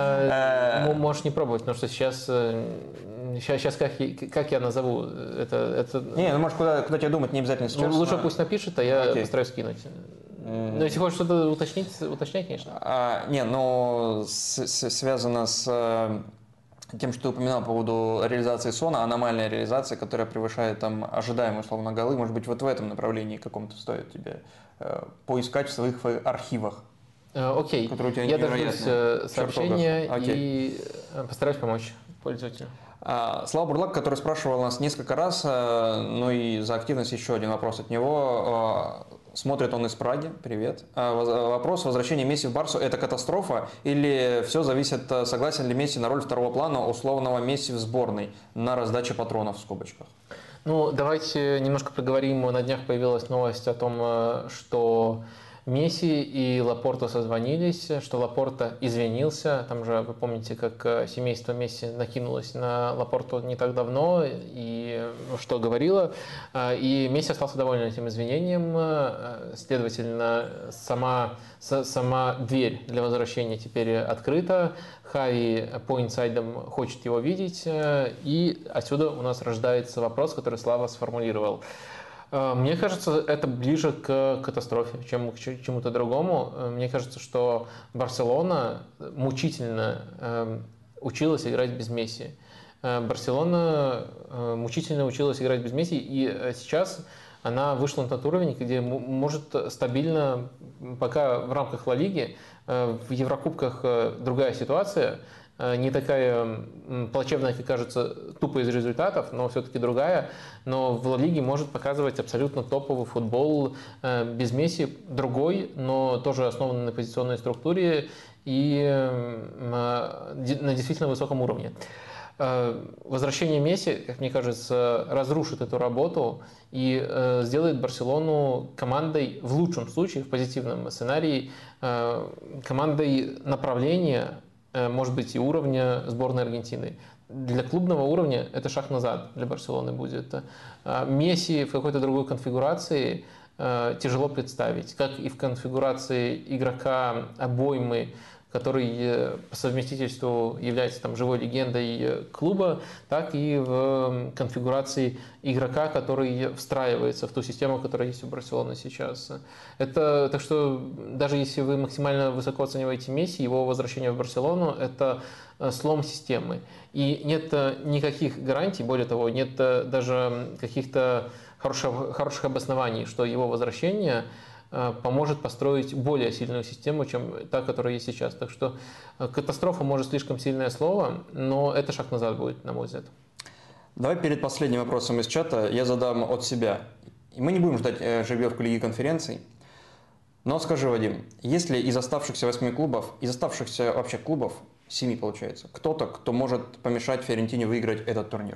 Да, можешь не пробовать, потому что сейчас, сейчас, сейчас как, я- как я назову это, это Не, ну может куда, куда тебе думать, не обязательно ну, сейчас. лучше а- пусть напишет, а я Окей. постараюсь скинуть. Но если хочешь что-то уточнить, уточняй, конечно. А, не, но с- с- связано с э, тем, что ты упоминал по поводу реализации Сона, аномальная реализация, которая превышает там ожидаемые условно голы. Может быть, вот в этом направлении каком-то стоит тебе э, поискать в своих фа- архивах. Э, Окей, Которые у тебя я дождусь невероятные. э, В сообщения чертогах. Окей. и э, постараюсь помочь пользователю. А, Слава Бурлак, который спрашивал нас несколько раз, э, ну и за активность еще один вопрос от него. Э, Смотрит он из Праги, привет. А, воз- Вопрос: возвращение Месси в Барсу – это катастрофа или все зависит, э, согласен ли Месси на роль второго плана условного Месси в сборной на раздаче патронов в скобочках? Ну, давайте немножко проговорим. На днях появилась новость о том, э, что Месси и Лапорта созвонились, что Лапорта извинился. Там же, вы помните, как э, семейство Месси накинулось на Лапорту не так давно и э, что говорило. Э, И Месси остался доволен этим извинением. Э, Следовательно, сама, с- сама дверь для возвращения теперь открыта. Хави по инсайдам хочет его видеть, э, и отсюда у нас рождается вопрос, который Слава сформулировал. Э, Мне кажется, это ближе к катастрофе, чем к ч- чему-то другому. Э, Мне кажется, что Барселона мучительно э, училась играть без Месси. Э, Барселона э, мучительно училась играть без Месси, и э, сейчас она вышла на тот уровень, где м- может стабильно, м, пока в рамках Ла Лиги, э, в Еврокубках э, другая ситуация, э, не такая м, плачевная, как кажется, тупо из результатов, но все-таки другая. Но в Ла Лиге может показывать абсолютно топовый футбол э, без Месси, другой, но тоже основанный на позиционной структуре и э, ди- на действительно высоком уровне. Э, Возвращение Месси, как мне кажется, разрушит эту работу и э, сделает Барселону командой, в лучшем случае, в позитивном сценарии, э, командой направления, э, может быть, и уровня сборной Аргентины. Для клубного уровня это шаг назад для Барселоны будет. А Месси в какой-то другой конфигурации э, тяжело представить, как и в конфигурации игрока обоймы, который э, по совместительству является там живой легендой э, клуба, так и в м, конфигурации игрока, который встраивается в ту систему, которая есть у Барселоны сейчас. Это, так что даже если вы максимально высоко оцениваете Месси, его возвращение в Барселону – это э, слом системы. И нет э, никаких гарантий, более того, нет э, даже каких-то хороших, хороших обоснований, что его возвращение э, поможет построить более сильную систему, чем та, которая есть сейчас. Так что э, катастрофа, может, слишком сильное слово, но это шаг назад будет, на мой взгляд. Давай перед последним вопросом из чата я задам от себя. И мы не будем ждать э, жеребьевку Лиги конференций. Но скажи, Вадим, есть ли из оставшихся восьми клубов, из оставшихся вообще клубов, семи получается, кто-то, кто может помешать Фиорентине выиграть этот турнир?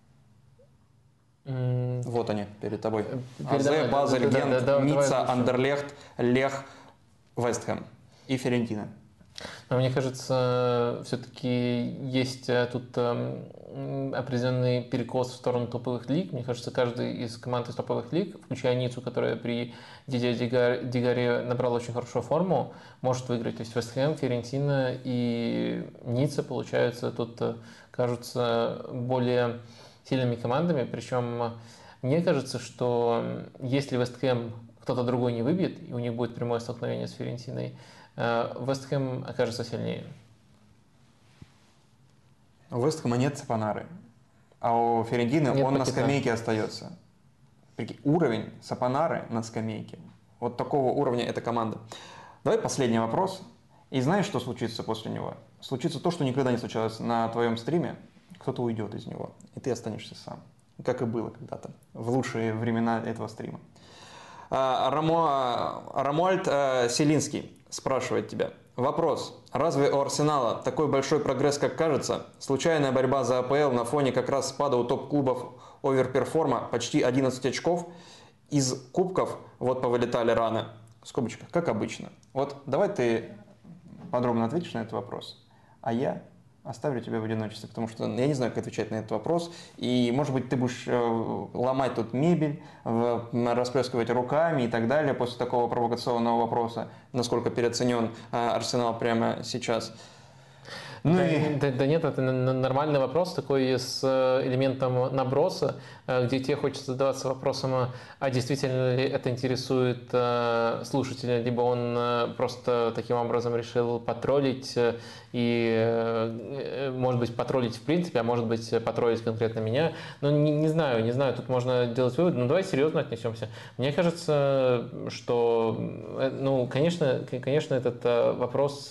М, Вот они, перед тобой. перед- Азе, Базель, да, да, Гент, да, да, давай Ницца, озвучу. Андерлехт, Лех, Вестхэм и Фиорентина. Но мне кажется, все-таки есть э, тут эм, определенный перекос в сторону топовых лиг. Мне кажется, каждый из команд из топовых лиг, включая Ниццу, которая при Дидье Дига- Дигаре набрала очень хорошую форму, может выиграть. То есть Вест Хэм, Фиорентина и Ницца, получается, тут э, кажутся более сильными командами. Причем мне кажется, что если Вест Хэм кто-то другой не выбьет, и у них будет прямое столкновение с Фиорентиной, Вест Хэм окажется сильнее. У Вестхэма нет Сапонары, а у Фиорентины Нет он на Пакета. скамейке остается. Прикинь, уровень Сапонары на скамейке. Вот такого уровня эта команда. Давай последний вопрос. И знаешь, что случится после него? Случится то, что никогда не случалось на твоем стриме. Кто-то уйдет из него, и ты останешься сам. Как и было когда-то, в лучшие времена этого стрима. А, Рамо, Рамуальд а, Селинский спрашивает тебя. Вопрос. Разве у Арсенала такой большой прогресс, как кажется? Случайная борьба за АПЛ на фоне как раз спада у топ-клубов оверперформа почти одиннадцать очков. Из кубков вот повылетали рано. В скобочках, как обычно. Вот давай ты подробно ответишь на этот вопрос, а я оставлю тебя в одиночестве, потому что я не знаю, как отвечать на этот вопрос. И, может быть, ты будешь ломать тут мебель, расплескивать руками и так далее после такого провокационного вопроса, насколько переоценен Арсенал прямо сейчас. Ну да, и... да, да нет, это нормальный вопрос, такой с элементом наброса, где тебе хочется задаваться вопросом, а действительно ли это интересует слушателя, либо он просто таким образом решил потроллить и, может быть, потроллить в принципе, а может быть, потроллить конкретно меня. Ну, не, не знаю, не знаю, тут можно делать вывод, но давай серьезно отнесемся. Мне кажется, что, ну, конечно, конечно, этот вопрос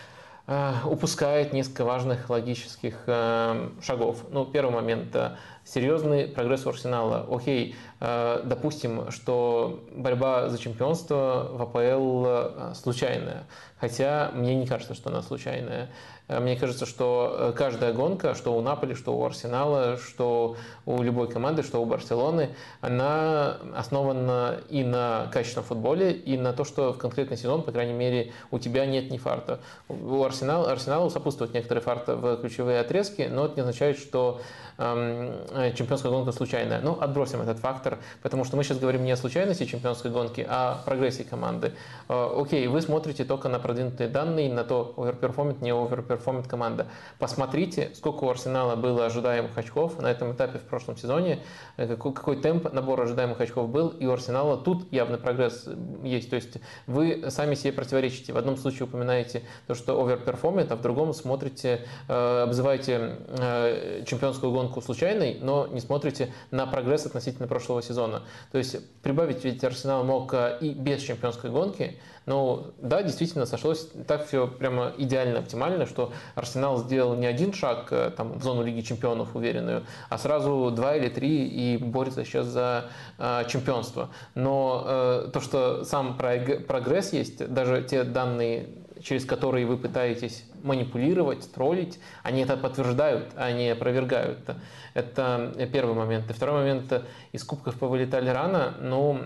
упускает несколько важных логических э, шагов. Ну, первый момент. Серьезный прогресс у Арсенала. Окей, э, допустим, что борьба за чемпионство в АПЛ случайная. Хотя мне не кажется, что она случайная. Мне кажется, что каждая гонка, что у Наполи, что у Арсенала, что у любой команды, что у Барселоны, она основана и на качественном футболе, и на то, что в конкретный сезон, по крайней мере, у тебя нет ни фарта. У Арсенала, Арсеналу сопутствует некоторые фарты в ключевые отрезки, но это не означает, что эм, чемпионская гонка случайная. Ну, отбросим этот фактор, потому что мы сейчас говорим не о случайности чемпионской гонки, а о прогрессе команды. Э, окей, вы смотрите только на продвинутые данные, на то, оверперформит, не оверперформит команда. Посмотрите, сколько у Арсенала было ожидаемых очков на этом этапе в прошлом сезоне, какой, какой темп набора ожидаемых очков был, и у Арсенала тут явный прогресс есть. То есть вы сами себе противоречите. В одном случае упоминаете то, что оверперформит, а в другом смотрите, э, обзываете э, чемпионскую гонку случайной, но не смотрите на прогресс относительно прошлого сезона. То есть прибавить ведь Арсенал мог и без чемпионской гонки. Но да, действительно сошлось так все прямо идеально, оптимально, что Арсенал сделал не один шаг там, в зону Лиги Чемпионов уверенную, а сразу два или три и борется сейчас за э, чемпионство. Но э, то, что сам прогресс есть, даже те данные, через которые вы пытаетесь манипулировать, троллить, они это подтверждают, а не опровергают. Это первый момент. И второй момент, из кубков повылетали рано, но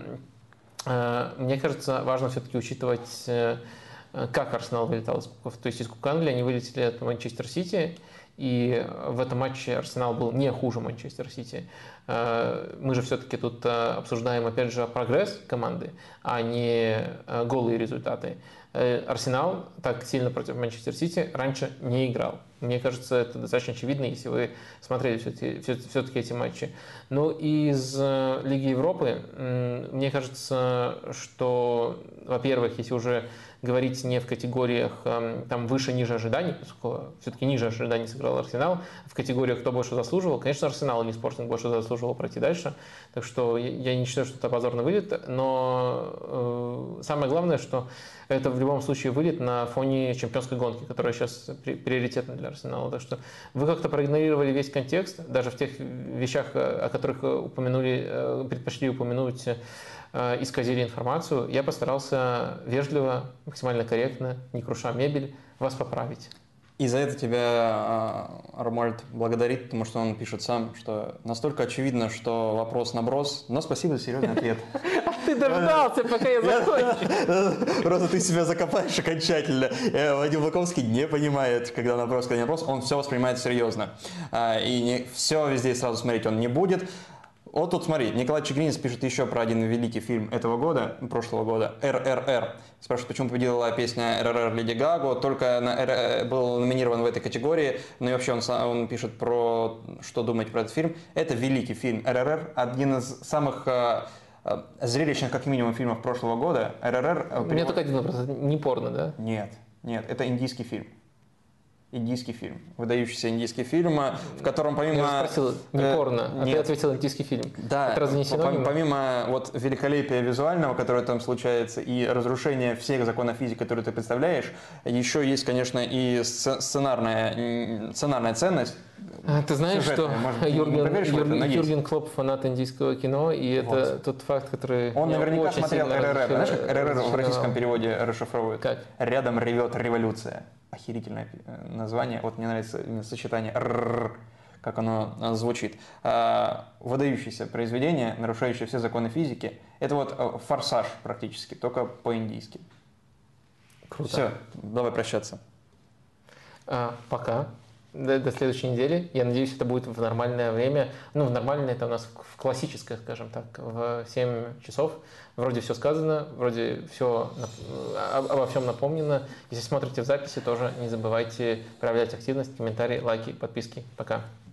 мне кажется, важно все-таки учитывать, как Арсенал вылетал из кубков. То есть из Кубка Англии они вылетели от Манчестер Сити, и в этом матче Арсенал был не хуже Манчестер Сити. Мы же все-таки тут обсуждаем, опять же, прогресс команды, а не голые результаты. Арсенал так сильно против Манчестер Сити раньше не играл. Мне кажется, это достаточно очевидно, если вы смотрели все-таки эти матчи. Ну, из Лиги Европы, мне кажется, что, во-первых, если уже говорить не в категориях там, выше-ниже ожиданий, поскольку все-таки ниже ожиданий сыграл Арсенал, в категориях кто больше заслуживал, конечно, Арсенал или Спортинг больше заслуживал пройти дальше. Так что я не считаю, что это позорный вылет, но э, самое главное, что это в любом случае вылет на фоне чемпионской гонки, которая сейчас приоритетна для Арсенала. Так что вы как-то проигнорировали весь контекст, даже в тех вещах, о которых упомянули, предпочли упомянуть, исказили информацию. Я постарался вежливо, максимально корректно, не круша мебель, вас поправить. И за это тебя Армольд благодарит, потому что он пишет сам, что настолько очевидно, что вопрос-наброс. Но спасибо за серьезный ответ. Ты дождался, пока я закончу. Просто ты себя закопаешь окончательно. Вадим Луковский не понимает, когда наброс, когда не вопрос, он все воспринимает серьезно. И не, все везде сразу смотреть он не будет. Вот тут смотри, Николай Чигринец пишет еще про один великий фильм этого года, прошлого года, «эр эр эр». Спрашивает, почему победила песня «эр эр эр» Леди Гагу, только на эр эр эр был номинирован в этой категории, но и вообще он, он пишет про, что думать про этот фильм. Это великий фильм. «эр эр эр» один из самых зрелищных, как минимум, фильмов прошлого года. «эр эр эр». У меня только один вопрос, не порно, да? Нет, нет, это индийский фильм. Индийский фильм, выдающийся индийский фильм, в котором помимо... Я спросил, не порно, а ты ответил индийский фильм. Да, это разве не синонимы? Помимо вот великолепия визуального, которое там случается, и разрушения всех законов физики, которые ты представляешь, еще есть, конечно, и сценарная, сценарная ценность, А, Ты знаешь, сюжетные. что Может, ты не Юрген, поверишь в это, Юрген, но есть. Юрген Клопп фанат индийского кино, и Вот. это тот факт, который Он меня наверняка очень смотрел сильно эр эр эр. Знаешь, как эр эр эр в разочаровал. российском переводе расшифровывают? Как? Рядом ревет революция. Охерительное э, название. Вот мне нравится именно сочетание р, как оно э, звучит. А, Выдающееся произведение, нарушающее все законы физики. Это вот э, «Форсаж» практически, только по-индийски. Круто. Все, давай прощаться. А, пока. До, до следующей недели. Я надеюсь, это будет в нормальное время. Ну, в нормальное это у нас в классическое, скажем так, в семь часов. Вроде все сказано, вроде все обо всем напомнено. Если смотрите в записи, тоже не забывайте проявлять активность, комментарии, лайки, подписки. Пока.